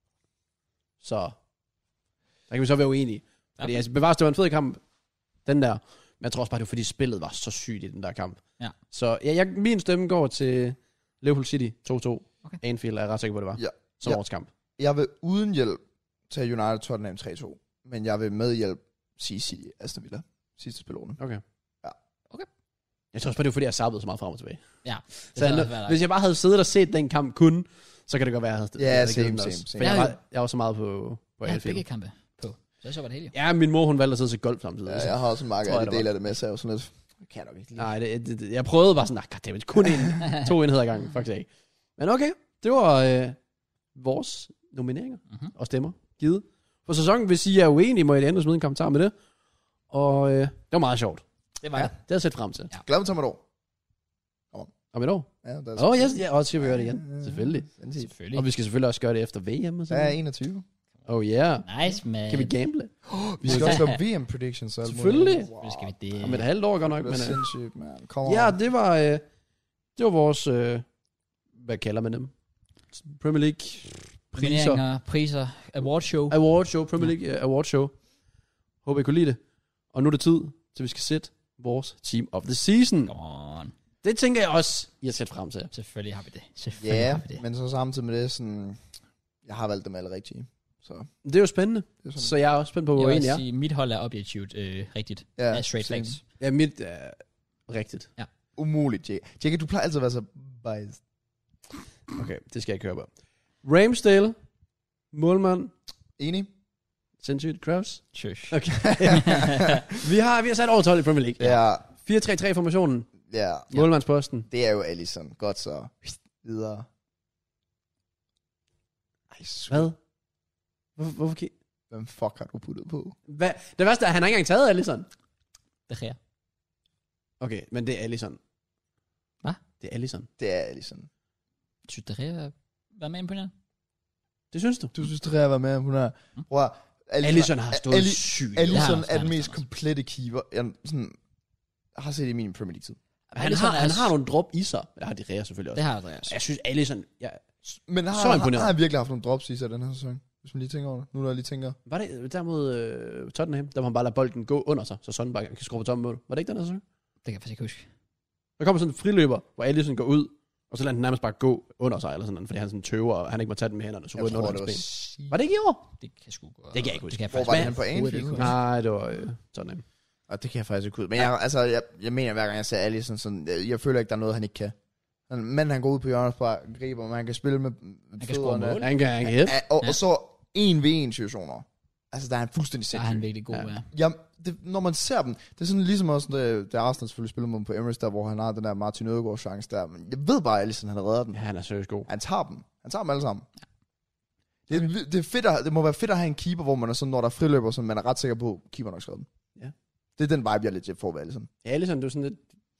så der kan vi så være uenige. Fordi Ja. altså, bevares, det var en fed kamp, den der. Men jeg tror også bare, det var fordi spillet var så sygt i den der kamp. Ja. Så ja, jeg, min stemme går til Liverpool City to to. Okay. Anfield er jeg ret sikker på, det var. Ja. Som Ja. årets kamp. Jeg vil uden hjælp tage United Tottenham tre to. Men jeg vil med hjælp sige City Aston Villa. Sidste spilårene. Okay. Ja. Okay. Jeg tror også bare, det var fordi, jeg sabbede så meget frem og tilbage. Ja. Så Det jeg, havde været hvis jeg bare havde siddet og set den kamp kun, så kan det godt være, at jeg havde Ja, jeg havde same, givet den same, også. same. For jeg, Ja, var, jeg var så meget på, på jeg havde Anfield. begge kampe på. Så jeg så var det hele jo. Ja, min mor, hun valgte at sidde til golf samtidig. Ja, jeg har også en mark Tror jeg, af det del var. af det med, så jeg var sådan lidt... Det kan jeg nok ikke lide. Nej, det, det, det, jeg prøvede bare sådan, nej, goddammit, kun en, to enheder ad gangen, faktisk ikke. Men okay, det var øh, vores nomineringer Mhm. og stemmer givet. For sæsonen, hvis I er uenige, må I endelig smide en kommentar med det. Og øh, det var meget sjovt. Det var Ja. det. Det har jeg set frem til. Ja. Glad med Tom et år. Om et år. Ja, der Åh, oh, yes, ja, og så skal vi gøre det igen. Selvfølgelig. Sindssygt. Selvfølgelig. Og vi skal selvfølgelig også gøre det efter V M og Ja, sådan. enogtyve. Oh yeah. Nice, man. Kan vi gamble? Vi skal også lave V M predictions. og alt muligt. Selvfølgelig. Wow. Nu skal vi det. Om et halvt år godt nok. Det Men, er øh, sindssygt, man. Kom ja, on. det var, øh, det var vores, øh, hvad kalder man dem? Premier League priser. Nomineringer, priser, award show. Award show, Premier League uh, award show. Håber I kunne lide det. Og nu er det tid, til vi skal sætte vores team of the season. Come on. Det tænker jeg også, I har set frem til. Selvfølgelig har vi det. Selvfølgelig Ja, har vi det. men så samtidig med det, sådan... Jeg har valgt dem alle rigtige. Så Det er jo spændende, det er sådan... så jeg er også spændt på, Jeg hvor vil en er. sige, mit hold er objektivt øh, rigtigt. Ja, Ja, straight same. facts. Ja, mit er rigtigt. Umuligt, Jake. Jake, du plejer altid at være så biased. Okay, det skal jeg ikke høre på. Ramsdale, målmand, Enig? sindssygt, Kraus. Shush. Okay. vi, har, vi har sat over tolv i Premier League. Ja. fire tre tre formationen, Ja. målmandsposten. Det er jo Alisson. Godt så. Videre. Ej, su- Hvad? Hvorfor, hvorfor ki- Hvem fuck har du puttet på? Hvad? Det værste er, at han har ikke engang taget Alisson. Det sker. Okay, men det er Alisson. Det er Alisson. Det er Alisson. Synes du, det var med imponerende? Det synes du? Du synes, det er, var med, hun er... Bror, Alisson har stået Ali- sygt. Alisson Ja, er den ja, mest ja. komplette keeper, jeg sådan, har set i min Premier League-tid. Han Alisson har, er- han har nogle drop i sig. Det har de Rea selvfølgelig også. Det har Andreas. Jeg synes, Alisson... Ja, Men har, Så har, imponeret. har han virkelig haft nogle drops i sig den her sæson? Hvis man lige tænker over det. Nu når jeg lige tænker. var det derimod øh, Tottenham, der må han bare lade bolden gå under sig, så sådan bare kan skrue på tomme mål. Var det ikke den her sæson? Det kan jeg faktisk ikke huske. Der kommer sådan en friløber, hvor Alisson går ud, og så lader han nærmest bare gå under sig, eller sådan noget, fordi han sådan tøver, og han ikke må tage den med hænderne, så Jeg ryger den tror, under det hans var... ben. Var det ikke i år? Det kan jeg sgu gå. Det kan jeg ikke huske. Det kan jeg Hvor faktisk var det ikke. han på Overhovedet Anfield? ikke. Nej, det var øh, Tottenham. Og det kan jeg faktisk ikke ud. Men jeg, altså, jeg, jeg mener, hver gang jeg ser Alisson, sådan, jeg, jeg føler ikke, der er noget, han ikke kan. Han, men han går ud på hjørnet og griber, man kan spille med kan score fødderne. mål. Han kan, han kan hætte. Ja, og, Ja. og så en ved en situationer. Altså, der er han fuldstændig Så er sindssyg. han virkelig god, Ja. ja. Ja, det, når man ser dem, det er sådan ligesom også, det, det Arsenal selvfølgelig spiller mod på Emirates, der hvor han har den der Martin Ødegaard chance der. Men jeg ved bare, at Alisson han redder den. Ja, han er seriøst god. Han tager dem. Han tager dem alle sammen. Det, er, det, er fedt at, det må være fedt at have en keeper, hvor man er sådan, når der er friløber, så man er ret sikker på, at keeper nok skal den. Ja. Det er den vibe, jeg lidt får ved Alisson. Ja, Alisson, du er sådan lidt...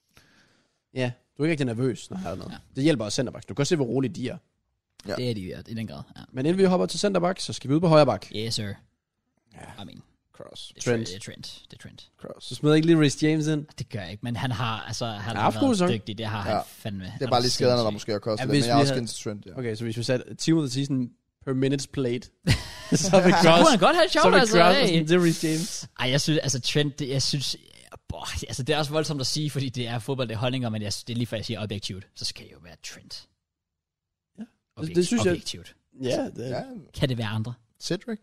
Ja, du er ikke rigtig nervøs, når han er noget. Ja. Det hjælper også centerbacks. Du kan se, hvor roligt de er. Ja. Det er de ja, i den grad. Ja. Men inden vi hopper til centerback, så skal vi ud på højre bak. Yes, sir. Ja. I mean, Cross. det er Trent. Trent. Det er Trent. Det er Trent. Cross. Så smider ikke lige Reece James ind. Det gør jeg ikke, men han har, altså, han har har haft god været sæson. dygtig. Det har Ja. han fandme. Det er bare lige skaderne, der måske har kostet Ja, lidt, hvis men jeg er vi også havde- gennem til Trent, ja. Okay, så hvis vi satte team of the season per minutes played, så vil Så kunne Cross... han godt have et Så sjovt, vil altså. Cross Hey. sådan, det er Reece James. Ej, jeg synes, altså Trent, det, jeg synes, boah, altså det er også voldsomt at sige, fordi det er fodbold, det er holdninger, men jeg, det er lige før jeg siger objektivt, så skal det jo være Trent. Ja, Objekt, det synes jeg- objektivt. Ja, det Ja, Kan det være andre? Cedric.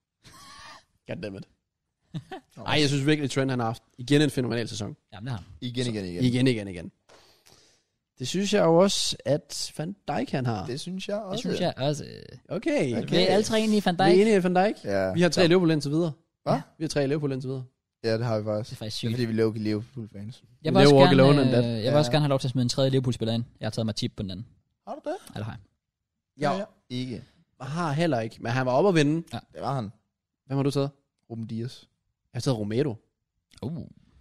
Goddammit. Ej, jeg synes virkelig, Trent han har haft igen en fænomenal sæson. Jamen, det har han. Igen, igen, igen. Igen, igen, igen. Det synes jeg jo også, at Van Dijk han har. Det synes jeg Det også. synes jeg også. Okay. Okay. Vi er alle tre enige i Van Vi er Dijk. enige i Van Dijk. Ja. Vi har tre Liverpool indtil videre. Hvad? Vi har tre Liverpool indtil videre. Ja, det har vi Det faktisk. er faktisk Det er sygt. fordi, vi laver Liverpool-fans. Jeg We vil også never walk gerne, alone on øh, that. jeg vil Ja. også gerne have lov til at smide en tredje Liverpool-spiller ind. Jeg har taget Matip på den anden. Har du det? Eller har jeg? Ja, Ikke. jeg har heller ikke. Men han var oppe at vinde. Det var han. Hvem har du taget? Ruben Dias. Jeg har taget Romero. Uh.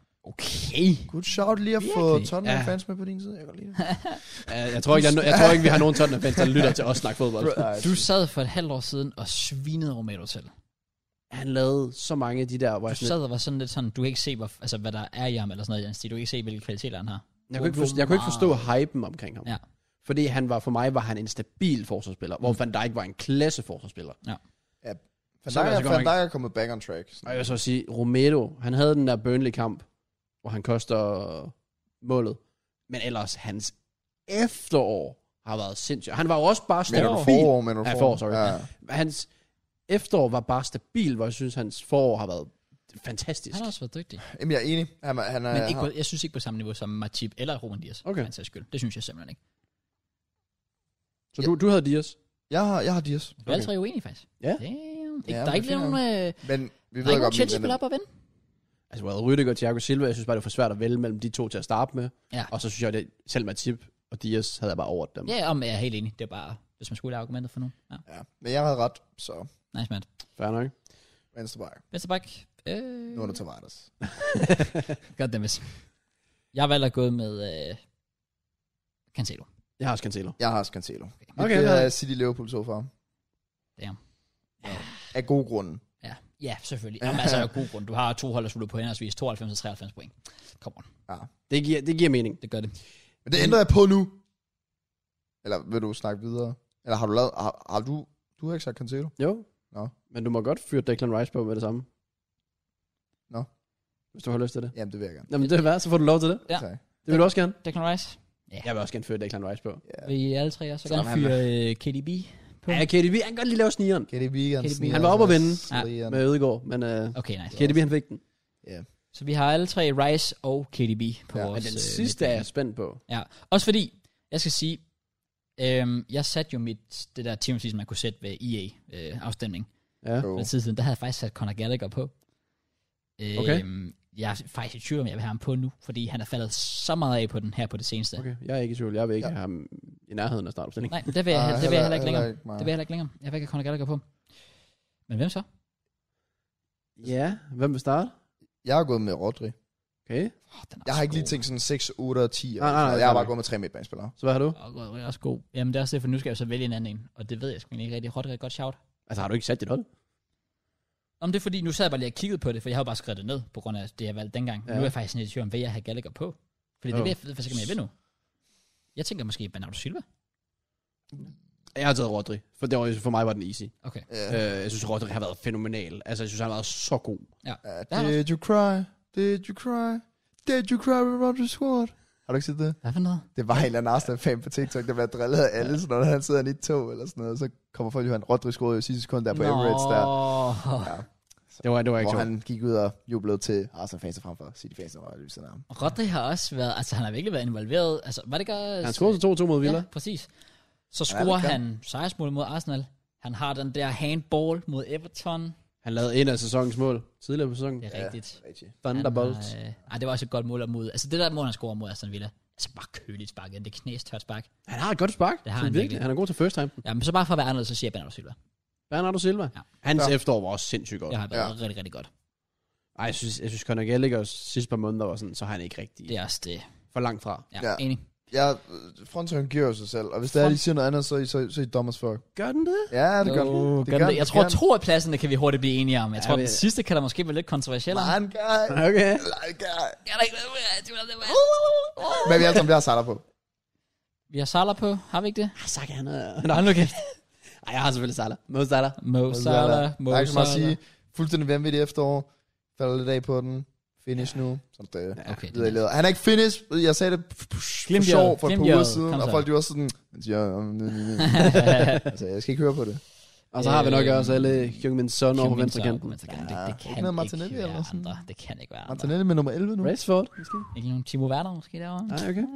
Okay. Good shout lige at få Virkelig? Tottenham-fans med på din side. Jeg kan godt lide det. Jeg, jeg, tror ikke, jeg, jeg tror ikke, vi har nogen Tottenham-fans, der lytter til os snakke fodbold. Ej, Du sad for et halvt år siden og svinede Romero til. Han lavede så mange af de der, hvor jeg, Du sådan, sad og var sådan lidt sådan, du kan ikke se, hvor, altså, hvad der er i ham, eller sådan noget i den stil. Du kan ikke se, hvilke kvaliteter han har. jeg, kunne ikke forstå, jeg kunne ikke forstå hypen omkring ham. Ja. Fordi han var, for mig var han en stabil forsvarsspiller, hvor Van Dijk var en klasse forsvarsspiller. Van Så vil jeg så Dijk godt Van nok- Dijk er kommet back on track. Og jeg vil så sige, Romero, han havde den der Burnley-kamp, hvor han koster målet. Men ellers, hans efterår har været sindssygt. Han var jo også bare Men er du stabil. forår, men er du Ja, forår? forår, sorry. Ja. Hans efterår var bare stabil, hvor jeg synes, hans forår har været fantastisk. Han har også været dygtig. Jamen, jeg er enig. Han, er- han er, Men ikke han, på, jeg synes ikke på samme niveau som Matip eller Ruben Dias. Okay. For hans sags skyld. Det synes jeg simpelthen ikke. Så du, du havde Dias? jeg, har, jeg har Dias. Vi er alle tre uenige, faktisk. Ja. Damn. Ikke, Ja, der er men ikke fint nogen, øh, der Men vi er ved ikke nogen godt, Chelsea-spiller op at vinde. Altså, well, Rüdiger og Thiago Silva, jeg synes bare, det var for svært at vælge mellem de to til at starte med. Ja. Og så synes jeg, at selv Matip og Dias havde jeg bare over dem. Ja, om jeg er helt enig. Det er bare, hvis man skulle have argumentet for nu. Ja. Ja, men jeg havde ret, så Nice, man. Fair nok. venstre back. Venstre back. Øh, Nu er det Tavares. Goddammit. Jeg har valgt at gå med øh, Cancelo. Jeg har også Cancelo. Jeg har også Cancelo. Okay, Okay, det ja. er City Liverpool så far. Damn. Af gode grunde. Ja, ja selvfølgelig. Jamen, altså, af god grund. Du har to hold, der slutter på henholdsvis tooghalvfems og treoghalvfems point. Come on. Ja. Det giver, det giver mening. Det gør det. Men det ændrer jeg på nu. Eller vil du snakke videre? Eller har du lavet... Har, har du... Du har ikke sagt Cancelo? Jo. Nå. Men du må godt fyre Declan Rice på med det samme. Nå. Hvis du har lyst til det. Jamen, det vil jeg gerne. Jamen det er værd, så får du lov til det. Ja. Tak. Det vil du også gerne. Declan Rice. Jeg vil også gerne fyre Declan Rice på. Ja. Vi er alle tre også. Så Så gerne han fyre øh, K D B på. Ja, K D B, han kan godt lige lave snigeren. K D B, han, K D B. sniger Han var oppe at sig. vinde Sliger. med Ødegaard, men uh, Okay, nice. K D B han fik den. Ja. Så vi har alle tre Rice og K D B på Ja, vores... Men den øh, sidste er midtbane. jeg spændt på. Ja, også fordi, jeg skal sige, øhm, jeg satte jo mit, det der team season, man kunne sætte ved E A-afstemning. Ja. For en tid siden, der havde jeg faktisk sat Conor Gallagher på. Øhm, Okay. Jeg er faktisk i tvivl, om jeg vil have ham på nu, fordi han er faldet så meget af på den her på det seneste. Okay. Okay, jeg er ikke i tvivl. Jeg vil ikke Ja. have ham i nærheden af startopstilling. Nej, det vil jeg, Ah, det vil jeg heller ikke længere. ikke mig. Det vil jeg heller ikke længere. Jeg vil ikke have Conor Gallagher på. Men hvem så? Ja, hvem vil starte? Jeg har gået med Rodri. Okay. Oh, Jeg har ikke lige tænkt sådan seks, otte og ti. Nej, nej, nej, jeg har bare nej. gået med tre midtbanespillere. Så hvad har du? Åh, oh, det er også god. Jamen, det er også det, for nu skal jeg så vælge en anden en. Og det ved jeg sgu ikke rigtig. Rodri er et godt shout. Altså, har du ikke sat dit hold? Om det er fordi, nu sad jeg bare lige og kiggede på det, for jeg har jo bare skrevet det ned, på grund af det, jeg valgte dengang. Ja. Nu er jeg faktisk lidt i tvivl om, hvad jeg har Gallagher på. Fordi det Oh. ved jeg faktisk ikke, om jeg vil nu. Jeg tænker måske Bernardo Silva. Jeg har taget Rodri, for, det var, for mig var den easy. Okay. Ja. Øh, jeg synes, Rodri har været fænomenal. Altså, jeg synes, han har været så god. Ja. Uh, did you cry? Did you cry? Did you cry with Rodri scored? Har du ikke set det? Hvad for noget? Det var en eller anden Arsenal-fan på TikTok, der bliver drillet af alle, så når han sidder i et tog eller sådan noget, så kommer folk jo, han Rodri scorede i sidste sekund der på Emirates der. Ja. Det var, det var ikke Hvor sjovt. han gik ud og jublede til Arsenal-fans frem for City-fans, der var lyset af ham. Rodri har også været, altså han har virkelig været involveret. Altså, var det godt? Han scorede to to mod Villa. Ja, præcis. Så Han er scorer lidt han sejrsmål mod Arsenal. Han har den der handball mod Everton. Han lavede en af sæsonens mål tidligere på sæsonen. Det er rigtigt. Ja, rigtigt. Thunderbolts. Han har, øh, ej, det var også et godt mål mod. Altså det der mål, han scorer mod Aston Villa. Altså bare køligt spark igen. Det er knæstørt spark. Han har et godt spark. Det har Sådan han virkelig. Han er god til first time. Ja, men så bare for at være anderledes, så siger jeg Bernardo Silva. Bernardo Silva. Ja. Hans Ja. efterår var også sindssygt godt. Det har været Ja. rigtig, rigtig godt. Ej, jeg synes, jeg synes Conor Gallagher's sidste par måneder var sådan, så har han ikke rigtig Det er også det. for langt fra. Ja, Ja. enig. Ja, frontrøven giver jo sig selv, og hvis der er, de siger noget andet, så er I, så, så er I dommers for. Gør den det? Ja, det gør Oh, den. gør den det. Jeg tror, to af pladserne kan vi hurtigt blive enige om. Jeg Ja, tror, vi- den sidste kan der måske være lidt kontroversiel. om. Man, guy. Okay. Like, guy. Jeg er der ikke noget, jeg tvivler, det var- Men vi alle sammen bliver satter på. Vi har Salah på, har vi ikke det? Ah, Saka, han er... Nå, nu kæft. Ej, jeg har selvfølgelig Salah. Mo Salah. Mo Salah, Mo Der er ikke så meget at Salah. sige. Fuldstændig vanvittigt efterår. Falder lidt af på den. Finish nu. Sådan det. Ja, okay, det Videre i er leder. Han er ikke finish. Jeg sagde det f- f- for Glimt i sjov øjet. for et Glimt par i uger øjet. siden. Kom Og så. folk de var sådan... Han siger, "Mm, mm, mm." altså, jeg skal ikke høre på det. Og så har vi nok Øh, også alle Jungmin Son over på Heung-min venstre Son kanten. på venstre kanten. Ja, Det, det ikke kan noget ikke Martinelli være eller sådan? andre. Det kan ikke være andre. Martinelli med nummer elleve nu. Rashford, måske? Ikke nogen Timo Werner måske derovre? Nej, okay.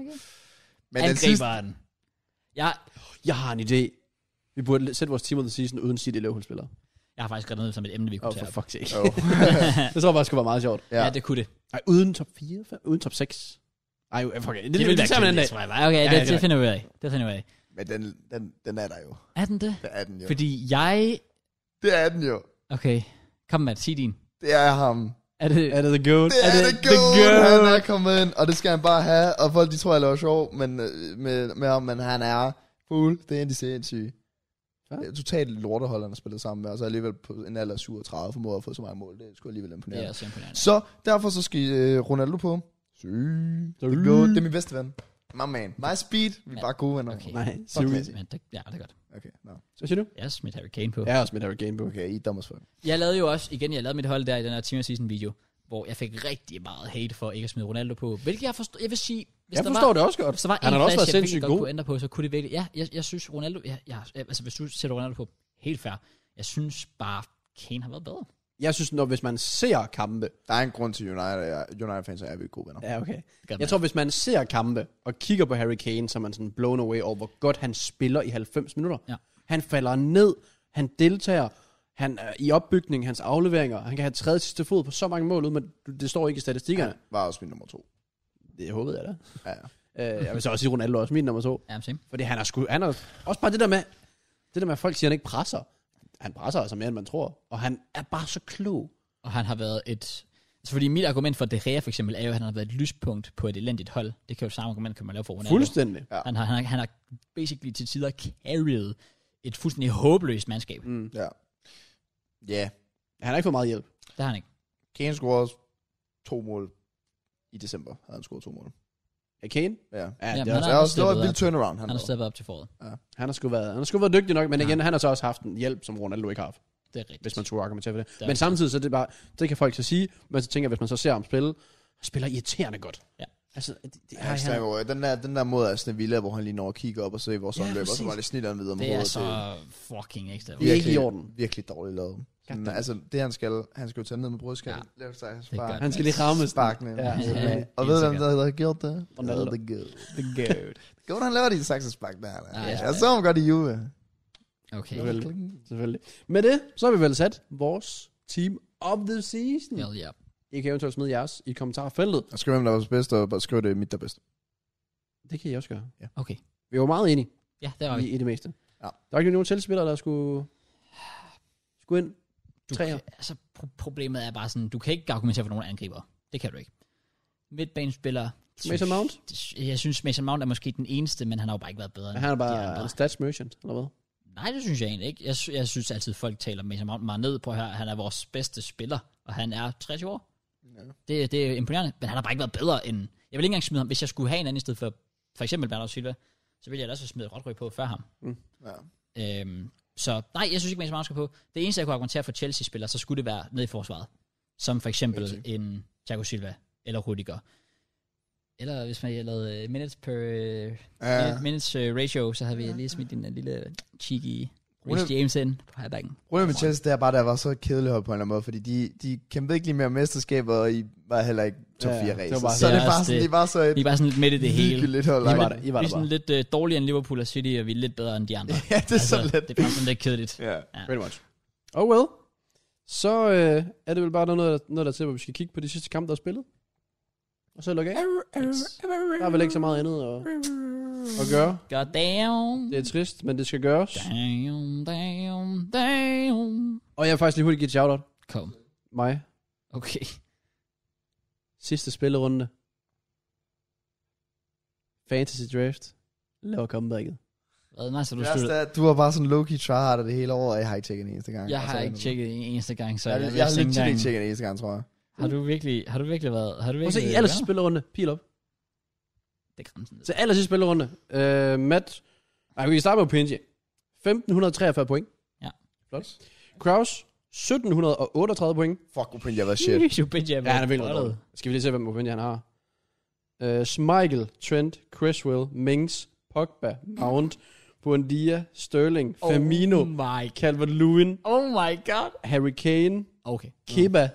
Men den sidste... Angriberen. Ja, Jeg har en idé. Vi burde sætte vores team of the season uden City Liverpool-spillere. jeg har faktisk skrevet ned som et emne, vi kunne Åh, tage for op. fuck's sake. Oh. Det tror jeg bare skulle være meget sjovt. ja. Ja, det kunne det. Ej, uden top fire? fem, uden top seks? Ej, fuck it. Det, Det vil være tager vi en kedeligt, dag. tror jeg. Okay, Ja, det, det det er finder vi ud af. Det finder vi ud af. Men den, den, den er der jo. Er den det? Det er den jo. Fordi jeg... Det er den jo. Okay, kom med, sig din. Det er ham. Er det... Er det the goat? Det er, det det the goat. goat? Han er kommet ind, og det skal han bare have. Og folk, de tror, jeg laver sjov men, øh, med, med ham, men han er fuld. Det er en, de sindssyge. Ja. Det er totalt lortehold, han har spillet sammen med, og så alligevel på en alder af syvogtredive formået at få så mange mål. Det er sgu alligevel Det imponerende. er også imponerende. Så derfor så skal I, øh, Ronaldo på. Syg. The goat. Det er min bedste ven. My man. My speed. Vi er Ja. bare gode venner. Okay. Nej, Fuck seriøst. Men det, ja, det er godt. Okay, no. Så siger du? Jeg har smidt Harry Kane på. Jeg har også mit Harry Kane på. Okay, I er dummers for. Jeg lavede jo også, igen, jeg lavede mit hold der i den her Team of Season video, hvor jeg fik rigtig meget hate for ikke at smide Ronaldo på. Hvilket jeg forstår, jeg vil sige, hvis Jeg der forstår var, det også godt. hvis der var Han en har også plads, været jeg sindssygt virkelig godt god. kunne ændre på, så kunne det virkelig, ja, jeg, jeg synes Ronaldo, ja, ja, altså hvis du sætter Ronaldo på, helt fair, jeg synes bare, Kane har været bedre. Jeg synes, når hvis man ser kampe... Der er en grund til United. United-fans er vi gode venner. Ja, okay. Det gør man. Jeg tror, hvis man ser kampe og kigger på Harry Kane, så er man sådan blown away over, hvor godt han spiller i halvfems minutter. Ja. Han falder ned, han deltager, han er i opbygning, hans afleveringer, han kan have tredje sidste fod på så mange mål ud, men det står ikke i statistikkerne. Han var også min nummer to. Det håbede jeg da. Ja, ja. Øh, jeg vil så også sige, Ronaldo er også min nummer to. Ja, same. Fordi han er sgu, han er også bare det der med, det der med, at folk siger, at han ikke presser. Han presser altså mere, end man tror. Og han er bare så klog. Og han har været et... Altså fordi mit argument for De Gea for eksempel, er jo, at han har været et lyspunkt på et elendigt hold. Det kan jo samme argument, kan man lave for Ronaldo. Fuldstændig. Ja. Han har, han, har, han har basically til tider carried et fuldstændig håbløst mandskab. Mm. Mm. Ja. Ja. Han har ikke fået meget hjælp. Det har han ikke. Kane scorede også to mål i december. Havde han scoret to mål. Er Kane? Ja. Ja, Jamen, det er han også, Det er er også, det var et steppet vildt op. turnaround, han, Han har han steppet op til foråret. han har sgu været, han har sgu været dygtig nok, men Ja. igen, han har så også haft en hjælp, som Ronaldo ikke har haft. Det er rigtigt. Hvis man skulle argumentere for det. Det er Men samtidig så er det bare, det kan folk så sige, men så tænker jeg, hvis man så ser ham spille, han spiller irriterende godt. Ja. Altså, det, det, Ja, han, han, den, der, den der måde af Aston Villa, hvor han lige når at kigge op og se vores Ja, omløb, og så præcis. var det snitter videre med Det er hovedet. så fucking ekstra. Det er ikke i orden. Virkelig dårligt lavet. Sådan, Goddammit. altså, det han skal, han skal jo tage ned med brødskab. Ja. Lave sig gør spark. Han skal lige ramme Sparken ind. Ja. Ja. Og Helt ved du, hvem sikkert. der har gjort det? Ronaldo. Ja, the goat. The goat. Godt, han laver de saksespark der. der. Ja, Ja, ja. jeg så ham godt i Juve. Okay. Selvfølgelig. Selvfølgelig. Med det, så har vi vel sat vores team of the season. Hell yeah. I kan eventuelt smide jeres i kommentarfeltet. Og skriv, hvem der var bedst, og bare skriv det mit der er bedst. Det kan I også gøre. Okay. Vi var meget enige Ja, det var i, vi. i det meste. Ja. Der var ikke nogen tilspillere, der skulle, skulle ind. Du Treer. kan, altså, pro- problemet er bare sådan, du kan ikke argumentere for nogen angriber. Det kan du ikke. midtbanespillere. Mason Mount? Jeg synes, Mason Mount er måske den eneste, men han har jo bare ikke været bedre. Men han er de bare andre. stats merchant, eller hvad? Nej, det synes jeg egentlig ikke. Jeg, sy- jeg synes altid, folk taler Mason Mount meget ned på her. Han er vores bedste spiller, og han er tres år. Ja. Det, det er imponerende, men han har bare ikke været bedre end... Jeg vil ikke engang smide ham, hvis jeg skulle have en anden i stedet for, for eksempel Bernardo Silva, så ville jeg ellers have smidt Rodryg på før ham. Mm. Ja. Øhm, så nej, jeg synes ikke, Mason Mount skal på. Det eneste, jeg kunne argumentere for Chelsea-spillere, så skulle det være ned i forsvaret. Som for eksempel Helt en Thiago Silva, eller Rudiger. Eller hvis man havde lavet uh, minutes per uh, Ja. minutes uh, ratio, så havde vi lige smidt en uh, lille cheeky Rune- Reece James ind på herbacken. Problemet med Chelsea, det er bare, der var så kedeligt hold på en eller anden måde, fordi de, de kæmpede ikke lige mere mesterskaber, og I var heller ikke top Ja, fire det race. var bare- Så det det er er bare også sådan, det. det er bare så et Vi er bare sådan lidt midt i det hele. hyggeligt hold. I var ikke? der, I var Vi er der sådan bare. lidt uh, dårligere end Liverpool og City, og vi er lidt bedre end de andre. Ja, det er så let. Det er bare sådan lidt kedeligt. Ja. Ja. Pretty much. Oh well. Så øh, er det vel bare noget, noget der til, hvor vi skal kigge på de sidste kampe, der er spillet. Og så lukke af. Der er vel ikke så meget andet at, at gøre. God damn. Det er trist, men det skal gøres. Damn, damn, damn. Og jeg vil faktisk lige hurtigt give et shout-out. Kom. Mig. Okay. Sidste spillerunde. Fantasy Draft. Laver comebacket. Hvad, nej, så du Det værste slutter. er, at du var bare sådan low-key tryharder det hele år, og jeg har ikke tjekket en eneste gang. Jeg Og så har er ikke det tjekket en eneste gang, så noget. jeg, Jeg, jeg, jeg har vidste ikke legit ikke engang. tjekket en eneste gang, tror jeg. Har du virkelig, har du virkelig været, har du Prøv at se, virkelig i aller sidste spillerunde. Pil op. Det er grænsen. Så aller sidste spillerunde. Uh, Matt. Ej, vi kan starte med Opinji. femten treogfyrre point. Ja. Flot. Kraus. sytten otteogtredive point. Fuck, Opinja var shit. Shit. Ja, han er virkelig dårlig. Skal vi lige se, hvem Opinji han har. Uh, Schmeichel, Trent, Creswell, Mings, Pogba, Mount, Buendia, Sterling, Oh Firmino, my, Calvert-Lewin, oh my god. Harry Kane, Okay. Keba,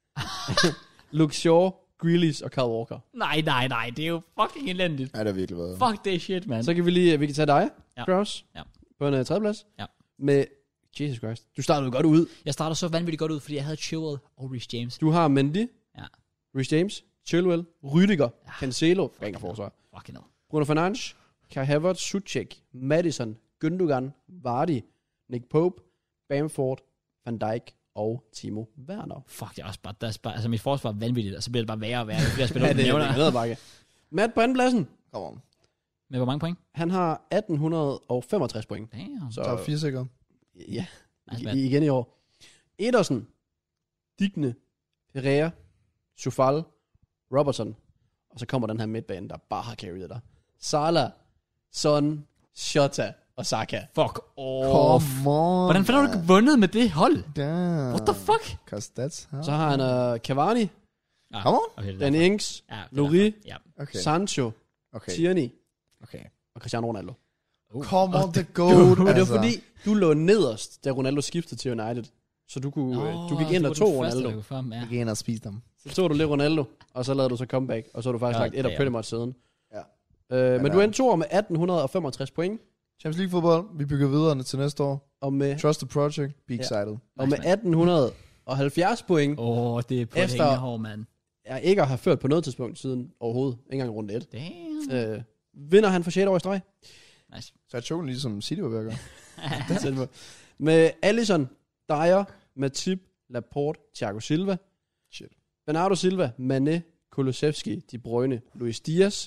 Luke Shaw, Grealish og Kyle Walker. Nej, nej, nej, det er jo fucking elendigt. Ja, det har virkelig været. Fuck det shit, man. Så kan vi lige, vi kan tage dig, Ja. Kraus, Ja. på en uh, tredjeplads. Ja. Med, Jesus Christ, du startede jo godt ud. Jeg starter så vanvittigt godt ud, fordi jeg havde Chilwell og Reece James. Du har Mendy, Ja. Reece James, Chilwell, Rüdiger, Ja. Cancelo, ringer forsvar, Fucking hell. Bruno Fernandes, Kai Havertz, Suchek, Madison, Gündogan, Vardy, Nick Pope, Bamford, Van Dijk og Timo Werner. Fuck, det er også bare, det er bare, altså mit forsvar er vanvittigt, og så bliver det bare værre og værre. Jeg spiller Ja, ja, det er nævner. det nederbakke. Matt på andenpladsen, Kom on. Med hvor mange point? han har atten femogtres point. Damn. Så Top fire sikkert. ja, Nice, i, man. igen i år. Ederson, Digne, Pereira, Sufal, Robertson, og så kommer den her midtbane, der bare har carried dig. Salah, Son, Shota og Saka. Fuck off. Come on. Hvordan fanden har du vundet med det hold? Damn. What the fuck? Cause that's how. Så har han uh, Cavani, Ah, Come on. okay, det er Danny derfor. Ings, Ja, det er Lloris, derfor. Ja. Okay. Sancho, Okay. Tierney Okay. og Cristiano Ronaldo. Uh. Come on, the Du, goat. det var altså. fordi, du lå nederst, da Ronaldo skiftede til United. Så du, kunne, Nå, du gik ind det og var tog den første, Ronaldo. der kunne få ham, ja. Jeg gik ind og spiste dem. Så tog du lidt Ronaldo, og så lavede du så comeback, og så har du faktisk Ja, lagt et af ja. pretty much siden. Ja. Øh, men Men, du øh, endte to år med atten femogtres point, Champions League fodbold. Vi bygger videre til næste år. og med, Trust the project. Be Ja. excited. og med atten halvfjerds point, Åh, oh, det er på et Efter- hængehår, mand. jeg ikke har ført på noget tidspunkt siden overhovedet, ikke engang runde et. Damn. Øh, vinder han for sjette år i streg. Nice. Så jeg tog ligesom City var ved at gøre. Det er tæt på. Med Alisson, Dyer, Matip, Laporte, Thiago Silva, Shit. Bernardo Silva, Mané, Kulusevski, De Bruyne, Luis Diaz.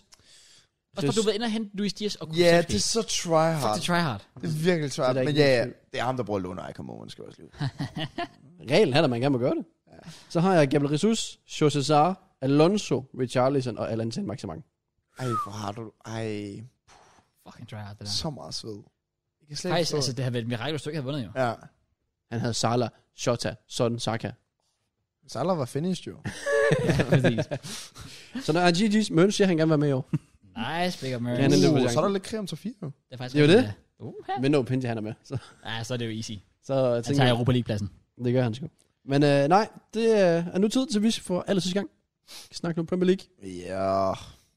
Og så du været inde og hente Luis Diaz og Ja, Kulusevski. det er så tryhard. Fuck, det er tryhard. Det er virkelig Det er tryhard. der Men ikke ja, nogen ja, tvivl. det er ham, der bruger låne icon moment, skal også lige. Reglen er, at man gerne må gøre det. Ja. Så har jeg Gabriel Jesus, Jose Sarr, Alonso, Richarlison og Alan Saint-Maximin. Ej, hvor har du... Ej, Fucking tryhard, det der. så meget sved. Jeg kan slet ikke Faktisk, forstå altså, det. det har været et mirakel, hvis du ikke havde vundet, jo. Ja. Han havde Salah, Shota, Son, Saka. Salah var finished jo. Ja, præcis. Så når er G G's Møn siger, han gerne vil være med i år. Nice, big up, Murray. Ja, han er lidt på Uh, chance. så er der lidt krig om top fire jo. Det er faktisk Det er jo rigtig, det. ja. Uh, ja. Men no Pinji, han er med. Så, Ja, så er det jo easy. så Han tænker tager jeg, Europa League-pladsen. det gør han sgu. Men øh, nej, det øh, er nu tid til, at vi får aller sidste gang. Vi skal snakke noget Premier League. Ja.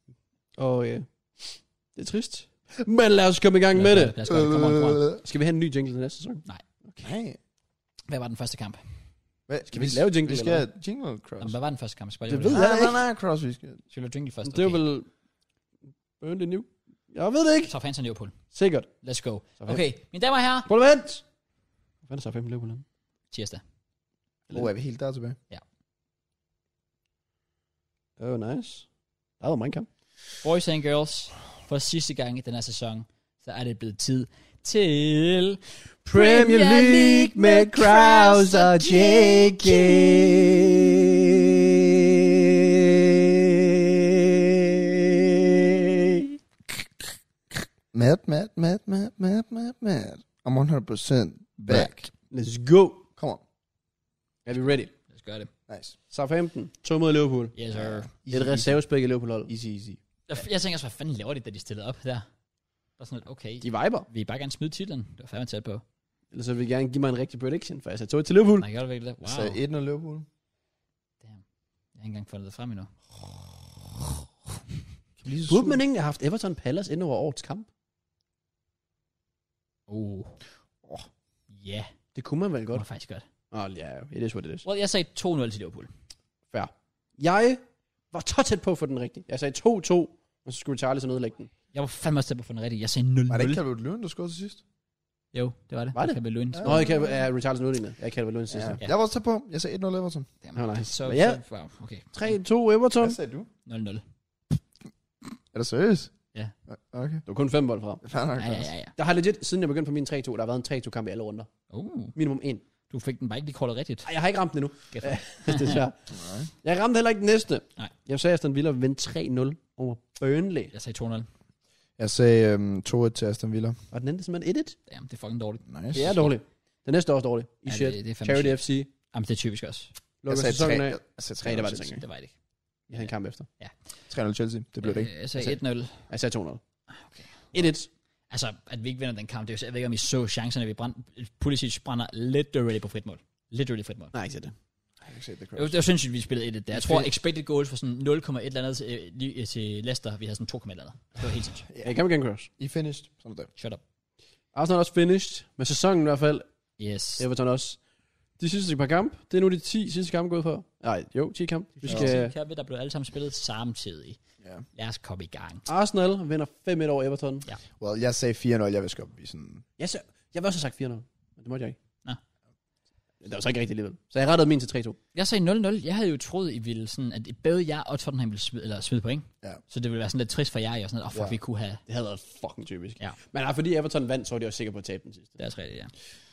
Og øh, det er trist. Men lad os komme i gang med det. Lad os gøre det. Come on, come on. Skal vi have en ny jingle til næste sæson? Okay. Hvad var den første kamp? Hvad, Skal vi ikke lave jingle, Vi skal eller have jingle cross. Jamen, hvad var den første kamp? Skal Det jeg ved bare jeg Nej, ikke. nej, nej, cross, vi skal. Skal vi jingle først? Det er vel Burnley New. Jeg ved det ikke. Southampton Liverpool. Sikkert. Let's go. Southampton. Okay, mine damer og herrer. Prøv at vent. Hvad er det så fem Liverpool? henne? Tirsdag. Åh, oh, er vi helt der tilbage? Oh, nice. Der var mange kamp. Boys and girls, for sidste gang i den her sæson, så er det blevet tid til Premier League med Kraus og J K. Matt, Matt, Matt, Matt, Matt, Matt, Matt. I'm one hundred percent back. Let's go. Come on. Er vi ready? Lad os gøre det. Nice. Southampton, to mod Liverpool. Yes, sir. Easy, Det er et reservespæk i Liverpool-holdet. Easy, easy. Jeg, jeg tænker også, hvad fanden laver de, da de stillede op der? Der er sådan lidt, okay, De viber. vi vil bare gerne smide titlen. Det var fandme tæt på. Eller så vil jeg gerne give mig en rigtig prediction, for jeg sagde to til Liverpool. Nej, gør det virkelig det? Wow. Så et nul Liverpool. Damn. Jeg har ikke engang fundet det frem endnu. Burde man egentlig have haft Everton Palace ind over årets kamp? Uh. Oh. Ja, yeah. Det kunne man vel det godt. var faktisk godt. Åh, oh, ja, it is what it is. Well, jeg sagde to nul til Liverpool. Fair. Jeg var så tæt på for den rigtige. Jeg sagde to to, og så skulle Charlie så nedlægge den. Jeg var fandme også tæt på for den rigtige. Jeg sagde nul nul. Var det ikke Calvert Lewin, der scorede til sidst? Jo, det var det. Var det? Kan vi lønne. Ja. Nå, jeg kan ja, Richarlison udlignet. Jeg kan vel lønne sidste. Ja. Ja. Jeg var også tæt på. Jeg sagde et nul Everton. Nå, nice. Så, Men ja. så, wow, okay. tre to Everton. Hvad sagde du? nul nul. Er det seriøst? Ja. Okay. Det var kun fem bold fra. Fair nok. Ja, ja, ja, ja. Der har legit, siden jeg begyndte på min tre to, der har været en tre to kamp i alle runder. Uh, Minimum en. du fik den bare ikke lige koldet rigtigt. Ej, jeg har ikke ramt den endnu. Gæt for. Det er svært. Nej. Jeg ramte heller ikke den næste. Nej. Jeg sagde, at Aston Villa vinde tre nul over Burnley. Jeg sagde to nul. Jeg sagde øhm, to et til Aston Villa. Og den endte simpelthen et et. Damn, det er fucking dårligt. Nice. Det er dårligt. Den næste er også dårlig. I Ja, shit. det- det er fandme Charity shit. F C. Jamen, det er typisk også. Lukker Jeg sagde sæsonen tre. af. Jeg sagde tre. Nej, det var det Chelsea. ikke. Det var det ikke. Jeg havde en kamp efter. tre nul Chelsea. Det blev det ikke. Øh, Jeg sagde et nul. Jeg sagde to nul. Okay. et et. Altså, at vi ikke vinder den kamp, det er jo, jeg ved ikke, om I så chancerne, vi brænder. Pulisic brænder literally på frit mål. Literally frit mål. Nej, ikke det. Jeg kan ikke se det. Det var, det var sindssygt, vi spillede et et der. Jeg Vi tror, spil- expected goals for sådan nul komma et eller andet til, øh, lige til Leicester. Vi havde sådan to komma et eller andet. Det var helt sindssygt. Jeg kan igen cross. I finished. Sådan er det. Shut up. Arsenal er også finished. Med sæsonen i hvert fald. Yes. Everton også. De sidste par kamp. Det er nu de ti sidste kampe gået for. Nej, jo, ti kamp. Vi Vi skal... skal... Der blev alle sammen spillet samtidig. Ja. Lad os komme i gang. Arsenal vinder fem et over Everton. Well, jeg sagde fire nul. Jeg vil skubbe i sådan... Jeg, så, jeg vil også have sagt fire nul. Men det måtte jeg ikke. Nå. Det var så ikke rigtigt alligevel. Så jeg rettede min til tre to. Jeg sagde nul nul. Jeg havde jo troet, I ville sådan, at både jeg og Tottenham ville smide, eller smide point. Ja. Så det ville være sådan lidt trist for jer, og sådan, at oh, fuck, Ja. vi kunne have... Det havde været fucking typisk. Ja. Men nej, fordi Everton vandt, så var de også sikre på at tabe den sidste. Det er også rigtigt, ja.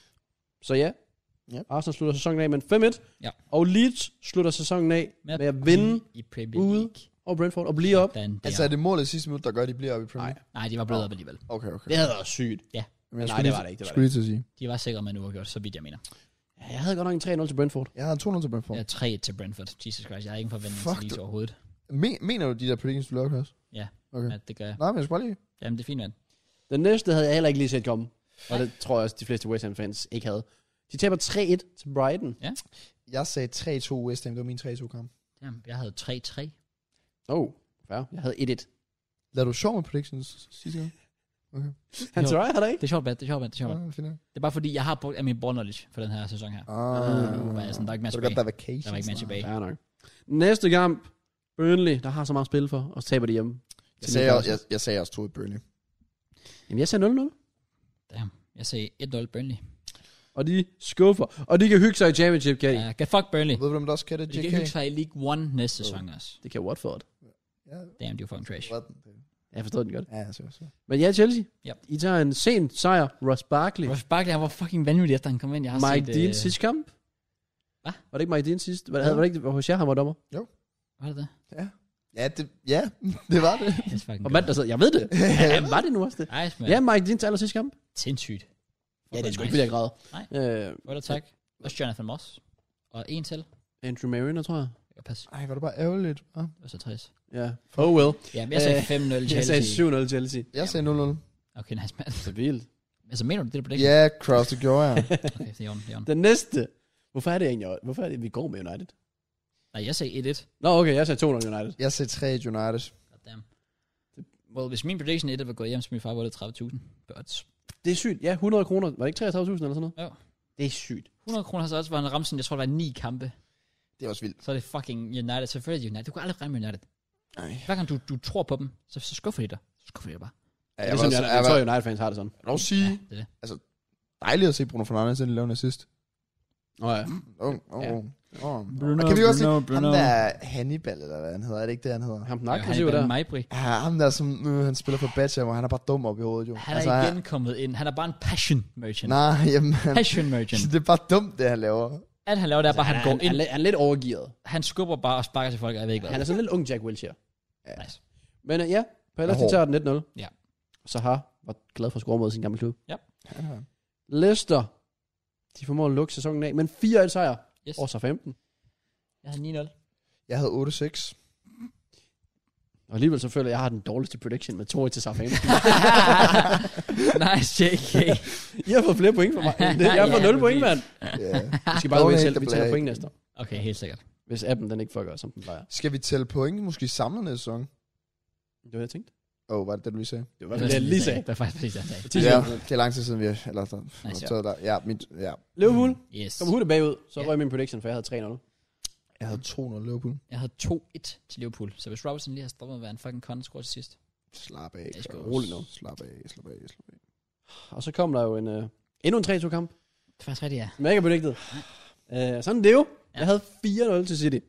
Så ja. Ja. Arsenal slutter sæsonen af med en fem et. Ja. Og Leeds slutter sæsonen af med at vinde i Premier ude League. over Brentford og blive op. Den der. Altså er det målet i sidste minut, der gør, at de bliver oppe i Premier League? Nej, de var blevet op alligevel. Okay, okay. Det havde været sygt. Men jeg Nej, skulle det lige- var det ikke, det var Skulle lige til at sige. De var sikre med en uafgjort, så vidt jeg mener. Ja, jeg havde godt nok en tre nul til Brentford. Jeg har to nul til Brentford. Jeg er tre til Brentford. Jesus Christ, jeg har ingen forventning Fuck, til Leeds du- overhovedet. Men, mener du de der predictions, du lavede, Klaus? Ja. Okay. Ja, det gør jeg. Nej, men jeg skulle bare lige... Jamen, det er fint, mand. Den næste havde jeg heller ikke lige set komme. Og Nej. det tror jeg også, de fleste West Ham fans ikke havde. De taber tre et til Brighton. Jeg sagde tre to West Ham. Det var min tre to kamp. Jamen, jeg havde tre tre. Oh, fair. Jeg havde et et. Lavede du sjov med predictions sidste gang? Okay. Han tror jeg, havde ikke? Det er sjovt, Matt. Det er sjovt, Matt. Det er sjovt, Matt. Ja, fint. Det er bare fordi, jeg har brugt af min ball knowledge for den her sæson her. Ah, Nu var jeg sådan, der er ikke mere så det godt, tilbage. der er vacation. Der var ikke mere tilbage. Fair nok. Næste kamp. Burnley, der har så meget at spille for, og så taber de hjemme. Jeg sagde, også, jeg, jeg sagde også to i Burnley. Jamen, jeg sagde nul nul. Damn. Jeg sagde et nul Burnley. Og de skuffer. Og de kan hygge sig i Championship, kan de? Ja, uh, fuck Burnley. Ved du, hvem der også kan det? De kan J K? hygge sig i League One næste sæson også. Det kan Watford. Ja, Damn, de er jo fucking trash. hvad? Jeg forstår den godt. Ja, jeg synes så. Men ja, Chelsea. Yep. I tager en sen sejr. Ross Barkley. Ross Barkley, han var fucking vanvittig, efter han kom ind. Jeg har Mike set, Dean øh, sidste kamp. Hvad? Var det ikke Mike Dean sidst? Var det, Ja. var det ikke, hvor hos jer, han var dommer? Var det det? Ja. Ja, det, ja, det var det. Det er fucking Og mand, der sad, jeg ved det. Ja, var det nu også det? Nice, man. Ja, Mike Dean til aller sidste kamp. Sindssygt. Ja, det er sgu ikke, fordi jeg græder. Nej. Øh, Hvor er det tak? Også Jonathan Moss. Og en til. Andrew Mariner, tror jeg. Jeg kan passe. Ej, var det bare ærgerligt. Ja. Det var så tres. Ja. Oh well. Ja, men jeg sagde Øh, fem nul Chelsea. Jeg sagde syv nul Chelsea. Jeg sagde nul nul. Okay, nice, man. Stabilt. Altså, mener du det, der på det? Ja, Cross, det gjorde jeg. Okay, det er on, det er on. Den næste. Hvorfor er det egentlig? Hvorfor er det, vi går med United? Nej, jeg sagde et et. Nå, okay, jeg sagde to nul United. Jeg sagde tre United. Goddamn. Well, hvis min prediction et var gået hjem, så min far var det tredive tusind. But Det er sygt. Ja, hundrede kroner. Var det ikke treogtredive tusind eller sådan noget? Jo. Det er sygt. hundrede kroner har så også været en ramsen. Jeg tror, det var ni kampe. Det er også vildt. Så er det fucking United. Selvfølgelig United. Du kan aldrig regne med United. Nej. Hver gang du, du tror på dem, så, så skuffer de dig. Så skuffer de dig bare. Ja, Det jeg er var sådan, også, jeg, jeg, jeg tror, var, United-fans har det sådan. jeg vil også sige, Ja, det er det. dejligt at se Bruno Fernandes ind i lavende assist. Nå ja. Oh, oh, Ja. oh. Oh. Bruno, Og kan vi også Bruno, sige, Bruno. ham der Hannibal, eller hvad han hedder, er det ikke det, han hedder? Ham den Ja, aggressive han er der. Mejbri. Ja, ham der, som nu han spiller for Badger, hvor han er bare dum op i hovedet, jo. Han er igen kommet ind. Han er bare en passion merchant. Nej, jamen, han, Passion merchant. det er bare dumt, det han laver. Alt han laver, det er bare, han, han, han, går han, ind. han, er lidt overgearet. Han skubber bare og sparker til folk, og jeg ved ikke hvad. Han er sådan lidt ung Jack Wilshere. Ja. Nice. Men uh, ja, Palace de Hård. tager den et nul. Ja. Så har var glad for at score mod sin gamle klub. Ja. Leicester, de formår at lukke sæsonen af, men fire et sejr Yes. over femten. Jeg havde ni nul. Jeg havde otte seks. Og alligevel så føler jeg, at jeg har den dårligste prediction med to et til Southampton. Nice, J K. I har fået flere point for mig. Jeg har fået Ja, nul point, præcis. mand. Ja. Vi skal bare Don't vide hate selv, the vi tæller black. point næste år. Okay, helt sikkert. Hvis appen den ikke fucker, som den plejer. Skal vi tælle point, måske samlet næste sæson? Det var det, jeg tænkte. Åh, oh, var det det, du lige sagde? Det var det, jeg lige sagde. Det var faktisk præcis, det jeg sagde. ti Ja, sekunder. det er lang tid siden, vi har eller, der, Nice, taget der. Ja, mit, ja. Liverpool Yes. kom hurtigt bagud, så Ja. røg min prediction, for jeg havde tre nul. Jeg havde to nul Liverpool. Jeg havde to et til Liverpool. Så hvis Robertson lige har stoppet med at være en fucking con-score til sidst. Slap af. Jeg skal Kraus. rolig nu. Slap af, slap af, slap af. Og så kom der jo en, uh, endnu en tre to kamp, Det er faktisk rigtigt, ja. som jeg ikke har predicted. Uh, sådan er det jo. Ja. Jeg havde fire nul til City.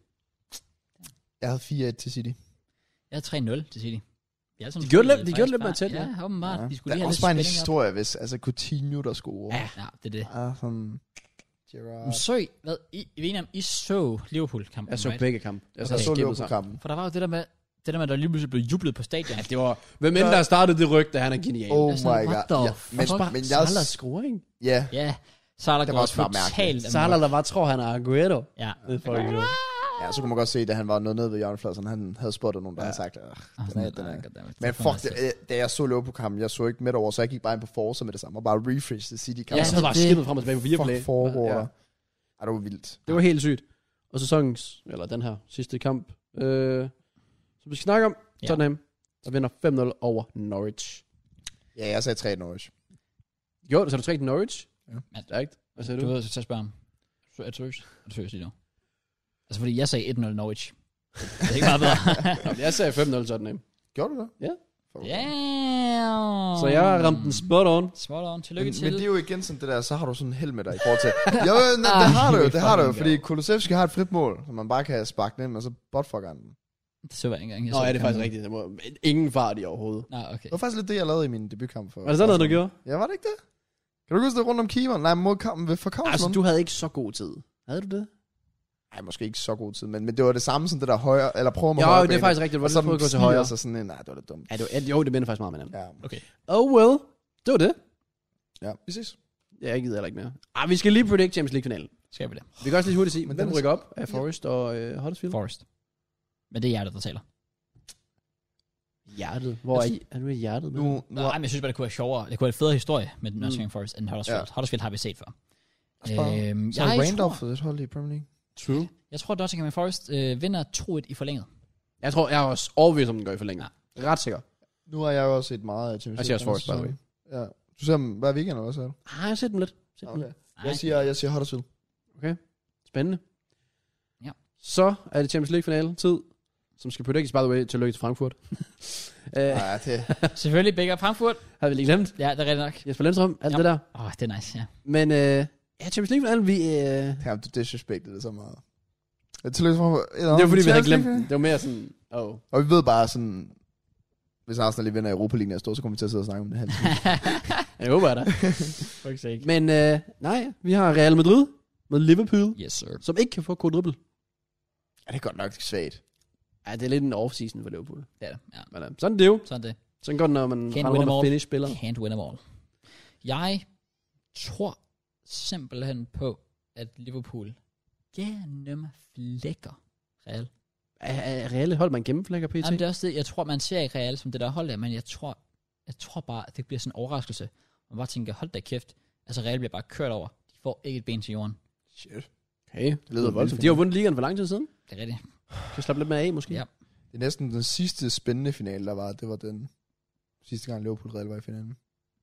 Jeg havde fire et til City. Jeg havde tre nul til City. De, De gjorde lidt- de gjorde lidt mere tæt, ja. Ja, åbenbart. Ja. De skulle Der lige er have også lidt bare en spænding op. historie, hvis altså Coutinho, der scorer. Ja, ja, det er det. Ja, sådan... Gerrard. Men så I, hvad, I, I ved enige om, I så Liverpool-kampen, Jeg så right? begge kampe. Jeg Jeg så så skippet sammen. Liverpool-kampen. For der var jo det der med, det der med, at der lige pludselig blev jublet på stadion. Ja, det var... Hvem end der startede det rygte, han er genial. Oh Jeg er sådan, my what god. the Ja, fuck? men, Fuck. men jeg... Salah scoring. Ja, Ja, så er der Det var gået også bare totalt mærkeligt. amok. Salah, der bare tror, han er Aguero. Ja. Det får ikke noget. ja, så kunne man godt se, da han var noget nede ved hjørnepladsen, han havde spottet nogen, der Ja. havde sagt, "Ugh, Ah, den er, sådan, den ah, er. goddammit. Men Det får man fuck, altså. det, da jeg så Liverpool-kampen, jeg så ikke midt over, så jeg gik bare ind på Forza med det samme, og bare refresh the City-kampen. Jeg så sad bare det- skippet frem og tilbage på Viaplay. Fuck foregår Ja. der. Ej, det var vildt. Det var helt sygt. Og sæsonens, eller den her sidste kamp, øh, som vi skal snakke om, Ja. Tottenham, der vinder fem nul over Norwich. Ja, jeg sagde tre Norwich. Jo, så du tre til Norwich? Ja. Stærkt. Hvad sagde Du du? ved, så spørge ham. Er du seriøs? Er du seriøs lige nu? Altså, fordi jeg sagde et nul Norwich. Det er ikke meget bedre. Nå, jeg sagde fem nul Tottenham. Gjorde du det? Ja. Fuck. Ja. Så jeg har ramt den spot on. Spot on. Tillykke Men, til. men det er jo igen sådan det der, så har du sådan en held med dig i forhold til... Jo, jo, det, det har du jo, det har du jo, fordi Kulusevski har et frit mål, som man bare kan sparke den ind, og så botfucker han den. Det så jeg ikke engang. Jeg Nå, så ja, det er faktisk kampen. rigtigt. Det må, ingen fart i overhovedet. Nå, okay. Det var faktisk lidt det, jeg lavede i min debutkamp. For Var det sådan noget, du gjorde? Ja, var det ikke det? Kan du huske det rundt om keeperen? Nej, mod kampen ved for Altså, Kavslund. du havde ikke så god tid. Havde du det? Nej, måske ikke så god tid, men, men det var det samme som det der højre, eller prøver med Jo, højre det er bane, faktisk rigtigt. Det var og så lidt på at gå til stiger højre. sig sådan en, nej, det var lidt dumt. Ja, det var, jo, det minder faktisk meget om hinanden. Ja, Okay. Oh well. Det var det. ja, vi ses. Ja, jeg gider heller ikke mere. Ah, vi skal lige predict Champions League-finalen. Skal vi det? Vi kan også lige hurtigt sige, Men hvem den er rykker så- op af Forest og øh, Huddersfield? Forest. Men det er hjertet, der taler. Hjertet. Hvor er, I, er du i hjertet? Nu, nu Nå, ej, men jeg synes bare, det kunne være sjovere. Det kunne være en federe historie med Mm. Nottingham Forest end Huddersfield. Ja. Huddersfield har vi set før. Øhm, så er jeg, Randolph tror, for det hold i Premier League. True. jeg tror, Nottingham Forest øh, vinder to et i forlænget. Jeg tror, jeg er også overbevist om, den går i forlænget. Ja. Ret sikker. Nu har jeg jo også set meget af Champions Jeg siger også League Forest, by the way. Ja. Du ser dem hver weekend, eller hvad sagde du? Ah, jeg har set dem lidt. Set dem Okay. lidt. Jeg siger, jeg siger Huddersfield. Spændende. Ja. Så er det Champions League-finale tid, som skal predictes, by the way, tillykke til Frankfurt. uh, Ja, det... Selvfølgelig Big Up Frankfurt. har vi lige glemt. Ja, det er rigtigt nok. Jesper Lindstrøm, alt Ja. det der. Åh, oh, det er nice, ja. Men uh, ja, Champions League-finale, vi... Uh, Damn, du disrespektede det så meget. Jeg tillykke for det var fordi, vi havde glemt den. Det var mere sådan... Oh. Og vi ved bare sådan... Hvis Arsenal lige vinder Europa League næste år, så kommer vi til at sidde og snakke om det her. Jeg håber, jeg da. For sake. Men uh, nej, vi har Real Madrid med Liverpool, Yes, sir. som ikke kan få quadruple. Ja, det er godt nok svagt. Ja, det er lidt en off-season for Liverpool. Det er det, ja. Men uh, sådan er det jo. Sådan er det. Sådan går det, når man Can't render win rundt them og all. finish spiller. Can't win them all. Jeg tror simpelthen på, at Liverpool gennem flækker Real. Er, er Real et hold, man gennemflækker P T? Jamen, det er også det, jeg tror, man ser ikke Real som det der hold der, men jeg tror, jeg tror bare, at det bliver sådan en overraskelse. Man bare tænker, hold da kæft. Altså, Real bliver bare kørt over. De får ikke et ben til jorden. Shit. Okay, det lyder vildt voldsomt. De har vundet ligaen for lang tid siden. Det er rigtigt. Kan slappe lidt mere af, måske? Ja. Det er næsten den sidste spændende finale, der var. Det var den sidste gang Liverpool Real var i finalen.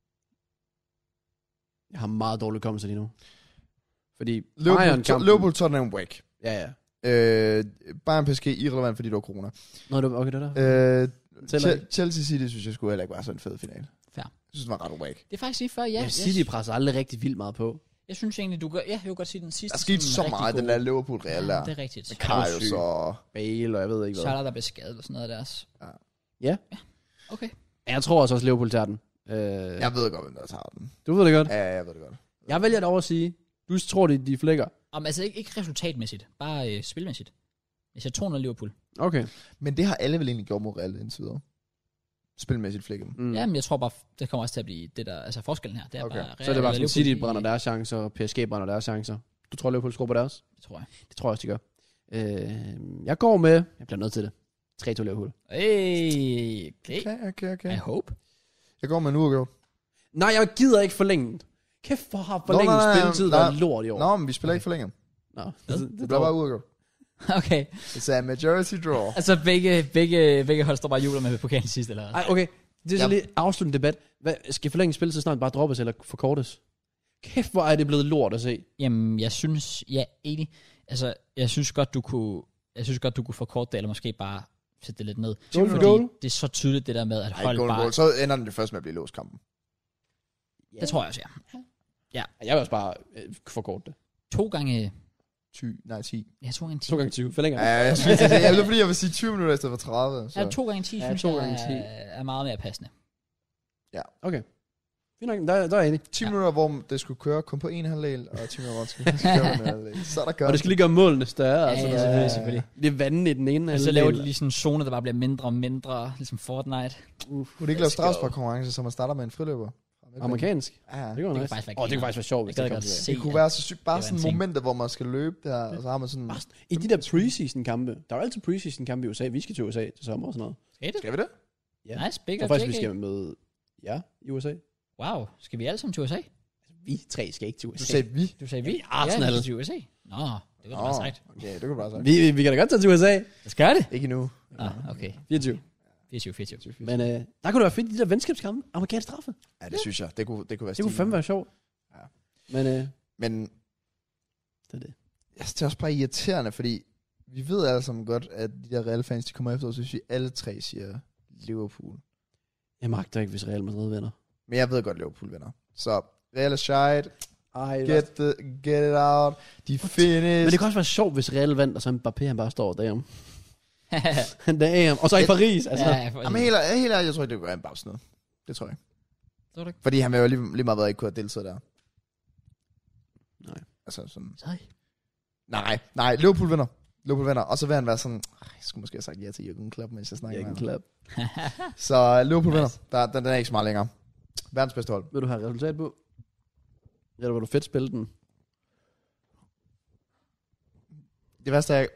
Jeg har meget dårlig kommelse lige nu. Fordi Liverpool, Bayern-kampen... Liverpool Tottenham whack. Ja, ja. Øh, Bayern P S G irrelevant, fordi det var corona. Nå, det var okay, det der. Øh, Tæller Ch- Chelsea City synes jeg skulle heller ikke være sådan en fed finale. Fair. Jeg synes, det var ret whack. Det er faktisk lige før, ja. Ja, yes. City presser aldrig rigtig vildt meget på. Jeg synes egentlig, du gør... Ja, jeg vil godt sige den sidste. Der skete så meget, den der Liverpool-real der. Ja, det er rigtigt. Med Karius og... Bale, og jeg ved ikke hvad. Salah, der blev skadet og sådan noget deres. Ja. Ja. Okay. Jeg tror også, også Liverpool tager den. Øh, Jeg ved godt, hvem der tager den. du ved det godt. Ja, jeg ved det godt. Jeg vælger det over at sige, du tror, de, de flækker. Om, altså ikke, ikke resultatmæssigt, bare øh, spilmæssigt. Hvis jeg to nul Liverpool. Okay. Men det har alle vel egentlig gjort mod Real indtil videre. Spilmæssigt flækken. Mm. Ja, men jeg tror bare, det kommer også til at blive det der, altså forskellen her. Det er Okay. bare, Så er det bare sådan, City i- brænder deres chancer, og P S G brænder deres chancer. Du tror, Liverpool skruer på deres? Det tror jeg. Det tror jeg også, de gør. Øh, jeg går med, jeg bliver nødt til det, tre to Liverpool. Hey, okay. Okay, okay, okay. I hope. Jeg går med en uafgjort. Nej, jeg gider ikke forlænge den. Kæft, hvor har forlænget nej, nej, spilletid nej. været lort i år. Nå, men vi spiller ikke for længe. Nå, det, Det, det, det bliver bare uafgjort. Okay. It's a majority draw. Altså begge, begge, begge hold står bare og jubler med pokalen sidst, eller hvad? Ej, okay. Det er så Ja. lige afsluttende debat. Hvad, skal forlænge spilletid snart bare droppes eller forkortes? Kæft, hvor er det blevet lort at se. Jamen, jeg synes, ja, enig. Altså, jeg synes godt, du kunne, jeg synes godt, du kunne forkorte det, eller måske bare sætte det lidt ned. Goal for Fordi goal. det er så tydeligt, det der med, at Ej, hold goal, bare... goal. Så ender den det først med at blive låst kampen. Det tror jeg også, ja. Jeg vil også bare øh, forkorte det. To gange... tyve, nej, ti. Ja, to gange ti. To gange tyve. Forlænger. Ja, jeg synes, det er det, fordi jeg vil sige tyve minutter i stedet for tredive. Så. Ja, to gange ti, Ja, synes to jeg gange ti. er, er meget mere passende. Okay. Fint nok, der, der er jeg enig. ti Ja. minutter, hvor det skulle køre kun på en halvdel, og ti minutter, hvor det skulle køre på en halvdel. Så er der gør. Og det skal lige gøre målene større. Ja, altså, ja, der- selvfølgelig, selvfølgelig. Det er vandet i den ene Og så halvdel. laver de lige sådan en zone, der bare bliver mindre og mindre, ligesom Fortnite. Kunne det ikke lave strafsparkkonkurrence, så man starter med en friløber? Amerikansk. Ja, Det det, kunne Det nice. kan faktisk være Åh, det kunne faktisk være sjovt, hvis Jeg det gad kom godt til det. se. det kunne være så sygt. Bare Det var en sådan ting. momenter, hvor man skal løbe der, og så har man sådan... I de der preseason kampe, der er jo altid preseason kampe i U S A. Vi skal til U S A til sommer og sådan noget. Skal det? Skal vi det? Ja. Nice, big Jeg up tror faktisk, vi J K. skal med jer i U S A. Wow, skal vi alle sammen til U S A? Vi tre skal ikke til U S A. Du sagde vi. Du sagde vi? Ja, Arsenal. Ja, vi skal til U S A. Nå, det var bare sagt. Okay, det kunne du bare sige. Vi, vi kan da godt tage til U S A. Lad os gøre det. Ikke endnu. Ah, okay. fireogtyve. fireogtyve, fireogtyve. Men øh, der kunne det være fedt, de der venskabskampe. Amerikansk straffe. Ja, det synes jeg. Det kunne, det kunne være Det kunne stilen. fandme være sjovt. Ja. Men øh, Men det er det. jeg synes, det er også bare irriterende, fordi vi ved alle sammen godt, at de der Real fans, de kommer efter os, hvis vi alle tre siger Liverpool. Jeg magter ikke, hvis Real Madrid vinder. Men jeg ved godt, Liverpool vinder. Så Real er shite. Ej, Get, the, get it out. De finished. Men det kan også være sjovt, hvis Real vandt, og så Mbappé han bare står der. Damn. Og så i Paris, altså. Ja, for, Jamen helt, helt ærligt, jeg tror ikke, det kunne være en babs noget. Det tror jeg ikke. Tror du ikke? Fordi han vil jo lige, lige meget været ikke kunne have deltaget der. Nej. Altså sådan... Sorry. Nej, nej, Liverpool vinder. Liverpool vinder. Og så vil han være sådan... Jeg skulle måske have sagt ja til Jürgen Klopp, mens jeg snakker Jeg med kan ham. klap. Så Liverpool vinder. Der, den, den er ikke så meget længere. Verdens bedste hold. Vil du have resultat på? Eller vil du fedt spille den? Det værste er...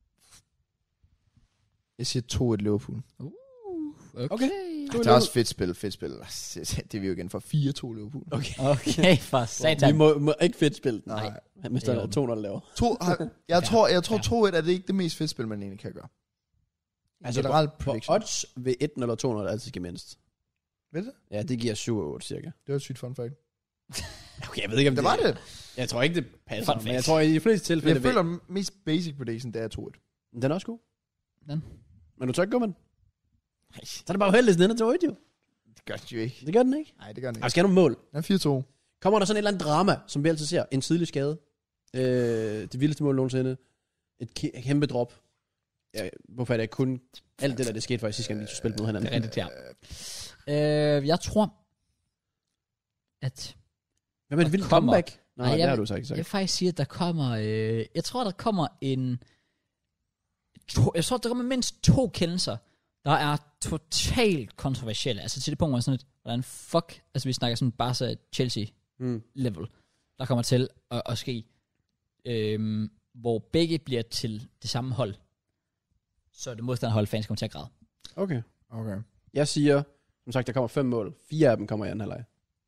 Jeg siger to et Liverpool. Okay. Okay. Det er også fedt spil, fedt spil. Det er vi jo igen for fire to Liverpool. Okay. Okay, for satan. Vi må, må ikke fedt spille den. Nej. Hvis der er to nul laver. To, har- jeg tror, jeg tror to et er det ikke det mest fedt spil, man egentlig kan gøre. Altså Generelt på, på prediction. odds ved et eller to nul altid skal mindst. Ved du det? Ja, det giver syv og otte cirka. Det var et sygt fun fact. Okay, jeg ved ikke, om Det var det. Jeg tror ikke, det passer, Fun men jeg fact. tror i de fleste Men tilfælde... jeg føler, den mest basic prediction, det er to et. vil- Den er også god. Den. Men du tør ikke gå med den? Så er det bare uheldigt, den er til otte, jo. Det gør den jo ikke. Det gør den ikke. Nej, det gør den Og ikke. skal have nogle mål. Den er fire to. Kommer der sådan et eller andet drama, som vi altid ser? En tidlig skade. Øh, det vildeste mål nogensinde. Et ke- kæmpe drop. Ja, hvorfor er det kun... Alt det der, det skete for i sidste gang, vi spillede mod hinanden. Det er rigtigt, ja. Øh, jeg tror, at... Hvad med et Der vildt kommer- comeback? Nej, Nej, det jeg har vil- du sagt. Jeg sagt. vil faktisk sige, at der kommer... Øh, jeg tror, der kommer en... To, jeg tror, der kommer mindst to kendelser, der er totalt kontroversielle. Altså til det punkt, hvor jeg sådan lidt, hvordan fuck... Altså vi snakker sådan Barca-Chelsea-level, Mm. der kommer til at, at ske. Øhm, hvor begge bliver til det samme hold. Så det modstanderhold fans kommer til at græde. Okay. Okay. Jeg siger, som sagt, der kommer fem mål. Fire af dem kommer i anden halvleg.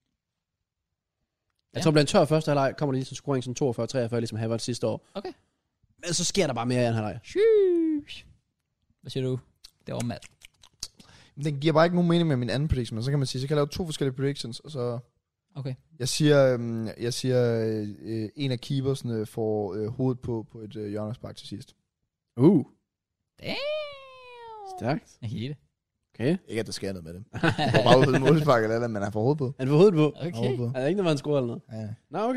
Jeg Ja. tror, det bliver en tør første halvleg. Kommer der lige sådan en scoring som toogfyrre treogfyrre, ligesom Havertz sidste år. Okay. Men så sker der bare mere i anden halvleg. Sheesh. Hvad siger du? Det var Matt. Men den giver bare ikke nogen mening med min anden prediction, men så kan man sige, så kan jeg lave to forskellige predictions, og så... Okay. Jeg siger, øhm, jeg siger øh, en af keepersne får øh, hovedet på på et øh, hjørnespark til sidst. Uh, Damn. stærkt. Jeg kan lide det. Okay. Ikke at der sker noget med det. Han får bare ud på et målspark eller andet, men han får hovedet på. Han får hovedet på. Okay. Hovedet på. Er der ikke noget, han scorer eller noget? Ja. Nå, okay.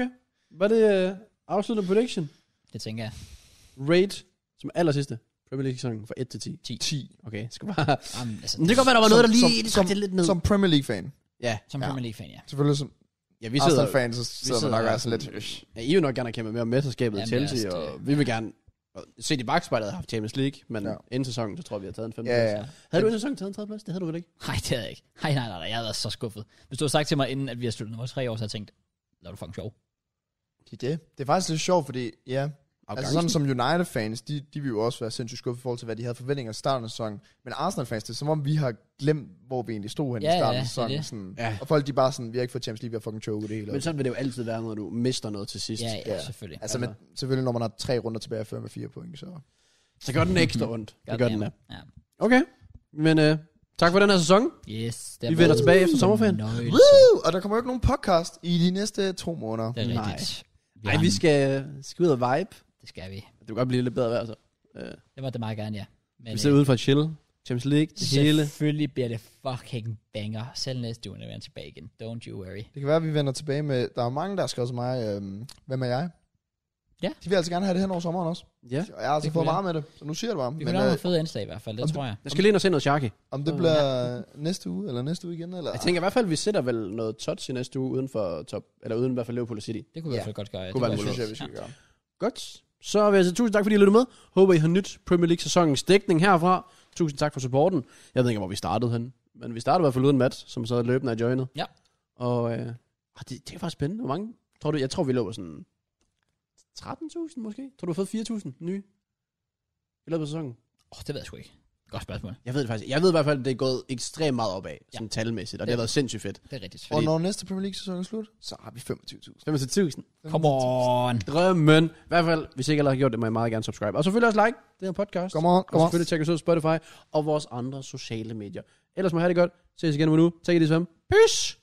Var det uh, afsluttende prediction? Det tænker jeg. Rate som aller sidste Premier League-sæsonen fra et til ti. ti. ti. Okay, skal bare... Jamen, altså, Men det kan godt være, der var noget, der Som- lige som- trak det lidt ned. Som Premier League-fan. Ja, Som Ja. Premier League-fan, ja. Selvfølgelig som ja, vi sidder... Arsenal-fan, så sidder man nok sidder- altså lidt... Øh. Ja, I vil nok gerne have kæmpet mere om mesterskabet i Jamen, Chelsea, det er også og det. vi vil gerne... Og set i bagspejlet har haft Champions League, men Ja. ja. inden sæsonen, så tror jeg, vi har taget en femte Ja, plads. ja. Havde du inden sæsonen taget en tredje plads? Det havde du vel ikke? Nej, det havde jeg ikke. Nej, nej, nej, nej, jeg havde været så skuffet. Hvis du havde sagt til mig, inden at vi har sluttet nummer tre år, så havde jeg tænkt, lad du fucking sjov. Det er det. Det er faktisk lidt sjovt, fordi ja, altså sådan som United-fans, de, de vil jo også være sindssygt skuffet i forhold til, hvad de havde forventninger i starten af sæsonen. Men Arsenal-fans, det er som om, vi har glemt, hvor vi egentlig stod hen Ja, i starten ja, af det er sæsonen. det. Sådan. Ja. Og folk, de er bare sådan, vi har ikke fået Champions League, vi har fucking choket det hele. Men sådan vil det jo altid være, når du mister noget til sidst. Ja, ja, Ja. selvfølgelig. altså, med, selvfølgelig, når man har tre runder tilbage og fører med fire point, så... Så gør den ekstra ondt. Det gør den, Goddamn. ja. Ja. Okay, men uh, tak for den her sæson. Yes, det Vi vender tilbage efter sommerferien. Nøjelse. Woo! Og der kommer jo ikke nogen podcast i de næste to måneder. Det er Nej. rigtigt. Nej, vi skal, skal ud og vibe. Det skal vi. Det kan godt blive lidt bedre vejr, så. Uh, Det var det meget gerne, ja. Men, vi sidder ude for at chill. Champions League, det hele. selvfølgelig bliver det fucking banger. Selv næste uge, når vi er tilbage igen. Don't you worry. Det kan være, at vi vender tilbage med... Der er mange, der har skrevet til mig, øhm, hvem er jeg? Ja. De vil altså gerne have det hen over sommeren også. Ja. Og jeg har altså Det fået kunne meget med det, så nu siger jeg det bare. Vi Men kan lave nogle øh, fede indslag i hvert fald, det om tror jeg. Jeg skal lige ind og se noget Sharky. om det Åh, bliver næste uge, eller næste uge igen, eller... Jeg tænker i hvert fald, at vi sætter vel noget touch i næste uge uden for top, eller uden i hvert fald Liverpool City. Det kunne vi i Ja. hvert fald godt gøre. Ja. Kunne Det være det kunne synes jeg, være vi skal fedt. gøre. Godt. Så vil jeg sige tusind tak, fordi I lyttede med. Håber, I har nyt Premier League-sæsonens dækning herfra. Tusind tak for supporten. Jeg ved ikke, hvor vi startede hen. Men vi startede i hvert fald uden Matt, som så løbende er joinet. Ja. Og øh, det, det er faktisk spændende. Hvor mange? Tror du, jeg tror, vi lå på sådan tretten tusind måske? Tror du, du har fået fire tusind nye i løbet af sæsonen? Åh, oh, det ved jeg sgu ikke. Godt spørgsmål. Jeg ved det faktisk. Jeg ved i hvert fald, at det er gået ekstremt meget opad, sådan Ja. talmæssigt. Og Det- det har været sindssygt fedt. Det er rigtigt. Og når næste Premier League-sæson er slut, så har vi femogtyve tusind. femogtyve tusind. Come on. Drømmen. I hvert fald, hvis I ikke allerede har gjort det, må I meget gerne subscribe. Og selvfølgelig også like det her podcast. Come on, Og come on. selvfølgelig tjek os ud på Spotify og vores andre sociale medier. Ellers må I have det godt. Ses igen om en uge. Take it easy, fam. Peace!